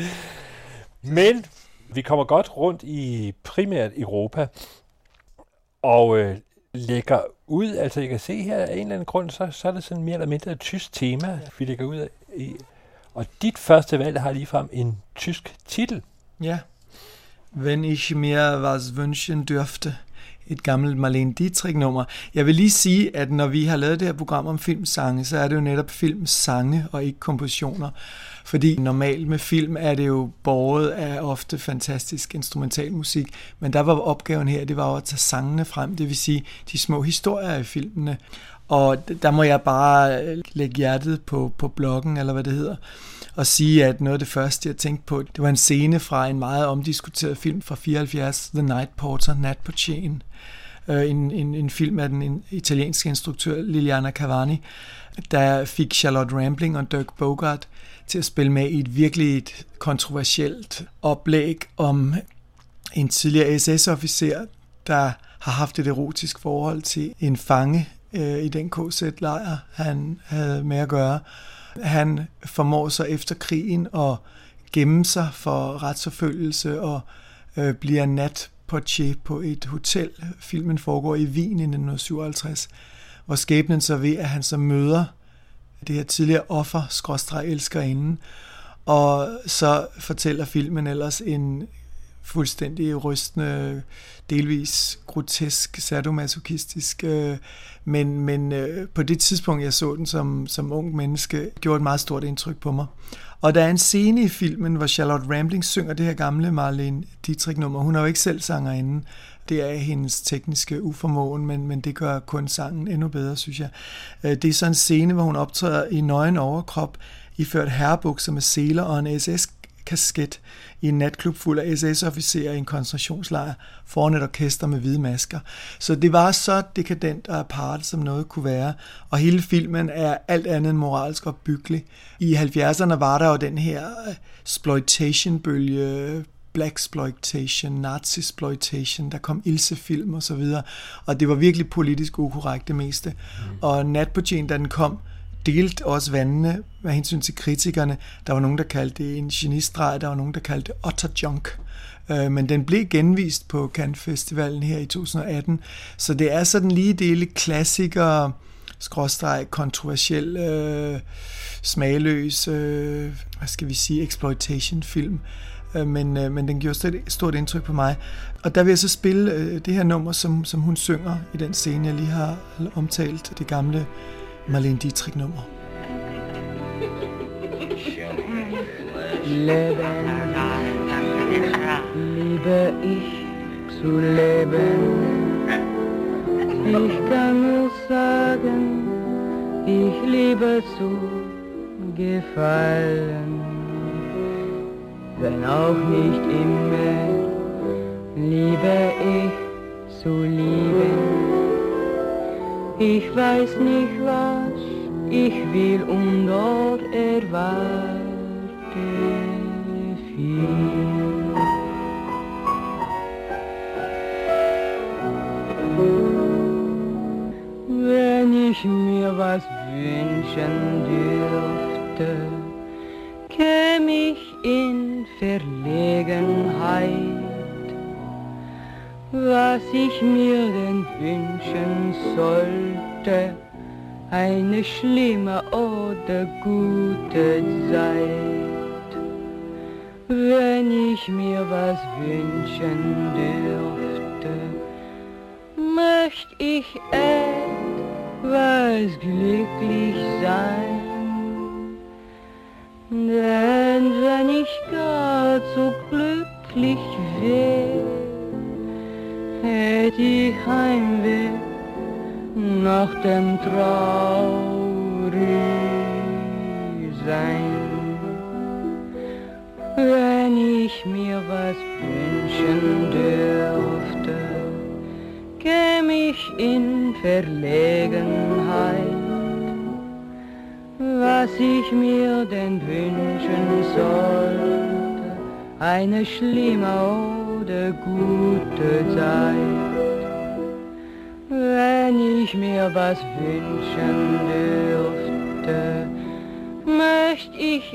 Men vi kommer godt rundt i primært Europa, og øh, lægger ud, altså jeg kan se her, af en eller anden grund, så, så er det sådan mere eller mindre et tysk tema, vi lægger ud af i. Og dit første valg har ligefrem en tysk titel. Ja. Wenn ich mir was wünschen dürfte. Et gammelt Marlene Dietrich-nummer. Jeg vil lige sige, at når vi har lavet det her program om filmsange, så er det jo netop filmsange og ikke kompositioner. Fordi normalt med film er det jo båret af ofte fantastisk instrumental musik, men der var opgaven her, det var jo at tage sangene frem, det vil sige de små historier i filmene. Og der må jeg bare lægge hjertet på, på bloggen, eller hvad det hedder, og sige, at noget af det første, jeg tænkte på, det var en scene fra en meget omdiskuteret film fra fireoghalvfjerds, The Night Porter, Nat på Chain. En, en, en film af den italienske instruktør Liliana Cavani, der fik Charlotte Rampling og Dirk Bogarde til at spille med i et virkelig et kontroversielt oplæg om en tidligere S S-officer, der har haft et erotisk forhold til en fange øh, i den K Z-lejr, han havde med at gøre. Han formår så efter krigen at gemme sig for retsforfølgelse og øh, bliver natportier på et hotel. Filmen foregår i Wien i nitten syvoghalvtreds, hvor skæbnen så ved, at han så møder det her tidligere offer, skråstreg elskerinden, og så fortæller filmen ellers en fuldstændig rystende, delvis grotesk, sadomasochistisk, øh, men, men øh, på det tidspunkt, jeg så den som, som ung menneske, gjorde et meget stort indtryk på mig. Og der er en scene i filmen, hvor Charlotte Rampling synger det her gamle Marlene Dietrich-nummer. Hun er jo ikke selv sangerinde. Det er hendes tekniske uformåen, men, men det gør kun sangen endnu bedre, synes jeg. Det er sådan en scene, hvor hun optræder i nøgen overkrop, iført herrebukser med seler og en S S-kasket i en natklub fuld af S S-officerer i en koncentrationslejr foran et orkester med hvide masker. Så det var så dekadent og apart, som noget kunne være. Og hele filmen er alt andet end moralsk opbyggelig. I halvfjerdserne var der jo den her exploitation-bølge, blaxploitation, nazi-exploitation, der kom Ilse-film og så videre, og det var virkelig politisk ukorrekt det meste. Mm. Og Nat på Chain, da den kom, delte også vandene med hensyn til kritikerne. Der var nogen, der kaldte det en genistreg, der var nogen, der kaldte det otterjunk. Men den blev genvist på Cannes Festivalen her i to tusind og atten, så det er sådan lige dele klassiker, skråstreg, kontroversiel, øh, smagløs, øh, hvad skal vi sige, exploitation-film. Men, øh, men den gjorde et stort indtryk på mig. Og der vil jeg så spille øh, det her nummer, som, som hun synger i den scene, jeg lige har omtalt, det gamle Marlene Dietrich-nummer. Leben, liebe ich zu leben. Ich kann nur sagen, ich liebe zu gefallen. Wenn auch nicht immer liebe ich zu lieben. Ich weiß nicht, was ich will und dort erwarte viel. Wenn ich mir was wünschen dürfte, käm ich in Verlegenheit. Was ich mir denn wünschen sollte, eine schlimme oder gute Zeit. Wenn ich mir was wünschen dürfte, möcht ich etwas glücklich sein. Denn wenn ich gar so glücklich wär, hätt ich Heimweh nach dem traurig sein. Wenn ich mir was wünschen dürfte, käm ich in Verlegenheit. Was ich mir denn wünschen sollte, eine schlimme oder gute Zeit. Wenn ich mir was wünschen dürfte, möcht ich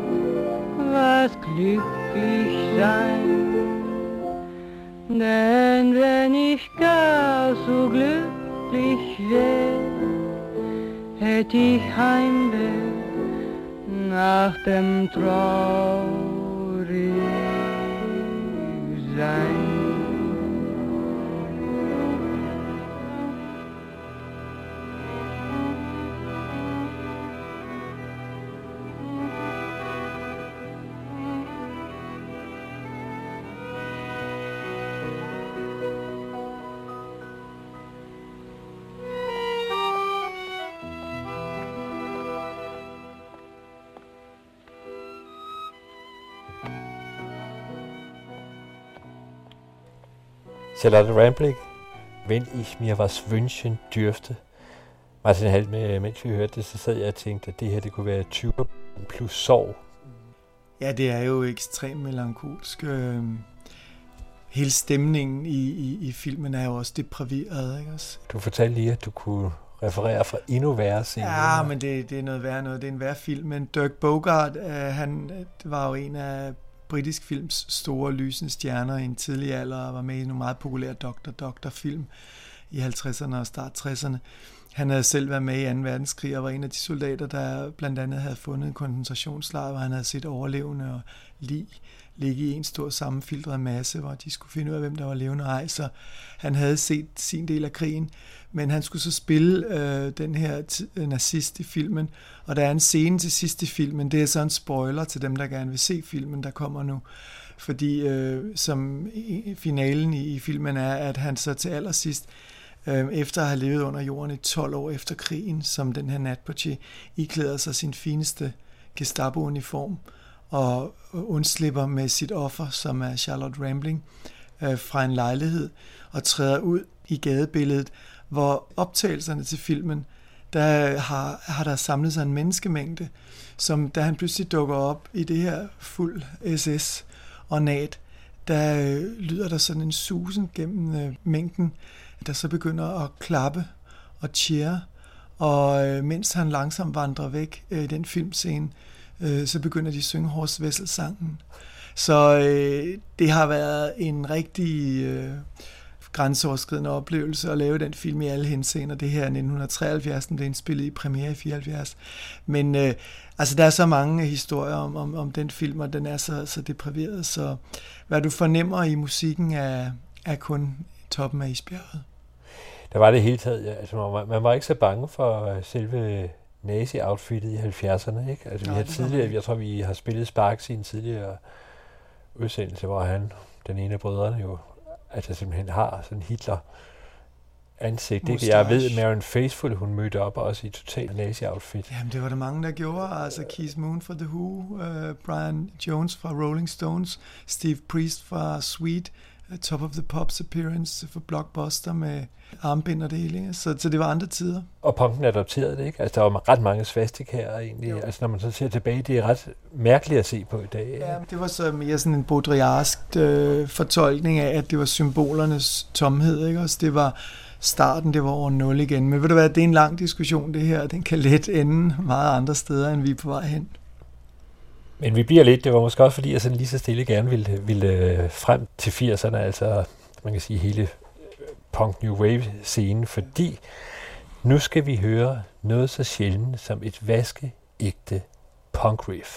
etwas glücklich sein. Denn Denn wenn ich gar so glücklich wär, hätt ich Heimweh nach dem traurig sein. Charlotte Rampling, wenn ich mir was wünschen dürfte. Martin Hall, mens vi hørte det, så sad jeg og tænkte, at det her det kunne være tyve plus sorg. Ja, det er jo ekstremt melankolsk. Hele stemningen i, i, i filmen er jo også depraveret, ikke også? Du fortalte lige, at du kunne referere fra endnu værre scener. Ja, men det, det er noget værre noget. Det er en værre film. Men Dirk Bogarde, øh, han var jo en af britisk films store lysende stjerner i en tidlig alder, og var med i nogle meget populære Doktor Doktor-film i halvtredserne og start tresserne. Han havde selv været med i anden verdenskrig, og var en af de soldater, der blandt andet havde fundet en koncentrationslejr, hvor han havde set overlevende og lig ligge i en stor sammenfiltret masse, hvor de skulle finde ud af, hvem der var levende og ej. Så han havde set sin del af krigen, men han skulle så spille øh, den her t- nazist i filmen, og der er en scene til sidst i filmen, det er så en spoiler til dem, der gerne vil se filmen, der kommer nu, fordi øh, som i, finalen i, i filmen er, at han så til allersidst, øh, efter at have levet under jorden i tolv år efter krigen, som den her natportier, iklæder sig sin fineste Gestapo-uniform, og undslipper med sit offer, som er Charlotte Rampling, øh, fra en lejlighed, og træder ud i gadebilledet, hvor optagelserne til filmen, der har, har der samlet sig en menneskemængde, som da han pludselig dukker op i det her fuld S S og nat, der øh, lyder der sådan en susen gennem øh, mængden, der så begynder at klappe og cheere, og øh, mens han langsomt vandrer væk øh, i den filmscene, øh, så begynder de at synge Horst Wessel-sangen. Så øh, det har været en rigtig øh, grænseoverskridende oplevelse at lave den film i alle henseender. Det her er nitten treoghalvfjerds, den blev indspillet i premiere i fireoghalvfjerds. Men øh, altså, der er så mange historier om, om, om den film, og den er så, så depraveret, så hvad du fornemmer i musikken er, er kun toppen af isbjerget. Der var det hele taget, ja. Altså, man, man var ikke så bange for selve nazi-outfittet i halvfjerdserne, ikke? Altså, vi har tidligere, jeg tror, vi har spillet Sparks i en tidligere udsendelse, hvor han, den ene af brødrene jo, altså simpelthen har sådan Hitler ansigt, ikke? Jeg ved, Marion Faithfull, hun mødte op også i total nazi-outfit. Jamen, det var der mange, der gjorde. Altså Keith Moon fra The Who, uh, Brian Jones fra Rolling Stones, Steve Priest fra Sweet, uh, Top of the Pops appearance for Blockbuster med armbind og det hele. Så, så det var andre tider. Og punken adopterede det, ikke? Altså, der var ret mange svastikaer egentlig. Jo. Altså, når man så ser tilbage, det er ret mærkeligt at se på i dag. Ja, det var så mere sådan en baudrillardsk øh, fortolkning af, at det var symbolernes tomhed, ikke? Også det var starten, det var over nul igen. Men ved du hvad, det er en lang diskussion, det her. Den kan let ende meget andre steder, end vi er på vej hen. Men vi bliver lidt, det var måske også fordi, jeg sådan lige så stille gerne ville, ville frem til firserne, altså man kan sige hele punk new wave scenen, fordi nu skal vi høre noget så sjældent som et vaskeægte punk riff.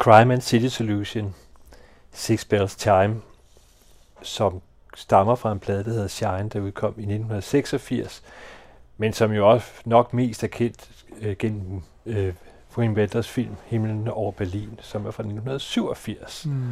Crime and City Solution, Six Bells Chime, som stammer fra en plade, der hedder Shine, der udkom i nitten seksogfirs, men som jo også nok mest er kendt øh, gennem øh, Wim Wenders film Himlen over Berlin, som er fra nitten syvogfirs. Mm.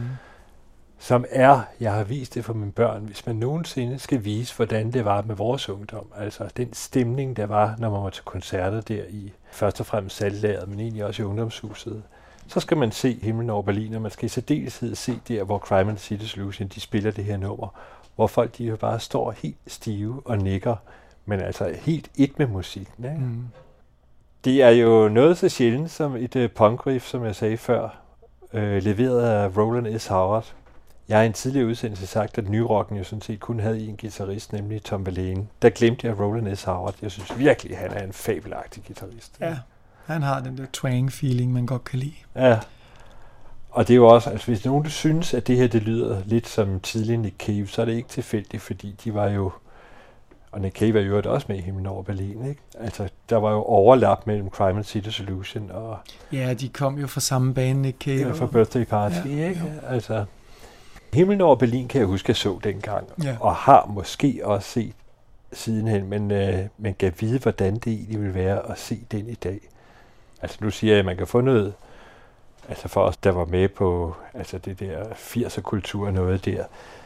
Som er, jeg har vist det for mine børn, hvis man nogensinde skal vise, hvordan det var med vores ungdom. Altså den stemning, der var, når man var til koncerter der i først og fremmest salglageret, men egentlig også i ungdomshuset. Så skal man se Himlen over Berlin, og man skal i særdeleshed se der, hvor Crime and City Solution, de spiller det her nummer, hvor folk de jo bare står helt stive og nikker, men altså helt et med musikken. Ikke? Mm. Det er jo noget så sjældent som et uh, punkriff, som jeg sagde før, øh, leveret af Roland S. Howard. Jeg har i en tidligere udsendelse sagt, at nyrocken jo sådan set kun havde en guitarist, nemlig Tom Verlaine. Der glemte jeg Roland S. Howard. Jeg synes virkelig, han er en fabelagtig guitarist. Ja, han har den der twang-feeling, man godt kan lide. Ja, og det er jo også, altså hvis nogen synes, at det her det lyder lidt som tidlig Nick Cave, så er det ikke tilfældigt, fordi de var jo, og Nick Cave er jo også med i Himlen over Berlin, ikke? Altså, der var jo overlap mellem Crime and City Solution og... Ja, de kom jo fra samme bane, Nick Cave. Ja, fra Birthday Party, ja, ikke? Jo. Altså, Himlen over Berlin kan jeg huske, at jeg så dengang, ja. Og har måske også set sidenhen, men øh, man kan vide, hvordan det egentlig vil være at se den i dag. Altså, nu siger jeg, at man kan få noget, altså for os, der var med på altså det der firser-kultur og noget der,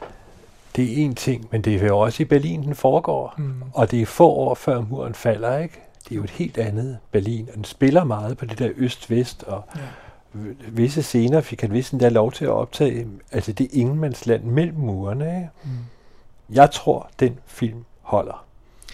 det er en ting, men det er jo også i Berlin, den foregår. Mm. Og det er få år før muren falder, ikke? Det er jo et helt andet Berlin, og den spiller meget på det der øst-vest, og ja. Visse scener fik han vist endda lov til at optage, altså det ingenmandsland mellem murene, ikke? Mm. Jeg tror, den film holder.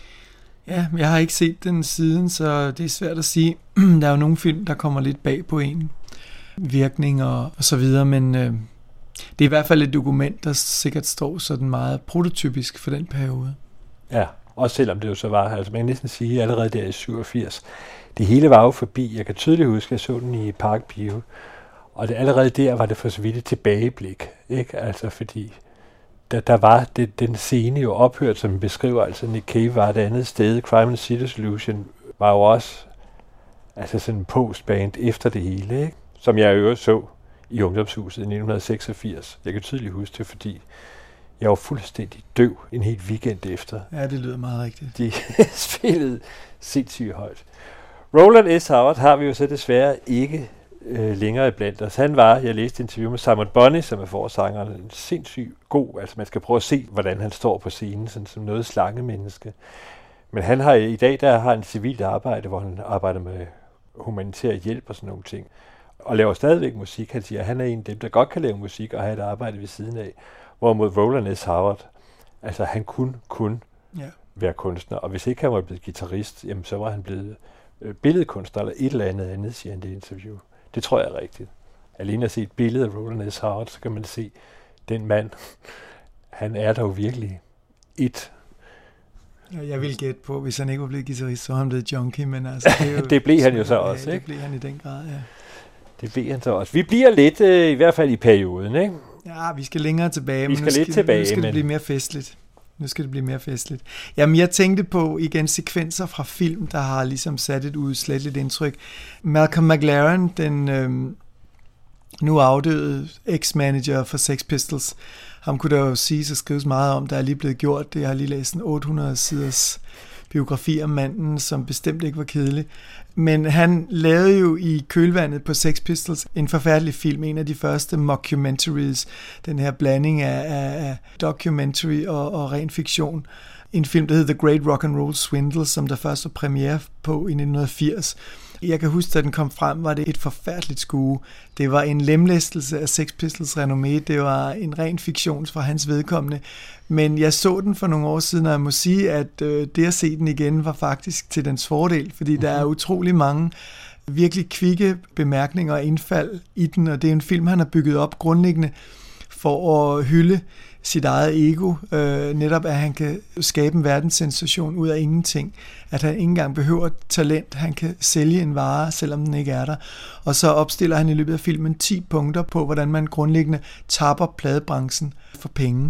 Ja, jeg har ikke set den siden, så det er svært at sige. Der er jo nogle film, der kommer lidt bag på en virkning og, og så videre, men øh, det er i hvert fald et dokument, der sikkert står sådan meget prototypisk for den periode. Ja, også selvom det jo så var, altså man kan næsten sige allerede der i syvogfirs. Det hele var jo forbi. Jeg kan tydeligt huske, at jeg så den i Park Bio, og det, allerede der var det for så vidt et tilbageblik, ikke? Altså fordi der, der var det, den scene jo ophørt, som beskriver, altså Nick Cave var et andet sted, Crime and City Solution var jo også altså sådan en postband efter det hele, ikke? Som jeg jo så i Ungdomshuset i nitten seksogfirs. Jeg kan tydeligt huske det, fordi jeg var fuldstændig døv en hel weekend efter. Ja, det lyder meget rigtigt. De spillede sindssygt højt. Roland S. Howard har vi jo så desværre ikke øh, længere iblandt os. Han var, jeg læste et interview med Simon Bonney, som er forsangeren, en sindssygt god, altså man skal prøve at se, hvordan han står på scenen, sådan som noget slangemenneske. Men han har i dag, der har en civilt arbejde, hvor han arbejder med humanitær hjælp og sådan nogle ting, og laver stadigvæk musik. Han siger, at han er en af dem, der godt kan lave musik og have et arbejde ved siden af. Hvorimod Roland S. Howard, altså han kunne kun ja. være kunstner, og hvis ikke han var blevet guitarist, jamen så var han blevet øh, billedkunstner eller et eller andet andet, siger han i det interview. Det tror jeg er rigtigt. Alene at se et billede af Roland S. Howard, så kan man se, den mand, han er dog virkelig et. Jeg vil gætte på, hvis han ikke var blevet guitarist, så var han blevet junkie, men altså... Det, er jo, det blev han jo så også, ja, ikke? det blev han i den grad, ja. Det blev han så også. Vi bliver lidt, øh, i hvert fald i perioden, ikke? Ja, vi skal længere tilbage, vi skal men nu lidt skal, tilbage, nu skal men... det blive mere festligt. Nu skal det blive mere festligt. Jamen, jeg tænkte på igen sekvenser fra film, der har ligesom sat et udsletteligt indtryk. Malcolm McLaren, den øhm, nu afdøde ex-manager for Sex Pistols, ham kunne der jo siges og skrives meget om, der er lige blevet gjort det. Jeg har lige læst en otte hundrede siders biografi om manden, som bestemt ikke var kedelig. Men han lavede jo i kølvandet på Sex Pistols en forfærdelig film, en af de første mockumentaries, den her blanding af, af documentary og, og ren fiktion. En film, der hedder The Great Rock and Roll Swindle, som der først var premiere på i nitten firs. Jeg kan huske, da den kom frem, var det et forfærdeligt skue. Det var en lemlæstelse af Sex Pistols renommé. Det var en ren fiktion fra hans vedkommende. Men jeg så den for nogle år siden, og jeg må sige, at øh, det at se den igen var faktisk til dens fordel, fordi der er utrolig mange virkelig kvikke bemærkninger og indfald i den, og det er en film, han har bygget op grundlæggende for at hylde sit eget ego, øh, netop at han kan skabe en verdenssensation ud af ingenting, at han ikke engang behøver talent, han kan sælge en vare, selvom den ikke er der, og så opstiller han i løbet af filmen ti punkter på, hvordan man grundlæggende tapper pladebranchen for penge.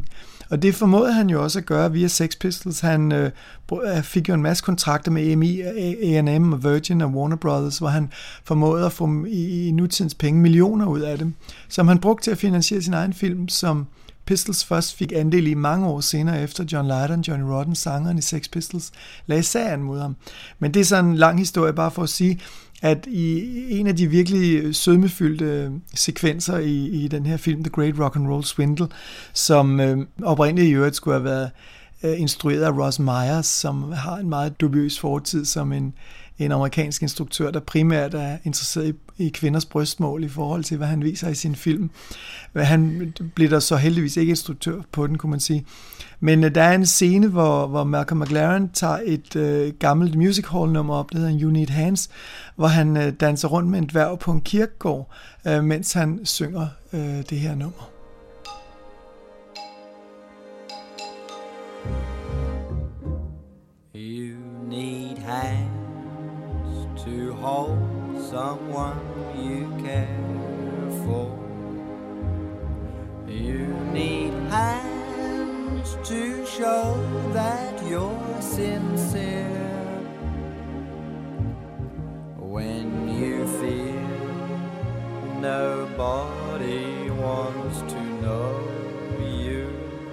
Og det formåede han jo også at gøre via Sex Pistols. Han øh, fik jo en masse kontrakter med A M I, A and M og Virgin og Warner Brothers, hvor han formåede at få i, i nutidens penge millioner ud af dem, som han brugte til at finansiere sin egen film, som Pistols først fik andel i mange år senere, efter John Lydon, Johnny Rotten, sangeren i Sex Pistols, lagde sagen mod ham. Men det er sådan en lang historie, bare for at sige, at i en af de virkelig sødmefyldte sekvenser i, i den her film, The Great Rock and Roll Swindle, som øh, oprindeligt i øvrigt skulle have været øh, instrueret af Ross Myers, som har en meget dubiøs fortid som en, en amerikansk instruktør, der primært er interesseret i, i kvinders brystmål i forhold til, hvad han viser i sin film. Han blev der så heldigvis ikke instruktør på den, kunne man sige. Men øh, der er en scene, hvor, hvor Malcolm McLaren tager et øh, gammelt music hall nummer op, der hedder You Need Hands, hvor han øh, danser rundt med en dværg på en kirkegård, øh, mens han synger øh, det her nummer. You need hands to hold someone you care for. You need hands to show that you're sincere. When you feel nobody wants to know you,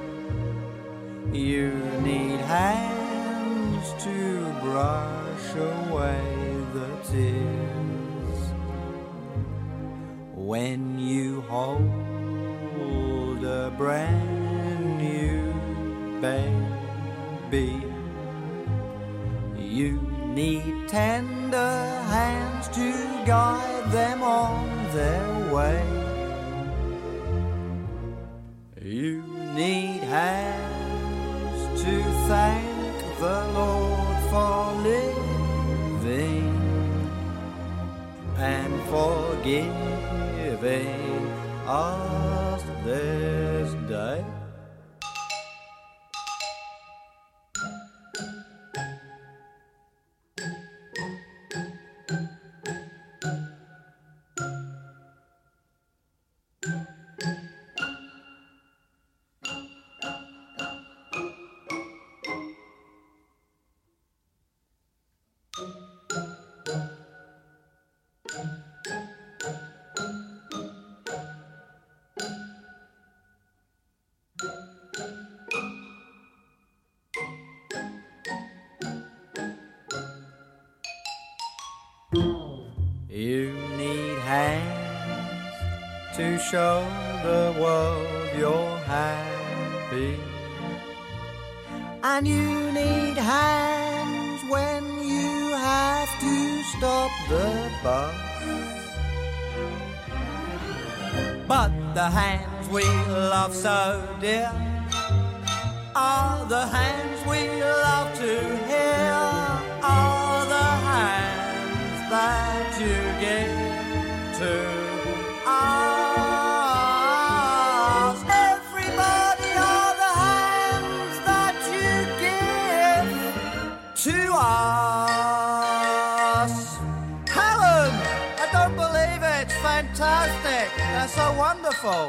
you need hands to brush away the tears. When you hold a brand new baby, you need tender hands to guide them on their way. You need hands to thank the Lord for living and forgiving us this day. You need hands to show the world you're happy, and you need hands when you have to stop the bus. But the hands we love so dear are the hands we love to hear, are the hands that you give to us. Everybody are the hands that you give to us. Helen, I don't believe it. It's fantastic. They're so wonderful.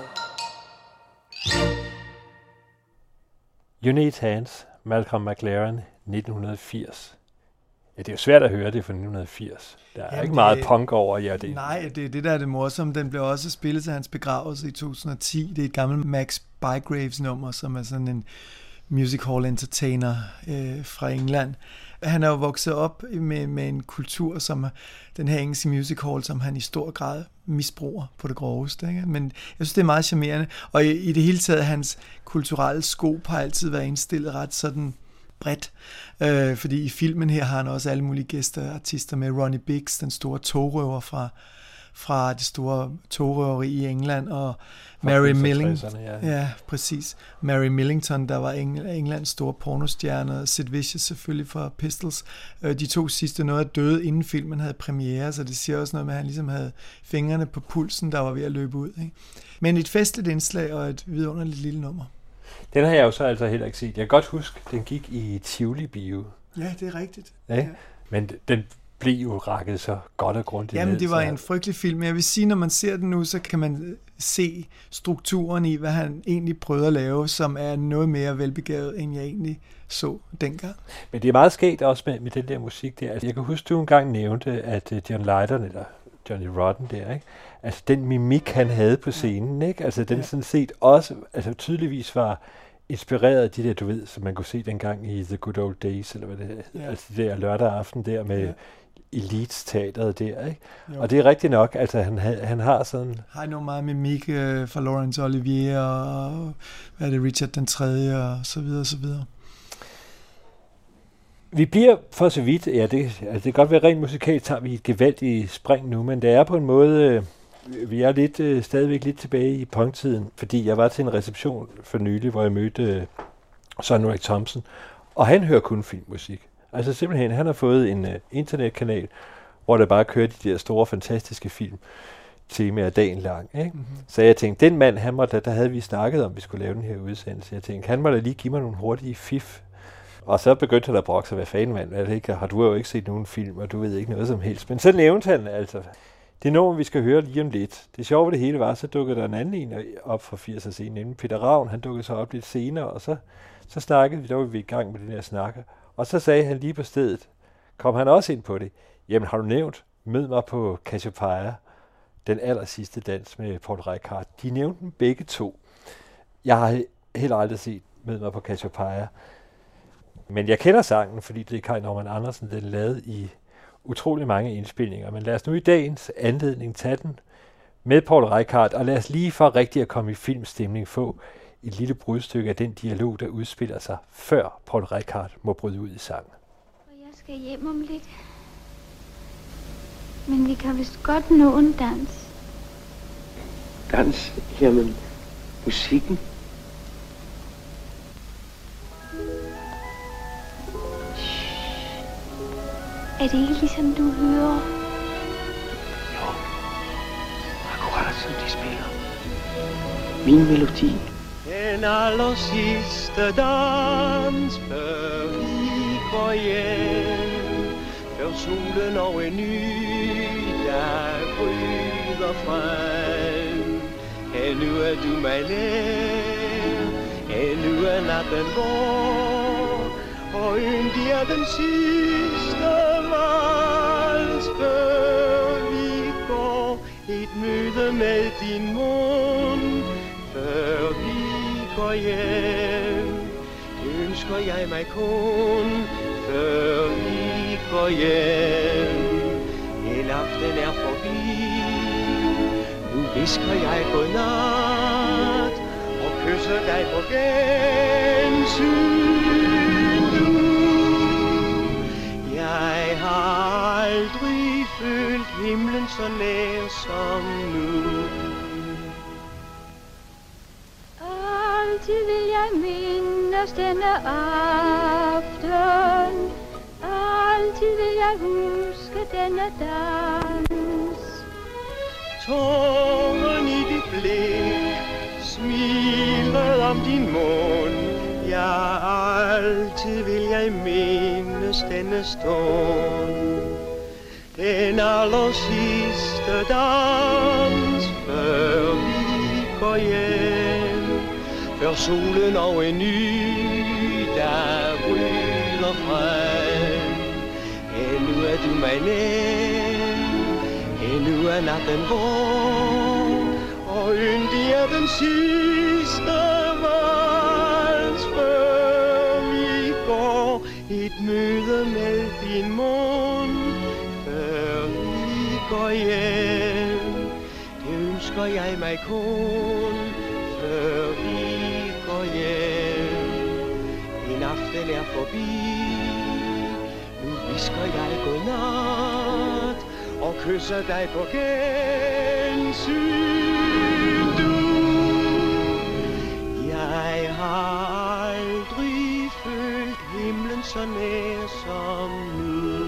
You Need Hands, Malcolm McLaren, nitten firs. Ja, det er jo svært at høre det fra nitten firs. Der er Jamen, ikke meget det, punk over ja, det. Nej, det er det, der er det morsomme. Den blev også spillet til hans begravelse i to tusind og ti. Det er et gammelt Max Bygraves nummer, som er sådan en music hall entertainer øh, fra England. Han er jo vokset op med, med en kultur, som den her engelske music hall, som han i stor grad misbruger på det groveste. Ikke? Men jeg synes, det er meget charmerende. Og i, i det hele taget, hans kulturelle skop har altid været indstillet ret sådan bredt. Øh, fordi i filmen her har han også alle mulige gæsteartister med. Ronnie Biggs, den store togrøver fra, fra det store togrøveri i England, og Mary Millington. Ja. ja, præcis. Mary Millington, der var Eng- Englands store pornostjerne, og Sid Vicious selvfølgelig fra Pistols. Øh, de to sidste noget af døde, inden filmen havde premiere, så det siger også noget med, at han ligesom havde fingrene på pulsen, der var ved at løbe ud. Ikke? Men et festligt indslag og et vidunderligt lille nummer. Den har jeg jo så altså heller ikke set. Jeg kan godt huske, den gik i Tivoli Bio. Ja, det er rigtigt. Ja, ja. Men den blev jo rakket så godt og grundigt. Jamen, ned, det var så... en frygtelig film. Jeg vil sige, når man ser den nu, så kan man se strukturen i, hvad han egentlig prøvede at lave, som er noget mere velbegavet, end jeg egentlig så dengang. Men det er meget skægt også med, med den der musik der. Altså, jeg kan huske, du engang nævnte, at uh, John Lydon, eller Johnny Rotten der, ikke? Altså den mimik, han havde på scenen, ikke? Altså den sådan set også, altså tydeligvis var inspireret af de der, du ved, som man kunne se dengang i The Good Old Days, eller hvad det hedder. Ja. Altså det der lørdag aften der med ja. Elites teateret der, ikke? Jo. Og det er rigtigt nok, altså han, han har sådan... Har noget meget mimik øh, fra Laurence Olivier og hvad er det, Richard den tredje og så videre og så videre. Vi bliver for så vidt, ja det, altså det kan godt være rent musikalt, tager vi et gevaldigt spring nu, men det er på en måde, øh, vi er lidt øh, stadigvæk lidt tilbage i punktiden, fordi jeg var til en reception for nylig, hvor jeg mødte øh, Sonny Roy Thompson, og han hører kun filmmusik. Altså simpelthen, han har fået en uh, internetkanal, hvor der bare kører de der store, fantastiske film temaer dagen lang. Ikke? Mm-hmm. Så jeg tænkte, den mand, han måtte, der havde vi snakket om, vi skulle lave den her udsendelse. Jeg tænkte, han må da lige give mig nogle hurtige fif. Og så begyndte han at brokke sig, hvad fanden mand, er det ikke? Har du jo ikke set nogen film, og du ved ikke noget som helst. Men så nævnte han altså, det er nogen, vi skal høre lige om lidt. Det sjove ved det hele var, så dukkede der en anden en op fra firserne scenen, nemlig Peter Ravn, han dukkede så op lidt senere, og så, så snakkede vi, der var vi i gang med den her snakker. Og så sagde han lige på stedet, kom han også ind på det, jamen har du nævnt, mød mig på Cassiopeia, den aller sidste dans med Paul Reichhardt. De nævnte dem begge to. Jeg har heller aldrig set mød mig på Cassiopeia, men jeg kender sangen, fordi det er Kai Normann Andersen, den lavede i utrolig mange indspilninger. Men lad os nu i dagens anledning tage den med Paul Reichhardt, og lad os lige for rigtig at komme i filmstemning få et lille brudstykke af den dialog, der udspiller sig, før Paul Reichhardt må bryde ud i sangen. Jeg skal hjem om lidt. Men vi kan vist godt nå en dans. Dans? Jamen, musikken? Er det ikke ligesom du hører? Jo, akkurat som de spiller. Min melodi. Den aller sidste dans, før vi går hjem, før solen over en ny dag bryder frem. Endnu er du mig nær, endnu er natten går, og yndig er den sidste vals, før vi går et møde med din mund, før vi går hjem. Det ønsker jeg mig kun, før vi går hjem. En aften er forbi, nu visker jeg godnat, og kysser dig på gensyn. Jeg har aldrig følt himlen så nær som nu. Altid vil jeg mindes denne aften. Altid vil jeg huske denne dans. Tåren i dit blik, smilet om din mund. Ja, altid vil jeg mindes denne stund. Den aller sidste dans, før vi går hjem. Før solen over en ny dag bryder frem. Endnu er du mig nær, endnu er natten vor, og yndig er den sidste vals, før vi går et møde med din mund, før vi går hjem. Det ønsker jeg mig kun, før vi går hjem. En aften er forbi, nu visker jeg godnat, og kysser dig på gensyn. Du, jeg har aldrig følt himlen så nær som nu.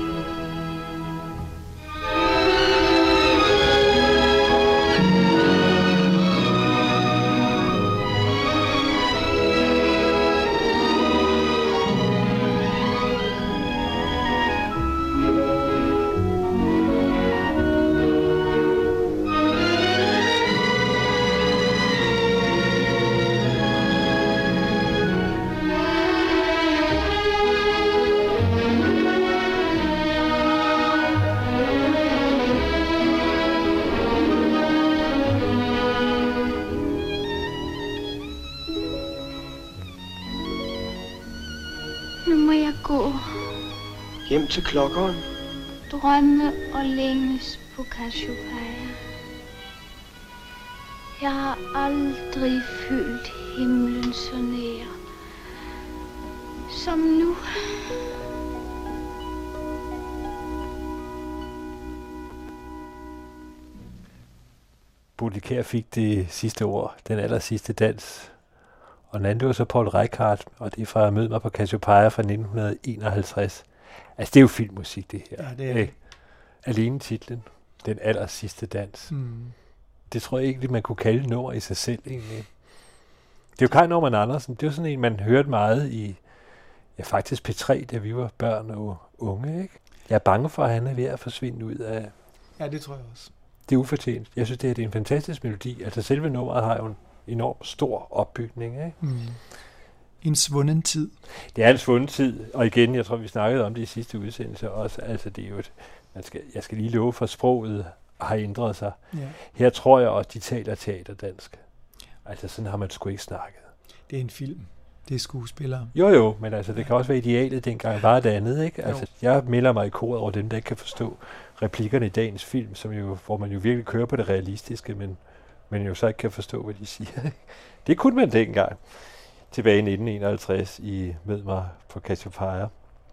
Nu må jeg gå. Hjem til klokkeren. Drømme og længes på Cassiopeia. Jeg har aldrig følt himlen så nær som nu. Baudelaire fik det sidste ord, den aller sidste dans. Og den anden, det var så Paul Reichhardt, og det er fra Mød mig på Cassiopeia fra nitten enoghalvtreds. Altså, det er jo filmmusik, det her. Ja, det er det. Alene titlen, den aller sidste dans. Mm. Det tror jeg ikke, man kunne kalde nummer i sig selv, egentlig. Det er jo Kai Normann Andersen. Det er jo sådan en, man hørte meget i, ja, faktisk P tre, da vi var børn og unge, ikke? Jeg er bange for, at han er ved at forsvinde ud af... Ja, det tror jeg også. Det er ufortjent. Jeg synes, det, her, det er en fantastisk melodi. Altså, selve nummeret har jo en enormt stor opbygning, ikke? Mm. En svunden tid. Det er en svunden tid, og igen, jeg tror, vi snakkede om det i sidste udsendelse også. Altså, det er jo et, man skal, jeg skal lige love for, sproget har ændret sig. Ja. Her tror jeg også, de taler teaterdansk. Altså, sådan har man sgu ikke snakket. Det er en film. Det er skuespillere. Jo, jo, men altså, det kan også være idealet dengang var det andet, ikke? Altså, jeg melder mig i koret over dem, der ikke kan forstå replikkerne i dagens film, som jo, hvor man jo virkelig kører på det realistiske, men, men jo så ikke kan forstå, hvad de siger. Det kunne man dengang. Tilbage i nitten enoghalvtreds i Mød mig på Cassiopeia.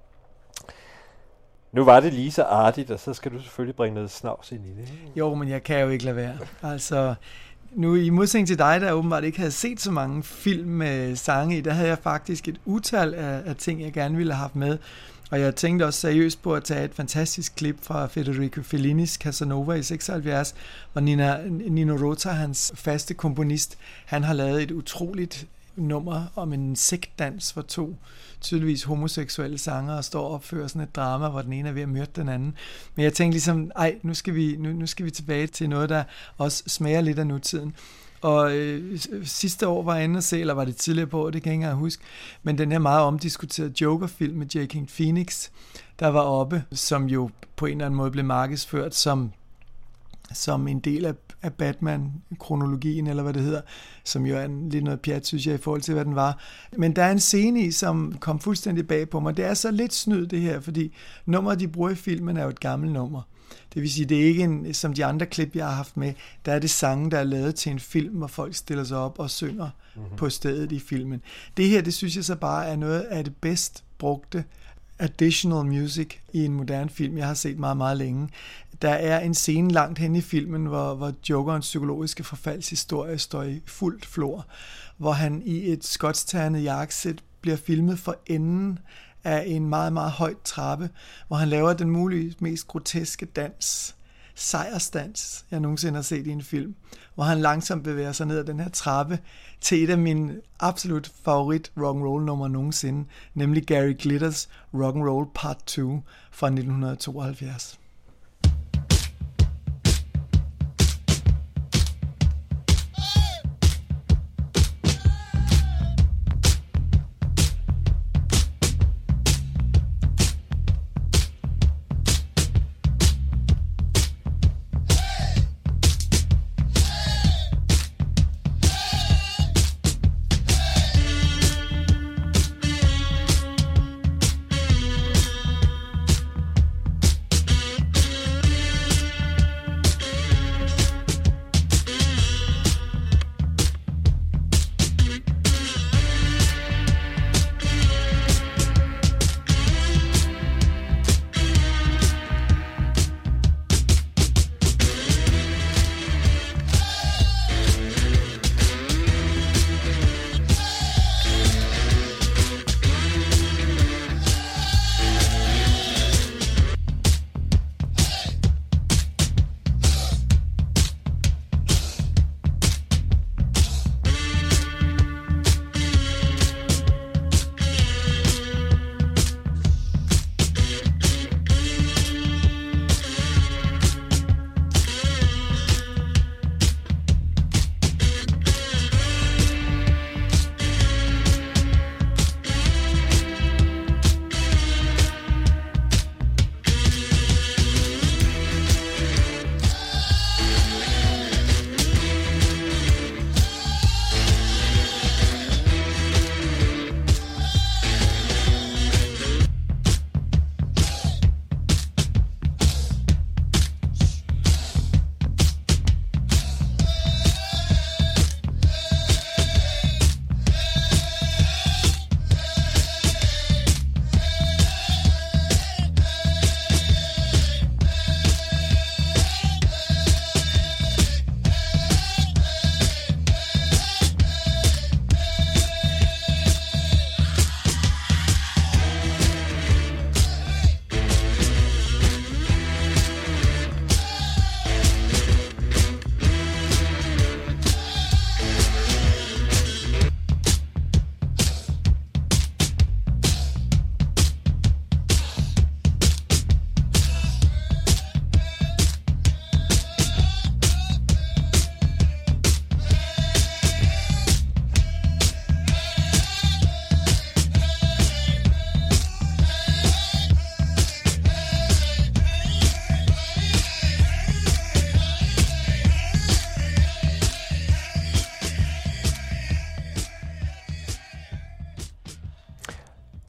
Nu var det lige så artigt, og så skal du selvfølgelig bringe noget snavs ind i det. Jo, men jeg kan jo ikke lade være. Altså, nu i modsætning til dig, der åbenbart ikke havde set så mange film med sange i, der havde jeg faktisk et utal af, af ting, jeg gerne ville have haft med. Og jeg tænkte også seriøst på at tage et fantastisk klip fra Federico Fellinis Casanova i seksoghalvfjerds, hvor Nina, Nino Rota, hans faste komponist, han har lavet et utroligt nummer om en sektdans, hvor to tydeligvis homoseksuelle sangere står og opfører sådan et drama, hvor den ene er ved at myrde den anden. Men jeg tænkte ligesom, ej, nu skal vi, nu, nu skal vi tilbage til noget, der også smager lidt af nutiden. Og øh, sidste år var jeg inde at se, eller var det tidligere på år, det kan jeg ikke engang huske, men den her meget omdiskuterede Joker-film med Joaquin Phoenix, der var oppe, som jo på en eller anden måde blev markedsført som, som en del af, af Batman-kronologien, eller hvad det hedder, som jo er en, lidt noget pjat, synes jeg, i forhold til, hvad den var. Men der er en scene i, som kom fuldstændig bag på mig. Det er så lidt snyd, det her, fordi nummeret, de bruger i filmen, er jo et gammelt nummer. Det vil sige, det er ikke en, som de andre klip, jeg har haft med, der er det sange, der er lavet til en film, hvor folk stiller sig op og synger mm-hmm. på stedet i filmen. Det her, det synes jeg så bare er noget af det bedst brugte additional music i en moderne film, jeg har set meget, meget længe. Der er en scene langt hen i filmen, hvor, hvor Jokerens psykologiske forfaldshistorie står i fuldt flor, hvor han i et skotsternet jakkesæt bliver filmet for enden af en meget, meget højt trappe, hvor han laver den mulige mest groteske dans, sejrsdans, jeg nogensinde har set i en film, hvor han langsomt bevæger sig ned ad den her trappe til et af mine absolut favorit rock'n'roll nummer nogensinde, nemlig Gary Glitters Rock'n'Roll Part to fra nitten tooghalvfjerds.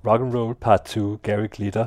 Rock'n'Roll Part to, Gary Glitter.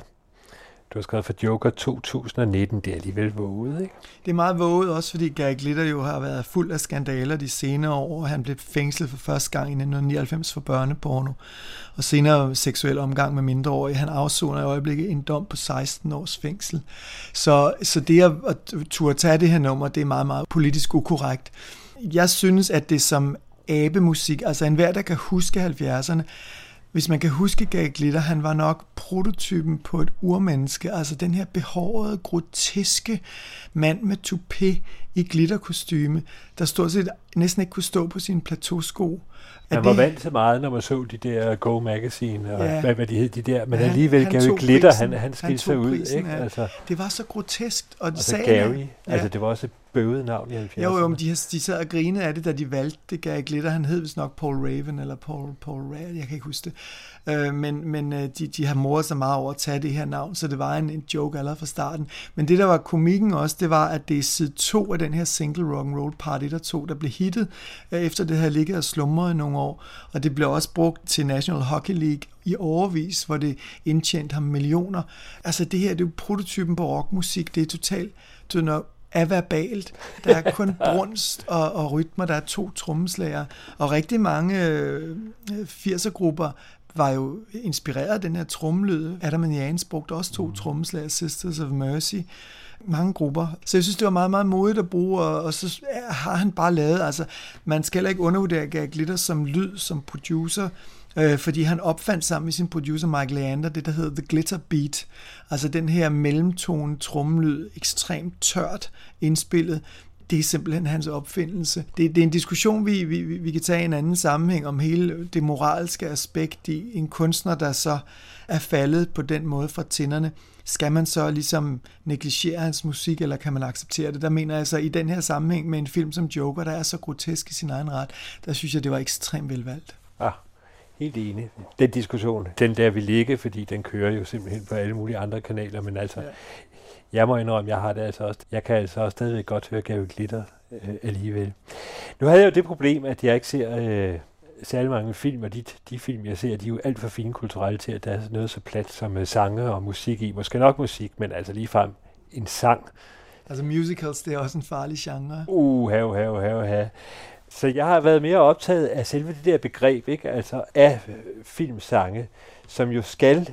Du har skrevet for Joker to tusind nitten, det er alligevel våget, ikke? Det er meget våget, også fordi Gary Glitter jo har været fuld af skandaler de senere år. Han blev fængslet for første gang i nitten nioghalvfems for børneporno, og senere seksuel omgang med mindreårige. Han afsoner i øjeblikket en dom på seksten års fængsel. Så, så det at, at turde tage det her nummer, det er meget, meget politisk ukorrekt. Jeg synes, at det som abemusik, altså enhver, der kan huske halvfjerdserne, hvis man kan huske Gary Glitter, han var nok prototypen på et urmenneske, altså den her behårede, groteske mand med toupé i glitterkostyme, der stort set næsten ikke kunne stå på sine plateausko. Man var vant til meget, når man så de der Go Magazine, og Ja. hvad, hvad de hed, de der, men Han- alligevel han Gary tog Glitter, prisen. han, han skilte Han sig tog ud, prisen, ikke? ja. Altså, Det var så grotesk, og altså sagen Gary, er- ja. altså det var også et bøvet navn i halvfjerdserne. Jo, jo, men de, de sad og grinede af det, da de valgte det. Gary Glitter, han hed vist nok Paul Raven, eller Paul, Paul Rad, jeg kan ikke huske det. Øh, men men øh, de, de har moret sig meget over at tage det her navn, så det var en, en joke allerede fra starten. Men det, der var komikken også, det var, at det er side to af den her single Rock'n'Roll Part et og to, der blev hittet, øh, efter det havde ligget og slumret i nogle år. Og det blev også brugt til National Hockey League i overvis, hvor det indtjente ham millioner. Altså det her, det er jo prototypen på rockmusik, det er totalt, du ved, når averbalt. Der er kun brunst og, og rytmer, der er to trommeslager, og rigtig mange øh, firser-grupper var jo inspireret af den her trommelyd. Adam and Jans brugte også to trommeslager, Sisters of Mercy, mange grupper. Så jeg synes, det var meget, meget modigt at bruge, og, og så har han bare lavet, altså man skal heller ikke undervurdere Gary Glitter som lyd, som producer, øh, fordi han opfandt sammen med sin producer Michael Leander det, der hedder The Glitter Beat, altså den her mellemtone trommelyd, ekstremt tørt indspillet. Det er simpelthen hans opfindelse. Det, det er en diskussion, vi, vi, vi kan tage i en anden sammenhæng om hele det moralske aspekt i en kunstner, der så er faldet på den måde fra tinderne. Skal man så ligesom negligere hans musik, eller kan man acceptere det? Der mener jeg så, i den her sammenhæng med en film som Joker, der er så grotesk i sin egen ret, der synes jeg, det var ekstremt velvalgt. Ah, helt enig. Den diskussion, den der vil ligge, fordi den kører jo simpelthen på alle mulige andre kanaler, men altså, ja. Jeg må indrømme, jeg har det altså også. Jeg kan altså også stadigvæk godt høre Gary Glitter øh, alligevel. Nu havde jeg jo det problem, at jeg ikke ser øh, særlig mange film, og de, de film, jeg ser, de er jo alt for fine kulturelle til, at der er noget så plat som øh, sange og musik i. Måske nok musik, men altså ligefrem en sang. Altså musicals, det er også en farlig genre. Uh, hav, hav, hav, hav. Så jeg har været mere optaget af selve det der begreb, ikke? Altså af øh, filmsange, som jo skal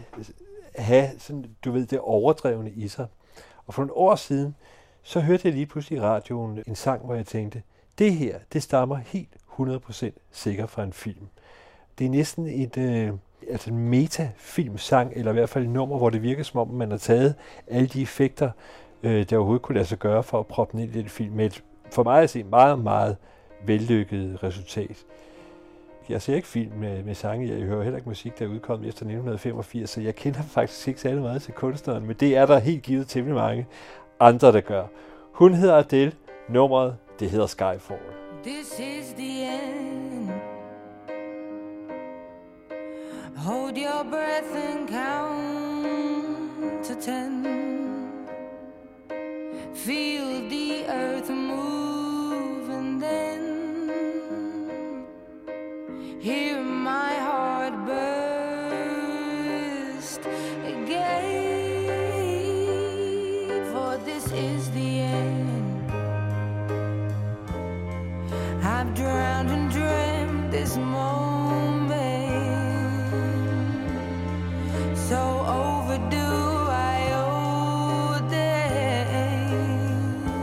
have sådan, du ved, det overdrevne i sig. Og for nogle år siden, så hørte jeg lige pludselig i radioen en sang, hvor jeg tænkte, det her, det stammer helt hundrede procent sikkert fra en film. Det er næsten et, øh, altså en metafilmsang, eller i hvert fald et nummer, hvor det virker som om, man har taget alle de effekter, øh, der overhovedet kunne lade sig gøre for at proppe den ind i den film, med et, for mig at se, meget, meget vellykket resultat. Jeg ser ikke film med, med sange, jeg hører heller ikke musik, der er udkommet efter nitten femogfirs, så jeg kender faktisk ikke særlig meget til kunstneren, men det er der helt givet temmelig mange andre, der gør. Hun hedder Adele, nummeret, det hedder Skyfall. This is the end. Hold your breath and count to ten. Feel the earth move and then hear my heart burst again. For this is the end. I've drowned and dreamt this moment, so overdue I owe them.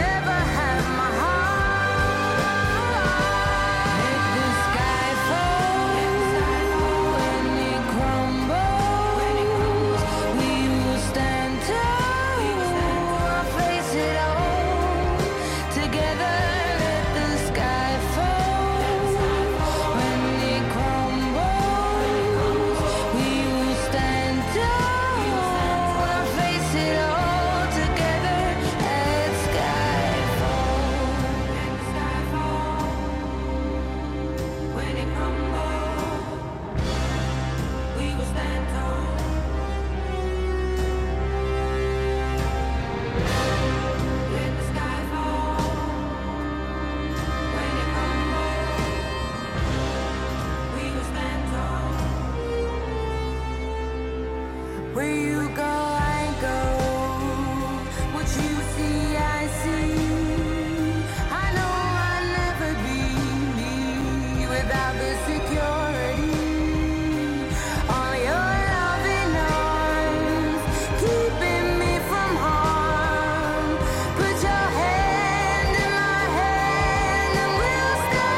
ever have my heart. Let the sky fall when it crumbles. We will stand tall or face it all together. Let the sky fall when it crumbles. We will stand tall or face it all together. Let sky fall. When it crumbles, we will stand tall. Let the sky fall. When it crumbles, we will stand tall. Where you go, I go. What you see, I see. I know I'll never be me without the security. All your loving arms keeping me from harm. Put your hand in my hand and we'll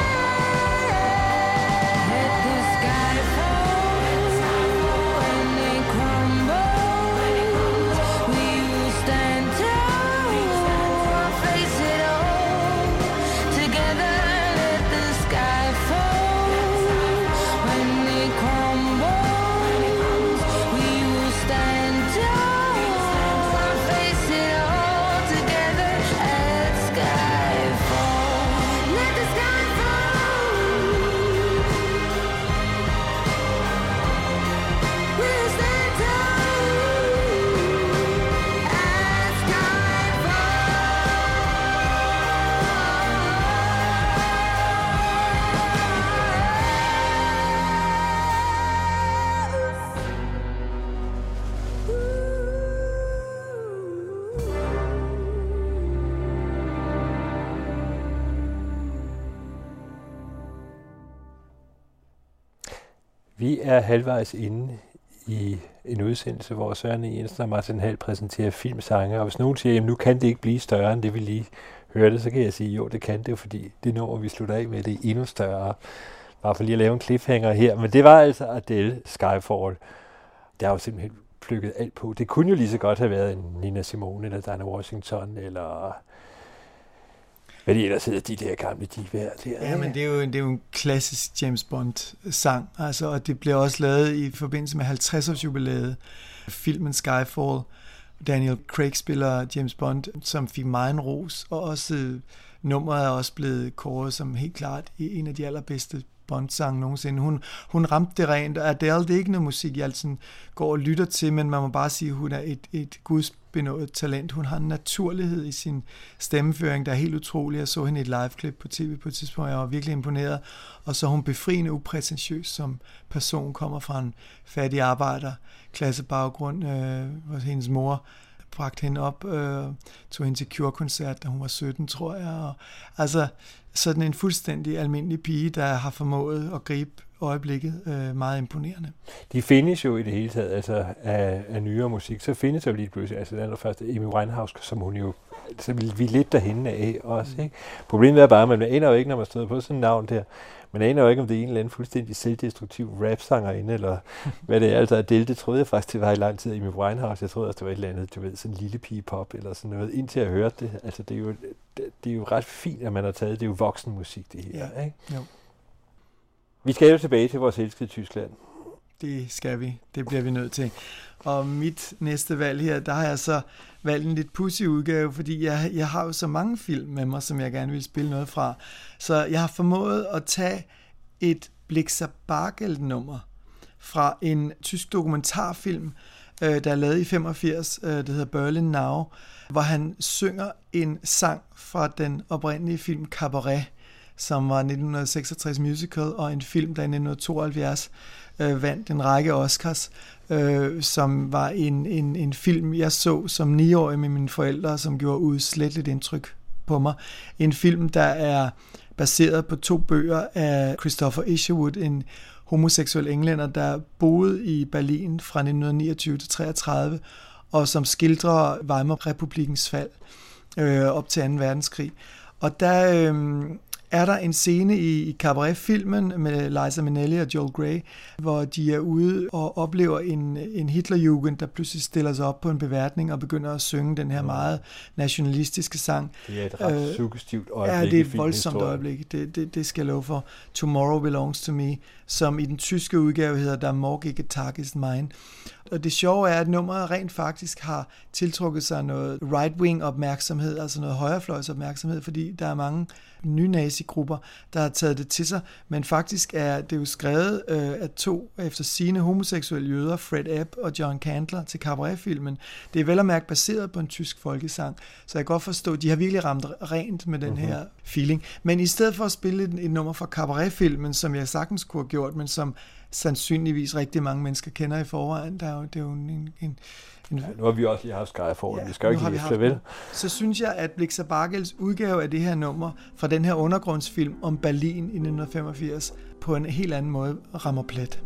stand. Let the sky fall when it crumbles. We will stand tall or face it all together. Let the sky fall when it crumbles. We will stand tall or face it all together. Let sky fall. Let the sky fall. We'll stand tall. Let sky Vi er halvvejs inde i en udsendelse, hvor Søren E. Jensen og Martin Hall præsenterer filmsange, og hvis nogen siger, at nu kan det ikke blive større end det, vi lige hørte, så kan jeg sige, jo, det kan det, fordi det nummer, vi slutter af med, det er endnu større. Bare for lige at lave en cliffhanger her, men det var altså Adele, Skyfall. Der er jo simpelthen plukket alt på. Det kunne jo lige så godt have været en Nina Simone, eller Dinah Washington, eller hvad de ellers hedder, de der gamle divaer der. Ja, men det er jo, det er jo en klassisk James Bond-sang, altså, og det blev også lavet i forbindelse med halvtreds-års jubilæet. Filmen Skyfall, Daniel Craig spiller James Bond, som fik meget en ros, og også øh, nummeret er også blevet kåret som helt klart en af de allerbedste Bond-sange nogensinde. Hun, hun ramte det rent, og Adele, det er ikke noget musik, jeg altid går og lytter til, men man må bare sige, at hun er et, et gudsbenået talent. Hun har en naturlighed i sin stemmeføring, der er helt utrolig. Jeg så hende i et live-klip på tv på et tidspunkt, jeg var virkelig imponeret. Og så er hun befriende uprætentiøs som person, kommer fra en fattig arbejderklassebaggrund, øh, hvor hendes mor bragte hende op, øh, tog hende til Cure-koncert, da hun var sytten, tror jeg. Og, altså, sådan en fuldstændig almindelig pige, der har formået at gribe øjeblikket, øh, meget imponerende. De findes jo i det hele taget, altså af, af nyere musik, så findes jo lige pludselig, altså den allerførste Amy Winehouse, som hun jo, så vil vi lidt derhen af også, ikke? Problemet er bare, at man aner jo ikke, når man støder på sådan en navn der, man aner jo ikke, om det er en eller anden fuldstændig selvdestruktiv rap-sangerinde, eller hvad det er. Altså Adele, det troede jeg faktisk, det var i lang tid i Amy Winehouse. Jeg troede også, det var et eller andet, du ved, sådan en lille pige-pop, eller sådan noget, indtil jeg hørte det. Altså, det er jo, det, det er jo ret fint, at man har taget, det er jo voksenmusik, det her, ja, ikke? Jo. Vi skal jo tilbage til vores elskede Tyskland. Det skal vi. Det bliver vi nødt til. Og mit næste valg her, der har jeg så valgt en lidt pudsig udgave, fordi jeg, jeg har jo så mange film med mig, som jeg gerne vil spille noget fra. Så jeg har formået at tage et Blixer Bargeld-nummer fra en tysk dokumentarfilm, øh, der er lavet i femogfirs, øh, det hedder Berlin Now, hvor han synger en sang fra den oprindelige film Cabaret, som var nitten seksogtres musical, og en film, der i nitten tooghalvfjerds øh, vandt en række Oscars, øh, som var en, en, en film, jeg så som niårig med mine forældre, som gjorde udsletteligt indtryk på mig. En film, der er baseret på to bøger af Christopher Isherwood, en homoseksuel englænder, der boede i Berlin fra nitten niogtyve til treogtredive, og som skildrer Weimar-republikens fald. øh, op til anden verdenskrig. Og der øh, er der en scene i, i Cabaret-filmen med Liza Minnelli og Joel Grey, hvor de er ude og oplever en, en Hitlerjugend, der pludselig stiller sig op på en beværtning og begynder at synge den her meget nationalistiske sang. Det er et ret øh, suggestivt øjeblik. Ja, det er et voldsomt øjeblik. Det, det, det skal jeg love for. Tomorrow Belongs to Me, som i den tyske udgave hedder Der Morgige Tag ist mein. Og det sjove er, at nummeret rent faktisk har tiltrukket sig noget right-wing opmærksomhed, altså noget højrefløjs opmærksomhed, fordi der er mange nye nazi-grupper, der har taget det til sig. Men faktisk er det jo skrevet øh, af to efter sigende homoseksuelle jøder, Fred Ebb og John Candler, til Cabaret-filmen. Det er vel at mærke baseret på en tysk folkesang, så jeg kan godt forstå, at de har virkelig ramt rent med den mm-hmm. her feeling. Men i stedet for at spille et, et nummer fra Cabaret-filmen, som jeg sagtens kunne have gjort, men som sandsynligvis rigtig mange mennesker kender i forvejen. Der er jo, det er jo en... en, en ja, nu har vi også lige haft Skyfall, ja, vi skal jo ikke lige efter, vel? Så synes jeg, at Blixa Bargels udgave af det her nummer fra den her undergrundsfilm om Berlin i nitten femogfirs på en helt anden måde rammer plet.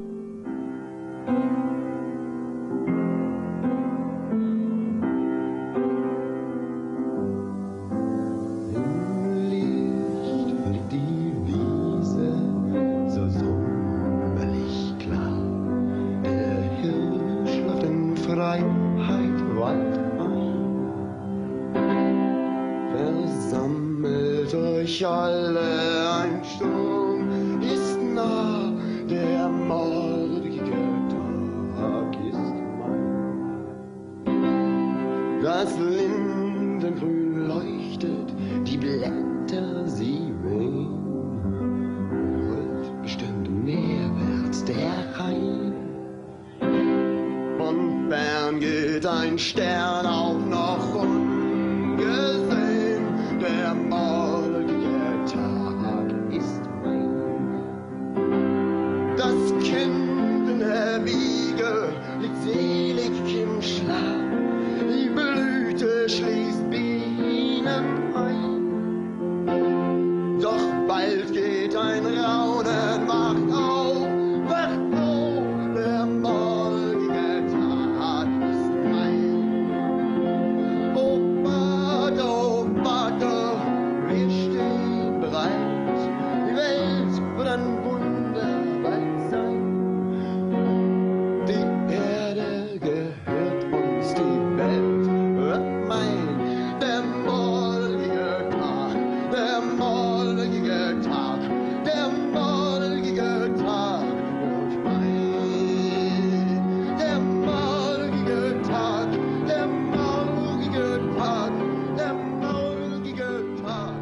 Durch alle ein Sturm ist nah, der morgige Tag ist mein. Das Lindengrün leuchtet, die Blätter sie wehen. Rot bestimmt meerwärts der Rhein. Von Bern geht ein Stern auch noch ungesehen, der morgige Tag ist mein. Das Kind in der Wiege liegt selig im Schlaf, die Blüte schließt Bienen ein. Doch bald geht ein Raunen, wacht auf, wacht auf, der morgige Tag ist mein. Oh, Vater, oh, Vater, wir stehen bereit, die Welt wird ein Wunder bald sein. Die Erde gehört uns, die Welt wird mein. Der morgige Tag, der morgige Tag, der morgige Tag wird mein. Der morgige Tag, der morgige Tag, der morgige Tag.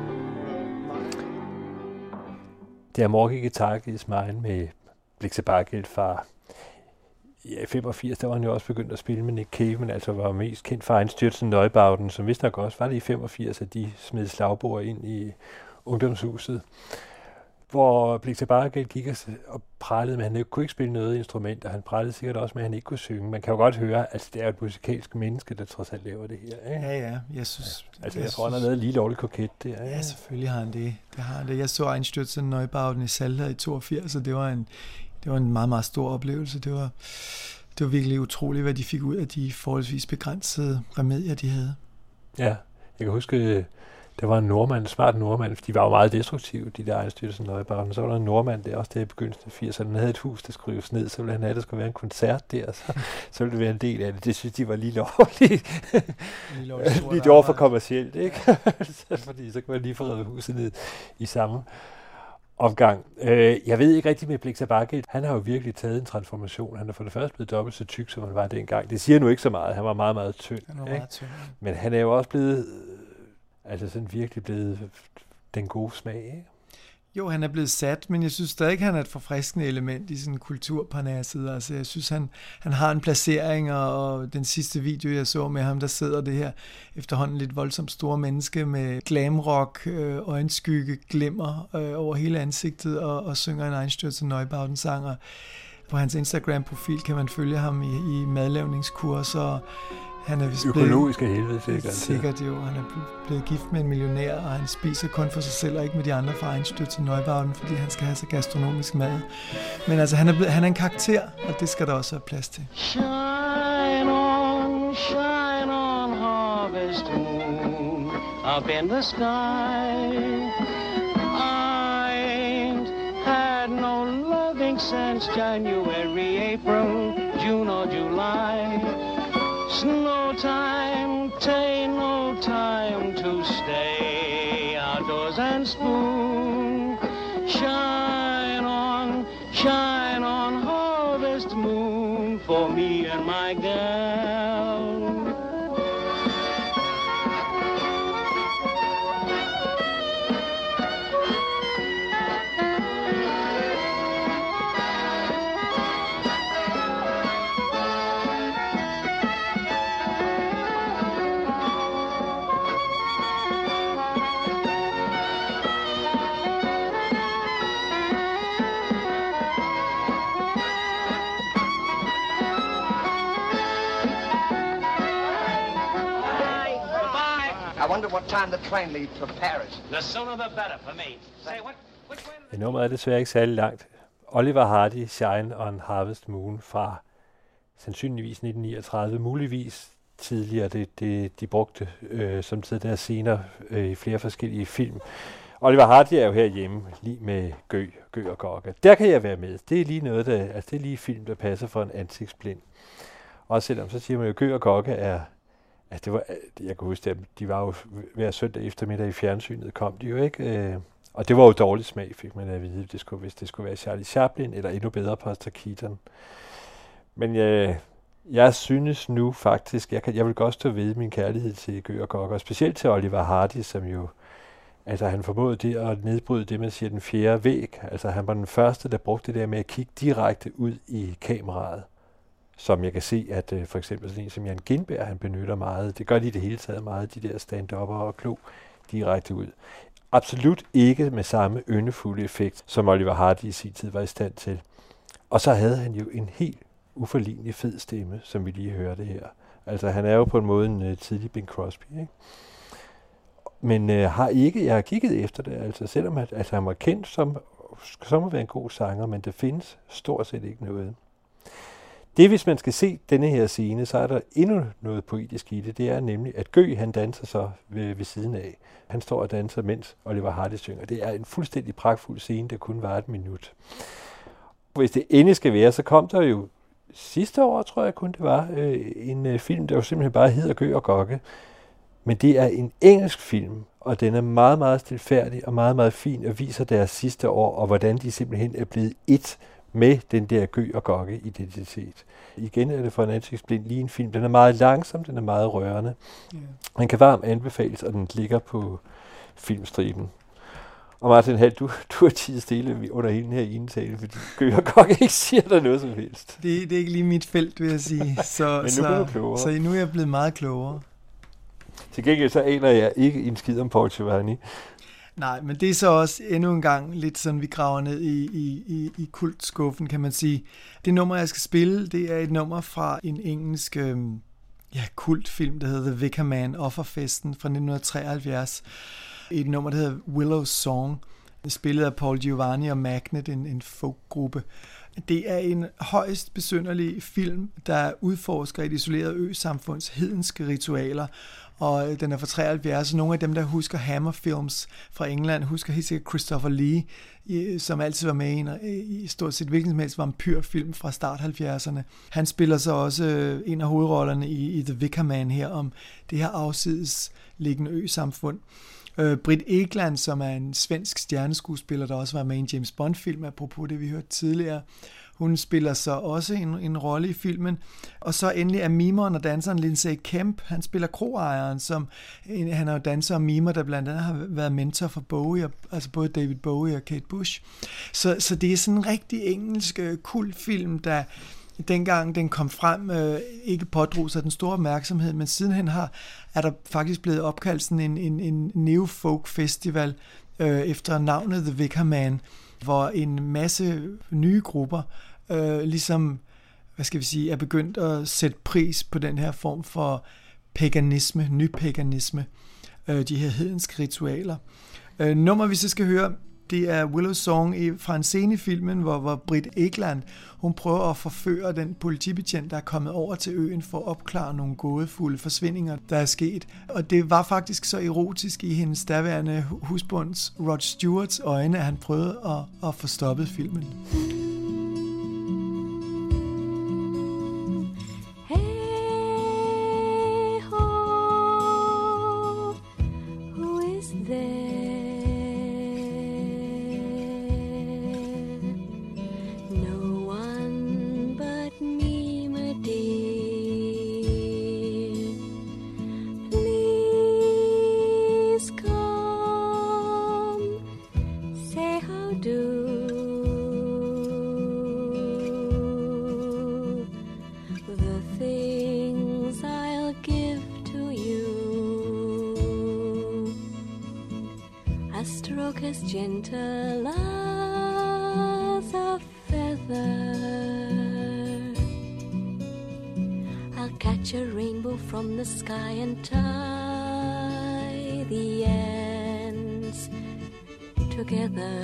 Der morgige Tag is mine med Blixa Bargeld fra ja, i femogfirs, der var han jo også begyndt at spille med Nick Cave, men altså var mest kendt for Einstürzen Neubauten, som vist nok også var det i femogfirs, at de smed slagbord ind i ungdomshuset, hvor Blixa Bargeld gik og pralede med, at han ikke kunne ikke spille noget instrument, og han pralede sikkert også med, at han ikke kunne synge. Man kan jo godt høre, at det er et musikalsk menneske, der trods alt laver det her. Ikke? Ja, ja, jeg synes... Ja, altså, jeg, jeg tror, han har lavet lige lovligt koket der. Ikke? Ja, selvfølgelig har han det. Det har han det. Jeg så Einstürzen Neubauten i Salter i toogfirs, og det var en, det var en meget, meget stor oplevelse. Det var, det var virkelig utroligt, hvad de fik ud af de forholdsvis begrænsede remedier, de havde. Ja, jeg kan huske... Der var en nordmand, en smart nordmand, for de var jo meget destruktive, de der Einstürzen Neubauten. Så var der en nordmand der, også der i begyndelsen af firserne. Han havde et hus, der skulle rives ned, så ville han have, at der skulle være en koncert der, så, så ville det være en del af det. Det synes de var lige lovligt. Lidt over for kommercielt, ikke? Fordi så kan man lige få revet huset ned i samme omgang. Jeg ved ikke rigtig med Blixa Bargeld. Han har jo virkelig taget en transformation. Han er for det første blevet dobbelt så tyk, som han var dengang. Det siger nu ikke så meget. Han var meget, meget tynd. Han var meget tynd. Men han er jo også blevet... Altså sådan virkelig blevet den gode smag, ikke? Jo, han er blevet sat, men jeg synes stadig ikke, han er et forfriskende element i sådan en kulturparnasset. Altså, jeg synes, han, han har en placering, og den sidste video, jeg så med ham, der sidder det her efterhånden lidt voldsomt store menneske med glamrock, øh, øjenskygge, glimmer øh, over hele ansigtet, og, og synger en Einstürzen Neubauten-sang. Og på hans Instagram-profil kan man følge ham i, i madlavningskurser. Han er økologisk af helvede, sikkert. Sikkert jo. Han er blevet gift med en millionær, og han spiser kun for sig selv, og ikke med de andre fra Einstürzen Neubauten, fordi han skal have så gastronomisk mad. Men altså, han er, blevet, han er en karakter, og det skal der også være plads til. Shine on, shine on, harvest moon. up in the sky. I ain't had no loving since January, April, June or July. Snow time, ta'in't no time to stay outdoors and spoon. Shine on, shine on, harvest moon for me and my gal. I wonder what time the train leaves for Paris. The sooner the better for me. Say, what, which way? Ja, nummeret er desværre ikke særlig langt. Oliver Hardy, Shine on Harvest Moon fra sandsynligvis nitten niogtredive, muligvis tidligere. Det, det de brugte øh, som tid der senere øh, i flere forskellige film. Oliver Hardy er jo herhjemme lige med Gø, Gø og Gokke. Der kan jeg være med. Det er lige noget, der, altså det er lige film, der passer for en ansigtsblind. Også selvom så siger man jo, Gø og Gokke er, altså det var, jeg kan huske, at de var jo hver søndag eftermiddag i fjernsynet, kom de jo ikke. Og det var jo dårlig smag, fik man at vide, det skulle, hvis det skulle være Charlie Chaplin, eller endnu bedre Buster Keaton. Men jeg, jeg synes nu faktisk, jeg, kan, jeg vil godt stå ved min kærlighed til Gø og Gokke, og specielt til Oliver Hardy, som jo, altså han formåede det at nedbryde det, man siger, den fjerde væg. Altså han var den første, der brugte det der med at kigge direkte ud i kameraet. Som jeg kan se, at uh, for eksempel sådan en som Jan Gindberg, han benytter meget. Det gør de i det hele taget meget, de der stand-upper og klo direkte ud. Absolut ikke med samme yndefulde effekt, som Oliver Hardy i sin tid var i stand til. Og så havde han jo en helt uforlignelig fed stemme, som vi lige hørte her. Altså han er jo på en måde en uh, tidlig Bing Crosby, ikke? Men uh, har ikke, jeg har kigget efter det, altså selvom at, altså, han var kendt som, som at være en god sanger, men der findes stort set ikke noget. Det, hvis man skal se denne her scene, så er der endnu noget poetisk i det. Det er nemlig, at Gø, han danser så ved, ved siden af. Han står og danser, mens Oliver Hardy synger. Det er en fuldstændig pragtfuld scene, der kun var et minut. Hvis det endelig skal være, så kom der jo sidste år, tror jeg kun det var, øh, en øh, film, der jo simpelthen bare hedder Gø og Gokke. Men det er en engelsk film, og den er meget, meget stilfærdig og meget, meget fin, og viser deres sidste år, og hvordan de simpelthen er blevet et med den der Gø og Gokke identitet. Igen er det for en ansigtsblind lige en film. Den er meget langsom, den er meget rørende. Yeah. Den kan varmt anbefales, og den ligger på filmstriben. Og Martin Hall, du, du er tid stille under hele den her indtale, fordi Gø og Gokke ikke siger der noget som helst. Det, det er ikke lige mit felt, vil jeg sige. Så, Men nu så, er du klogere. Så nu er jeg blevet meget klogere. Til gengæld så aner jeg ikke en skid om Paul Giovanni. Nej, men det er så også endnu en gang lidt sådan, vi graver ned i, i, i, i kultskuffen, kan man sige. Det nummer, jeg skal spille, det er et nummer fra en engelsk øh, ja, kultfilm, der hedder The Wicker Man, Offerfesten fra nitten treoghalvfjerds. Et nummer, der hedder Willow's Song, spillet af Paul Giovanni og Magnet, en, en folkgruppe. Det er en højst besynderlig film, der udforsker et isoleret ø-samfunds hedenske ritualer, og den er fra treoghalvfjerds, og nogle af dem, der husker Hammer Films fra England, husker helt sikkert Christopher Lee, som altid var med i, en, i stort set hvilken som helst vampyrfilm fra start halvfjerdserne. Han spiller så også en af hovedrollerne i, i The Wicker Man her, om det her afsides liggende ø-samfund. Uh, Britt Ekland, som er en svensk stjerneskuespiller, der også var med i en James Bond-film, apropos det, vi hørte tidligere. Hun spiller så også en, en rolle i filmen. Og så endelig er mimeren og danseren Lindsay Kemp. Han spiller kroejeren, som en, han er jo danser og mimer, der blandt andet har været mentor for Bowie, og, altså både David Bowie og Kate Bush. Så, så det er sådan en rigtig engelsk kultfilm, der dengang den kom frem, øh, ikke pådrog sig den store opmærksomhed, men sidenhen har, er der faktisk blevet opkaldt sådan en, en, en neofolk festival øh, efter navnet The Wicker Man, hvor en masse nye grupper øh, ligesom, hvad skal vi sige, er begyndt at sætte pris på den her form for paganisme, nypaganisme, øh, de her hedenske ritualer. Øh, nummer vi så skal høre, Det er Willows Song fra en scene i filmen, hvor, hvor Britt Ekland, hun prøver at forføre den politibetjent, der er kommet over til øen for at opklare nogle gådefulde forsvindinger, der er sket. Og det var faktisk så erotisk i hendes daværende husbunds Rod Stewarts øjne, at han prøvede at, at få stoppet filmen. As gentle as a feather, I'll catch a rainbow from the sky and tie the ends together.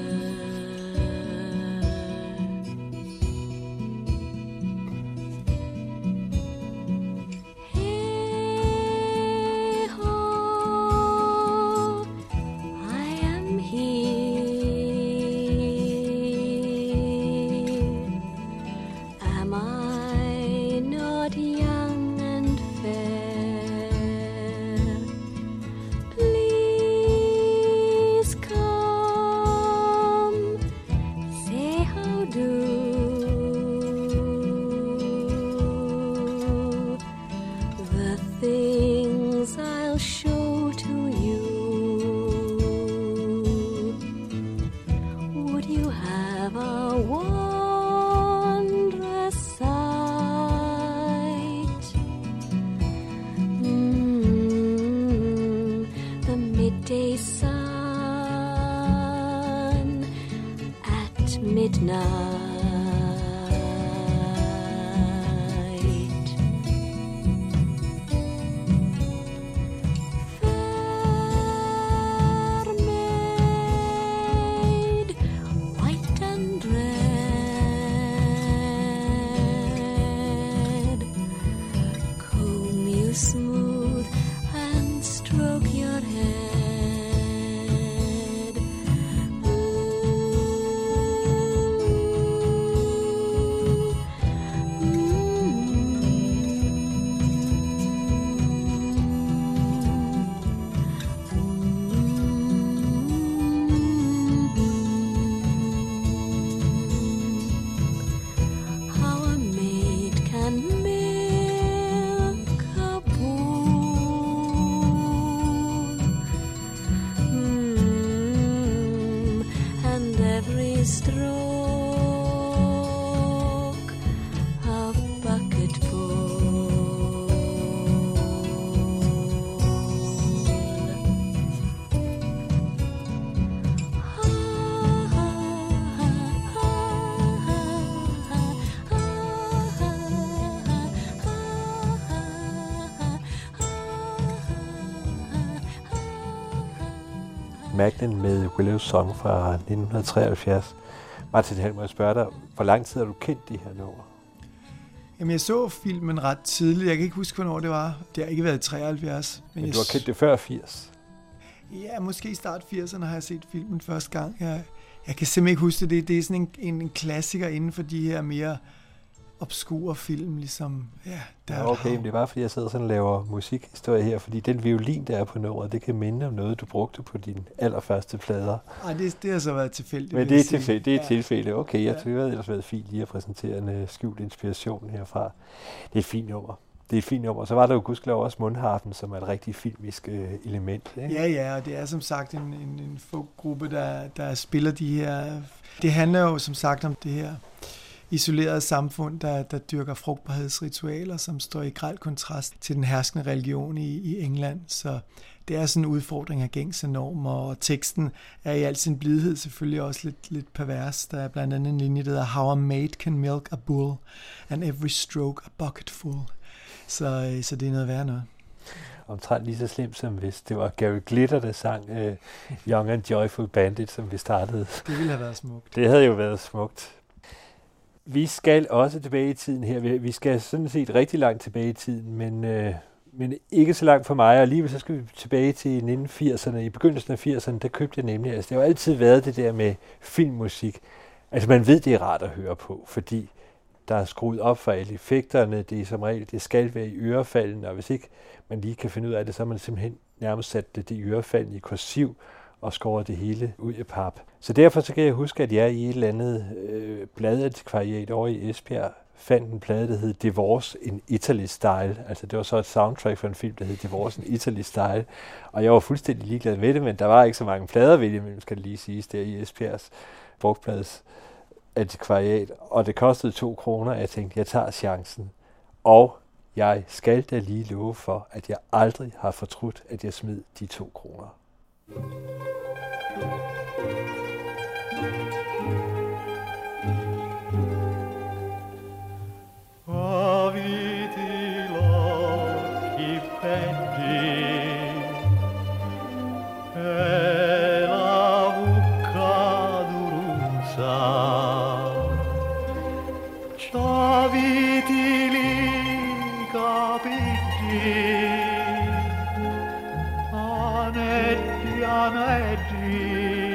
Magnen med Willows Song fra nitten treoghalvfjerds. Martin Hall, må jeg spørge dig, hvor lang tid har du kendt de her numre? Jamen, jeg så filmen ret tidligt. Jeg kan ikke huske, hvornår det var. Det har ikke været treoghalvfjerds. Men, men du har kendt det før firs? Ja, måske i start firserne har jeg set filmen første gang. Jeg, jeg kan simpelthen ikke huske det. Det er sådan en, en, en klassiker inden for de her mere obskure film, ligesom, ja, der ja, okay, men det er bare fordi, jeg sidder sådan og laver musikhistorie her, fordi den violin, der er på nummeret, det kan minde om noget, du brugte på dine allerførste plader. Nej, det, det har så været tilfældigt. Men det er tilfældigt, det er ja. tilfældigt. Okay, jeg tror, det havde ellers været fint lige at præsentere en uh, skjult inspiration herfra. Det er et fint nummer. Det er et fint nummer. Så var der jo gudskelov også mundharpen, som er et rigtig filmisk uh, element. Ikke? Ja, ja, og det er som sagt en, en, en folkgruppe, der, der spiller de her. Det handler jo som sagt om det her isolerede samfund, der, der dyrker frugtbarhedsritualer, som står i grel kontrast til den herskende religion i, i England. Så det er sådan en udfordring af gængse normer, og teksten er i al sin blidhed selvfølgelig også lidt, lidt pervers. Der er blandt andet en linje, der hedder How a maid can milk a bull, and every stroke a bucket full. Så, så det er noget værd noget. omtrent lige så slemt, som hvis det var Gary Glitter, der sang uh, Young and Joyful Bandit, som vi startede. Det ville have været smukt. Det havde jo været smukt. Vi skal også tilbage i tiden her. Vi skal sådan set rigtig langt tilbage i tiden, men, øh, men ikke så langt for mig. Og alligevel så skal vi tilbage til nitten firserne. I begyndelsen af firserne, der købte jeg nemlig, altså det har jo altid været det der med filmmusik. Altså man ved, det er rart at høre på, fordi der er skruet op for alle effekterne. Det er som regel, det skal være i ørefalden, og hvis ikke man lige kan finde ud af det, så har man simpelthen nærmest sat det, det i ørefalden i kursiv og skåret det hele ud af pap. Så derfor så kan jeg huske, at jeg i et eller andet øh, bladantikvariat over i Esbjerg fandt en plade, der hed Divorce in Italy Style. Altså det var så et soundtrack for en film, der hed Divorce in Italy Style. Og jeg var fuldstændig ligeglad med det, men der var ikke så mange plader ved det, men skal det lige siges, der i Esbjergs brugtplades antikvariat. Og det kostede to kroner, og jeg tænkte, jeg tager chancen. Og jeg skal da lige love for, at jeg aldrig har fortrudt, at jeg smed de to kroner. Aviti l'occhi belli e la bucca d'uruzza, c'aviti li capelli anetti anetti.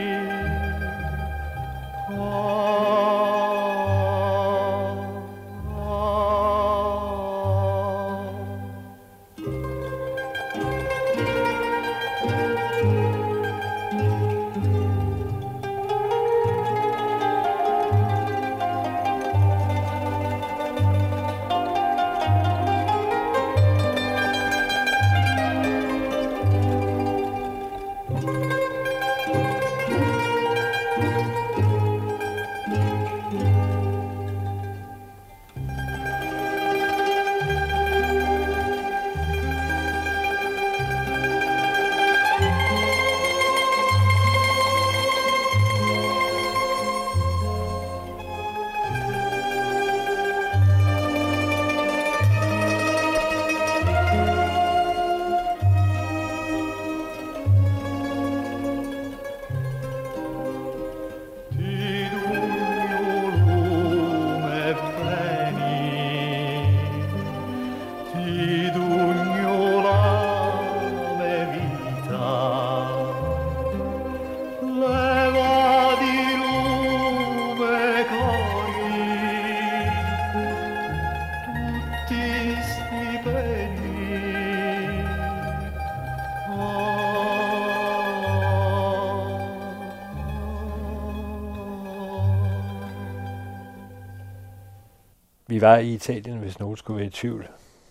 Vi var i Italien, hvis nogen skulle være i tvivl.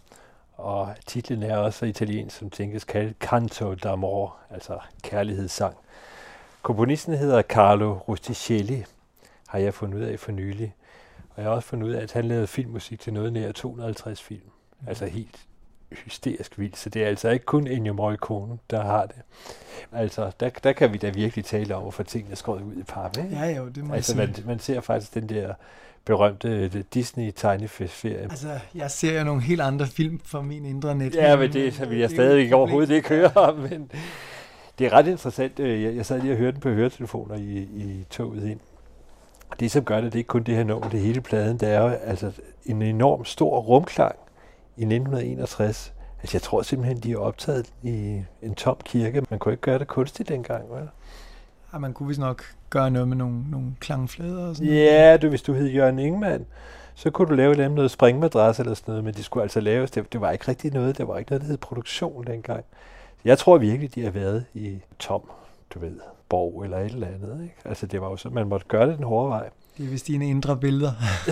Og titlen er også italiensk, som tænkes kaldt Canto d'amore, altså kærlighedssang. Komponisten hedder Carlo Rusticelli, har jeg fundet ud af for nylig. Og jeg har også fundet ud af, at han lavede filmmusik til noget nær to hundrede og halvtreds film. Mm. Altså helt hysterisk vildt. Så det er altså ikke kun Ennio Morricone, der har det. Altså, der, der kan vi da virkelig tale om, hvorfor tingene er skåret ud i pap, ikke? Ja, jo, det må altså, jeg man, sige. man ser faktisk den der berømte Disney-tegnefilmsferie. Altså, jeg ser jo nogle helt andre film fra min indre net. Ja, men det så vil jeg stadigvæk overhovedet ikke høre om, men det er ret interessant. Jeg, jeg sad lige og hørte den på høretelefoner i, i toget ind. Og det, som gør det, det er ikke kun det her nummer, det hele pladen, der er jo altså en enorm stor rumklang i nitten enogtres. Altså, jeg tror simpelthen, de er optaget i en tom kirke. Man kunne ikke gøre det kunstigt dengang, vel? Ja, man kunne vist nok gøre noget med nogle, nogle klangflader og sådan Ja, noget. Du, hvis du hed Jørgen Ingemann, så kunne du lave noget springmadras eller sådan noget, men det skulle altså laves. Det, det var ikke rigtig noget, der var ikke noget, der hed produktion dengang. Jeg tror virkelig, de har været i tom, du ved, borg eller et eller andet, ikke? Altså, det var jo så, man måtte gøre det den hårde vej. Det er vist dine indre billeder.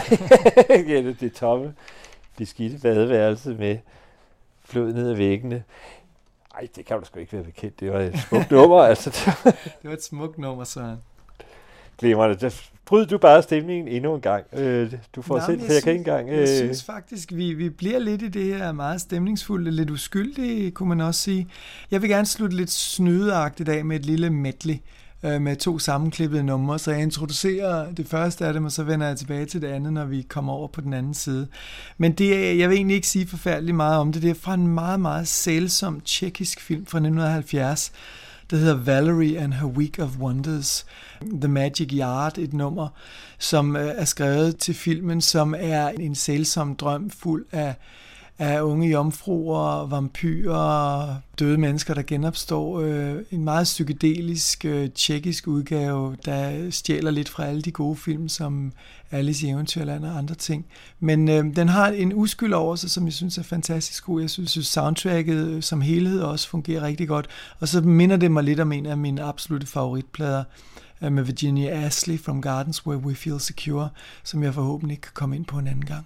Ja, det, det tomme, det skidte badeværelse med flod ned ad væggene. Ej, det kan du sgu ikke være bekendt. Det var et smukt nummer, altså. Det var et smukt nummer, Søren. Glimrende. Bryd du bare stemningen endnu en gang. Øh, du får Nå, selv, for jeg, jeg kan ikke engang... Øh... Jeg synes faktisk, vi, vi bliver lidt i det her meget stemningsfulde, lidt uskyldige, kunne man også sige. Jeg vil gerne slutte lidt snydeagtigt af med et lille medley. øh, med to sammenklippede numre, så jeg introducerer det første af dem, og så vender jeg tilbage til det andet, når vi kommer over på den anden side. Men det, jeg vil egentlig ikke sige forfærdeligt meget om det. Det er fra en meget, meget sælsom tjekkisk film fra nitten halvfjerds, der hedder Valerie and Her Week of Wonders. The Magic Yard, et nummer, som er skrevet til filmen, som er en sælsom drøm fuld af, af unge jomfruer, vampyrer, døde mennesker, der genopstår. En meget psykedelisk, tjekkisk udgave, der stjæler lidt fra alle de gode film, som Alice i Eventyrland og andre ting. Men øh, den har en uskyld over sig, som jeg synes er fantastisk god. Jeg synes, synes soundtracket som helhed også fungerer rigtig godt. Og så minder det mig lidt om en af mine absolutte favoritplader, med Virginia Astley, From Gardens Where We Feel Secure, som jeg forhåbentlig kan komme ind på en anden gang.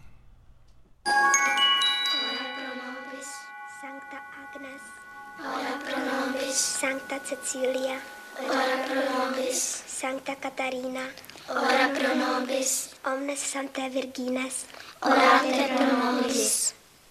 Sancta Agnes, ora pro nobis. Sancta Cecilia, ora pro nobis. Sancta Catarina, ora pro nobis. Omnes Sancta Virgines, orate pro nobis.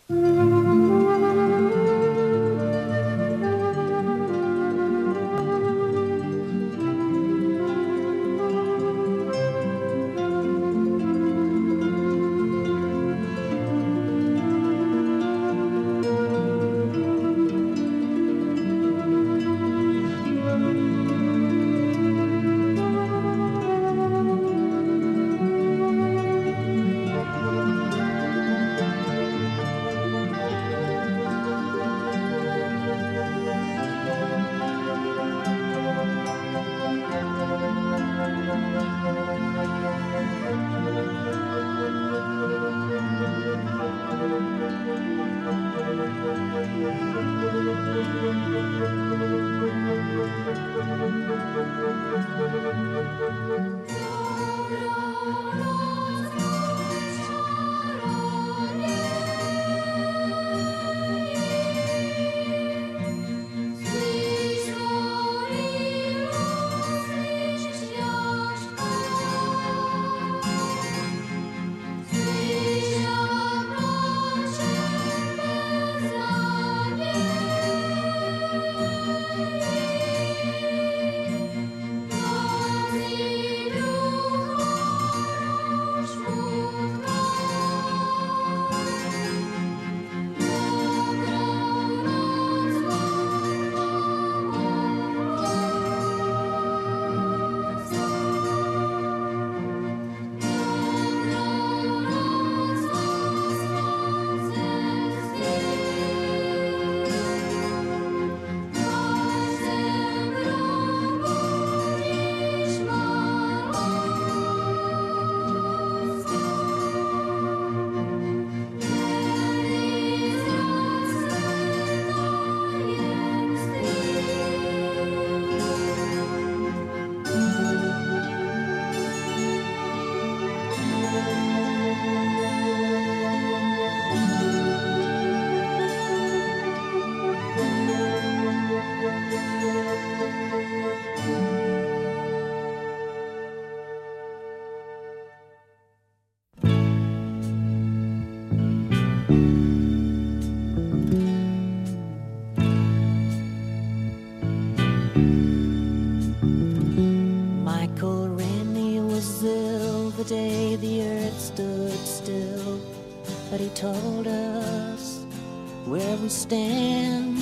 the day the earth stood still, but he told us where we stand.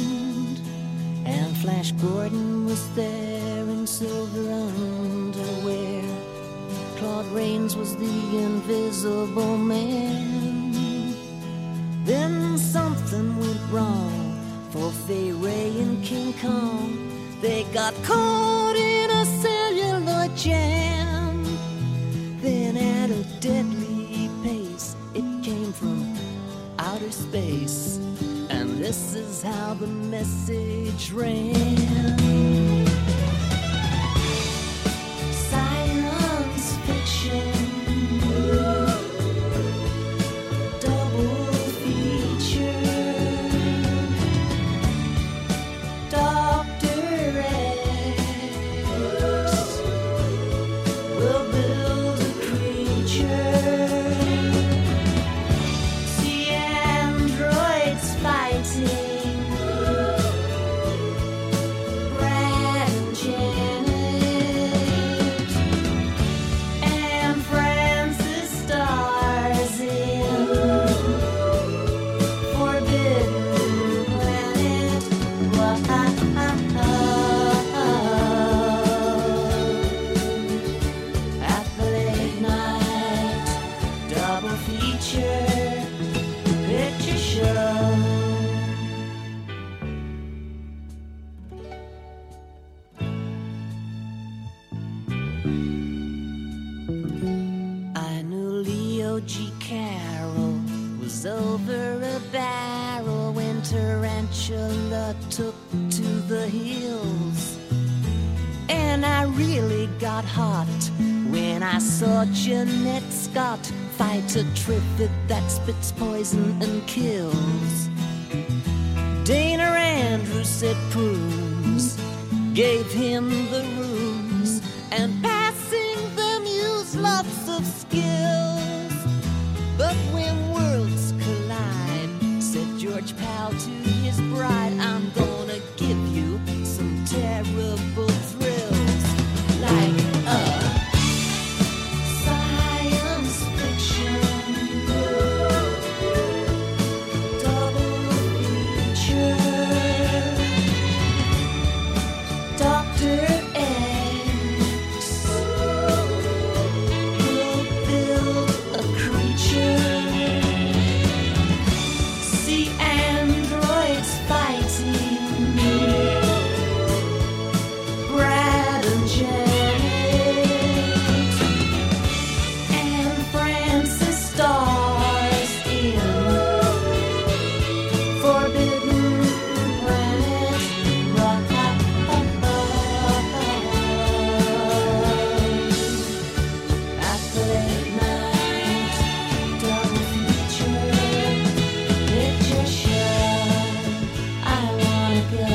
And Flash Gordon was there in silver underwear. Claude Rains was the invisible man. Then something went wrong for Fay Ray and King Kong. They got caught in a cellular jam. Then at a deadly pace, it came from outer space. And this is how the message ran. Science fiction. Double feature. Doctor X. I knew Leo G. Carroll was over a barrel when Tarantula took to the hills. And I really got hot when I saw Jeanette Scott fight a trivet that spits poison and kills. Dana Andrews said prunes gave him the rooms, and passing the muse lots of skills. But when worlds collide, said George Powell to his bride, I'm gonna give you some terrible thrills, like a science fiction double feature. Doctor X will build a creature. See androids fighting. Brad and Janet and Francis stars in Forbidden Planet. At the late night double feature picture show, I wanna go.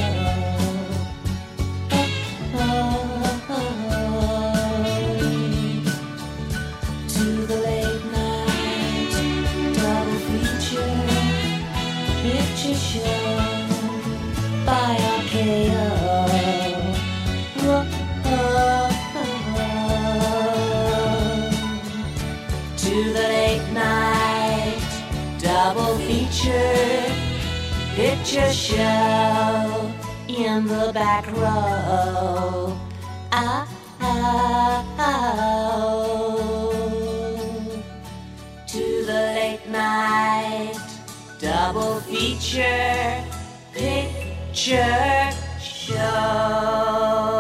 To the late night double feature picture show by R K O. To the late night double feature picture show in the back row. Ah, ah, oh. To the late night double feature picture show.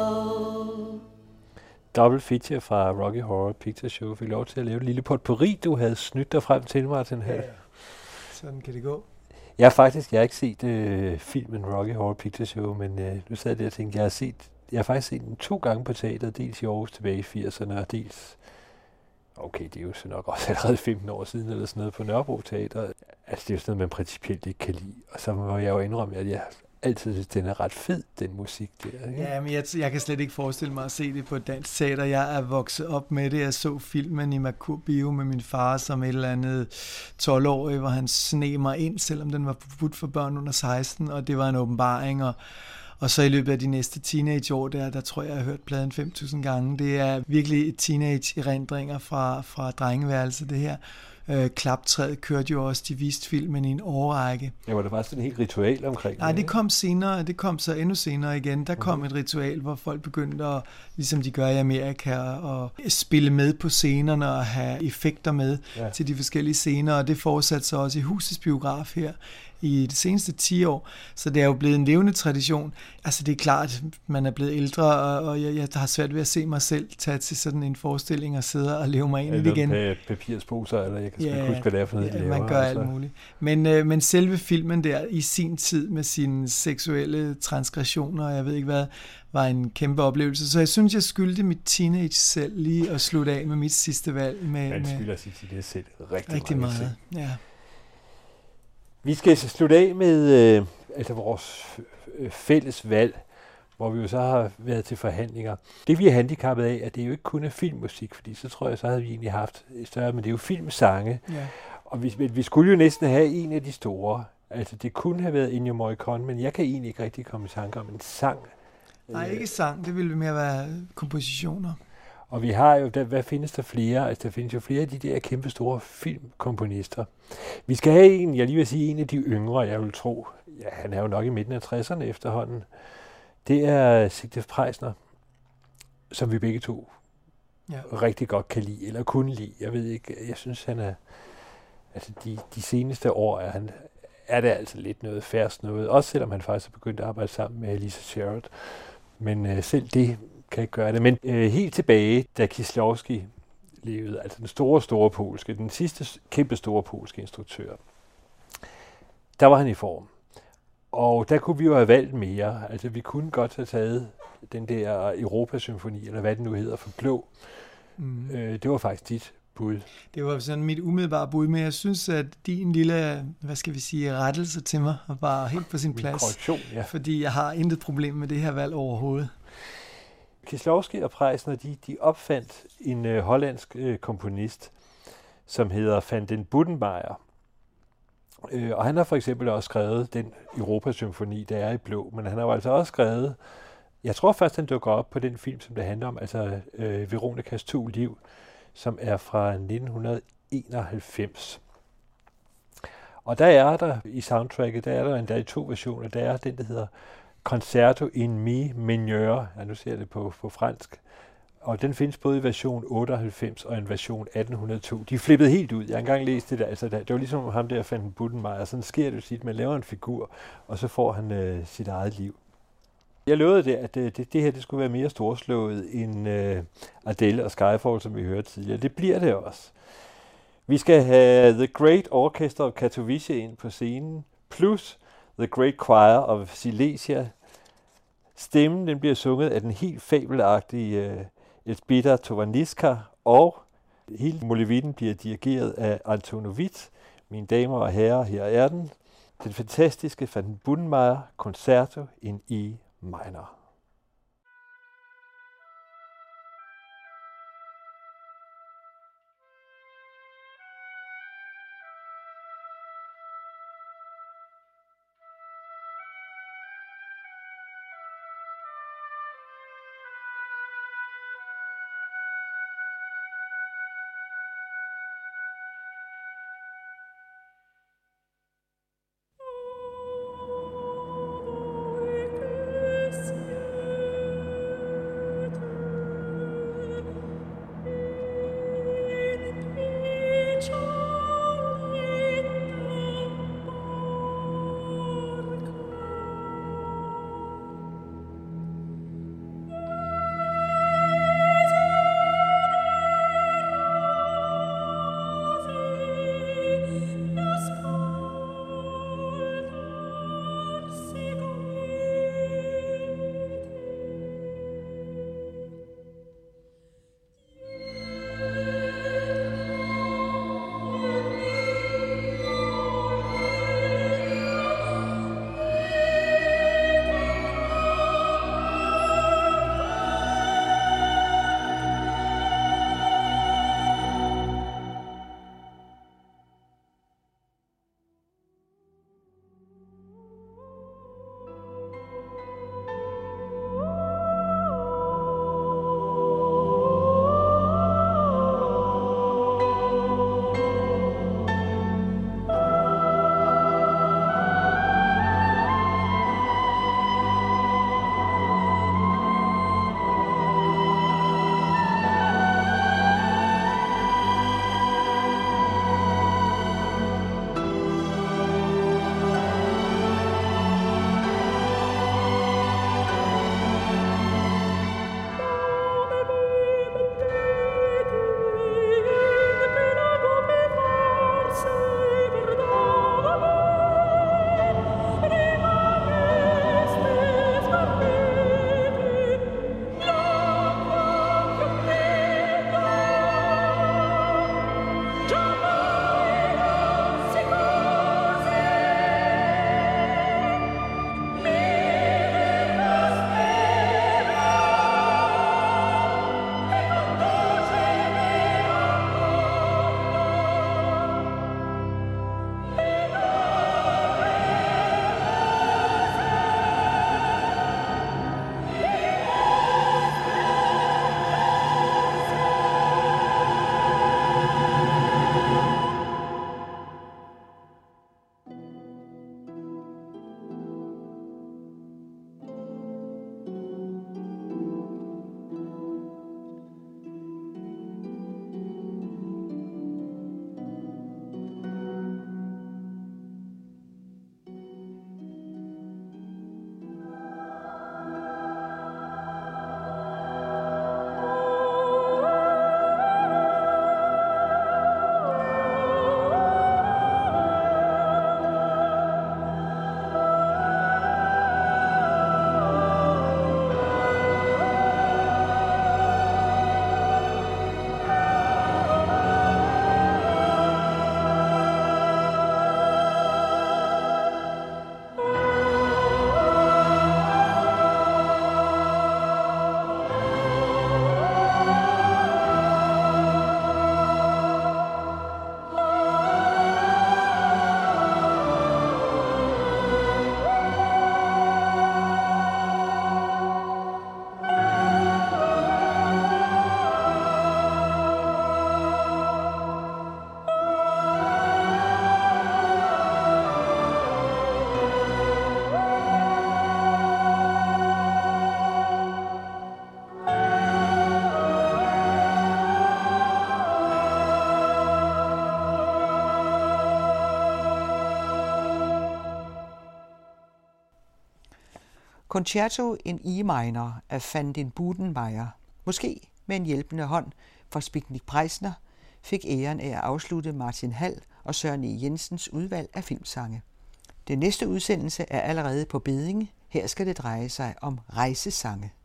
Double feature fra Rocky Horror Picture Show. Fik lov til at lave et lille potpourri, du havde snydt dig frem til, Martin Hall. Ja, sådan kan det gå. Jeg har faktisk, jeg har ikke set øh, filmen Rocky Horror Picture Show, men øh, nu sad jeg der og tænkte, jeg har set, jeg har faktisk set den to gange på teateret, dels i Aarhus tilbage i firserne, og dels, okay, det er jo så nok også allerede femten år siden, eller sådan noget på Nørrebro Teater. Altså, det er jo sådan noget, man principielt ikke kan lide. Og så må jeg jo indrømme, at jeg altid synes, den er ret fed, den musik der. Ikke? Ja, men jeg, jeg kan slet ikke forestille mig at se det på et dansk teater. Jeg er vokset op med det. Jeg så filmen i Mercur Bio med min far som et eller andet tolv-årig, hvor han sne mig ind, selvom den var forbudt for børn under seksten, og det var en åbenbaring. Og, og så i løbet af de næste teenageår, der, der tror jeg, jeg har hørt pladen fem tusind gange. Det er virkelig et teenage-erindringer fra, fra drengeværelset, det her. Øh, Klaptræet kørte jo også, de viste filmen i en årrække. Ja, var det bare sådan en helt ritual omkring? Nej, det kom senere, det kom så endnu senere igen. Der kom et ritual, hvor folk begyndte at, ligesom de gør i Amerika, at spille med på scenerne og have effekter med ja. til de forskellige scener, og det fortsatte så også i Husets Biograf her i de seneste ti år, så det er jo blevet en levende tradition. Altså det er klart, man er blevet ældre, og jeg, jeg har svært ved at se mig selv tage til sådan en forestilling og sidde og leve mig ind i det igen. Eller papirsposer, eller jeg kan ja, ikke huske, hvad det er for noget, ja, de laver. man gør altså. alt muligt. Men, øh, men selve filmen der i sin tid med sine seksuelle transgressioner, jeg ved ikke hvad, var en kæmpe oplevelse. Så jeg synes, jeg skyldte mit teenage selv lige at slutte af med mit sidste valg. Med, Man med skylder sig til det selv rigtig, rigtig meget. meget. Ja. Vi skal slutte af med øh, altså vores fælles valg, hvor vi jo så har været til forhandlinger. Det vi er handicappet af, at det jo ikke kun er filmmusik, fordi så tror jeg, så havde vi egentlig haft større, men det er jo filmsange. Ja. Og vi, vi skulle jo næsten have en af de store. Altså det kunne have været Ennio Morricone, men jeg kan egentlig ikke rigtig komme i tanke om en sang. Nej, ikke sang. Det ville mere være kompositioner. Og vi har jo, der, hvad findes der flere? Altså, der findes jo flere af de der kæmpe store filmkomponister. Vi skal have en, jeg lige vil sige, en af de yngre, jeg vil tro. Ja, han er jo nok i midten af tresserne efterhånden. Det er Sigrid Preisner, som vi begge to ja. rigtig godt kan lide, eller kunne lide. Jeg ved ikke, jeg synes, han er... Altså, de, de seneste år er, han, er det altså lidt noget færst noget. Også selvom han faktisk har begyndt at arbejde sammen med Lisa Sherrod. Men øh, selv det kan ikke gøre det. Men øh, helt tilbage, da Kieślowski levede, altså den store, store polske, den sidste kæmpe store polske instruktør, der var han i form. Og der kunne vi jo have valgt mere. Altså vi kunne godt have taget den der Europasymfoni, eller hvad det nu hedder, for blå. Mm. Øh, det var faktisk dit bud. Det var sådan mit umiddelbare bud, men jeg synes, at din lille, hvad skal vi sige, rettelse til mig var helt på sin plads. Korrektion, ja. Fordi jeg har intet problem med det her valg overhovedet. Kieślowski og Preisner, de, de opfandt en øh, hollandsk øh, komponist, som hedder Van den Buddenmeier. Øh, og han har for eksempel også skrevet den Europasymfoni, der er i blå, men han har jo altså også skrevet, jeg tror først, han dukker op på den film, som det handler om, altså øh, Veronikas to liv, som er fra nitten enoghalvfems. Og der er der i soundtracket, der er der endda i to versioner, der er den, der hedder Concerto in Mi mineur, ja, nu ser jeg det på, på fransk, og den findes både i version otteoghalvfems og en version atten hundrede og to. De er flippet helt ud. Jeg har engang læst det der, altså det var ligesom ham der Van den Buddenmeier, sådan sker det jo sit, man laver en figur, og så får han øh, sit eget liv. Jeg lovede det, at det, det, det her det skulle være mere storslået end øh, Adele og Skyfall, som vi hørte tidligere. Det bliver det også. Vi skal have The Great Orchestra of Katowice ind på scenen, plus The Great Choir of Silesia. Stemmen den bliver sunget af den helt fabelagtige øh, Elzbieta Tovarniska, og hele molevitten bliver dirigeret af Antonovit. Mine damer og herrer, her er den. Den fantastiske Van den Buddenmeier Concerto in E minor. Yes. Concerto in E-minor af van den Budenmeier, måske med en hjælpende hånd fra Spignik Preisner, fik æren af at afslutte Martin Hall og Søren E. Jensens udvalg af filmsange. Den næste udsendelse er allerede på bedding. Her skal det dreje sig om rejsesange.